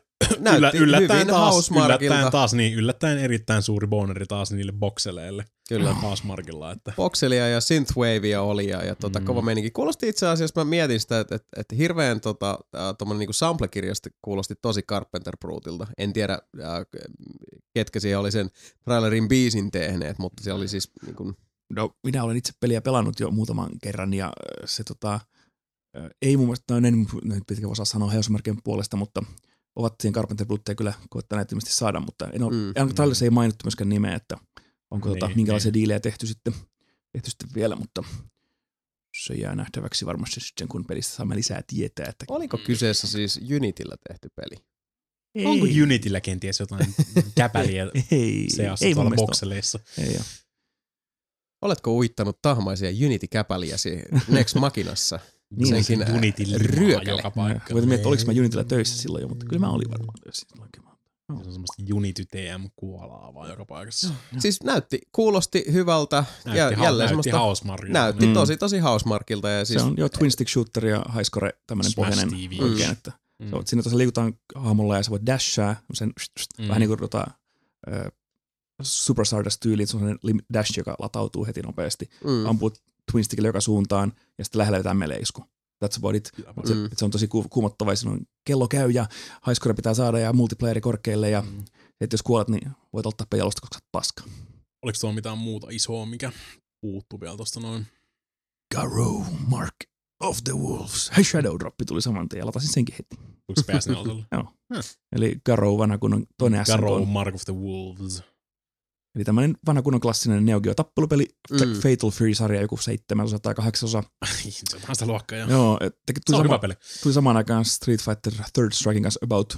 yllättäen erittäin suuri boneri taas niille bokseleille. Kyllä. Housemarquella. Bokselia ja synthwavea oli ja kova meininki. Kuulosti itse asiassa, mä mietin sitä, että hirveän tommonen niinku sample-kirjasta kuulosti tosi Carpenter Brutilta. En tiedä, ketkä siellä oli sen trailerin biisin tehneet, mutta siellä oli siis niinku... No, minä olen itse peliä pelannut jo muutaman kerran ja se ei mun mielestä, en pitkä osaa sanoa Housemarquen puolesta, mutta ovat siihen Carpenter Brutia kyllä koettaneet ilmeisesti saada, mutta trailerissa ei mainittu myöskään nimeä, että onko minkälaisia diilejä tehty sitten vielä, mutta se jää nähtäväksi varmasti sitten, kun pelistä saamme lisää tietää. Että oliko kyseessä siis Unityllä tehty peli? Ei. Onko Unityllä kenties jotain käpäliä seassa tuolla bokseleissa? Ei ole. Oletko uittanut tahmaisia Unity-käpäliäsi Nex Machinassa? Senkin ryökäle. Joka paikka. Voitin miettiä, oliko mä Unityllä töissä silloin jo, mutta kyllä mä olin varmaan töissä silloin. Se on semmoista Unity TM-kuolaa vaan joka paikassa. Siis kuulosti hyvältä. Näytti Housemarquilta. Näytti tosi Housemarquilta. Se on jo twin stick shooter ja highscore tämmönen pohjainen oikein, että siinä tosiaan liikutaan hahmolla ja sä voit dashaa, vähän niin kuin Super Stardust-tyyliin, se on sellainen dash, joka latautuu heti nopeasti, ampuu twin stickille joka suuntaan ja sitten lähellä vetää meleisku. That's about it. Se on tosi kuumottava, kello käy ja highscore pitää saada ja multiplayeri korkealle ja että jos kuolet, niin voit ottaa peijalosta, koska sä oot paska. Oliko tuolla mitään muuta isoa, mikä puuttuu vielä tosta noin? Garou, Mark of the Wolves. Hei, Shadow Droppi tuli saman tien ja latasin senkin heti. Tuliko PS4? Joo. Eli Garou, vanha kunnon toinen SNK. Garou, Mark of the Wolves. Eli tämmöinen vanha kunnon klassinen Neo Geo tappelupeli, Fatal Fury-sarja, joku 7 osa tai 8 osa. Se on vähän sitä luokkaa, joo. Joo, se on hyvä peli. Tuli samaan aikaan Street Fighter Third Striking kanssa About,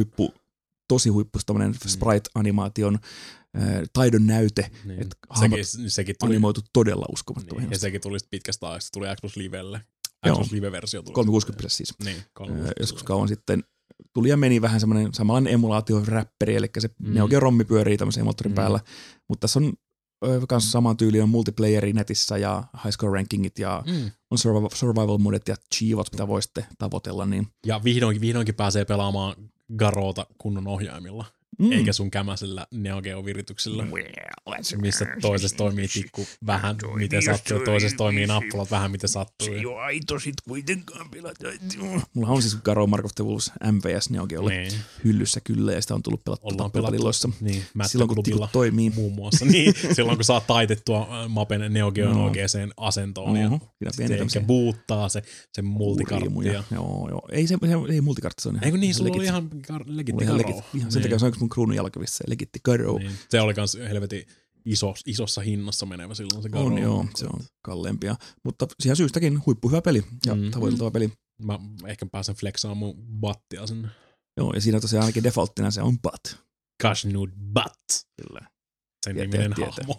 tosi huippu tämmöinen sprite-animaation taidon näyte, niin. Että sekin tuli animoitu todella uskomattoman niin. Ja sekin tuli pitkästä aikaa, tuli Xbox Livelle. Xbox Live-versio tuli. 360 siis. Niin, joskus kauan sitten tuli ja meni vähän semmoinen samanlainen emulaatio-räpperi, eli se Neo Geo rommi pyörii tämmöisen emulaattorin päällä, mutta tässä on myös saman tyyli on multiplayeri netissä ja high score rankingit ja on survival modet ja chiivot, mitä voi sitten tavoitella. Niin. Ja vihdoinkin pääsee pelaamaan Garoota kunnon ohjaimilla. Eikä sun kämäisellä Neo Geo-virityksellä, missä toisessa toimii tikku vähän miten sattuu, toisessa toimii nappulat vähän miten sattuu. Se ei ole aito sit kuitenkaan pelata. Mulla on siis Garou Mark of the Wolves MVS Neo Geolle hyllyssä kyllä, ja sitä on tullut pelattua tappelupeliloissa. Niin, silloin kun tikut toimii. Muun muassa. Niin, silloin kun saat taitettua mapen Neo Geon oikeeseen asentoon, ja se buuttaa se multikartti. Joo. Ei multikartti, se on ihan eikö niin, sulla oli ihan legitti Garou. Sen takia se on mun kruunun jalkavissa legitti Garou. Niin. Se oli kans helvetin isossa hinnassa menevä silloin se Garou. On joo, se on kalleempia. Mutta siihen syystäkin huippuhyvä peli ja tavoiteltava peli. Mä ehkä pääsen flexaamaan mun battia sinne. Joo, ja siinä tosiaan ainakin defaulttina se on bat. Kashnud Bat. Kyllä. Sen niminen hahmo.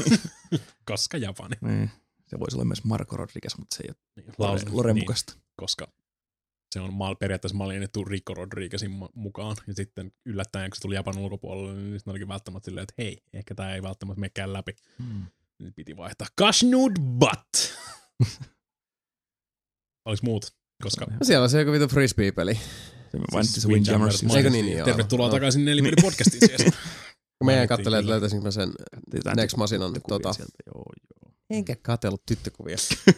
Koska Japani. Niin. Se voisi olla myös Marco Rodriguez, mutta se ei ole Loren mukaista. Koska se on periaatteessa mallinnettu Rico Rodriguezin mukaan, ja sitten yllättäen, kun se tuli Japanin ulkopuolelle, niin sitten olikin välttämättä silleen, että hei, ehkä tää ei välttämättä menekään läpi. Niin piti vaihtaa Kashnud Bat. Oliks muut? Koska siellä on se joku vitu frisbee-peli. Se mainittiin se Windjammers. Eikö niin, joo. Tervetuloa takaisin Nelipeli-podcastiin siis. Meidän kattelee, että löytäisinkö mä sen Nex Machinan. Joo. Enkä katsellut tyttökuvia.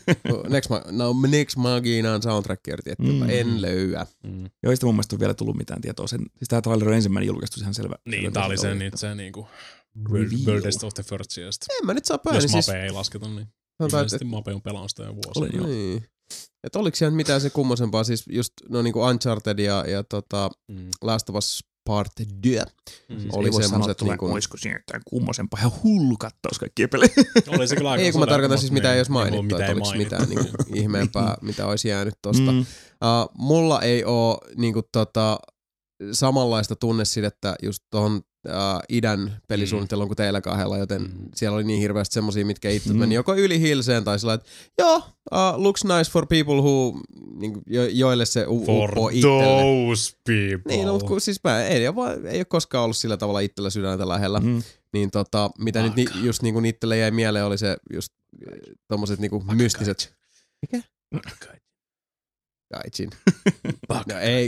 Next Maginan soundtrack en löyä. Joo, ei sitä mun mielestä ole vielä tullut mitään tietoa. Siis tää trailer on ensimmäinen julkaistu, ihan selvä. Niin, tää oli se niinku Worldest of the First. En mä nyt saa pääni. Jos Mape ei lasketa, niin ilmeisesti Mape on pelannut sitä jo vuosia. Olen, joo. Niin. Et oliko siellä mitään se kummosempaa, siis just no niinku Uncharted ja Last of Us Part 2 oli semmoset niinku... Olisiko siinä jotain kummosempaa ja hullu kattaus kaikkia pelejä. Oli se kyllä aika. Ei kun mä tarkoitan siis mitä ei olisi mainittu, mitä että oliko mitään niinku ihmeempää, mitä olisi jäänyt tosta. Mulla ei oo niinku samanlaista tunnesidettä just tohon idän pelisuunnitteluun kuin teillä kahdella, joten siellä oli niin hirveästi semmosia, mitkä itse meni joko yli hilseen tai sillä, että looks nice for people who, niinku, joille se uppoo itselle. For those people. Niin, no, mutta siis ei ole koskaan ollut sillä tavalla itsellä sydäntä lähellä. Niin mitä nyt just niinku itselle jäi mieleen oli se just tommoset niinku mystiset. Mikä? Gaijin. No ei.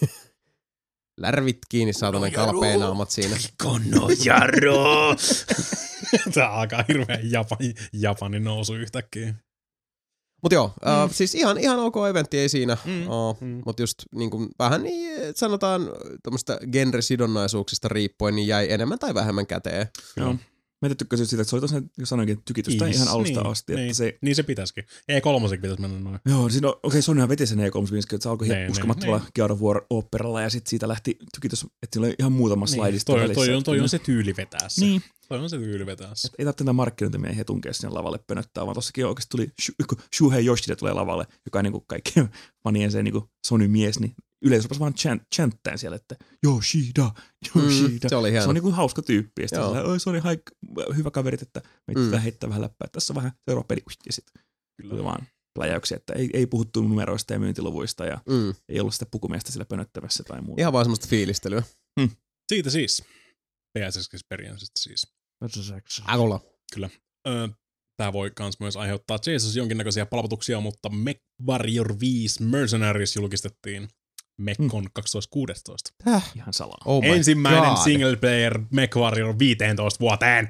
Lärvit kiinni, saatanan kalpeenaamat siinä. Kono Jaro! Tää alkaa hirveän Japanin nousu yhtäkkiä. Mut joo, siis ihan ok eventti, ei siinä. Mut just niinku vähän niin sanotaan tämmöstä genresidonnaisuuksista riippuen, niin jäi enemmän tai vähemmän käteen. Joo. Mä tykkäsin siitä, että se oli tosiaan, jos sanoinkin, tykitystä ihan alusta asti. Niin, että niin se pitäisikin. E3 pitäisi mennä noin. Joo, siinä Sonyhan veti sen E3, että se alkoi uskomattomalla God of War-operalla ja sitten siitä lähti tykitys, että siinä oli ihan muutama slaidista välissä. Toi on se tyyli vetää se. Niin. Toi on se tyyli vetää se. Ei tarvitse näitä markkinointimiehiä tunkea sinne lavalle pönöttää, vaan tossakin oikeasti tuli Shuhei Yoshida tulee lavalle, joka on niinku kaikkien fanien se niinku Sony-mies, niin yleensä rupesi vaan chanttään siellä, että Yoshida. Se oli hieno. Se on niinku hauska tyyppi. Ja sitten Sony hyvä kaverit, että meitä heittää vähän läppää. Tässä on vähän seuraava peli. Ja sitten tuli vaan pläjäyksiä, että ei puhuttu numeroista ja myyntiluvuista ja ei ollut sitä pukumiestä sillä pönöttävässä tai muuta. Ihan vaan semmoista fiilistelyä. Siitä siis. PS-experienceista siis. Agolla. Kyllä. Tää voi kans myös aiheuttaa Jesus jonkinnäköisiä palautuksia, mutta MechWarrior 5 Mercenaries julkistettiin MechCon 2016. Ihan salaa. Oh ensimmäinen single player MechWarrior 15 vuoteen.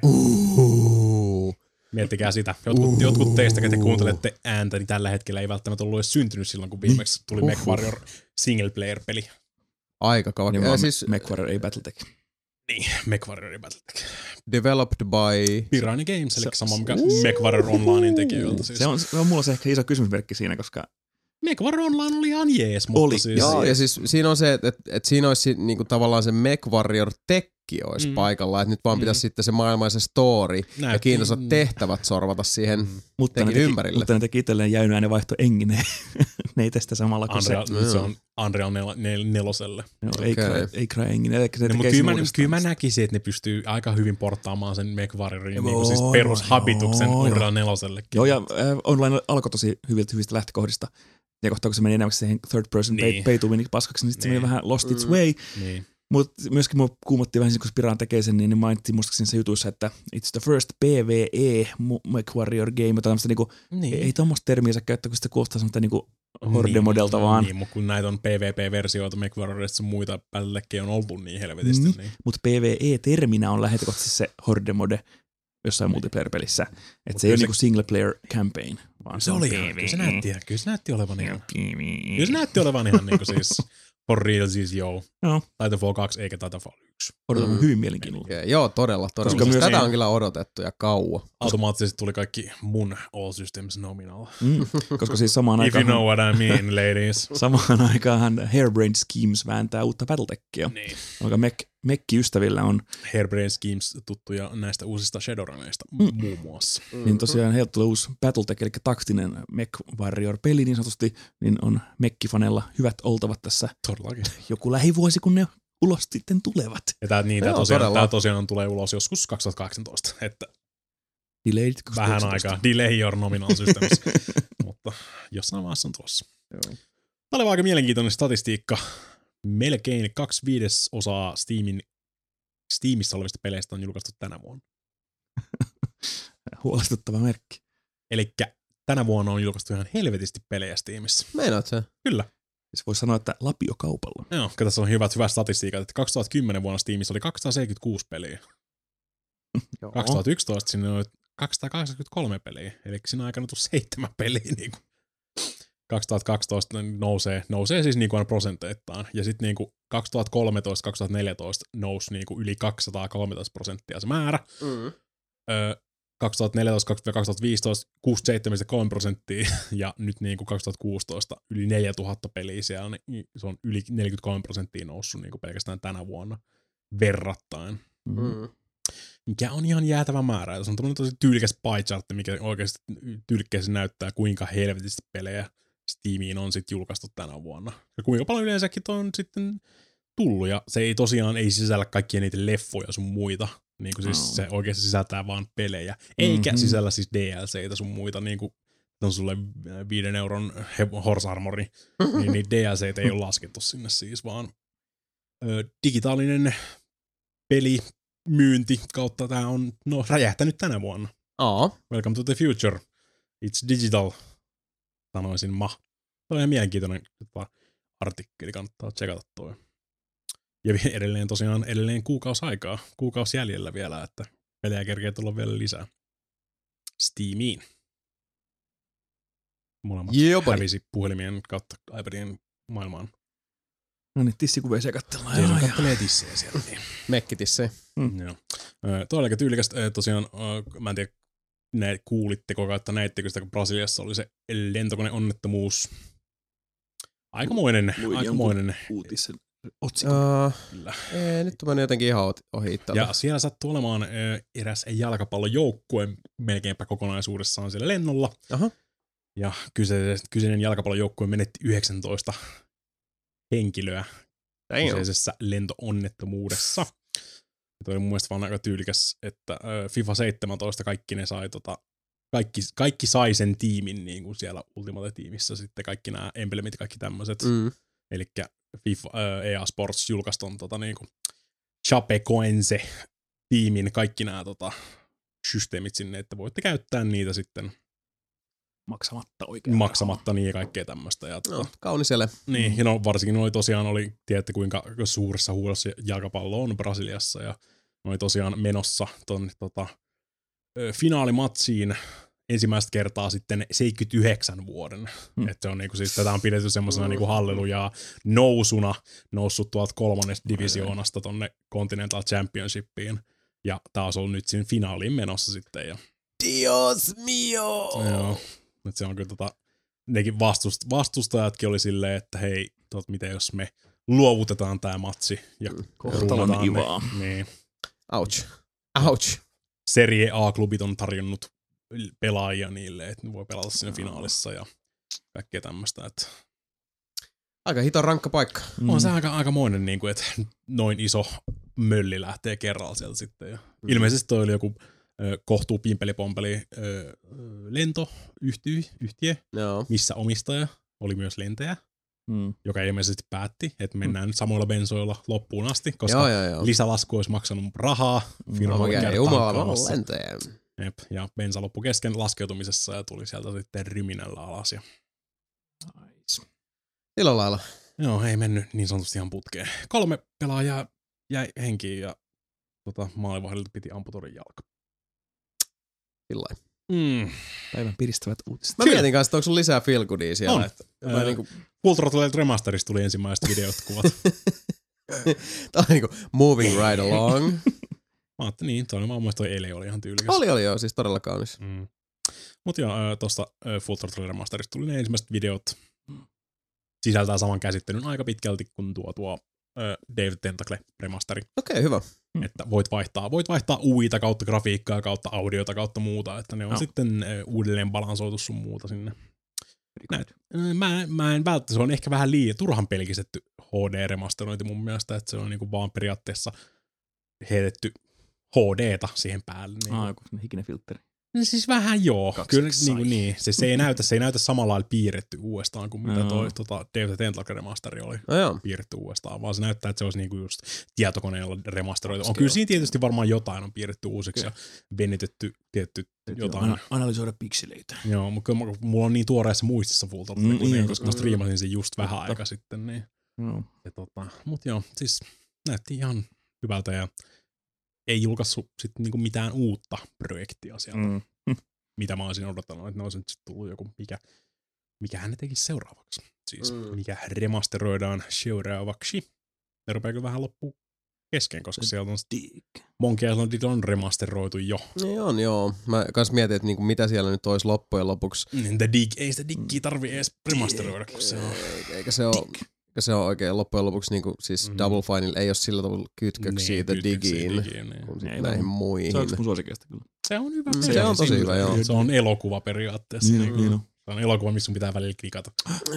Miettikää sitä. Jotkut teistä, ketä kuuntelette ääntä, niin tällä hetkellä ei välttämättä ollut edes syntynyt silloin, kun viimeksi tuli MechWarrior single player peli. Aika kauan. Niin siis MechWarrior ei Battletech. Niin, MechWarrior ei Battletech. Developed by Piranha Games, eli sama mikä MechWarrior Onlinein tekijöiltä. Siis. Se on mulla se ehkä iso kysymysmerkki siinä, koska MechWarrior Online oli ihan jees, mutta oli. Siis... Joo, ja siis siinä on se, että siinä olisi niinku tavallaan se MechWarrior-tekki olisi paikalla, että nyt vaan pitäisi sitten se maailma ja se story ja kiintoiset tehtävät sorvata siihen tekin ympärille. Mutta ne teki itselleen jäynä ja ne vaihto engineen. Ne ei tästä samalla kuin se on Unreal 4:lle. Ei cry engine. Kyllä mä näkisin, että ne pystyy aika hyvin porttaamaan sen MechWarriorin niin siis perushabituksen Unreal 4:llekin. Joo, ja online alkoi tosi hyvistä lähtökohdista. Ja kohta kun se meni enemmän siihen third person pay to win paskaksi, niin sitten se meni vähän lost its way. Niin. Mutta myöskin mua kuumotti vähän, kun Spiran tekee sen, niin mainittiin muistaakseni se jutuissa, että it's the first PvE MechWarrior game, tai niinku, ei tommoista termiä saa käyttää, kun sitä kuulostaa semmoista niinku horde-modelta vaan. Niin, mutta kun näitä on PvP-versioita MechWarriorista, muita päällekin on ollut niin helvetisti. Niin. Mutta PvE-terminä on lähtökohtaisesti se horde-mode jossain multiplayer-pelissä. Että se ei ole niinku single player campaign, vaan se oli ihan, kyllä se näytti olevan ihan niinku siis for real siis Titanfall 2 eikä Titanfall 1. Odotamme hyvin mielenkiinnolla. Joo, todella. Koska siis tätä on kyllä odotettu ja kauan. Automaattisesti tuli kaikki mun all systems nominal. Koska siis samaan aikaan... If you know what I mean, ladies. Samaan aikaan Harebrained Schemes vääntää uutta Battletechia. Niin. Vaikka Mekki-ystävillä on... Harebrained Schemes tuttuja näistä uusista Shadowruneista muun muassa. Niin tosiaan heiltä tulee uusi Battletech, eli taktinen MechWarrior-peli niin sanotusti, niin on Mekki-fanella hyvät oltavat tässä. Todellakin. Joku lähivuosi, kun ne ulos sitten tulevat. Ja tää tosiaan tulee ulos joskus 2018, että delayed vähän aikaa. Delay your nominal systems. Mutta jossain vaiheessa on tulossa. Tämä oli aika mielenkiintoinen statistiikka. Melkein 2/5 Steamissa olevista peleistä on julkaistu tänä vuonna. Huolestuttava merkki. Elikkä tänä vuonna on julkaistu ihan helvetisti pelejä Steamissa. Meinaat se? Kyllä. Siis voisi sanoa, että lapiokaupalla. Joo, tässä on hyvät statistiikat, että 2010 vuonna Steamissa oli 276 peliä. 2011 sinne oli 283 peliä, eli siinä aikana tuli 7 peliä niin kuin 2012 nousee siis niin kuin aina prosenteittain, ja sitten niin kuin 2013-2014 nousi niin kuin yli 213% se määrä. 2014-2015 67,3%, ja nyt niin kuin 2016 yli 4000 peliä siellä, niin se on yli 43% noussut niin kuin pelkästään tänä vuonna verrattain. Mikä on ihan jäätävä määrä. Se on tämmöinen tosi tyylikäs pie chart, mikä oikeasti tyylikkäisesti näyttää, kuinka helvetisti pelejä Steamiin on sitten julkaistu tänä vuonna. Ja kuinka paljon yleensäkin on sitten tullut, ja se ei tosiaan ei sisällä kaikkia niitä leffoja sun muita. Niin kuin siis se oikeasti sisältää vaan pelejä, eikä sisällä siis DLCitä sun muita, niin kuin on sulle 5 euron Horse Armori, niin niitä DLCitä ei ole laskettu sinne siis, vaan digitaalinen pelimyynti kautta tää on räjähtänyt tänä vuonna. Welcome to the future. It's digital, sanoisin mä. Tämä on ihan mielenkiintoinen artikkeli, kannattaa tsekata toi. Ja edelleen kuukausi jäljellä vielä, että pelejä kerkeä tulla vielä lisää Steamiin. Molemmat hävisi puhelimien kautta iPadien maailmaan. No niin, tissikuvia katsellaan. Siellä kattelee tissejä sieltä. Mekkitissejä. Joo. Tuo oli aika tyylikästä. Tosiaan, mä en tiedä, kuulitteko, että näittekö sitä, kun Brasiliassa oli se lentokoneonnettomuus. Aikamoinen. Uutisen otsikko. Nyt on jotenkin ihan ohi itseltä. Ja siellä sattuu olemaan eräs jalkapallojoukkue melkeinpä kokonaisuudessaan siellä lennolla. Aha. Ja kyseinen jalkapallojoukkue menetti 19 henkilöä kyseisessä lentoonnettomuudessa. Toi on mun mielestä vaan aika tyylikäs, että FIFA 17 kaikki ne sai kaikki sai sen tiimin niin kuin siellä Ultimate-tiimissä sitten kaikki nämä emblemit ja kaikki tämmöiset. Elikkä FIFA EA Sports julkaisi ton niinku Chapecoense-tiimin kaikki nämä systeemit sinne, että voitte käyttää niitä sitten maksamatta niin ja kaikkea tämmöistä. Ja kauniselle. Niin, ja varsinkin tiedätte kuinka suuressa huudossa jalkapallo on Brasiliassa, ja oli tosiaan menossa ton finaalimatsiin ensimmäistä kertaa sitten 79 vuoden. Että se on niinku siis tätä on pidetty semmoisena niinku hallelujaa nousuna noussut tuolta 3. divisioonasta tonne Continental Championshipiin. Ja taas on nyt siinä finaaliin menossa sitten. Ja Dios mio! Joo. Että se on kyllä nekin vastustajatkin oli silleen, että hei, miten jos me luovutetaan tää matsi ja kohtalon ivaa. Niin. Ouch. Serie A-klubit on tarjonnut pelaajia niille, että ne voi pelata siinä finaalissa ja kaikkea tämmöistä. Että aika hiton rankka paikka. On se aikamoinen, niin kuin, että noin iso mölli lähtee kerralla sieltä sitten. Ja ilmeisesti toi oli joku kohtuu pimpelipompeli lentoyhtiö, missä omistaja oli myös lentäjä, joka ilmeisesti päätti, että mennään nyt samoilla bensoilla loppuun asti, koska lisälasku olisi maksanut rahaa. Lentäjä. Ja bensa loppui kesken laskeutumisessa ja tuli sieltä sitten ryminällä alas. Ja sillä lailla. Joo, ei mennyt niin sanotusti ihan putkeen. 3 pelaajaa jäi henkiin ja maalivahdilta piti amputoida jalka. Sillain. Päivän piristävät uutiset. Mä mietin kanssa, että onko sun lisää feel goodia siellä. On. Niinku Full Throttle Remasterista tuli ensimmäiset videot kuvat. Tää on niinku moving right along. Mä ajattelin niin, mun mielestä toi Ele oli ihan tyylikäs. Oli joo, siis todella kaunis. Mut joo, tosta Full Throttle Remasterista tuli ne ensimmäiset videot. Sisältää saman käsittelyn aika pitkälti kuin tuo David Tentacle remasteri. Okei, hyvä. Että voit vaihtaa UIta kautta grafiikkaa kautta audiota kautta muuta, että ne on sitten uudelleen balansoitu sun muuta sinne. Mä en välttämättä, se on ehkä vähän turhan pelkistetty HD-remasterointi mun mielestä, että se on niinku vaan periaatteessa heitetty HD:ta siihen päälle. Niin. Joku hikinen filtteri. No siis vähän joo. Kyllä niin. Se ei näytä samalla lailla piirretty uudestaan kuin mitä toi David Tentacle remasteri oli piirretty uudestaan, vaan se näyttää, että se olisi niinku just tietokoneella remasteroitu. On kyllä siinä tietysti varmaan jotain on piirretty uusiksi ja venytetty tietty jotain. Analysoida pikseleitä. Joo, mutta mulla on niin tuoreessa muistissa Full Throttle, koska mä striimasin sen just vähän aika sitten. Niin. Mutta joo, siis näytti ihan hyvältä ja ei julkaissut sit niinku mitään uutta projektia sieltä, mitä mä olisin odottanut, että ne olisi nyt sit tullut joku, mikä hän ne tekisi seuraavaksi. Siis mikä remasteroidaan seuraavaksi. Ne rupeaa kyllä vähän loppuun kesken, koska sieltä on Monkey Island on remasteroitu jo. Niin on, joo. Mä kans mietin, että niinku mitä siellä nyt olisi loppujen lopuksi. Ei sitä diggiä tarvii edes remasteroida, kun se on. Eikä se on oikein loppujen lopuksi, niinku, siis Double Fineilla ei ole sillä tavalla kytköksiä siitä digiin kuin näihin muihin. Se on mun suosikeista kyllä. Se on hyvä. Se on tosi hyvä, joo. Se on elokuva periaatteessa. Niin. Se on elokuva, missä sun pitää välillä klikata.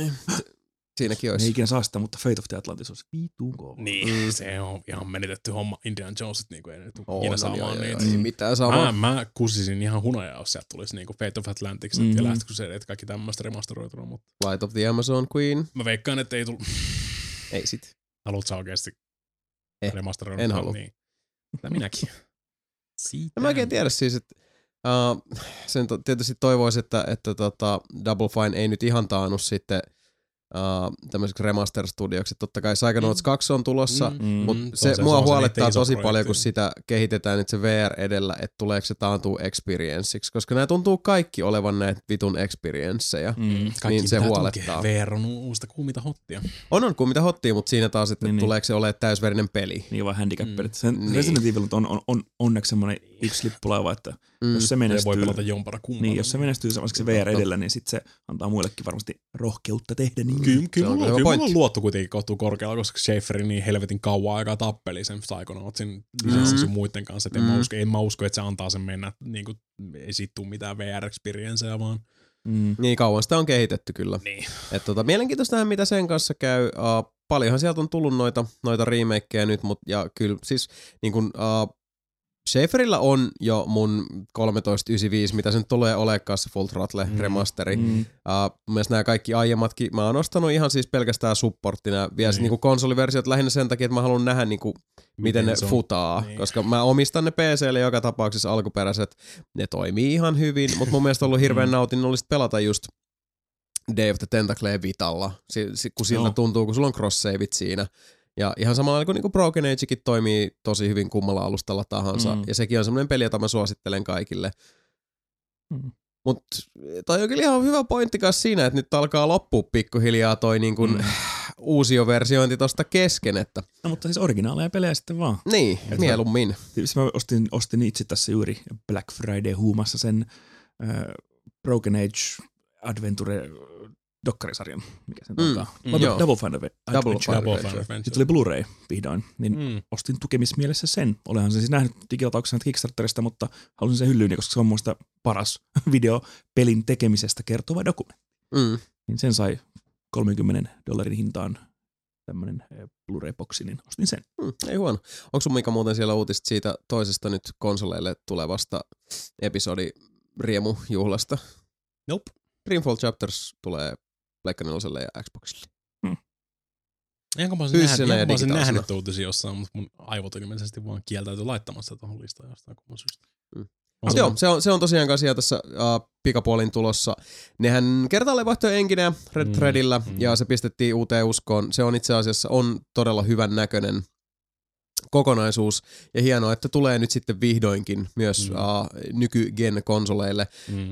Siinäkin olisi. Ei ikinä saa sitä, mutta Fate of the Atlantis olisi vitun kova. Niin, se on ihan menetetty homma. Indiana Jonesit niinku ei nyt ikinä saamaan niitä. Ei mitään samaa. Mä kusisin ihan hunajaa, jos sieltä tulisi niinku Fate of Atlantis ja Last Crusade, kaikki tämmöistä remasteroituna. Mutta Light of the Amazon Queen. mä veikkaan, että ei tullut. Ei sit. Haluatko sä oikeesti remasteroida? En halua. Niin. Minäkin. En mä oikein tiedä siis, että sen tietysti toivoisi, että Double Fine ei nyt ihan taannut sitten tämmöiseksi remaster-studioksi. Totta kai Psychonauts 2 on tulossa, mutta se mua huolettaa tosi paljon, kun sitä kehitetään nyt se VR edellä, että tuleeko se taantuu experienceiksi, koska nämä tuntuu kaikki olevan näitä vitun experienceja, niin se huolettaa. VR on uusta kuumita hottia. On kuumita hottia, mutta siinä taas, että tuleeko se olemaan täysverinen peli. Niin vaan handicapperit. Resident Evil on onneksi semmoinen yksi lippulaiva, että jos se menestyy, voi pelata jompana kummana. Niin, jos se menestyy se VR edellä, niin sit se antaa muillekin varmasti rohkeutta tehdä niin. Kyllä mulla on luotto kuitenkin kohtuu korkealla, koska Schaeffer niin helvetin kauan aikaa tappeli sen Psychonautsin lisäksi sun muiden kanssa. En mä usko, että se antaa sen mennä, niin kuin, ei siitä tule mitään VR-experienceja vaan. Niin kauan sitä on kehitetty kyllä. Niin. Mielenkiintoista mitä sen kanssa käy. Paljonhan sieltä on tullut noita remakeja nyt, ja kyllä siis niin kuin, Schaeferillä on jo mun 1395, mitä sen tulee olemaan kanssa Full Throttle remasteri. Mun mielestä nämä kaikki aiemmatkin, mä oon ostanut ihan siis pelkästään supporttina. Vielä niinku konsoliversiot lähinnä sen takia, että mä haluan nähdä niinku, miten ne futaa. Niin. Koska mä omistan ne PC:lle joka tapauksessa alkuperäiset. Ne toimii ihan hyvin, mutta mun mielestä on ollut hirveän nautinnollista pelata just Day of the Tentacle Vitalla. Kun siltä tuntuu, kun sulla on cross-saveit siinä. Ja ihan samalla kuin niinku Broken Agekin toimii tosi hyvin kummalla alustalla tahansa. Ja sekin on semmoinen peli, jota mä suosittelen kaikille. Mutta toi on kyllä ihan hyvä pointti kanssa siinä, että nyt alkaa loppua pikkuhiljaa toi niinku uusioversiointi tosta kesken. Että. No mutta siis originaaleja pelejä sitten vaan. Niin, et mieluummin. Mä ostin itse tässä juuri Black Friday huumassa sen Broken Age Adventure dokkarisarjan, mikä sen takaa. Double Fine Adventure. Sitten tuli Blu-ray vihdoin, niin ostin tukemismielessä sen. Olenhan sen siis nähnyt digilatauksena Kickstarterista, mutta halusin sen hyllyyn, koska se on muista paras video pelin tekemisestä kertova dokumentti. Niin sen sai $30 hintaan tämmönen Blu-ray-boksi, niin ostin sen. Ei huono. Onko sun Mika muuten siellä uutiset siitä toisesta nyt konsoleille tulevasta episodi-riemujuhlasta? Nope. Dreamfall Chapters tulee Pleikka 4:lle ja Xboxille. Enkä mä olisin nähnyt uutisia jossain, mutta mun aivot ilmeisesti vaan kieltäytyi laittamassa tuohon listaan jostain kumman syystä. Joo, se on tosiaan kanssa tässä pikapuolin tulossa. Nehän kertaalleen vaihtoi engineen Red Threadillä ja se pistettiin uuteen uskoon. Se on itse asiassa on todella hyvän näköinen kokonaisuus ja hienoa, että tulee nyt sitten vihdoinkin myös nykygen konsoleille.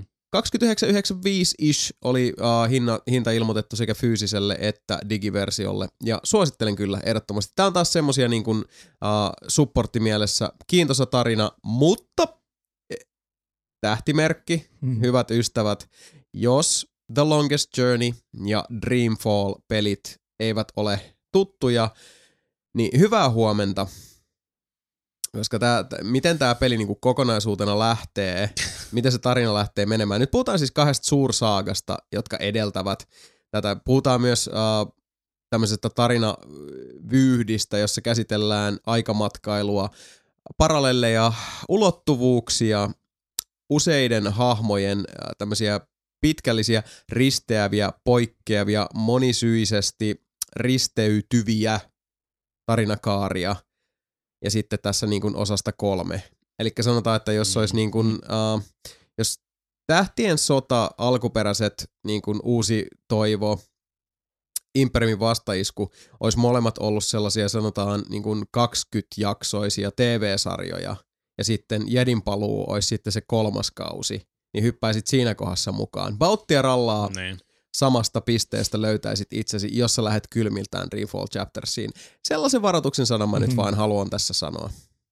29,95 oli hinta ilmoitettu sekä fyysiselle että digiversiolle, ja suosittelen kyllä ehdottomasti. Tää on taas semmosia niin kuin supporttimielessä kiintoisa tarina, mutta tähtimerkki, hyvät ystävät, jos The Longest Journey ja Dreamfall-pelit eivät ole tuttuja, niin hyvää huomenta. Koska miten tämä peli niinku kokonaisuutena lähtee, miten se tarina lähtee menemään. Nyt puhutaan siis 2 suursaagasta, jotka edeltävät tätä. Puhutaan myös tämmöisestä tarinavyyhdistä, jossa käsitellään aikamatkailua, parallelleja ulottuvuuksia, useiden hahmojen tämmöisiä pitkällisiä, risteäviä, poikkeavia, monisyisesti risteytyviä tarinakaaria. Ja sitten tässä niin kuin osasta 3. Eli sanotaan, että jos olisi niin kuin, jos Tähtien sota, alkuperäiset niin kuin uusi toivo Imperiumin vastaisku olisi molemmat ollut sellaisia sanotaan niin kuin 20-jaksoisia TV-sarjoja ja sitten Jedin paluu olisi sitten se 3. kausi, niin hyppäisit siinä kohdassa mukaan. Vauhtia rallaa samasta pisteestä löytäisit itsesi, jos sä lähdet kylmiltään Refall Chaptersiin. Sellaisen varoituksen sanon mä nyt vaan haluan tässä sanoa.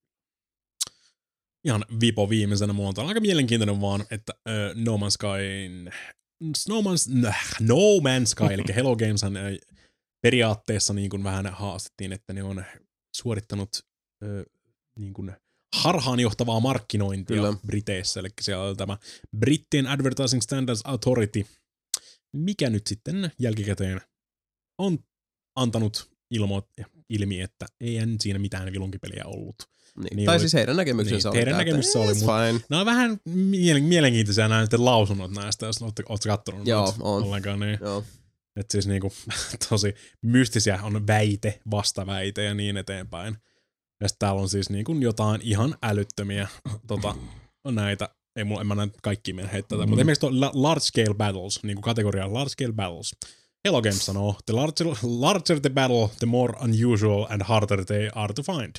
Ihan vipo viimeisenä mulla on aika mielenkiintoinen vaan, että No Man's Sky, eli Hello Gameshan periaatteessa niin kuin vähän haastettiin, että ne on suorittanut niin kuin harhaanjohtavaa markkinointia Kyllä. Briteissä, eli siellä on tämä Britain Advertising Standards Authority, mikä nyt sitten jälkikäteen on antanut ilmi, että ei siinä mitään vilunkipeliä ollut. Niin, tai oli, siis heidän näkemyksensä oli. Heidän näkemyksensä oli, mutta nämä on vähän mielenkiintoisia nämä lausunnot näistä, jos olette kattonut. Joo, on. Ollenkaan, niin. Joo. Että siis niinku tosi mystisiä on väite, vastaväite ja niin eteenpäin. Ja sitten täällä on siis niinku jotain ihan älyttömiä näitä, en mä näin kaikki meidän heittää, mutta esimerkiksi large scale battles, niinku kategoria large scale battles. Hello Games sanoo, the larger the battle, the more unusual and harder they are to find.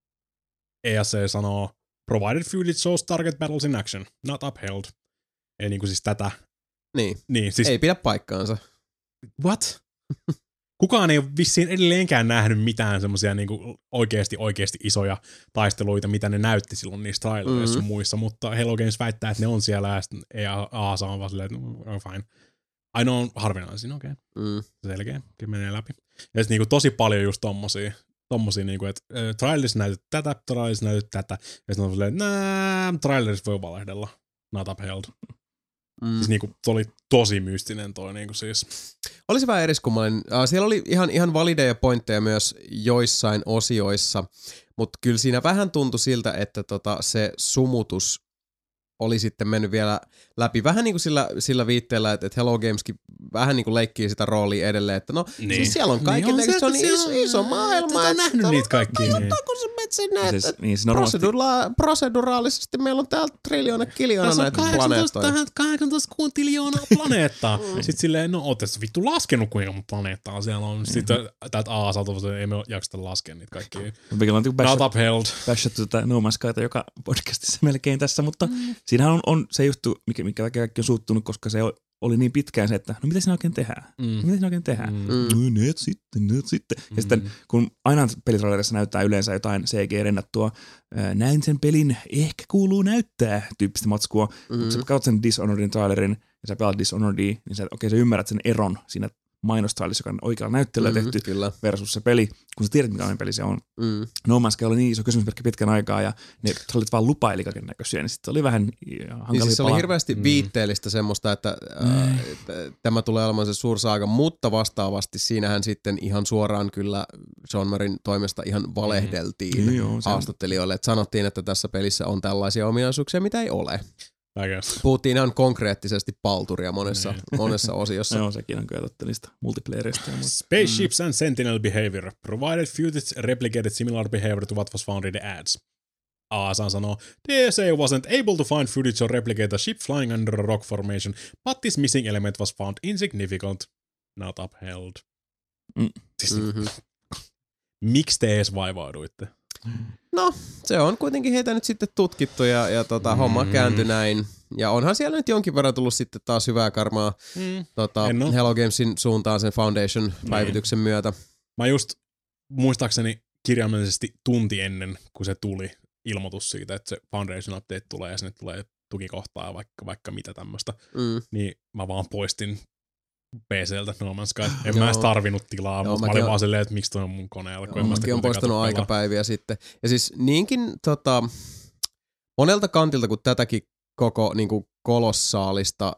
ESC sanoo, provided footage shows target battles in action, not upheld. Eli niinku siis tätä. Niin siis, ei pidä paikkaansa. What? Kukaan ei ole vissiin edelleenkään nähnyt mitään semmosia niinku oikeesti isoja taisteluita, mitä ne näytti silloin niissä trailereissa muissa, mutta Hello Games väittää, että ne on siellä ja sitten EA saa vaan silleen, että fine. Ainoa on harvinaisia, okei. Selkeä, menee läpi. Ja sitten niinku tosi paljon just tommosia niinku, että trailerissa näytyt tätä, trailerissa näytyt tätä, ja sitten on silleen, että trailerissa voi valehdella, not upheld. Siis niinku, se oli tosi mystinen toi niinku siis. Oli se vähän eriskummallinen. Siellä oli ihan valideja pointteja myös joissain osioissa, mutta kyllä siinä vähän tuntui siltä, että se sumutus oli sitten mennyt vielä läpi. Vähän niin kuin sillä viitteellä, että Hello Gameskin vähän niin kuin leikkii sitä roolia edelleen, että siis siellä on kaiken se on iso maailma. Olet nähnyt niitä kaikkia. Kun sä menet sinne, proseduraalisesti meillä on täällä triljoona näitä planeettoja. 18 tiljoonaa planeettaa. Sitten silleen, ootte sä vittu laskenut kuinka monta planeettaa siellä on. Sitten täältä A-salta ei me jakseta laskea niitä kaikkia. Not upheld. Bashattu tätä No Man's Skyta joka podcastissa melkein tässä, mutta siinähän on se juttu, mikä kaikki on suuttunut, koska se oli niin pitkään se, että no mitä siinä oikein tehdään? Nyt sitten. Ja sitten kun aina pelitrailerissa näyttää yleensä jotain CG-rennattua, näin sen pelin ehkä kuuluu näyttää tyyppistä matskua. Kun sä katsot sen Dishonoredin trailerin ja sä pelaat Dishonoredia, niin sä ymmärrät sen eron siinä mainostrailissa, joka on oikealla näyttelyllä tehty versus se peli, kun sä tiedät, mikä peli se on. No Man's Sky oli niin iso kysymysmerkki pitkän aikaa, ja ne trollit vaan lupaili kaiken näköisiä, niin sitten oli vähän hankalia niin siis se oli hirveästi viitteellistä semmoista, että tämä tulee olemaan se suursaaga, mutta vastaavasti siinähän sitten ihan suoraan kyllä Sean Murrayn toimesta ihan valehdeltiin haastattelijoille, että sanottiin, että tässä pelissä on tällaisia ominaisuuksia, mitä ei ole. Puhuttiin ihan konkreettisesti palturia monessa osiossa. Joo, sekin on kyllä niistä multiplayerista. Spaceships and Sentinel behavior. Provided footage replicated similar behavior to what was found in the ads. Aasan sanoo, DSA wasn't able to find footage or replicate a ship flying under a rock formation, but this missing element was found insignificant. Not upheld. Siis, miksi te edes vaivauduitte? No, se on kuitenkin heitä nyt sitten tutkittu ja homma kääntyi näin. Ja onhan siellä nyt jonkin verran tullut sitten taas hyvää karmaa Hello Gamesin suuntaan sen Foundation-päivityksen myötä. Mä just muistaakseni kirjaimellisesti tunti ennen, kun se tuli ilmoitus siitä, että se Foundation update tulee ja sinne tulee tukikohtaa vaikka mitä tämmöistä, niin mä vaan poistin PC:ltä No Man's Sky. En mä edes tarvinnut tilaa, mutta mä olin vaan silleen, että miksi toi on mun koneella. Mäkin on poistanut aikapäiviä sitten. Ja siis niinkin monelta kantilta, kun tätäkin koko niinku kolossaalista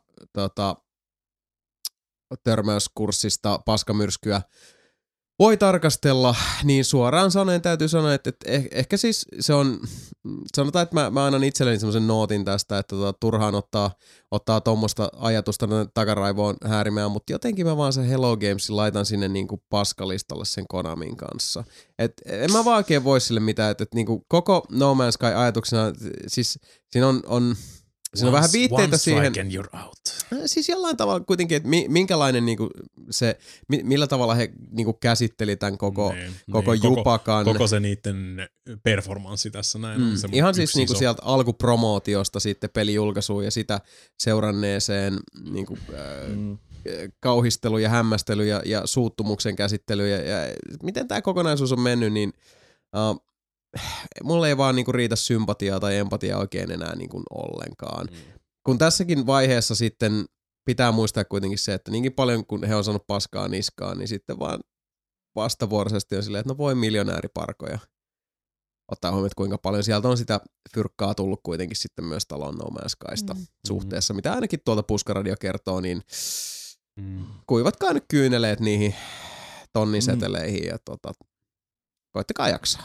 törmäyskurssista paskamyrskyä voi tarkastella, niin suoraan sanoen täytyy sanoa, että ehkä siis se on, sanotaan, että mä annan itselleni semmoisen nootin tästä, että turhaan ottaa tuommoista ajatusta takaraivoon häärimään, mutta jotenkin mä vaan se Hello Gamesin laitan sinne niinku paskalistalle sen Konamin kanssa. Et en mä vaan oikein voi sille mitään, että niinku koko No Man's Sky ajatuksena, siis siinä on vähän viitteitä siihen. One strike and you're out. Siis jollain tavalla kuitenkin, että minkälainen niinku millä tavalla he niinku käsitteli tämän koko jupakan. Koko se niiden performanssi tässä näin. On ihan siis niinku sieltä alkupromootiosta sitten pelijulkaisuun ja sitä seuranneeseen niinku, kauhistelu ja hämmästely ja suuttumuksen käsittely ja miten tämä kokonaisuus on mennyt, niin mulle ei vaan niinku riitä sympatiaa tai empatiaa oikein enää niinku ollenkaan. Kun tässäkin vaiheessa sitten pitää muistaa kuitenkin se, että niinkin paljon kun he on saanut paskaa niskaan, niin sitten vaan vastavuoroisesti on silleen, että no voi miljonääriparkoja. Ottaa huomioon, kuinka paljon sieltä on sitä fyrkkaa tullut kuitenkin sitten myös talon No Man's Skysta suhteessa. Mitä ainakin tuolta Puskaradio kertoo, niin kuivatkaa nyt kyyneleet niihin tonniseteleihin ja koittakaa jaksaa.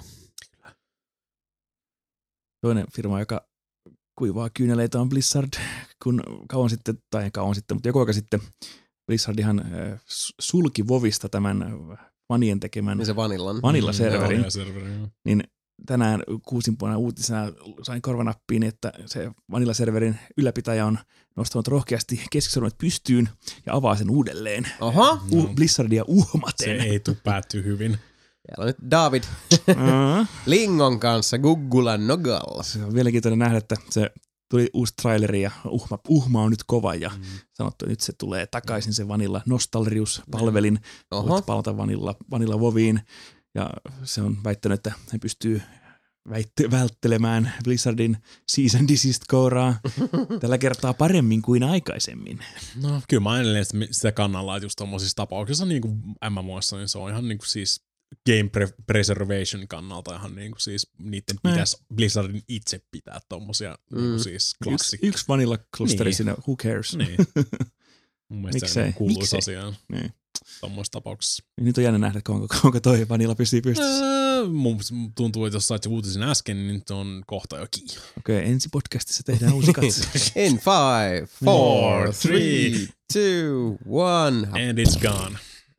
Toinen firma, joka kuivaa kyyneleitä on Blizzard, kun kauan sitten, mutta joku aika sitten Blizzardihan sulki WoWista tämän fanien tekemän niin se Vanilla-serverin. Niin tänään kuusimpana uutisena sain korvanappiin, että se Vanilla-serverin ylläpitäjä on nostanut rohkeasti keskisormet pystyyn ja avaa sen uudelleen. Aha. Blizzardia uhmaten. Se ei tule päättyä hyvin. Siellä on nyt David Lingon kanssa Guggulan nogalla. Se on mielenkiintoinen nähdä, että se tuli uusi traileri ja uhma on nyt kova ja sanottu, että nyt se tulee takaisin se Vanilla Nostalrius-palvelin. Voit palata Vanilla WoWiin ja se on väittänyt, että he pystyy välttelemään Blizzardin Cease and Desist-kouraa tällä kertaa paremmin kuin aikaisemmin. No kyllä mä edelleen sitä kannalla, että just tommosissa tapauksissa niin kuin MMOissa, niin se on ihan niin kuin siis game preservation kannalta ihan niin kuin siis niiden pitäisi Blizzardin itse pitää tommosia niin kuin siis klassikkoja. Yksi Vanilla-klusteri niin. Siinä, who cares? Niin. Mun mielestä se kuuluisi asiaan niin. Tommoisissa tapauksissa. Nyt on jännä nähdä, kuinka toi Vanilla pysyy pystyssä. Mun tuntuu, että jos sait se uutisen äsken, niin nyt on kohta jo kiinni. Okei, ensi podcastissa tehdään uusi katse. In 5, 4, 3, 2, 1. And it's gone.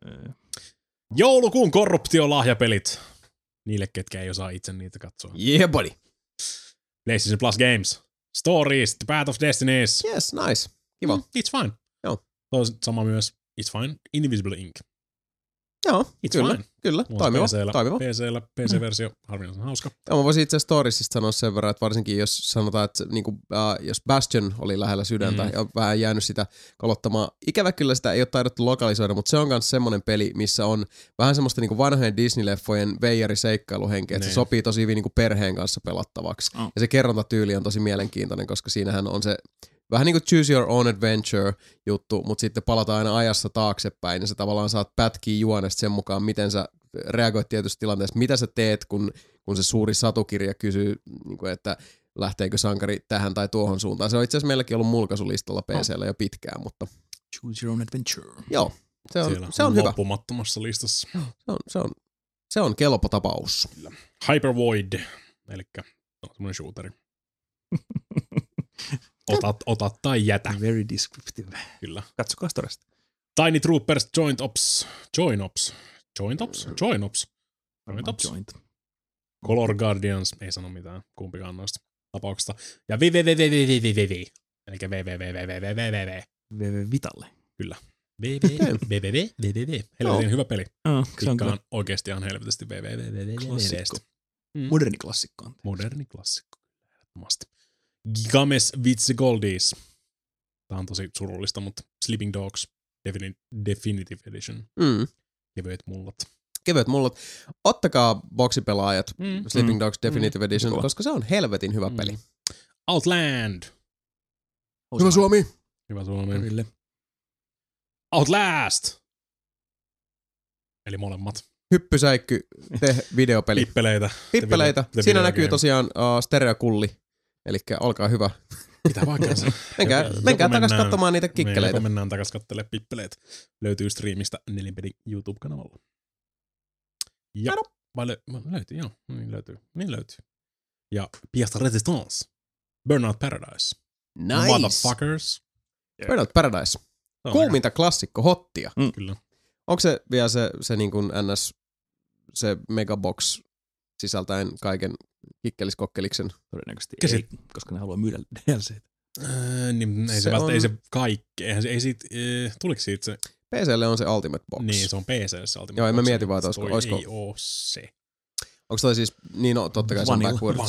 Joulukuun korruptiolahjapelit. Niille, ketkä ei osaa itse niitä katsoa. Yeah, buddy. PlayStation Plus Games. Stories, The Path of Destinies. Yes, nice. Kiva. It's fine. Joo. Sama myös It's fine. Invisible Ink. Joo, It's kyllä. Toimiva. PC:llä PC-versio, harvinaisen hauska. Joo, mä voisin itse asiassa Storiesista sanoa sen verran, että varsinkin jos sanotaan, että niinku, jos Bastion oli lähellä sydäntä ja on vähän jäänyt sitä kolottamaan. Ikävä kyllä sitä ei ole taidettu lokalisoida, mutta se on myös semmoinen peli, missä on vähän semmoista niinku vanhojen Disney-leffojen veijariseikkailuhenkeä, että se sopii tosi hyvin niinku perheen kanssa pelattavaksi. Ja se kerrontatyyli on tosi mielenkiintoinen, koska siinähän on se vähän niin kuin Choose Your Own Adventure juttu, mutta sitten palataan aina ajassa taaksepäin ja sä tavallaan saat pätkiä juonesta sen mukaan, miten sä reagoit tietysti tilanteessa, mitä sä teet, kun se suuri satukirja kysyy, että lähteekö sankari tähän tai tuohon suuntaan. Se on itse asiassa meilläkin ollut mulkaisulistalla PC:llä jo pitkään, mutta Choose Your Own Adventure. Joo, se on hyvä. Loppumattomassa listassa. Se on kelpo tapaus. Hypervoid, eli semmoinen shooteri. Ota tai jätä. Very descriptive. Kyllä. Katsokaa storesta. Tiny Troopers Joint Ops. Color Guardians. Ei sano mitään kumpikaan noista tapauksista. Ja www. Eli www. Vitalle. Kyllä. www. Helvetin hyvä peli. Klikkaan oikeasti ihan helvetisti www. Moderni klassikko. Moderni klassikko. Ehdottomasti. Games Vitsi Goldies. Tää on tosi surullista, mutta Sleeping Dogs Definitive Edition. Kevyet mullat. Ottakaa boksipelaajat Sleeping Dogs Definitive Edition, koska se on helvetin hyvä peli. Outland. Hyvä Suomi. Outlast. Eli Hyppysäikky, videopeli. Pippeleitä. Siinä näkyy tosiaan stereokulli. Elikkä olkaa hyvä. Pitää paikkaansa. Menkää takas katsomaan niitä kikkeleitä. Mennään takas katselemaan pippeleitä. Löytyy striimistä Nelinpelin YouTube-kanavalla. Ja löytyy, joo. Niin löytyy. Ja Piasta Resistance. Burnout Paradise. Nice. Motherfuckers. Burnout Paradise. Kuuminta klassikko hottia. Kyllä. Onko se vielä se niin kuin NS, se megabox sisältäen kaiken kikkelis-kokkeliksen? Todennäköisesti ei, koska ne haluaa myydä DLC:tä. Niin, ei se kaikki. Tuliko siitä se? PC:lle on se Ultimate Box. Niin, se on PC:lle se Ultimate Joo, en mä Box. mietin vaan, että olisiko... Ei oo se. Onko toi siis, niin no totta kai se on backwards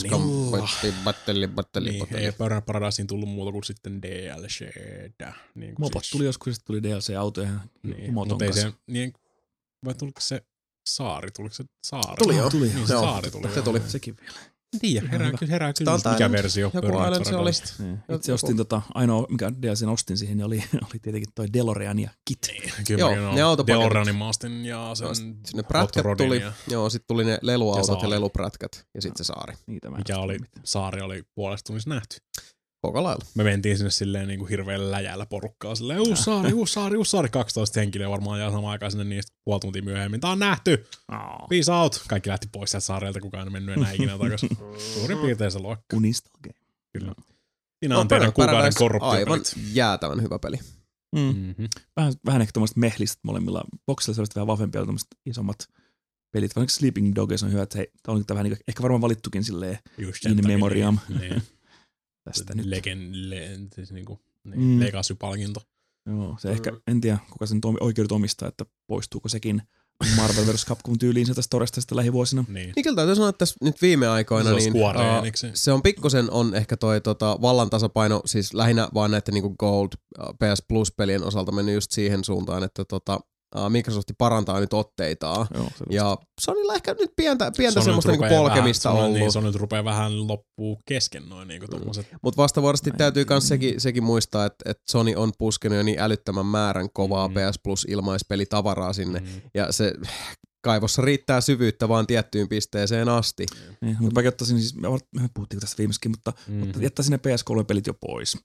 batteli. Niin, ei Paradiseen tullut muuta kuin sitten DLC:tä. Niin Mopot tuli joskus, sitten tuli DLC-autoja niin, moton mutta ei kanssa. se, niin, vai tuliko se saari? Tuliko se saari? Tuli joo. Tuli. Niin, se Joo, saari tuli. se tuli. Sekin vielä. En tiedä, herää kysymys, Tää on mikä versio joku Burnout Island se oli. Paradisesta. Niin. Itse ostin ainoa, mikä DLCn ostin siihen, niin oli tietenkin toi DeLorean ja Kit. Kyllä Joo, mäkin ne oon autopaketit. DeLoreanin mä ostin ja sen Sinne prätkät Hot Rodin tuli, ja joo, sit tuli ne leluautot ja saari. leluprätkät ja sit se saari. Niitä mä en mikä ostanut oli, mitään. saari oli puolesta tunnissa nähty. Koko lailla. Me mentiin sinne silleen niin kuin hirveellä läjällä porukkaa silleen uusi saari, 12 henkilöä varmaan ja samaan aikaan sinne niistä puoli tuntia myöhemmin. Tää on nähty! Peace out! Kaikki lähti pois sieltä saarelta, kukaan ei mennyt enää ikinä takaisin. Suurin piirtein se luokka. Uninstall game. Kyllä. Siinä on teidän kuukauden Paradise aivan korruptiopelit. jäätävän hyvä peli. Mm-hmm. Vähän ehkä tommoset mehlistä molemmilla. Boxilla se olisi vähän vahvempia, tommoset isommat pelit. Vaikka Sleeping Dogs on hyvä, että tää on vähän niin, ehkä varmaan valittukin silleen in memoriam. Niin. Tästä nyt. Siis niinku, Mm. Legacy-palkinto. Joo, se ehkä, en tiedä kuka sen oikeudet omistaa, että poistuuko sekin Marvel vs. Capcom tyyliin sieltä storesta sitten lähivuosina. Niin. Niin kyllä täytyy sanoa, että tässä nyt viime aikoina Se on niin, Square Enixin. se on pikkusen on ehkä toi vallan tasapaino, siis lähinnä vaan näiden niinku Gold PS Plus-pelien osalta mennyt just siihen suuntaan, että Microsoft parantaa nyt otteitaan. Joo, Ja Sonylla ehkä nyt pientä Se on semmoista nyt niinku rupeaa polkemista vähän, ollut. Niin, se on nyt rupeaa vähän loppuu kesken noin niinku tommoset. Mutta vastavuoroisesti täytyy myös sekin muistaa, että Sony on puskenut jo niin älyttömän määrän kovaa PS Plus ilmaispelitavaraa sinne. Ja se kaivossa riittää syvyyttä vaan tiettyyn pisteeseen asti. Niin, mutta vaikka ottaisin, siis me puhuttiin tästä viimeiskin, mutta jättäisin ne PS3-pelit jo pois.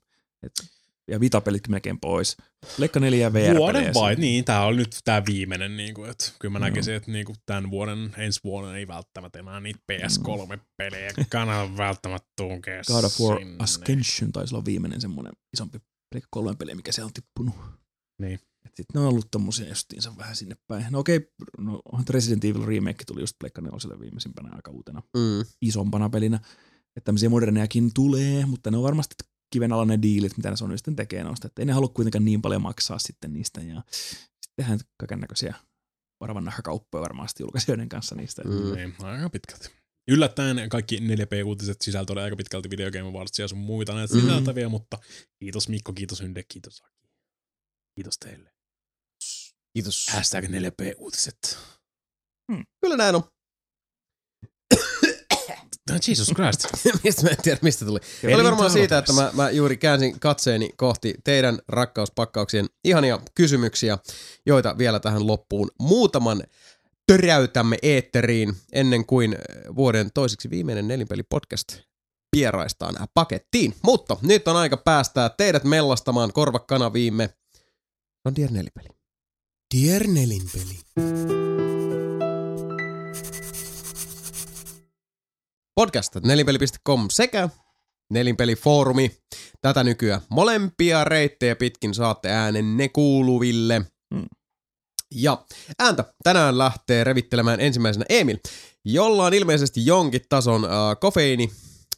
Ja Vita-pelitkin melkein pois. Leikka 4 ja VR-pelejä. Vuoden vai? Niin, tää on nyt tää viimeinen. Niinku, et, kyllä mä näkisin, että niinku, tämän vuoden, ensi vuoden ei välttämättä enää niitä PS3-pelejä kannata välttämättä tunkea God of War sinne. Ascension taisi olla viimeinen semmoinen isompi Leikka 3-peli, mikä siellä on tippunut. Niin. Sitten ne on ollut tommosia justiinsa vähän sinne päin. No okei, Resident Evil Remake tuli just Pleikka 4 viimeisimpänä aika uutena isompana pelinä. Että tämmöisiä modernejakin tulee, mutta ne on varmasti kiven alla ne diilit, mitä ne Sony sitten tekee noista. Että ei ne halua kuitenkaan niin paljon maksaa sitten niistä. Ja sitten tehdään kaikennäköisiä varavan nahakauppoja varmasti julkaisijoiden kanssa niistä. Niin, aika pitkälti. Yllättäen kaikki 4P-uutiset sisältöä aika pitkälti Video Game Awardsia ja sun muita näitä sisältäviä, mutta kiitos Mikko, kiitos Hynde, kiitos Aki. Kiitos teille. Kiitos. Hashtag 4P-uutiset. Kyllä näin on. Jesus Christ. Mä en tiedä, mistä tuli. Oli varmaan siitä, että mä juuri käänsin katseeni kohti teidän rakkauspakkauksien ihania kysymyksiä, joita vielä tähän loppuun muutaman töräytämme eetteriin ennen kuin vuoden toiseksi viimeinen Nelinpeli-podcast vieraistaan pakettiin. Mutta nyt on aika päästää teidät mellastamaan korvakanaviimme. On Dear Nelinpeli. Dear Nelinpeli. Podcast.nelinpeli.com sekä Nelinpelifoorumi. Tätä nykyään molempia reittejä pitkin saatte äänenne kuuluville. Ja ääntä tänään lähtee revittelemään ensimmäisenä Emil, jolla on ilmeisesti jonkin tason kofeiini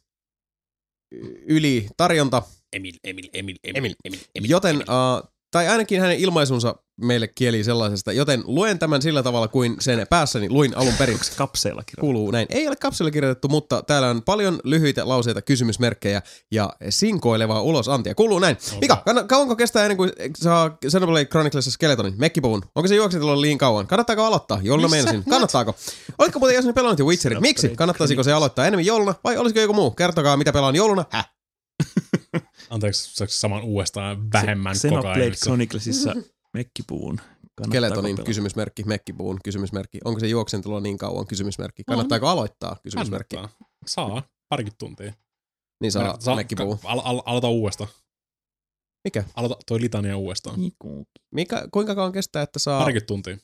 yli tarjonta. Emil. Joten, tai ainakin hänen ilmaisunsa meille kieli sellaisesta, joten luen tämän sillä tavalla kuin sen päässäni luin alun perin. Kapseilla Kuuluu näin. Ei ole kapselilla kirjoitettu, mutta täällä on paljon lyhyitä lauseita, kysymysmerkkejä ja sinkoilevaa ulosantia. Kuuluu näin. Mika, kauanko kestää ennen kuin saa Xenoblade Chroniclesissa Skeletonin, Mekkipuvun? Onko se juoksetella liian kauan? Kannattaako aloittaa? Jouluna meinasin. Kannattaako? Oletko muuten jäsen pelannut jo Witcherin? Miksi? Kannattaisiko se aloittaa enemmän jouluna vai olisiko joku muu? Kertokaa, mitä pelaan jouluna. Anteeksi, saako saman uudestaan vähemmän koko ajan? Xenoblade Chroniclesissa Mekkipuvun. Skeletonin kysymysmerkki, Mekkipuvun kysymysmerkki. Onko se juoksentelua niin kauan? Kysymysmerkki. Kannattaako aloittaa? Kysymysmerkki. Kannattaa. Saa, parikymmentä tuntia. Niin saa Mekkipuvu. Aloita uudestaan. Mikä? Aloita toi litania uudestaan. Kuinka kauan kestää, että saa Parikymmentä tuntia.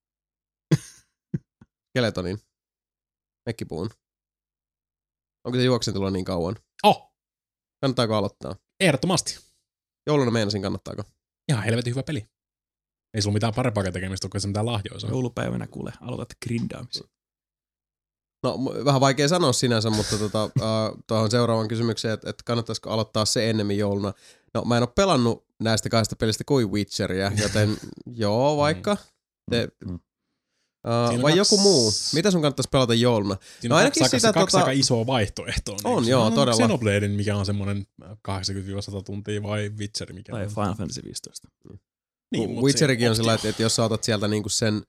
Skeletonin, Mekkipuvun? Onko se juoksentelua niin kauan? Kannattaako aloittaa? Ehdottomasti. Jouluna meinasin, kannattaako? Ihan helvetin hyvä peli. Ei sulla mitään parempaa tekemistä, kun se mitään lahjoja saa. Joulupäivänä kuule, aloitat grindaamisen. No vähän vaikea sanoa sinänsä, mutta tuohon seuraavan kysymykseen, että kannattaisiko aloittaa se ennemmin jouluna. No mä en ole pelannut näistä kahdesta pelistä kuin Witcheria, joten joo, vaikka. Vai joku muu? Mitä sun kannattaisi pelata jouluna? Siinä on kaksi aika isoa vaihtoehtoa. On joo, todella. Xenobladein, mikä on semmoinen 80-100 tuntia, vai Witcher, mikä tai on. Final Fantasy 15. Niin, Witcherikin on sillä, että jos sä otat sieltä niinku sen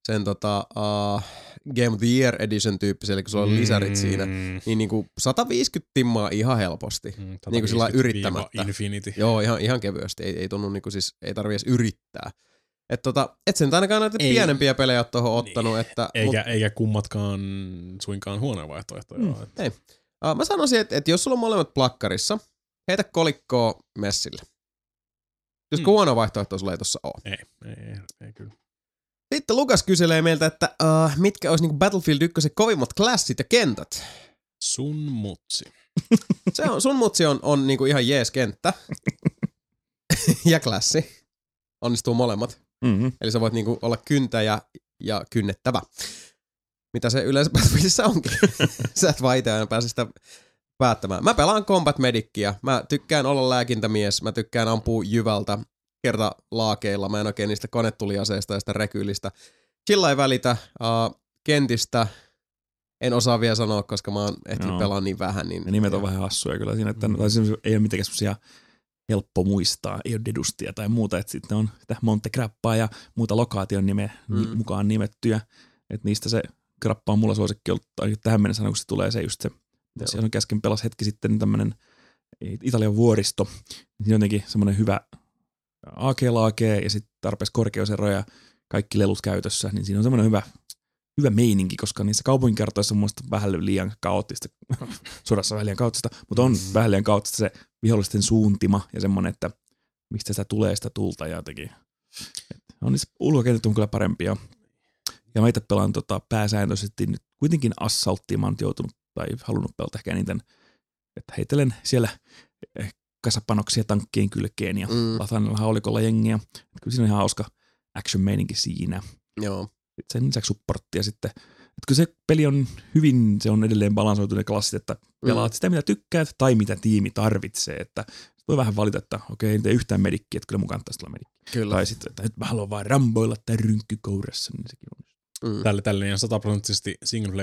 Game of the Year Edition tyyppisen, eli kun sulla on lisärit siinä, niin niinku 150 timmaa ihan helposti. Niinku sillä yrittämättä. Infinity. Joo, ihan kevyesti. Ei tunnu niinku siis, ei tarvii edes yrittää. Et sen ainakaan näitä pienempiä pelejä ole tuohon ottanut. Niin. Että, Eikä kummatkaan suinkaan huonoja vaihtoehtoja. Ei. Mä sanoisin, että jos sulla on molemmat plakkarissa, heitä kolikkoa messille. Jos huono vaihtoehto sulla ei tossa ole. Ei kyllä. Sitten Lukas kyselee meiltä, että mitkä olisi niinku Battlefield 1 kovimmat klassit ja kentät. Sun mutsi. Sun mutsi on niinku ihan jees kenttä. Ja klassi. Onnistuu molemmat. Mm-hmm. Eli sä voit niinku olla kyntäjä ja kynnettävä. Mitä se yleensä Battlefieldissä onkin. Sä et vaan itse aina pääse sitä päättämään. Mä pelaan Combat Medicia. Mä tykkään olla lääkintämies. Mä tykkään ampua jyvältä kertalaakeilla. Mä en oikein niistä konetuliaseista ja sitä rekyylistä. Chilla ei välitä. Kentistä en osaa vielä sanoa, koska mä oon ehtinyt pelaa niin vähän. Niin, ja nimet on vähän hassuja kyllä siinä, että ei ole mitenkään semmosia helppo muistaa, ei ole dedustia tai muuta, että sitten on sitä Monte Grappaa ja muuta lokaation mukaan nimettyjä, että niistä se Grappa on mulla suosikki ollut tähän mennessä, kun se tulee se just se, mitä siellä on käsken pelas hetki sitten, niin tämmönen Italian vuoristo, niin jotenkin semmoinen hyvä AK-laake ja sitten tarpeeksi korkeusero ja kaikki lelut käytössä, niin siinä on semmoinen hyvä meininki, koska niissä kaupunkikartoissa on muista vähän liian kaoottista, sodassa vähän liian kaoottista, mutta on vähän liian kaoottista se vihollisten suuntima ja semmoinen, että mistä sitä tulee sitä tulta ja jotenkin. On niissä ulkokentät on kyllä parempia. Ja mä itse pelaan pääsääntöisesti nyt kuitenkin assaulttia, mä oon joutunut tai halunnut pelata ehkä eniten, että heitelen siellä kasapanoksia tankkien kylkeen ja lataan haulikolla jengiä. Kyllä siinä on ihan hauska action-meininki siinä. Joo. Sen lisäksi supporttia sitten. Että kyllä se peli on hyvin, se on edelleen balansoitunut klassit, että pelaat sitä mitä tykkäät tai mitä tiimi tarvitsee. Että voi vähän valita, että okei, ei tee yhtään medikkiä, että kyllä mun kannattaisi tulla medikkiä. Kyllä. Tai sitten, että nyt mä haluan vaan ramboilla tai rynkkykourassa, niin sekin on. Tällä ihan 100%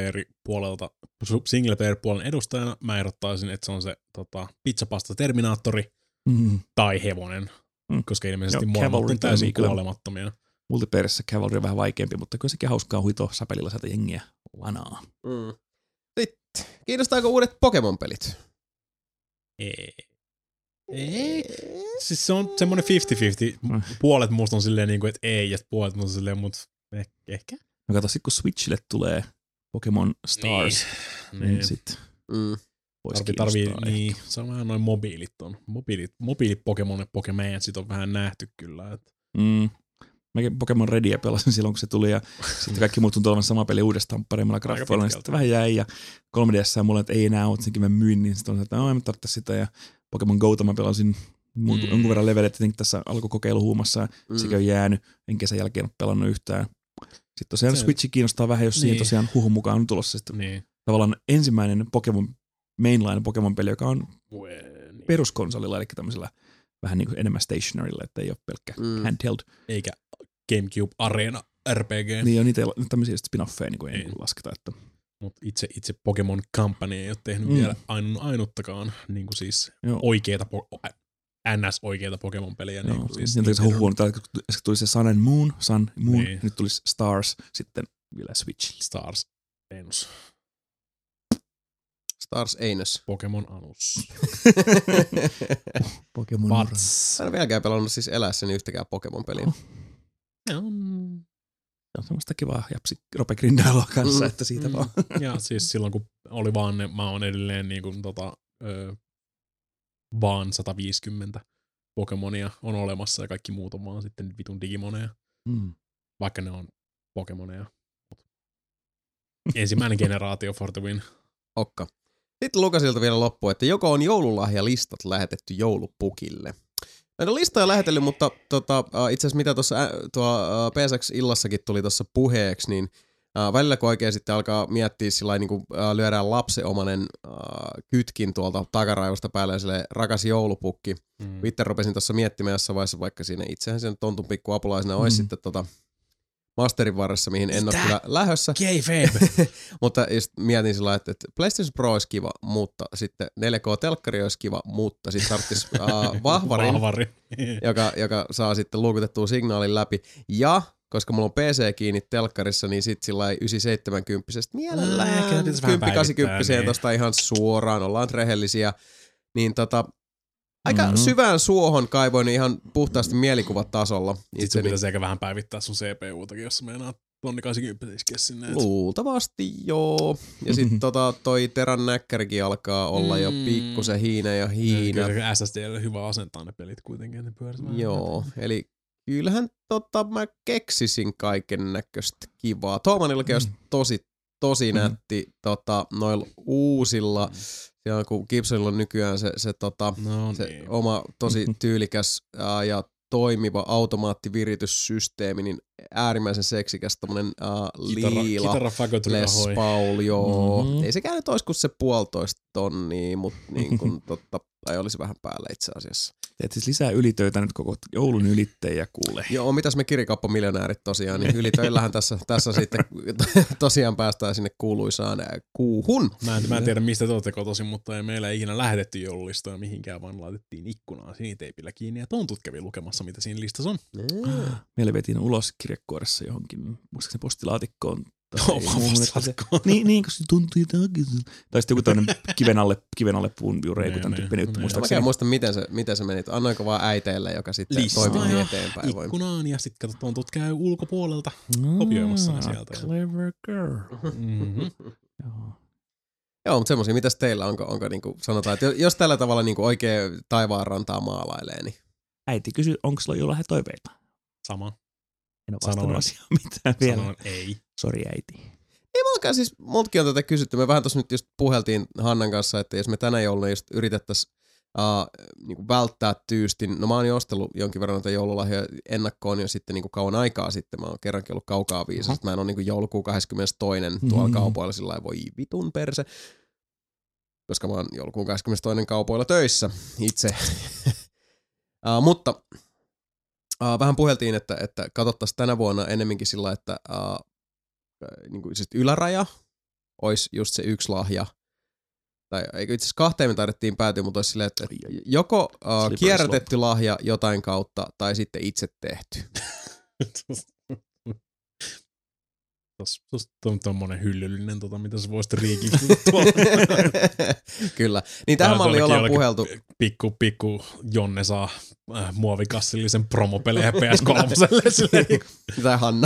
singleplayer-puolen edustajana mä ehdottaisin, että se on se pizzapasta Terminaattori tai hevonen, koska ilmeisesti molemmat on täysin kuolemattomia. Multiplayerissa Cavalry on vähän vaikeampi, mutta kyllä sekin hauskaa huitoa sapelilla sieltä jengiä lanaa. Sitten, kiinnostaako uudet Pokemon-pelit? Ei. Siis se on semmoinen 50-50. Puolet musta on silleen niinku, että ei, ja puolet musta on silleen, mutta ehkä. No kato, sit kun Switchille tulee Pokemon Stars, niin sit vois kiinnostaa. Niin, se on vähän noin mobiilit on. Mobiili-Pokemon ja Pokemon sit on vähän nähty kyllä. Mäkin Pokemon Redia pelasin silloin, kun se tuli, ja sitten kaikki muut tuntuu olevan sama peli uudestaan paremmilla graffoilla, niin sitten vähän jäi, ja 3DS mulle, että ei enää ole, senkin mä myin, niin sitten on että en tarvitse sitä, ja Pokemon Gota mä pelasin jonkun verran levelet, tietenkin tässä alkukokeiluhuumassa, ja sekin on jäänyt, en kesän jälkeen ole pelannut yhtään. Sitten tosiaan Switchi kiinnostaa vähän, jos siihen tosiaan huhun mukaan on tulossa sitten tavallaan ensimmäinen mainline Pokemon-peli, joka on peruskonsolilla, eli tämmöisellä vähän niin kuin enemmän stationarilla, että ei ole pelkkä handheld. Eikä GameCube Arena RPG. Niin on niitä tämmöisiä spin-offeja, niin kuin ei lasketa. Mutta itse Pokemon Company ei ole tehnyt vielä ainuttakaan niin kuin siis oikeita NS-oikeita Pokemon-pelejä. Niin kuin siis se huhuun, että tuli se Sun and Moon, niin. Nyt tulisi Stars, sitten vielä Switch. Stars Anus. Stars Anus. Pokemon Anus. Pokemon Vats. Mä en vieläkään pelannut siis elässäni yhtäkään Pokemon-peliä. Se on semmoista kivaa japsi rope grindailua kanssa, että siitä vaan. Ja siis silloin kun oli vaan ne, mä oon edelleen niin kuin vaan 150 Pokemonia on olemassa ja kaikki muut on vaan sitten vitun Digimoneja. Vaikka ne on Pokemoneja. Ensimmäinen generaatio for the win. Okka. Sitten Lukasilta vielä loppu, että joko on joululahjalistat lähetetty joulupukille. Näitä listoja on lähetellyt, mutta itse asiassa mitä tuossa PSX-illassakin tuli tuossa puheeksi, niin Välillä kun oikein sitten alkaa miettiä sillä niin kuin lyödään lapsenomainen kytkin tuolta takaraivosta päälle ja silleen rakas joulupukki. Itse rupesin tuossa miettimään jossain vaiheessa, vaikka siinä itsehän sen tontun pikku apulaisena olisi sitten Masterin varressa, mihin en ole kyllä lähdössä. Mutta just mietin sillä että PlayStation Pro olisi kiva, mutta sitten 4K-telkkari olisi kiva, mutta sitten tarvitsisi vahvarin, joka saa sitten luukutettua signaalin läpi. Ja koska mulla on PC kiinni telkkarissa, niin sit sillä 970 mielellään 1080 tosta ihan suoraan, ollaan rehellisiä. Niin aika syvään suohon kaivoin ihan puhtaasti mielikuvatasolla. Sitten sun pitäisi ehkä vähän päivittää sun CPU-takin, jos meinaat 1080 iskeä sinne. Luultavasti joo. Ja sit toi terän näkkärikin alkaa olla jo pikkusen hiina ja hiina. Kyllä SSDlle hyvä asentaa ne pelit kuitenkin. Ne joo, eli kyllähän mä keksisin kaiken näköistä kivaa. Tuomanillakin olisi tosi nätti noilla uusilla. Ja kun Gibsonilla on nykyään se oma tosi tyylikäs ja toimiva automaattivirityssysteemi, niin äärimmäisen seksikäs tommonen liila Les Paul, joo. Ei sekään nyt olisi kuin se 1,5 tonnia, mutta niin kun tai olisi vähän päällä itse asiassa. Teet siis lisää ylitöitä nyt koko joulun ylittäjiä kuulee. Joo, mitäs me kirikauppamiljonäärit tosiaan, niin ylitöillähän tässä sitten tosiaan päästään sinne kuuluisaan kuuhun. Mä en tiedä mistä te olette kotoisin, mutta ei meillä ikinä lähetetty joululistoja mihinkään, vaan laitettiin ikkunaan siniteipillä kiinni ja tontut kävi lukemassa, mitä siinä listassa on. Meillä vetiin ulos kirjekuoressa johonkin, muistaakseni postilaatikkoon. Niin, koska se tuntuu jotakin. Tai sitten joku toinen kiven alle puun juuri joku tämän tyyppinen juttu. Mä en muista, miten se meni. Annoinko vaan äiteille, joka sitten toimii eteenpäin. Ikkunaan ja sitten katsotaan, tuot käy ulkopuolelta kopioimassa ne sieltä. Clever girl. Joo, mutta semmosia, mitäs teillä onko niinku sanotaan, että jos tällä tavalla niinku oikein taivaanrantaa maalailee, niin... Äiti kysyi, onko sulla joululahjatoiveita? Sama. En ole vastannut asiaan mitään vielä. Sanoin ei. Sori äiti. Ei mullakaan siis, multakin on tätä kysytty. Me vähän tuossa nyt just puheltiin Hannan kanssa, että jos me tänä jouluna just yritettäisiin niinku välttää tyystin. No mä oon jo ostellut jonkin verran näitä joululahjoja ennakkoon jo sitten niinku kauan aikaa sitten. Mä oon kerrankin ollut kaukaa viisasta. Mä en ole niinku joulukuun 22. Tuolla kaupoilla sillä voi vitun perse. Koska mä oon joulukuun 22. kaupoilla töissä itse. Mutta... vähän puheltiin, että katsottaisiin tänä vuonna ennemminkin sillä, että niin siis yläraja olisi just se yksi lahja. Tai itse asiassa 2 me taidettiin päätyä, mutta olisi silleen, että joko kierrätetty lahja jotain kautta tai sitten itse tehty. Tuossa on tommonen hyllyllinen, mitä sä voisit riikittyä tuolla. Kyllä. Niin tähän malliin ollaan puheltu. Pikku Jonne saa muovikassillisen promopelejä PS3. Tai Hanna.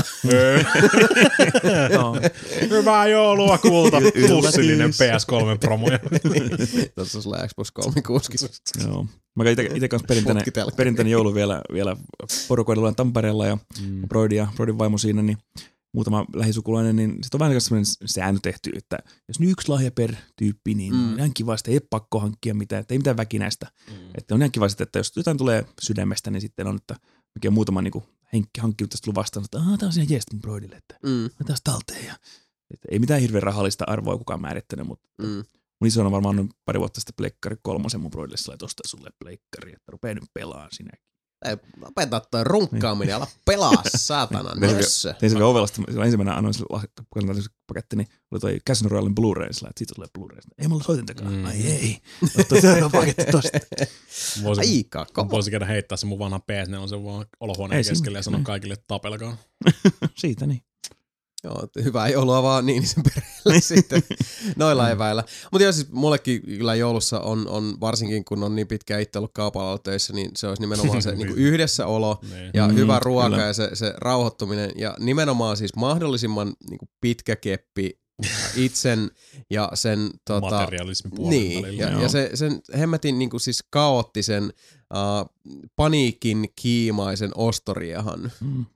Hyvää joulua, kulta. Plussillinen PS3 promo. Tuossa on sulla Xbox 360. Joo. Mä itse kanssa perinteinen joulu vielä porukoidella Tampereella ja Broidin vaimo siinä, niin muutama lähisukulainen, niin sitten on vähän sellainen säännö tehty, että jos nyt 1 lahja per tyyppi, niin on ihan kiva, että ei ole pakko hankkia mitään, että ei mitään väkinäistä. Että on ihan kiva sitten, että jos jotain tulee sydämestä, niin sitten on, että mikä on muutama niin hankkinut tästä tullut vastaan, että tämä on siinä jees mun broidille, että mä taas talteen. Ja, että ei mitään hirveän rahallista arvoa kukaan määrittänyt, mutta mun iso on varmaan pari vuotta sitten Pleikkari 3 mun broidille, sillä ostaa sulle Pleikkari, että rupee nyt pelaamaan sinäkin. Lopeta toi runkkaaminen, ala pelaa saatana nössö. Tein se vielä ovella, silloin ensimmäinen annoin paketti, niin oli toi Casino Royalen Blu-ray, että siitä tulee Blu-ray. Ei mulla soitintakaan. Ai ei. Ottaa seuraava paketti tosta. Aika kova. Voisin käydä heittää se mun vanha PS4 on se vaan olohuoneen keskelle ja sanoa kaikille, että tapelkaa. Siitä niin. Joo, hyvää joulua vaan Niinisen perheelle sitten noilla eväillä. Mutta joo, siis mullekin kyllä joulussa on varsinkin kun on niin pitkään itse ollut kaupalla töissä, niin se olisi nimenomaan se niinku yhdessäolo ja hyvä ruoka ja se rauhoittuminen ja nimenomaan siis mahdollisimman niinku pitkä keppi itsen ja sen materialismin puolen välillä. Ja sen hemmetin niinku siis kaoottisen paniikin kiimaisen ostoriehan.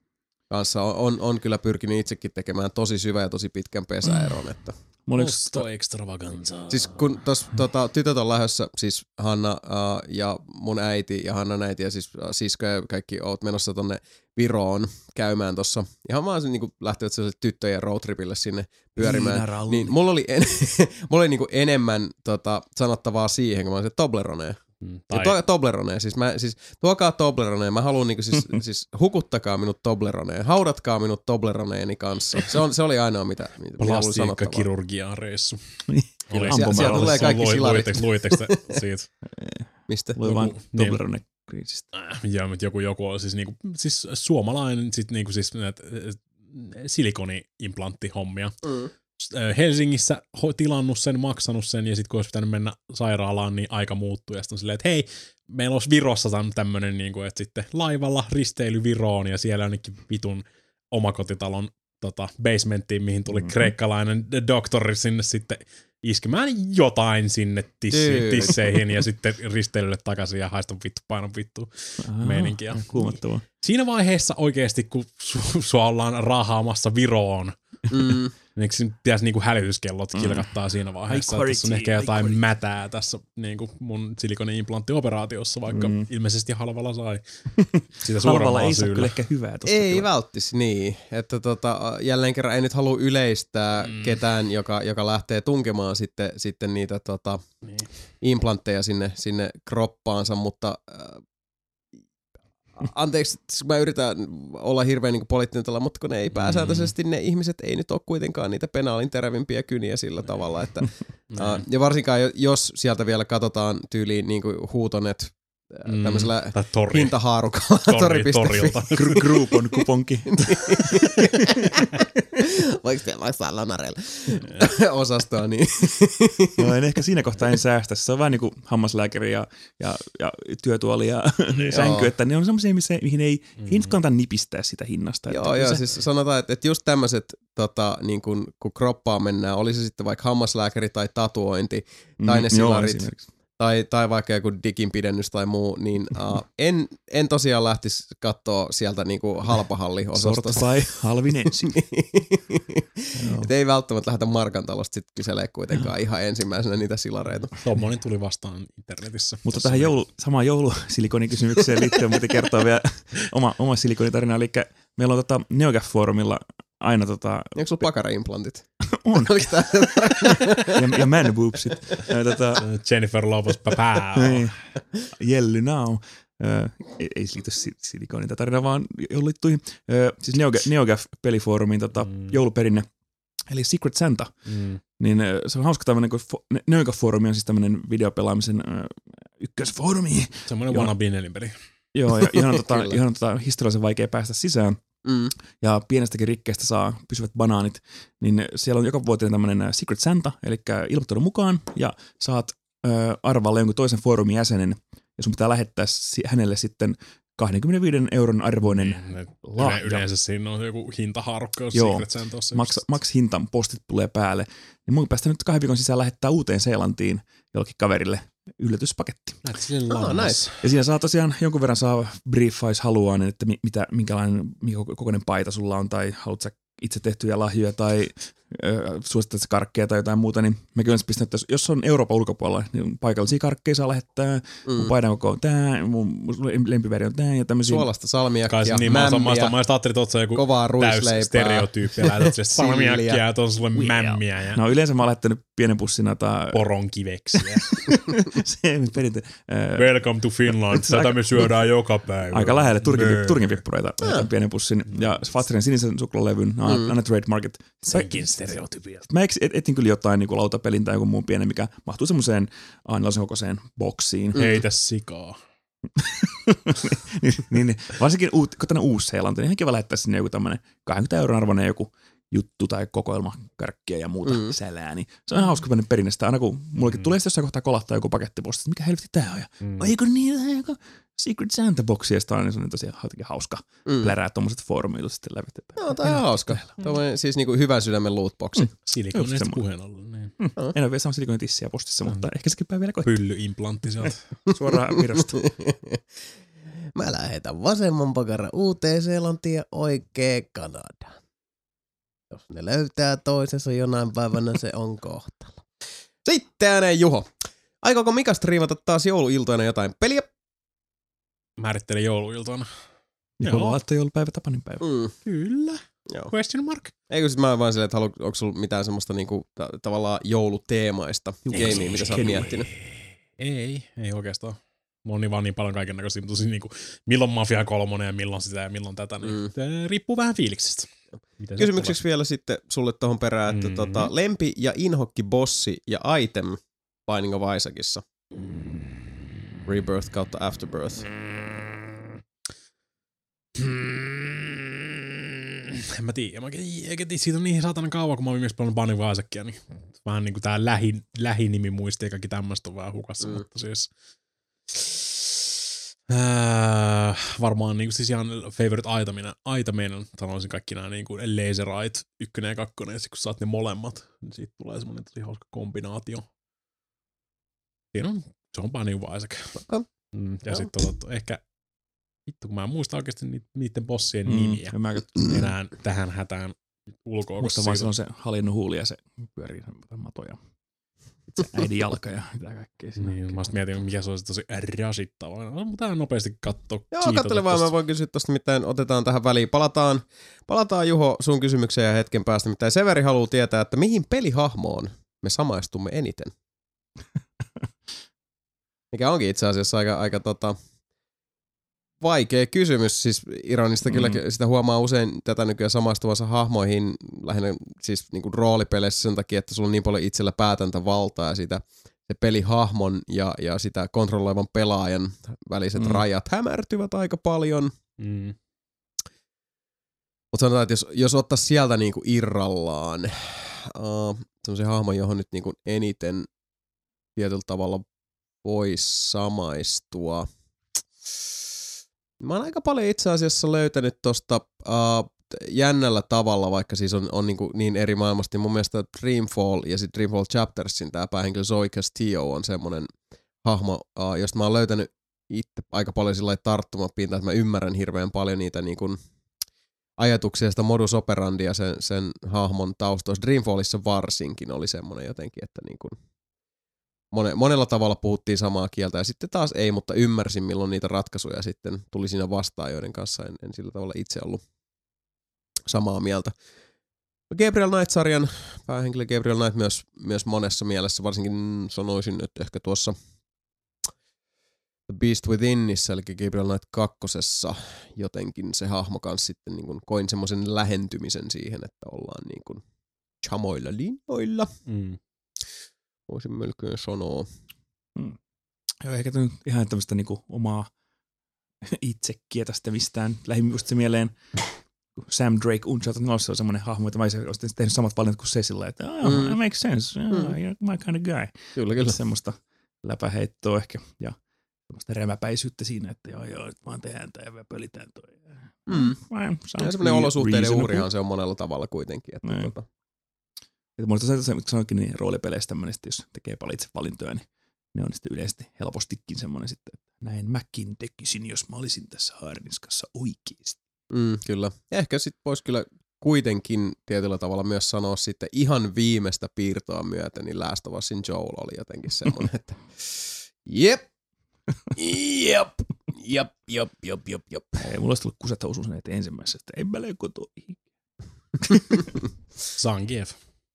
kanssa on kyllä pyrkinyt itsekin tekemään tosi syvä ja tosi pitkän pesäeron. Että. Osto extravaganza. Siis kun tytöt on lähdössä, siis Hanna ja mun äiti ja Hannan äiti ja siis sisko ja kaikki oot menossa tonne Viroon käymään tossa. Ihan vaan niinku lähtevät sellaiselle tyttöjen roadtripille sinne pyörimään. Niin mulla oli niinku enemmän sanottavaa siihen, kun mä olin se Toblerone. Ja Toblerone, siis tuokaa Toblerone, mä haluan niinku siis hukuttakaa minut Tobleroneen, haudatkaa minut Tobleroneeni kanssa. Se oli ainoa mitä haluan sanottavaa. Plastiikkakirurgiaan reissu. Sieltä tulee kaikki silarit. Luitteko siitä? Mistä? Lui vaan Toblerone-kriisistä. Joo, mutta joku on siis suomalainen siis näitä silikoni-implanttihommia. Helsingissä tilannut sen, maksanut sen ja sitten kun olisi pitänyt mennä sairaalaan, niin aika muuttui. Ja sitten on silleen, että hei, meillä olisi Virossa tämmöinen, niin kuin, että sitten laivalla risteily Viroon ja siellä onnekin vitun omakotitalon basementtiin, mihin tuli kreikkalainen doktori sinne sitten iskemään jotain sinne tisseihin ja sitten risteilylle takaisin ja haistan vittu, painon vittu meininkiä. Kuumottavaa. Siinä vaiheessa oikeasti, kun sua ollaan raahaamassa Viroon, eikö siinä pitäisi niinku hälytyskellot kilkattaa siinä vaiheessa, että tässä on ehkä jotain mätää tässä niinku mun silikoni-implantti-operaatiossa, vaikka ilmeisesti halvalla sai sitä halvalla ei saa syyllä. kyllä ehkä hyvää tosta. Ei välttis niin, että jälleen kerran ei nyt halua yleistää ketään, joka lähtee tunkemaan sitten niitä implantteja sinne kroppaansa, mutta anteeksi, mä yritän olla hirveän niin poliittinen tällä, mutta kun ne ei pääsääntöisesti, ne ihmiset ei nyt ole kuitenkaan niitä penaalin terävimpiä kyniä sillä tavalla, että ja varsinkaan jos sieltä vielä katsotaan tyyliin niin kuin Huutonet tämmöisellä hintahaarukalla torilta. Groupon kuponki. Voiko teillä laittaa Lonareilla osastoa, niin. No en ehkä siinä kohtaa en säästä. Se on vähän niin kuin hammaslääkäri ja työtuoli ja sänky, että ne on semmoisia, mihin ei kannata nipistää sitä hinnasta. Joo, siis sanotaan, että just tämmöiset, niin kun kroppaan mennään, oli se sitten vaikka hammaslääkäri tai tatuointi, tai ne silarit, tai vaikka joku digin pidennys tai muu, niin en tosiaan lähtisi katsoa sieltä niinku halpahalli-osastosta. Sort by halvin ensin. Et ei välttämättä lähdetä Markan talosta sit kyselee kuitenkaan ihan ensimmäisenä niitä silareita. Tommonen tuli vastaan internetissä. Mutta tähän samaan joulusilikonikysymykseen liittyen muuten kertoo vielä oma silikonitarina. Eli meillä on NeoGAF-foorumilla aina Onko sulla pakara-implantit? On. ja man boobsit. Jennifer Lopez papää. Jelly now. Ei liity silikonin tarina, vaan joululittuihin. Siis NeoGAF-pelifoorumin jouluperinne, eli Secret Santa. Niin se on hauska tämmöinen, kun NeoGAF-foorumi on siis tämmöinen videopelaamisen ykkösfoorumi. Semmoinen wannabe nelinpeli. Joo, ja ihan historiallisen vaikea päästä sisään. Ja pienestäkin rikkeestä saa pysyvät banaanit, niin siellä on joka vuotinen tämmöinen Secret Santa, eli ilmoittaudu mukaan ja saat arvailla jonkun toisen foorumin jäsenen ja sun pitää lähettää hänelle sitten 25 € arvoinen lahja. Yleensä siinä on joku hintahaarukka, jos Joo, Secret Santassa. Max hintan postit tulee päälle. Niin mun päästä nyt 2 viikon sisään lähettää Uuteen Seelantiin jollekin kaverille yllätyspaketti. Nice. Ja siinä saa tosiaan jonkun verran briefais haluaa, niin että minkä kokoinen paita sulla on, tai haluat sä itse tehtyjä lahjoja, tai suosittelet karkkeja tai jotain muuta, niin mä kyllä pistän, että jos on Euroopan ulkopuolella, niin paikallisia karkkeja saa lähettää, mun paidan koko on tää, mun lempiväri on tää ja tämmöisiä. Suolasta salmiakkia, niin, mämmiä, mä ajattelin, että oot sä joku täys stereotyyppi, ja lähetät se salmiakkia, ja on sulle mämmiä. Ja no yleensä mä oon lähettänyt pienen pussina poronkiveksiä. Se perinte. Welcome to Finland, tätä me syödään joka päivä. Aika lähelle Turkin pippureita, pienen pussin, ja Fazerin sinisen suklaalevyn, aina trademarket. Senkin stereotypia. Mä etin kyllä jotain niin kuin lautapelin tai joku muun pienen, mikä mahtuu semmoiseen A4 kokoiseen boksiin. Heitä sikaa. niin, varsinkin kun tänne Uusi-Seelanti, niin ihan kiva lähettää sinne joku tämmöinen 20 € arvoinen joku juttu tai kokoelma karkkia ja muuta sälää. Niin se on ihan hauska perinnestä. Aina kun mullekin tulee sitten jossain kohtaa kolahtaa joku pakettiposti, että mikä helvetti tää on. Ja eikö niin, joku Secret Santa-boksi, ja niin se on tosiaan hauska plärää tommoset foorumit sitten läpi. No, tää on ihan hauska. Tommoinen siis niinku hyvän sydämen lootboxi. Silikoneista puheen ollen. Niin. En ole vielä saanut silikonitissiä postissa, mutta ehkä sekin päivä vielä koittaa. Pyllyimplantti sieltä. Suoraan Virosta. Mä lähetän vasemman pakaran Uuteen-Seelantiin ja oikein Kanadaan. Jos ne löytää toisensa jonain päivänä, se on kohtalo. Sitten ääneen Juho. Aikooko Mika striimata taas jouluiltoina jotain peliä? Määrittelin jouluiltoina. Jouluaatto, joulupäivä, Tapaninpäivä. Kyllä. Joo. Question mark? Eikö sit mä vaan silleen, että onko sulla mitään semmoista niinku, tavallaan jouluteemaista gamea, mitä sä oot miettinyt? Ei oikeastaan. Mä oon vaan niin paljon kaikennäköisiä, mutta niinku, milloin Mafia 3 ja milloin sitä ja milloin tätä, niin riippuu vähän fiiliksestä. Kysymykseksi vielä sitten sulle tohon perään, että lempi- ja inhokki bossi ja item Binding of Isaacissa. Rebirth kautta Afterbirth. En mä tiedä. Siitä on niin saatana kauan, kun mä oon viimeksi paljon Binding of Isaacia, niin vähän niinku tää lähinimi muisti ja kaikki tämmöistä on vähän hukassa, mutta siis varmaan niinku siis ihan favorite itemina sanoisin kaikki nämä niinku Laserite 1 ja 2, ja sit kun saat ne molemmat, niin siitä tulee semmonen tosi hauska kombinaatio. Se on Binding of Isaac. Ja sit ehkä vittu, kun mä en muista oikeesti niiden bossien nimiä enää tähän hätään ulkoa. Musta vaan se on se haljennut huuli ja se pyörii matoja. Se äidin jalka ja mitä kaikkea siinä. Niin, mä mietin, mikä se olisi tosi rasittavaa. No, mutta nopeasti katsoa. Joo, katsele vaan, mä voin kysyä tosta, mitään otetaan tähän väliin. Palataan Juho sun kysymykseen ja hetken päästä. Mitään Severi haluaa tietää, että mihin pelihahmoon me samaistumme eniten? Mikä onkin itse asiassa aika vaikea kysymys, siis ironista kyllä sitä huomaa usein tätä nykyään samaistuvansa hahmoihin lähinnä siis niinku roolipeleissä sen takia, että sulla on niin paljon itsellä päätäntävaltaa ja sitä se pelihahmon ja sitä kontrolloivan pelaajan väliset rajat hämärtyvät aika paljon. Mutta sanotaan, että jos ottaisi sieltä niinku irrallaan semmoisen hahmon, johon nyt niinku eniten tietyllä tavalla voisi samaistua. Mä oon aika paljon itse asiassa löytänyt tosta jännällä tavalla, vaikka siis on niin eri maailmasta, niin mun mielestä Dreamfall ja sitten Dreamfall Chaptersin tää päähenkilö Zoe Castillo on semmonen hahmo, josta mä oon löytänyt itse aika paljon sillä lailla tarttumapintaa, että mä ymmärrän hirveän paljon niitä niin kuin ajatuksia, sitä modus operandia sen hahmon taustoissa. Dreamfallissa varsinkin oli semmonen jotenkin, että niin kuin monella tavalla puhuttiin samaa kieltä ja sitten taas ei, mutta ymmärsin milloin niitä ratkaisuja sitten tuli siinä vastaan, joiden kanssa en sillä tavalla itse ollut samaa mieltä. Gabriel Knight-sarjan päähenkilö Gabriel Knight myös monessa mielessä, varsinkin sanoisin, että ehkä tuossa The Beast Withinissä, eli Gabriel Knight 2. jotenkin se hahmo kanssa sitten niin kuin koin semmoisen lähentymisen siihen, että ollaan niin kuin samoilla linjoilla. Voisin melkein sanoa. Joo, ehkä nyt ihan tämmöistä niinku omaa itsekkiä tästä mistään. Lähimmän just se mieleen, Sam Drake Uncharted 4 on semmoinen hahmo, että mä olisin tehnyt samat valinnat kuin se sillä, että it makes sense, you're my kind of guy. Kyllä. Semmoista läpäheittoa ehkä ja semmoista remäpäisyyttä siinä, että joo, vaan tehdään tämä ja pölitään toi. Ja semmoinen olosuhteiden uurihan se on monella tavalla kuitenkin. Että Muista se sanoikin niin roolipeleistä tämmöinen, että jos tekee paljon itse valintoja, niin ne on sitten yleisesti helpostikin semmoinen sitten, että näin mäkin tekisin, jos mä olisin tässä haarniskassa oikeasti. Kyllä. Ehkä sitten voisi kyllä kuitenkin tietyllä tavalla myös sanoa sitten ihan viimeistä piirtoa myöten, niin Last of Usin Joel oli jotenkin semmoinen, että jep. Ei mulla olisi tullut kusetta osuus näitä ensimmäisessä, että ei mä leikko toi. Zangief.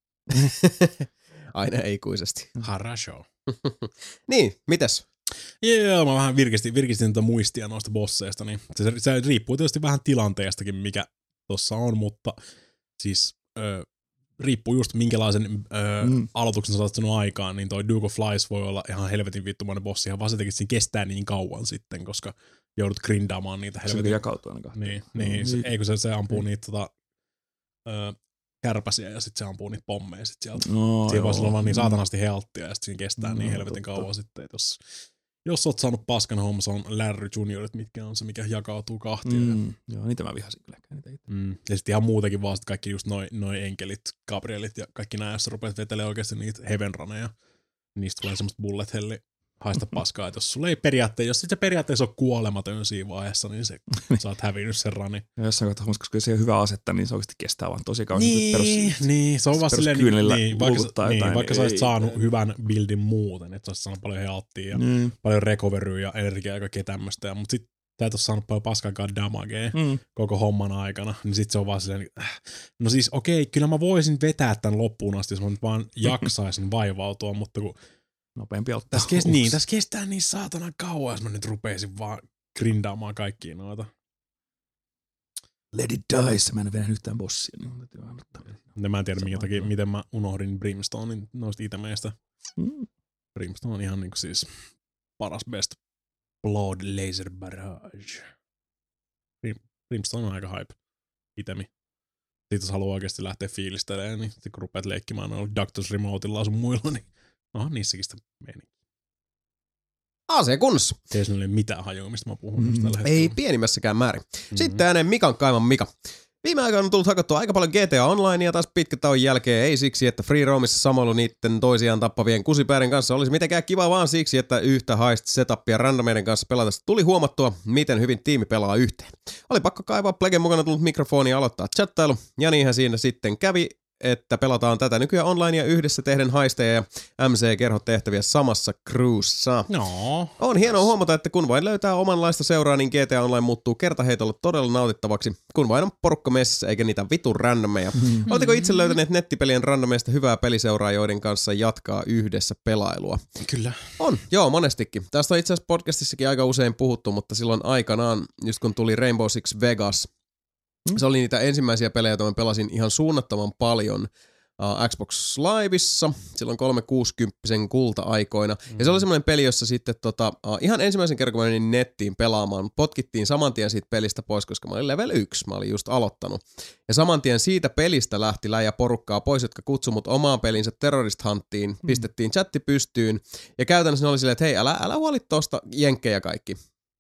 Aina ikuisesti. Harasho. Niin, mitäs? Joo, mä vähän virkistin tätä muistia noista bosseista, niin se riippuu tietysti vähän tilanteestakin, mikä tossa on, mutta siis riippuu just minkälaisen aloituksen sä oot saanut aikaan, niin toi Duke of Flies voi olla ihan helvetin vittumainen bossi, ihan vaan se siinä kestää niin kauan sitten, koska joudut grindaamaan niitä helvetin. Se jakautuu ainakaan. Niin, ei kun se ampuu niitä kärpäsiä ja sitten se ampuu niitä pommeja sit sieltä. Siinä voisi olla vaan niin saatanasti healttia ja sitten siinä kestää niin helvetin kauan sitten, että jos oot saanut paskan homma, se on Larry Juniorit, mitkä on se, mikä jakautuu kahtia. Joo, niitä mä vihasin kyllä. Ja sitten ihan muutenkin vaan kaikki just noi enkelit, Gabrielit ja kaikki nää, jos sä rupeat vetelemään oikeasti niitä heaven runeja, niistä tulee semmoista bullet helli haista paskaa. Että jos sulla ei jos sit se periaatteessa on kuolematon siinä vaiheessa, niin sä oot hävinnyt sen rani. Ja jossain kohtaa, koska se ei ole hyvä asetta, niin se oikeasti kestää vaan tosi kauan. Niin, se on vaan silleen, vaikka sä olisit saanut ei. hyvän buildin muuten, että sä olisit saanut paljon healthia ja paljon recoveryä ja energiaa ja kaikkea tämmöistä. Mutta sit sä et ole saanut paljon paskaakaan damagea koko homman aikana, niin sit se on vaan silleen, no siis okei, kyllä mä voisin vetää tän loppuun asti, jos mä nyt vaan jaksaisin vaivautua, mutta kun nopeampi ottaa. Tässä kestää niin saatana kauan, jos mä nyt rupeisin vaan grindaamaan kaikkia noita. Let it die, mä en vedä yhtään bossia. Niin mä en tiedä minkä takia, miten mä unohdin Brimstonein noista itemeistä. Brimstone on ihan niinku siis paras best blood laser barrage. Brimstone on aika hype itemi. Siitä jos haluaa oikeasti lähteä fiilistelemään, niin kun rupeat leikkimään noilla Doctor's Remotella sun muilla, niin niissäkin sitä meni. AC kunnossa. Ei sinulla ole mitään hajua, mistä mä puhun tällä hetkellä. Ei pienimmässäkään määrin. Sitten ääneen Mikan kaiman Mika. Viime aikoina on tullut hakattua aika paljon GTA Onlinea taas pitkän tauon jälkeen, ei siksi, että Free Roamissa samailu niiden toisiaan tappavien kusipäiden kanssa olisi mitenkään kiva, vaan siksi, että yhtä heist setupia randomeiden kanssa pelatessa tuli huomattua, miten hyvin tiimi pelaa yhteen. Oli pakko kaivaa Plegen mukana tullut mikrofoni ja aloittaa chattailu, ja niinhän siinä sitten kävi, että pelataan tätä nykyään onlinea yhdessä tehden haisteja ja MC-kerhotehtäviä samassa crewssa. No. On hienoa huomata, että kun vain löytää omanlaista seuraa, niin GTA Online muuttuu kertaheitolla todella nautittavaksi, kun vain on porukka messissä eikä niitä vitun randomeja. Oletteko itse löytäneet nettipelien randomeista hyvää peliseuraa, joiden kanssa jatkaa yhdessä pelailua? Kyllä. On, joo, monestikin. Tästä on itse asiassa podcastissakin aika usein puhuttu, mutta silloin aikanaan, just kun tuli Rainbow Six Vegas, se oli niitä ensimmäisiä pelejä, joita mä pelasin ihan suunnattoman paljon Xbox Liveissa, silloin 360 kulta-aikoina. Ja se oli semmoinen peli, jossa sitten ihan ensimmäisen kerran, kun mä menin nettiin pelaamaan, potkittiin saman tien siitä pelistä pois, koska mä olin level 1, mä olin just aloittanut. Ja saman tien siitä pelistä lähti läjä porukkaa pois, jotka kutsui mut omaan pelinsä Terrorist Hunttiin, pistettiin chatti pystyyn, ja käytännössä ne oli silleen, että hei, älä huoli tosta jenkkejä kaikki.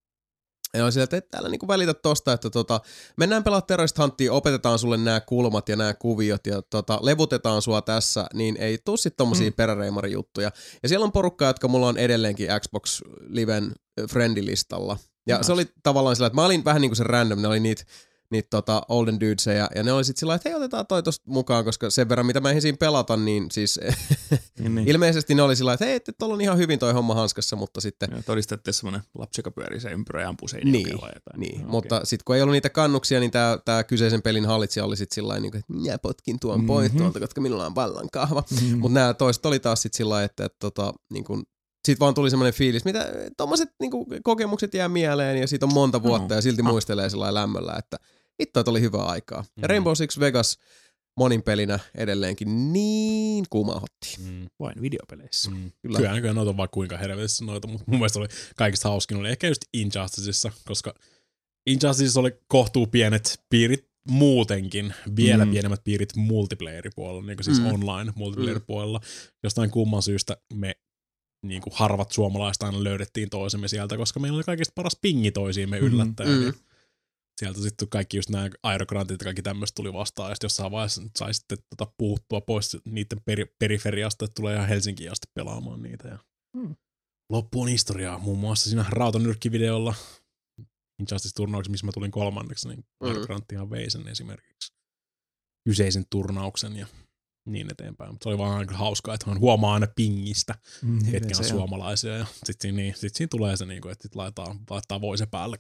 Ja on sieltä, että älä niinku välitä tosta, että mennään pelaa Terrorist Hunttiin, opetetaan sulle nämä kulmat ja nämä kuviot ja levutetaan sua tässä, niin ei tuu sit tommosia peräreimarijuttuja. Ja siellä on porukkaa, jotka mulla on edelleenkin Xbox Liven friendilistalla. Ja se oli tavallaan sillä, että mä olin vähän niinku se random, ne oli niitä olden dudesia, ja ne oli sit sillä, että hei, otetaan toi tosta mukaan, koska sen verran, mitä mä eihin siinä pelata, niin siis ilmeisesti ne oli sillä, että hei, tuolla on ihan hyvin toi homma hanskassa, mutta sitten... Ja todistatte semmonen lapsi, joka pyörii sen ympyrä ja ampuu niin, mutta sitten kun ei ollut niitä kannuksia, niin tää kyseisen pelin hallitsija oli sit sillä niin että minä potkin tuon pois tuolta, koska minulla on vallan kahva. Mutta nämä toiset oli taas sit sillä, että niin kuin sitten vaan tuli semmoinen fiilis, mitä tommoset niinku kokemukset jää mieleen ja siitä on monta vuotta ja silti muistelee sellainen lämmöllä, että vittu, että oli hyvää aikaa. Ja Rainbow Six Vegas monin pelinä edelleenkin niin kuumahotti. Vain videopeleissä. Kyllä näköjään noita on vaan kuinka helvetissä noita, mutta mun mielestä oli kaikista hauskin oli ehkä just Injusticessa, koska Injusticessa oli kohtuu pienet piirit muutenkin, vielä pienemmät piirit multiplayer-puolella, niin kuin siis online multiplayer-puolella. Jostain kumman syystä me niin kuin harvat suomalaiset aina löydettiin toisemme sieltä, koska meillä oli kaikista paras pingi toisiimme yllättäen. Sieltä sitten kaikki just nämä aerograntit ja kaikki tämmöistä tuli vastaan, ja sitten jossain vaiheessa sai sitten puuttua pois niiden periferiasta, että tulee ihan Helsinkiin asti pelaamaan niitä. Ja loppu on historiaa, muun muassa siinä rautanyrkkivideolla Injustice-turnauksessa, missä mä tulin kolmanneksi, niin aerogranttihan vei sen esimerkiksi kyseisen turnauksen ja niin eteenpäin. Mutta se oli vaan aika hauskaa, että hän huomaa aina pingistä, ketkä on suomalaisia, ja sitten siinä tulee se, että sit laittaa voise päälle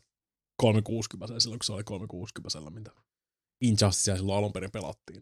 360 silloin, kun se oli 360, mitä Injusticea silloin alun perin pelattiin.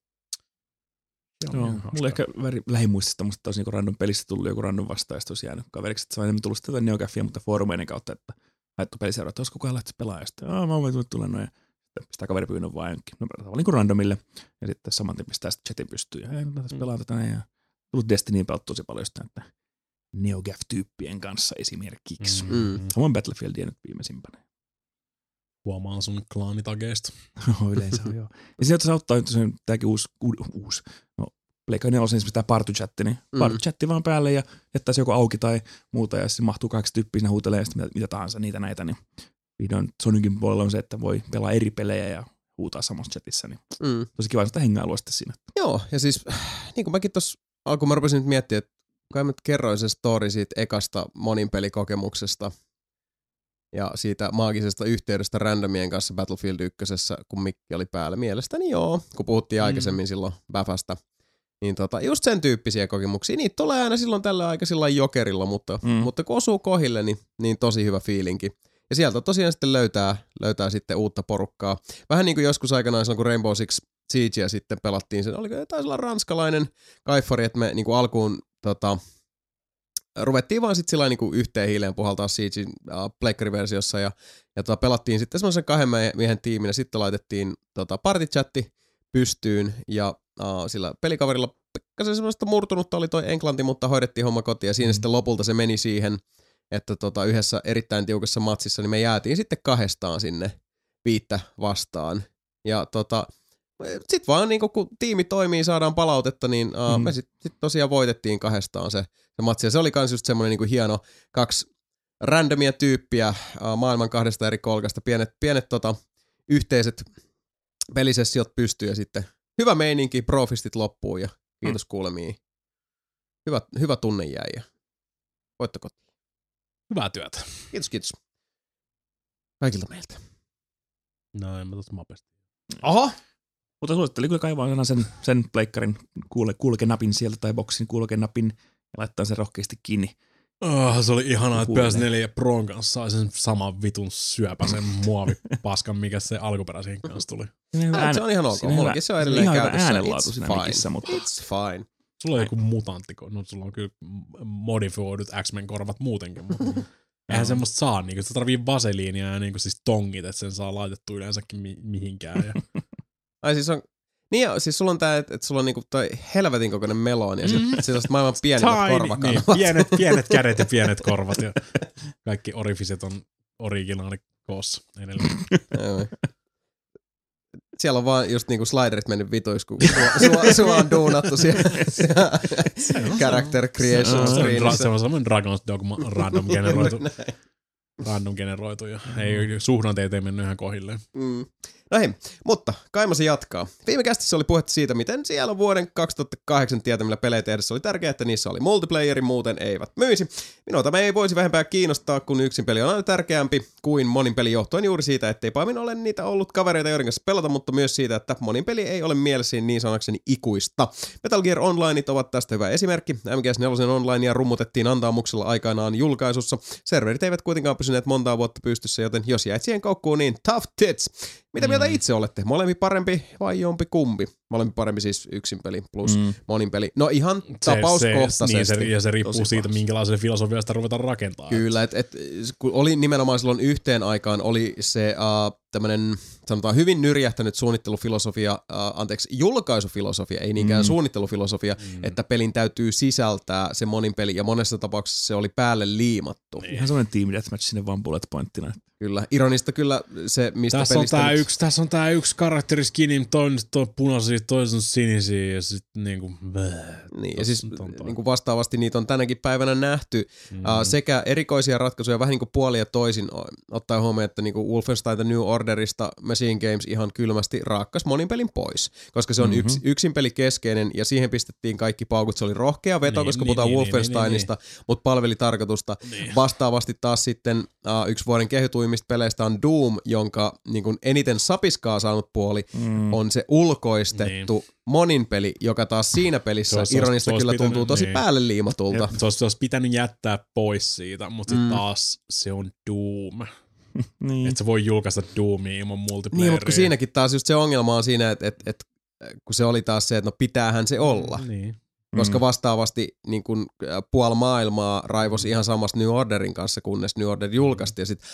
Joo, mulla ehkä lähimuistista musta taas niinku random pelistä tullut joku random vastaus olisi jäänyt kaveriksi, että se on enemmän tullut sitä NeoGAFia, mutta foorumeiden kautta, että haettu peliseuraa, että olisiko kukaan lähteä pelaamaan, ja sitten mä voin tulla noin, ja pistää kaveri pyynnön vaan jonkin, tavallaan niin randomille, ja sitten saman tien pistää sitten chatin pystyyn, ja tässä pelaa tätä näin, ja tullut Destinyin pelata tosi paljon sitä, että NeoGAF-tyyppien kanssa esimerkiksi. Samoin Battlefieldien nyt viimeisimpänä. Huomaan sun klaanitageista. Yleensä on, joo. Ja sieltä se auttaa nyt tämäkin uusi, no Pleikka 4 on esimerkiksi tämä party-chatti, niin party-chatti vaan päälle ja jättää se joku auki tai muuta, ja sitten mahtuu 2 tyyppiä siinä huutelee, ja sitten mitä tahansa niitä näitä, niin vihdoin Sonicin puolella on se, että voi pelaa eri pelejä ja huutaa samassa chatissa, niin tosi kiva sitä hengailua sitten siinä. Joo, ja siis niin kuin mäkin tuossa alkuun mä rupesin nyt miettimään, että kai mä kerroin sen story siitä ekasta moninpelikokemuksesta ja siitä maagisesta yhteydestä randomien kanssa Battlefield 1, kun mikki oli päällä. Mielestäni joo, kun puhuttiin aikaisemmin silloin Bäfästä. Niin just sen tyyppisiä kokemuksia. Niitä tulee aina silloin tällä aika sillä jokerilla, mutta kun osuu kohille, niin tosi hyvä fiilinki. Ja sieltä tosiaan sitten löytää sitten uutta porukkaa. Vähän niin kuin joskus aikanaan silloin, kun Rainbow Six Siegea sitten pelattiin sen. Taisi olla ranskalainen kaifari, että me niin kuin alkuun ruvettiin vaan sitten sillä niin kuin yhteen hiileen puhaltaa Siegein pleikkariversiossa ja pelattiin sitten semmoisen 2 miehen tiimin ja sitten laitettiin partychatti pystyyn ja sillä pelikaverilla pikkasen semmoista murtunutta oli toi englanti, mutta hoidettiin homma kotiin ja siinä sitten lopulta se meni siihen, että yhdessä erittäin tiukassa matsissa niin me jäätiin sitten 2 sinne 5 vastaan ja sit vaan niinku kun tiimi toimii, saadaan palautetta, niin me sit tosiaan voitettiin 2 se matsi ja se oli kans just semmonen niinku hieno 2 randomia tyyppiä maailman 2 eri kolkasta, pienet yhteiset pelisessiot pystyy ja sitten hyvä meininki, profistit loppuun ja kiitos kuulemiin. Hyvä tunne jäi ja voitto kotiin. Hyvää työtä. Kiitos. Kaikilta meiltä. No en mä tosta mapesta. Oho! Mutta suosittelin kyllä kaivaa sen pleikkarin kulkenapin sieltä tai boksin kulkenapin ja laittaa sen rohkeasti kiinni. Se oli ihanaa, että PS4 Proon kanssa sai sen saman vitun syöpäisen muovipaskan, mikä se alkuperäisen kanssa tuli. Se on ihan ok. Mullakin se on edelleen käytössä. Äänenlaatu siinä mikissä, mutta It's fine. Sulla on joku mutanttiko. No sulla on kyllä modifioidut X-Men-korvat muutenkin, mutta eihän semmoista saa. Niin, se tarvii vaseliinia ja niin, siis tongit, että sen saa laitettu yleensäkin mihinkään. Ja. Ai siis on... Niin ja siis sulla on tää, että sulla on niinku toi helvetin kokoinen meloni ja sit on maailman pienimmät korvakanavat. Niin, pienet kädet ja pienet korvat ja kaikki orifiset on originaali koossa edelleen. Siellä on vaan just niinku sliderit mennyt vituiksi, kun sua on duunattu siellä character creation screenissä. Se on semmoinen Dragon's Dogma random generoitu ja ei suhdanteet ei mennyt ihan kohilleen. No hei, mutta Kaimasi jatkaa. Viime kästissä oli puhetta siitä, miten siellä vuoden 2008 tietämillä pelejä tehdessä oli tärkeää, että niissä oli multiplayeri, muuten eivät myisi. Minua tämä ei voisi vähempää kiinnostaa, kun yksin peli on aina tärkeämpi kuin monin peli johtuen juuri siitä, ettei paimin ole niitä ollut kavereita, joiden kanssa pelata, mutta myös siitä, että monin peli ei ole mielessäni niin sanakseni ikuista. Metal Gear Onlineit ovat tästä hyvä esimerkki. MGS4 Onlinea rummutettiin antaamuksella aikanaan julkaisussa. Serverit eivät kuitenkaan pysyneet montaa vuotta pystyssä, joten jos jäit siihen koukkuun, niin tough tits. Mitä mieltä itse olette? Molempi parempi vai jompi kumpi? Molempi parempi siis yksin peli plus monin peli. No ihan tapauskohtaisesti. Niin, se riippuu siitä, minkälaisen filosofiasta ruvetaan rakentamaan. Kyllä, kun oli nimenomaan silloin yhteen aikaan oli se tämmönen, sanotaan hyvin nyrjähtänyt suunnittelufilosofia, julkaisufilosofia, ei niinkään suunnittelufilosofia, että pelin täytyy sisältää se monin peli, ja monessa tapauksessa se oli päälle liimattu. Niin. Ihan semmoinen team deathmatch sinne vaan bullet pointtina. Kyllä, ironista kyllä se, mistä tässä on tää yksi karakteriskini, toinen punaisia, toisen sinisiä ja sitten niinku... Niin, ja siis niinku vastaavasti niitä on tänäkin päivänä nähty sekä erikoisia ratkaisuja vähän niinku puoli ja toisin, ottaa huomioon, että niinku Wolfenstein The New Orderista Machine Games ihan kylmästi raakkas monin pelin pois, koska se on yksin peli keskeinen ja siihen pistettiin kaikki paukut. Se oli rohkea veto, koska puhutaan Wolfensteinista, mutta palveli tarkoitusta. Vastaavasti taas sitten yksi vuoden kehytuimmista peleistä on Doom, jonka niin kuin eniten sapiskaa saanut puoli on se ulkoistettu monin peli, joka taas siinä pelissä ironista kyllä tuntuu tosi päälle liimatulta. Se olisi pitänyt jättää pois siitä, mutta taas se on Doom. Niin. Että se voi julkaista Doomia ilman multiplayeria. Niin, mutta kun siinäkin taas just se ongelma on siinä, että kun se oli taas se, että no pitäähän se olla. Niin. Koska vastaavasti niin kun puoli maailmaa raivosi ihan samasta New Orderin kanssa, kunnes New Order julkaistiin. Ja sitten,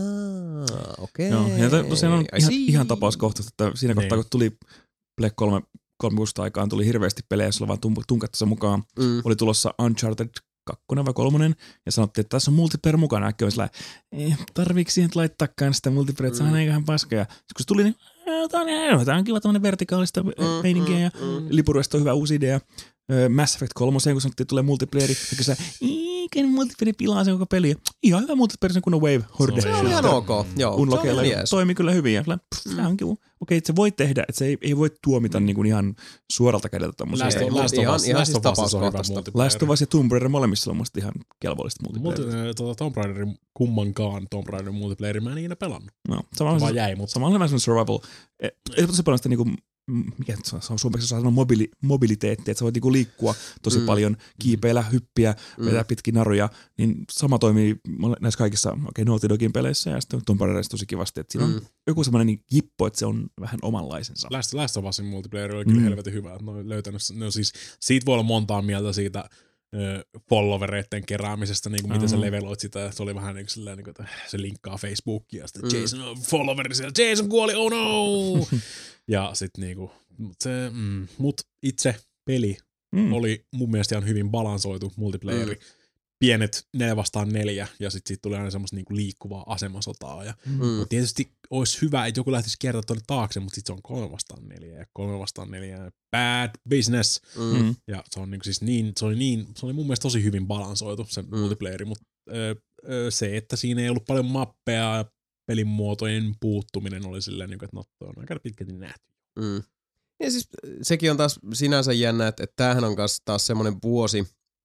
okei. Joo, ja tosiaan on ihan tapauskohtaista, että siinä kohtaa, kun tuli Black 3 aikaan, tuli hirveästi pelejä, jossa oli vaan tunkattu mukaan. Oli tulossa Uncharted 2 vai 3, ja sanottiin, että tässä on multiplayer mukana. Äkki oli sellainen, tarviiko siihen laittaakaan sitä multiplayer, että saa eiköhän paskaa. Ja kun se tuli, niin tämä on kiva tämmöinen vertikaalista meininkiä, ja Lipuruesta on hyvä uusi idea. Mass Effect 3, kun sanottiin, että tulee multiplayeri, ja mikä multiplayer pilaa sen koko peli. Ihan hyvä multiplayer, kun on Wave Horde. Se on ihan ok. Joo, Unlockeilla toimii kyllä hyvin. Ja se on kiva. Okei, että se voi tehdä, että se ei voi tuomita niin kuin ihan suoralta kädeltä tommosia. Ihan siis tapauskohtaista. Last of Us ja Tomb Raider molemmissa on musta ihan kelvollista multiplayeria. Tomb Raiderin kummankaan Tomb Raiderin multiplayerin mä en ikinä pelannut. No, vaan jäi, mutta samalla on survival. Ei tosi paljon sitä niinku, mikä se on suomeksi sanoa mobiliteetti, että sä voit niinku liikkua tosi paljon, kiipeillä, hyppiä, vetää pitkin naruja, niin sama toimii näissä kaikissa Naughty Dogin peleissä ja sitten Tomb Raiderissa tosi kivasti, että siinä on joku semmoinen niin jippo, että se on vähän omanlaisensa. Last of Usin multiplayer oli kyllä helvetin hyvä, että ne on löytänyt, no siis siitä voi olla montaa mieltä siitä followereiden keräämisestä, niin kuin miten sä leveloit sitä, se oli vähän niin kuin silleen, niin kuin, että se linkkaa Facebookia, ja sitten Jason on followeri siellä, Jason kuoli, oh no! Ja sitten niinku, mut itse peli oli mun mielestä ihan hyvin balansoitu multiplayeri. Pienet 4-4 ja sitten siitä tuli aina semmoista niinku liikkuvaa asemasotaa. Ja tietysti olisi hyvä, että joku lähtisi kiertämään tuonne taakse, mutta sitten se on 3-4 ja 3-4 bad business. Ja se on niinku siis se oli mun mielestä tosi hyvin balansoitu se multiplayeri, mutta se, että siinä ei ollut paljon mappeja ja pelin muotojen puuttuminen oli silleen, että no, on aika pitkälti nähty. Ja siis sekin on taas sinänsä jännä, että tämähän on taas semmoinen vuosi,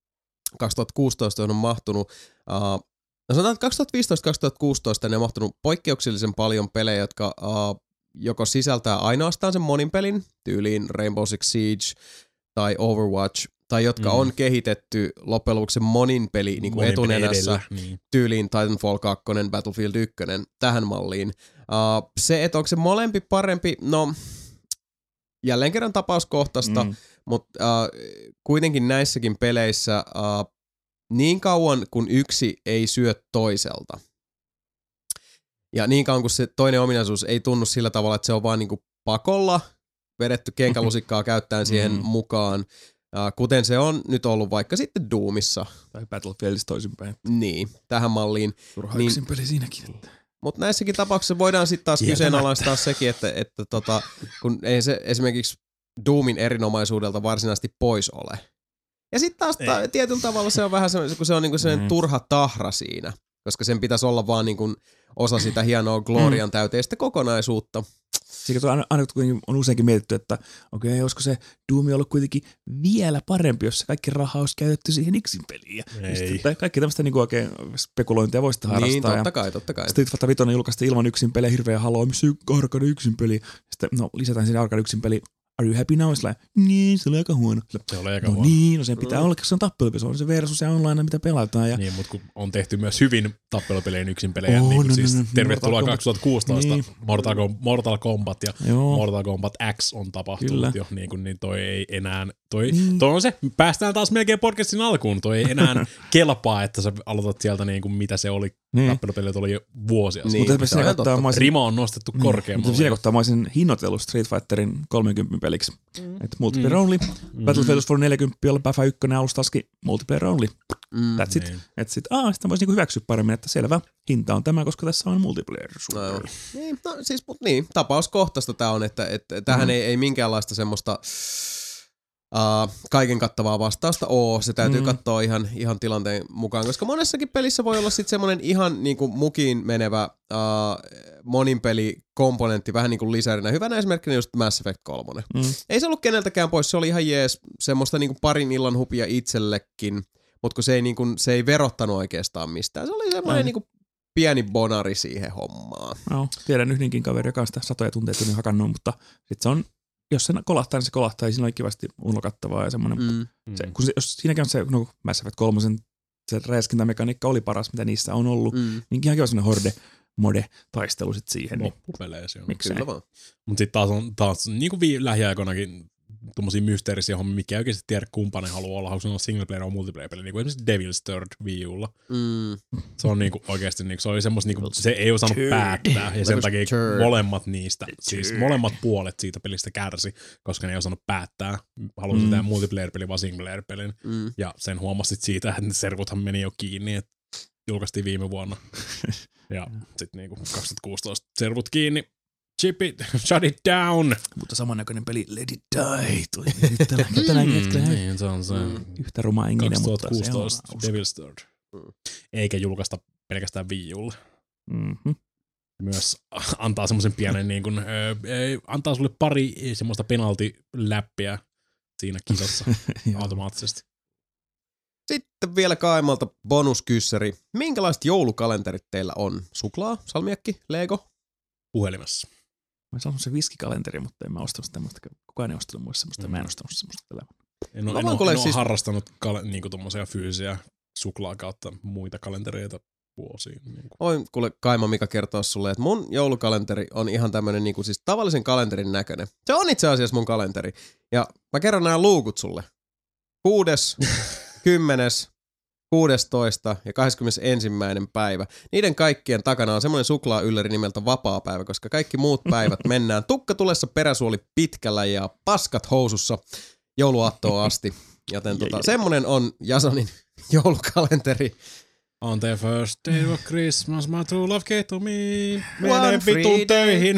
2016, johon on mahtunut, no sanotaan, että 2015-2016 ne on mahtunut poikkeuksellisen paljon pelejä, jotka joko sisältää ainoastaan sen monin pelin, tyyliin Rainbow Six Siege tai Overwatch, tai jotka on kehitetty loppujen lopuksi monin peli niin kuin etunenässä, tyyliin Titanfall 2, Battlefield 1, tähän malliin. Se, että onko se molempi parempi, no jälleen kerran tapauskohtaista, mutta kuitenkin näissäkin peleissä niin kauan kun yksi ei syö toiselta, ja niin kauan kun se toinen ominaisuus ei tunnu sillä tavalla, että se on vaan niin kuin pakolla vedetty kenkälusikkaa käyttäen siihen mukaan, kuten se on nyt ollut vaikka sitten Doomissa. Tai Battlefieldissa toisinpäin. Niin, tähän malliin. Turha yksin peli siinäkin. Mutta näissäkin tapauksissa voidaan sitten taas kyseenalaistaa sekin, että kun ei se esimerkiksi Doomin erinomaisuudelta varsinaisesti pois ole. Ja sitten taas tietyllä tavalla se on vähän semmoinen, kun se on niinku sellainen turha tahra siinä, koska sen pitäisi olla vaan niinku osa sitä hienoa glorian täyteistä kokonaisuutta. Siksi aina on useinkin mietitty, että okei, olisiko se Doom ollut kuitenkin vielä parempi, jos se kaikki raha olisi käytetty siihen yksin peliin. Kaikki tämmöistä niinku oikein spekulointia voi sitä harrastaa. Niin, totta kai. Street Fighter 5 julkaistiin ilman yksin pelejä, hirveä haloo, missä arcade yksin peli. Sitten lisätään sinne arcade yksin peli. Are you happy now? Niin, se oli aika huono. Se oli aika huono. Niin, no sen pitää olla, koska se on tappelupeli. Se on se versus ja online, mitä pelataan. Ja... Niin, mutta kun on tehty myös hyvin tappelupelien yksin pelejä, tervetuloa 2016. Niin. Mortal Kombat ja Mortal Kombat X on tapahtunut jo. Niin toi ei enää, toi on se, päästään taas melkein podcastin alkuun. Toi ei enää kelpaa, että sä aloitat sieltä niin kuin mitä se oli. Tappelupelijat oli jo vuosia. Niin, Rima on nostettu korkeammalle. Mutta siinä kohtaa mä olisin hinnoitellut Street Fighterin 30 peliksi. Että multiplayer only. Battlefield for 40 olla BAFA 1 alustaski multiplayer only. That's it. Että sitä voisi niinku hyväksyä paremmin, että selvä, hinta on tämä, koska tässä on multiplayer. Niin, tapauskohtaista tää on, että tähän ei minkäänlaista semmoista kaiken kattavaa vastausta oo. Se täytyy katsoa ihan tilanteen mukaan, koska monessakin pelissä voi olla sitten semmoinen ihan niinku mukiin menevä monin pelikomponentti vähän niinku lisärinä. Hyvänä esimerkkinä just Mass Effect 3. Ei se ollut keneltäkään pois, se oli ihan jees, semmoista niinku parin illan hupia itsellekin, mutta kun se ei verottanut oikeastaan mistään. Se oli semmoinen niinku pieni bonari siihen hommaan. No, tiedän yhdenkin kaveri, joka on sitä satoja tunteja hakannut, mutta sit se on jos se kolahtaa, niin se kolahtaa, ja siinä on kivasti unlokattavaa ja semmoinen. Jos siinäkin on se, Mass Effect 3, se räiskintämekaniikka oli paras, mitä niissä on ollut, niin ihan kiva semmoinen horde-taistelu sitten siihen. Loppupeleissä on. Miksei? Mutta sitten taas niin kuin lähiaikoinakin tommosia mysteerisiä hommia, mikä ei oikeasti tiedä kumppanen haluaa olla, haluaa olla single player vai multiplayer peli, niin kuin esimerkiksi Devil's Third Wii Ulla. Se on niinku oikeasti, niinku, se oli semmoista, niinku, se ei osannut päättää, ja sen takia molemmat niistä, siis molemmat puolet siitä pelistä kärsi, koska ne ei osannut päättää, halusin tehdä multiplayer-peli vai single player-pelin, ja sen huomasit siitä, että ne servuthan meni jo kiinni, että julkaistiin viime vuonna, ja sitten niinku 2016 servut kiinni, chip it, shut it down. Mutta samannäköinen peli Let It Die tuli tänään hetkellä. Niin, se on se. Yhtä ruma enginen, mutta se on 2016 Devil's Third. Eikä julkaista pelkästään Wii Ulle. Mm-hmm. Myös antaa semmoisen pienen, niin kuin, antaa sulle pari semmoista penaltiläppiä siinä kisassa automaattisesti. Sitten vielä Kaimalta bonuskyssäri. Minkälaiset joulukalenterit teillä on? Suklaa, salmiakki, Lego? Puhelimessa. Mä sanon se viskikalenteri, mutta en mä ostanut tämmöistä. Kukaan ei ostanut mulle semmoista. Mä en ostanut semmoista elämää. En ole harrastanut niinku tommosia fyysisiä suklaa kautta muita kalentereita vuosiin. Niin voin kuule Kaima Mika kertoa sulle, että mun joulukalenteri on ihan tämmönen niinku siis tavallisen kalenterin näköinen. Se on itse asiassa mun kalenteri. Ja mä kerron nämä luukut sulle. 6., 10., 16. ja 21. päivä. Niiden kaikkien takana on semmoinen suklaaylläri nimeltä vapaapäivä, koska kaikki muut päivät mennään tukka tulessa, peräsuoli pitkällä ja paskat housussa jouluaattoon asti. Joten semmonen on Jasonin joulukalenteri. On the first day of Christmas, my true love came to me. Mene vitun töihin.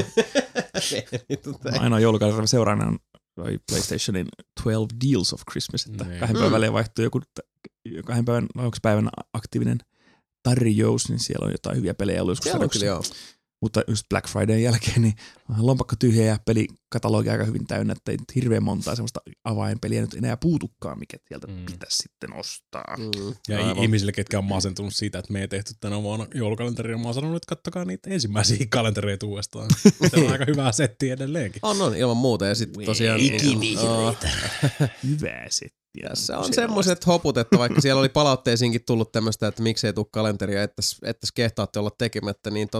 Ainoa joulukalenteri seuraavana on PlayStationin 12 Deals of Christmas, että 2 päivän välein vaihtuu joku 2 päivän aktiivinen tarjous, niin siellä on jotain hyviä pelejä ollut joskus. Mutta just Black Fridayn jälkeen, niin lompakko tyhjä ja pelikatalogi aika hyvin täynnä, että ei nyt hirveän montaa semmoista avainpeliä nyt enää puutukaan, mikä sieltä pitäisi sitten ostaa. Ja ihmisille, ketkä on masentunut siitä, että me ei tehty tänä vuonna joulukalenteria, mä oon sanonut, että kattokaa niitä ensimmäisiä kalentereita uudestaan. Se on aika hyvä setti edelleenkin. On, ilman muuta. Ja sitten tosiaan hyvä setti. Se on semmoiset hoput, että vaikka siellä oli palautteisiinkin tullut tämmöistä, että miksei tule kalenteria, että kehtaatte olla tekemättä, niin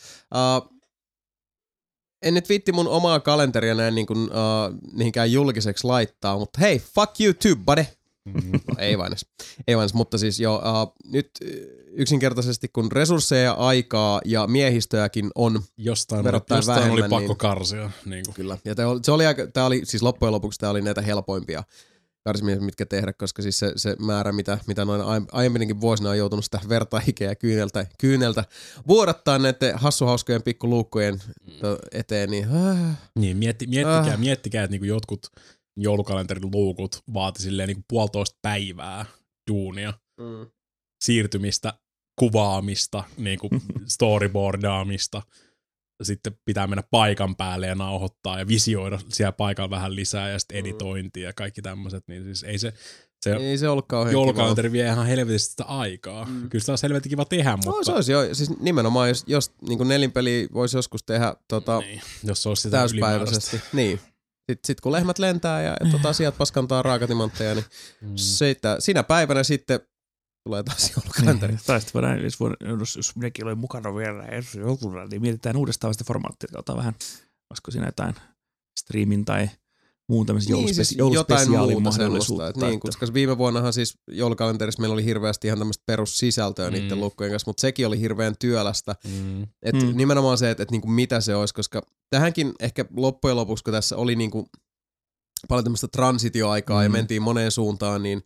en nyt viitti mun omaa kalenteria näin niin kuin, mihinkään julkiseksi laittaa, mutta hei, fuck you too, buddy. Ei vain edes, mutta siis jo nyt yksinkertaisesti kun resursseja, aikaa ja miehistöäkin on jostain vähemmän, oli pakko karsia. Niin kuin. Kyllä, ja tää oli siis loppujen lopuksi tää oli näitä helpoimpia karsimia, mitkä tehdä, koska siis se määrä, mitä noin aiemminkin vuosina on joutunut sitä verta-hikeä kyyneltä vuodattaa näiden hassuhauskojen pikkuluukkojen eteen, niin... Niin, miettikää, että niinku jotkut joulukalenterin luukut vaati silleen niinku 1,5 päivää duunia, siirtymistä, kuvaamista, niinku storyboardaamista, sitten pitää mennä paikan päälle ja nauhoittaa ja visioida siellä paikalla vähän lisää ja sitten editointia ja kaikki tämmöiset, niin siis ei se ollut kauhean joulukalenteri vie ihan helvetisti sitä aikaa. Kyllä sitä olisi helvetin kiva tehdä, mutta... No se olisi jo, siis nimenomaan jos niin nelinpeli voisi joskus tehdä niin, jos se olisi sitä täyspäiväisesti. Niin. Sitten kun lehmät lentää ja asiat paskantaa raakatimantteja, niin sinä päivänä sitten tulee taas joulukalenteri. Tai sitten voidaan, jos minäkin olen mukana vielä jouluna, niin mietitään uudestaan sitä formaattia, että otetaan vähän, olisiko siinä jotain streamin tai muun tämmöisen jouluspesiaalin mahdollisuutta. Niin, koska viime vuonnahan siis joulukalenterissa meillä oli hirveästi ihan tämmöistä perussisältöä niiden lukkojen kanssa, mutta sekin oli hirveän työlästä. Nimenomaan se, että niinku mitä se olisi, koska tähänkin ehkä loppujen lopuksi, kun tässä oli niinku paljon tämmöistä transitioaikaa ja mentiin moneen suuntaan, niin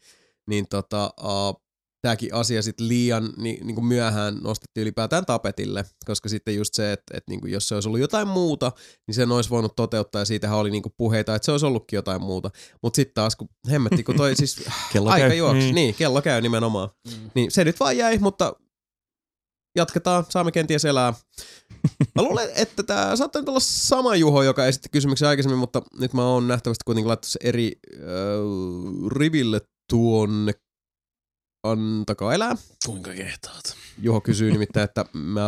tämäkin asia sitten liian niin kuin myöhään nostettiin ylipäätään tapetille, koska sitten just se, että niin kuin jos se olisi ollut jotain muuta, niin sen olisi voinut toteuttaa ja siitähän oli niin kuin puheita, että se olisi ollutkin jotain muuta. Mutta sitten taas, kun hemmetti, kun toi siis aika juoksi, niin kello käy nimenomaan, niin se nyt vaan jäi, mutta jatketaan, saamme kenties elää. Mä luulen, että tämä saattaa nyt olla sama Juho, joka esitti kysymyksen aikaisemmin, mutta nyt mä oon nähtävästi kuitenkin laittu se eri riville tuonne. Antakaa elää. Kuinka kehtaat? Juho kysyy nimittäin, että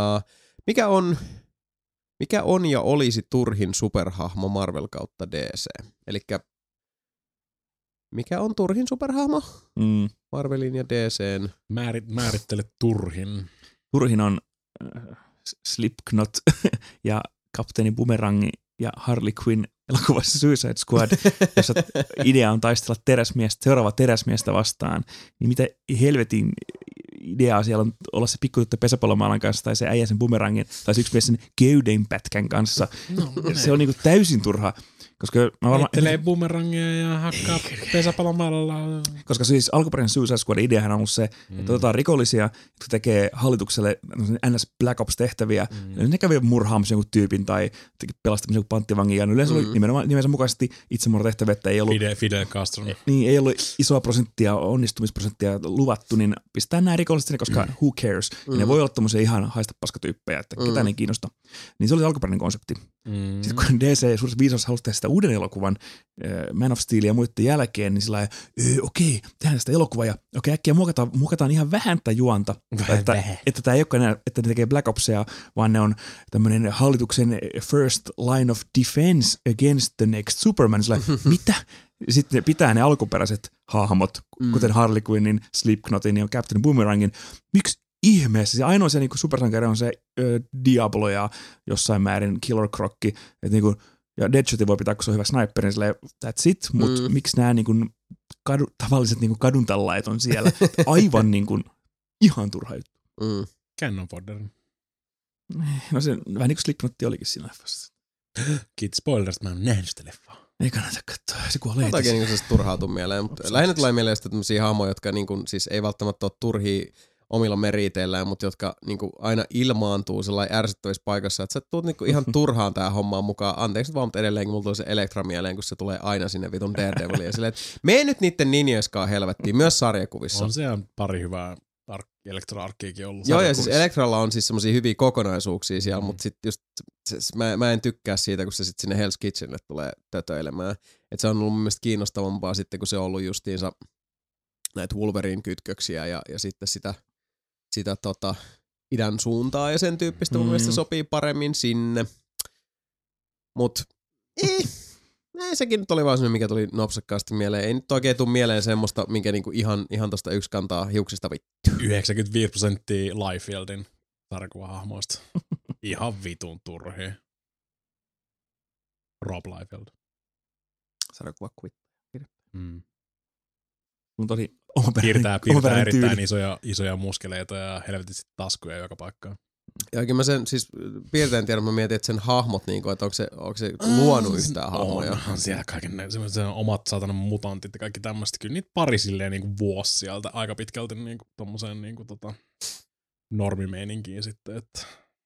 mikä on ja olisi turhin superhahmo Marvel kautta DC? Elikkä mikä on turhin superhahmo? Marvelin ja DCn. Määrittele turhin. Turhin on Slipknot ja Kapteeni Boomerang ja Harley Quinn elokuvassa Suicide Squad, jossa idea on taistella seuraava teräsmiestä vastaan, niin mitä helvetin ideaa siellä on olla se pikkutyttö pesäpallomaalan kanssa tai se äijä sen Boomerangin tai se yksi mies sen köydenpätkän kanssa. Se on niinku täysin turha. Koska mä varmaan... Heittelee boomerangia ja hakkaa pesäpalomalla. Koska siis alkuperäinen Suicide Squad ideahan on ollut se, että otetaan rikollisia, jotka tekee hallitukselle NS Black Ops-tehtäviä. Ne kävi murhaamassa jonkun tyypin tai pelastamassa jonkun panttivangin. Ja yleensä oli nimensä mukaisesti itsemurhatehtäviä, että ei ollut... Fidel Castro. Niin, ei ollut isoa prosenttia, onnistumisprosenttia luvattu, niin pistää nämä rikolliset sinne, koska who cares. Ja ne voi olla tommosia ihan haista paskatyyppejä, että ketään ei kiinnosta. Niin se oli alkuperäinen konsepti. Sitten kun DC suurissa viisaus halusi tehdä sitä uuden elokuvan Man of Steel ja muiden jälkeen, niin sillä okei, tehdään sitä elokuvaa ja äkkiä muokataan ihan vähän tätä juonta. Että tämä ei olekaan enää, että ne tekee Black Opsia, vaan ne on tämmöinen hallituksen first line of defense against the next Superman. Sillä mitä? Sitten ne pitää ne alkuperäiset hahmot, kuten Harley Quinnin, Slipknotin ja Captain Boomerangin. Miksi ihmeessä? Se ainoa se niinku supersankari on se Diablo ja jossain määrin Killer Crocki. Niinku, ja Deadshot voi pitää, kun se on hyvä sniperi, niin that's it. Mutta miksi nämä niinku tavalliset niinku kaduntallait on siellä? Aivan niinku ihan turha juttu. Cannon fodder. No se vähän niin kuin Slipknotti olikin siinä leffassa. Kid spoilers, mä en nähnyt sitä leffaa. Ei kannata katsoa, se kuolee. Jotakin niin se turhautuu mieleen, mutta lähinnä tulee mieleen sitä tämmöisiä hahmoja, jotka niin kuin, siis ei välttämättä ole turhia omilla meriteillään, mutta jotka niin kuin aina ilmaantuu sellainen ärsyttävissä paikassa, että sä tuut niin kuin ihan turhaan tähän hommaan mukaan. Anteeksi vaan, mutta edelleenkin mulla tulee se Elektra mieleen, kun se tulee aina sinne vitun Daredeviliin. Silleen, että mene nyt niiden ninjoiskaan helvettiin, myös sarjakuvissa. On siellä pari hyvää Elektra-arkkiakin ollut. Joo, ja siis Elektralla on siis semmosia hyviä kokonaisuuksia siellä, mutta sit just mä en tykkää siitä, kun se sit sinne Hell's Kitchenille tulee tötöilemään. Että se on ollut mun mielestä kiinnostavampaa sitten, kun se on ollut justiinsa näitä Wolverine-kytköksiä ja sitten sitä idän suuntaa ja sen tyyppistä. Mun mielestä sopii paremmin sinne. Mut ei, sekin nyt oli vaan semmoinen, mikä tuli nopsakkaasti mieleen. Ei nyt oikein tule mieleen semmoista, minkä niinku ihan tosta yksi kantaa hiuksista vittu. 95% Liefeldin sarjakuvahahmoista. Ihan vitun turhia. Rob Liefeld. Sarjakuvakuvit. Mun oli piirtää erittäin isoja muskeleita ja helvetisti taskuja joka paikkaan. Ja oikein mä sen siis piirtein tiedän, mä mietin, että sen hahmot, niin kuin, että onko se luonut yhtään hahmoja. Onhan siellä kaiken semmoiset omat saatanan mutantit ja kaikki tämmöistä. Kyllä niitä pari silleen niin kuin vuosi sieltä aika pitkälti niin kuin tommoseen niin kuin normimeininkiin sitten, että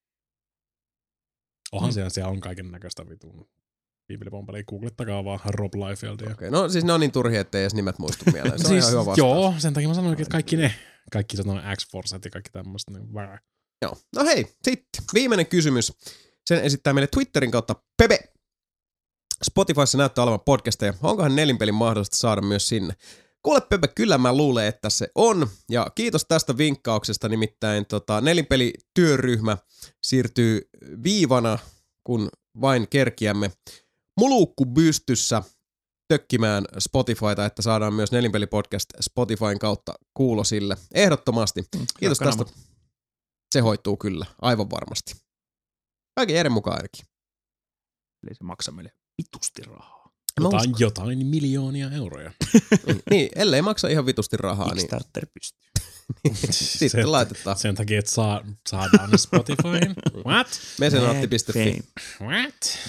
onhan siellä on kaiken näköistä vitun. Viipelipompeli, googlettakaa vaan Rob Liefeldia. Okay, no siis ne on niin turhia, ettei edes nimet muistu mieleen. Se on siis, ihan hyvä vastaus. Joo, sen takia mä sanoinkin, että kaikki X-Forcet ja kaikki tämmöistä. Niin joo. No hei, sitten viimeinen kysymys. Sen esittää meille Twitterin kautta Pepe. Spotifyssa näyttää olevan podcasteja. Onkohan Nelinpelin mahdollista saada myös sinne? Kuule Pepe, kyllä mä luulen, että se on. Ja kiitos tästä vinkkauksesta, nimittäin Nelinpeli-työryhmä siirtyy viivana, kun vain kerkiämme mulukku pystyssä tökkimään Spotifyta, että saadaan myös Nelinpeli-podcast Spotifyn kautta kuulosille. Ehdottomasti. Kiitos tästä. Se hoituu kyllä, aivan varmasti. Kaiken järjen mukaan ainakin. Eli se maksaa meille vitusti rahaa. Jotain miljoonia euroja. niin, ellei maksa ihan vitusti rahaa. Kickstarter pystyy. Sitten laitetaan. Sen takia, että saadaan Spotifyin. What? Mesenatti.fi. What?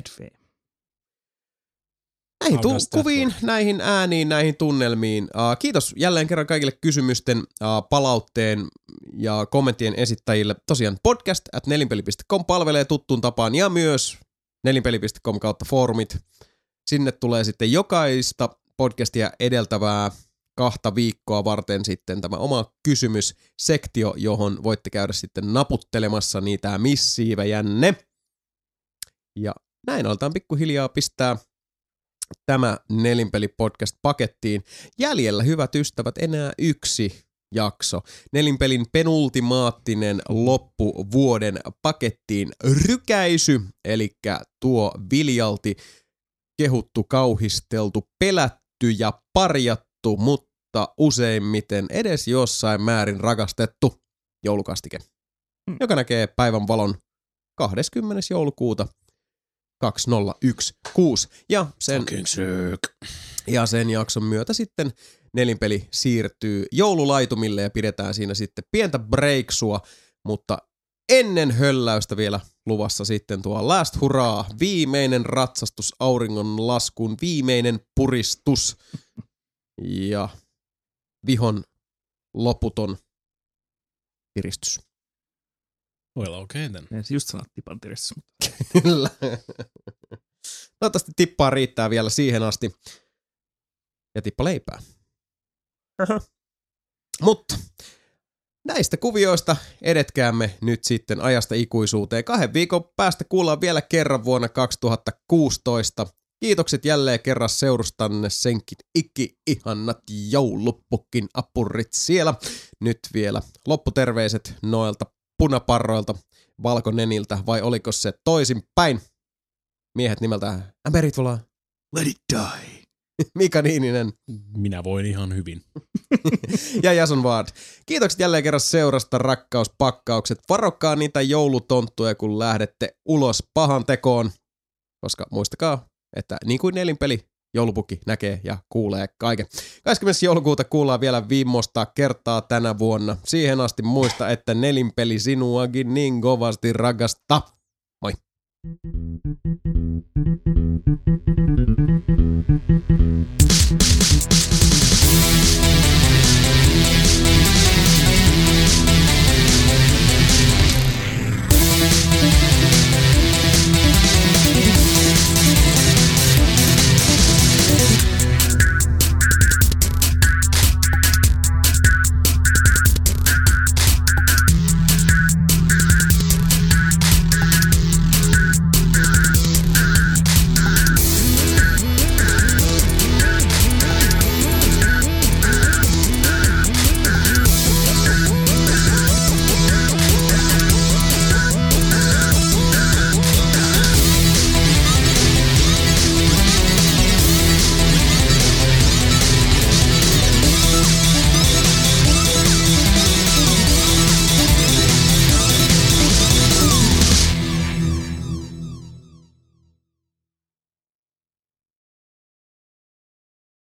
Näihin kuviin, näihin ääniin, näihin tunnelmiin. Kiitos jälleen kerran kaikille kysymysten, palautteen ja kommenttien esittäjille. Tosiaan podcast@nelinpeli.com palvelee tuttuun tapaan ja myös nelinpeli.com kautta foorumit. Sinne tulee sitten jokaista podcastia edeltävää 2 viikkoa varten sitten tämä oma kysymyssektio, johon voitte käydä sitten naputtelemassa niitä missiivejänne. Ja näin aletaan pikkuhiljaa pistää tämä Nelinpeli-podcast pakettiin. Jäljellä, hyvät ystävät, enää 1 jakso. Nelinpelin penultimaattinen loppuvuoden pakettiin rykäisy, eli tuo viljalti kehuttu, kauhisteltu, pelätty ja parjattu, mutta useimmiten edes jossain määrin rakastettu joulukastike, joka näkee päivän valon 20. joulukuuta 2016. Ja sen jakson myötä sitten Nelinpeli siirtyy joululaitumille ja pidetään siinä sitten pientä breaksua, mutta ennen hölläystä vielä luvassa sitten tuo Last Hurrah, viimeinen ratsastus auringon laskuun, viimeinen puristus ja vihon loputon piristys. Well, okay then. En just sanot tipantirissa. Kyllä. Toivottavasti tippaa riittää vielä siihen asti. Ja tippa leipää. Mutta näistä kuvioista edetkäämme nyt sitten ajasta ikuisuuteen. 2 viikon päästä kuullaan vielä kerran vuonna 2016. Kiitokset jälleen kerran seurustanne senkit ihanat joulupukkin apurit siellä. Nyt vielä lopputerveiset noilta punaparroilta, valkoneniltä, vai oliko se toisinpäin? Miehet nimeltä Ameritvola. Let it die. Mika Niininen. Minä voin ihan hyvin. Ja Jason Ward. Kiitokset jälleen kerran seurasta, rakkauspakkaukset. Varokaa niitä joulutonttuja, kun lähdette ulos pahan tekoon. Koska muistakaa, että niin kuin nelinpeli, joulupukki näkee ja kuulee kaiken. 20. joulukuuta kuullaan vielä viimeistä kertaa tänä vuonna. Siihen asti muista, että nelinpeli sinuakin niin kovasti rakastaa. Moi!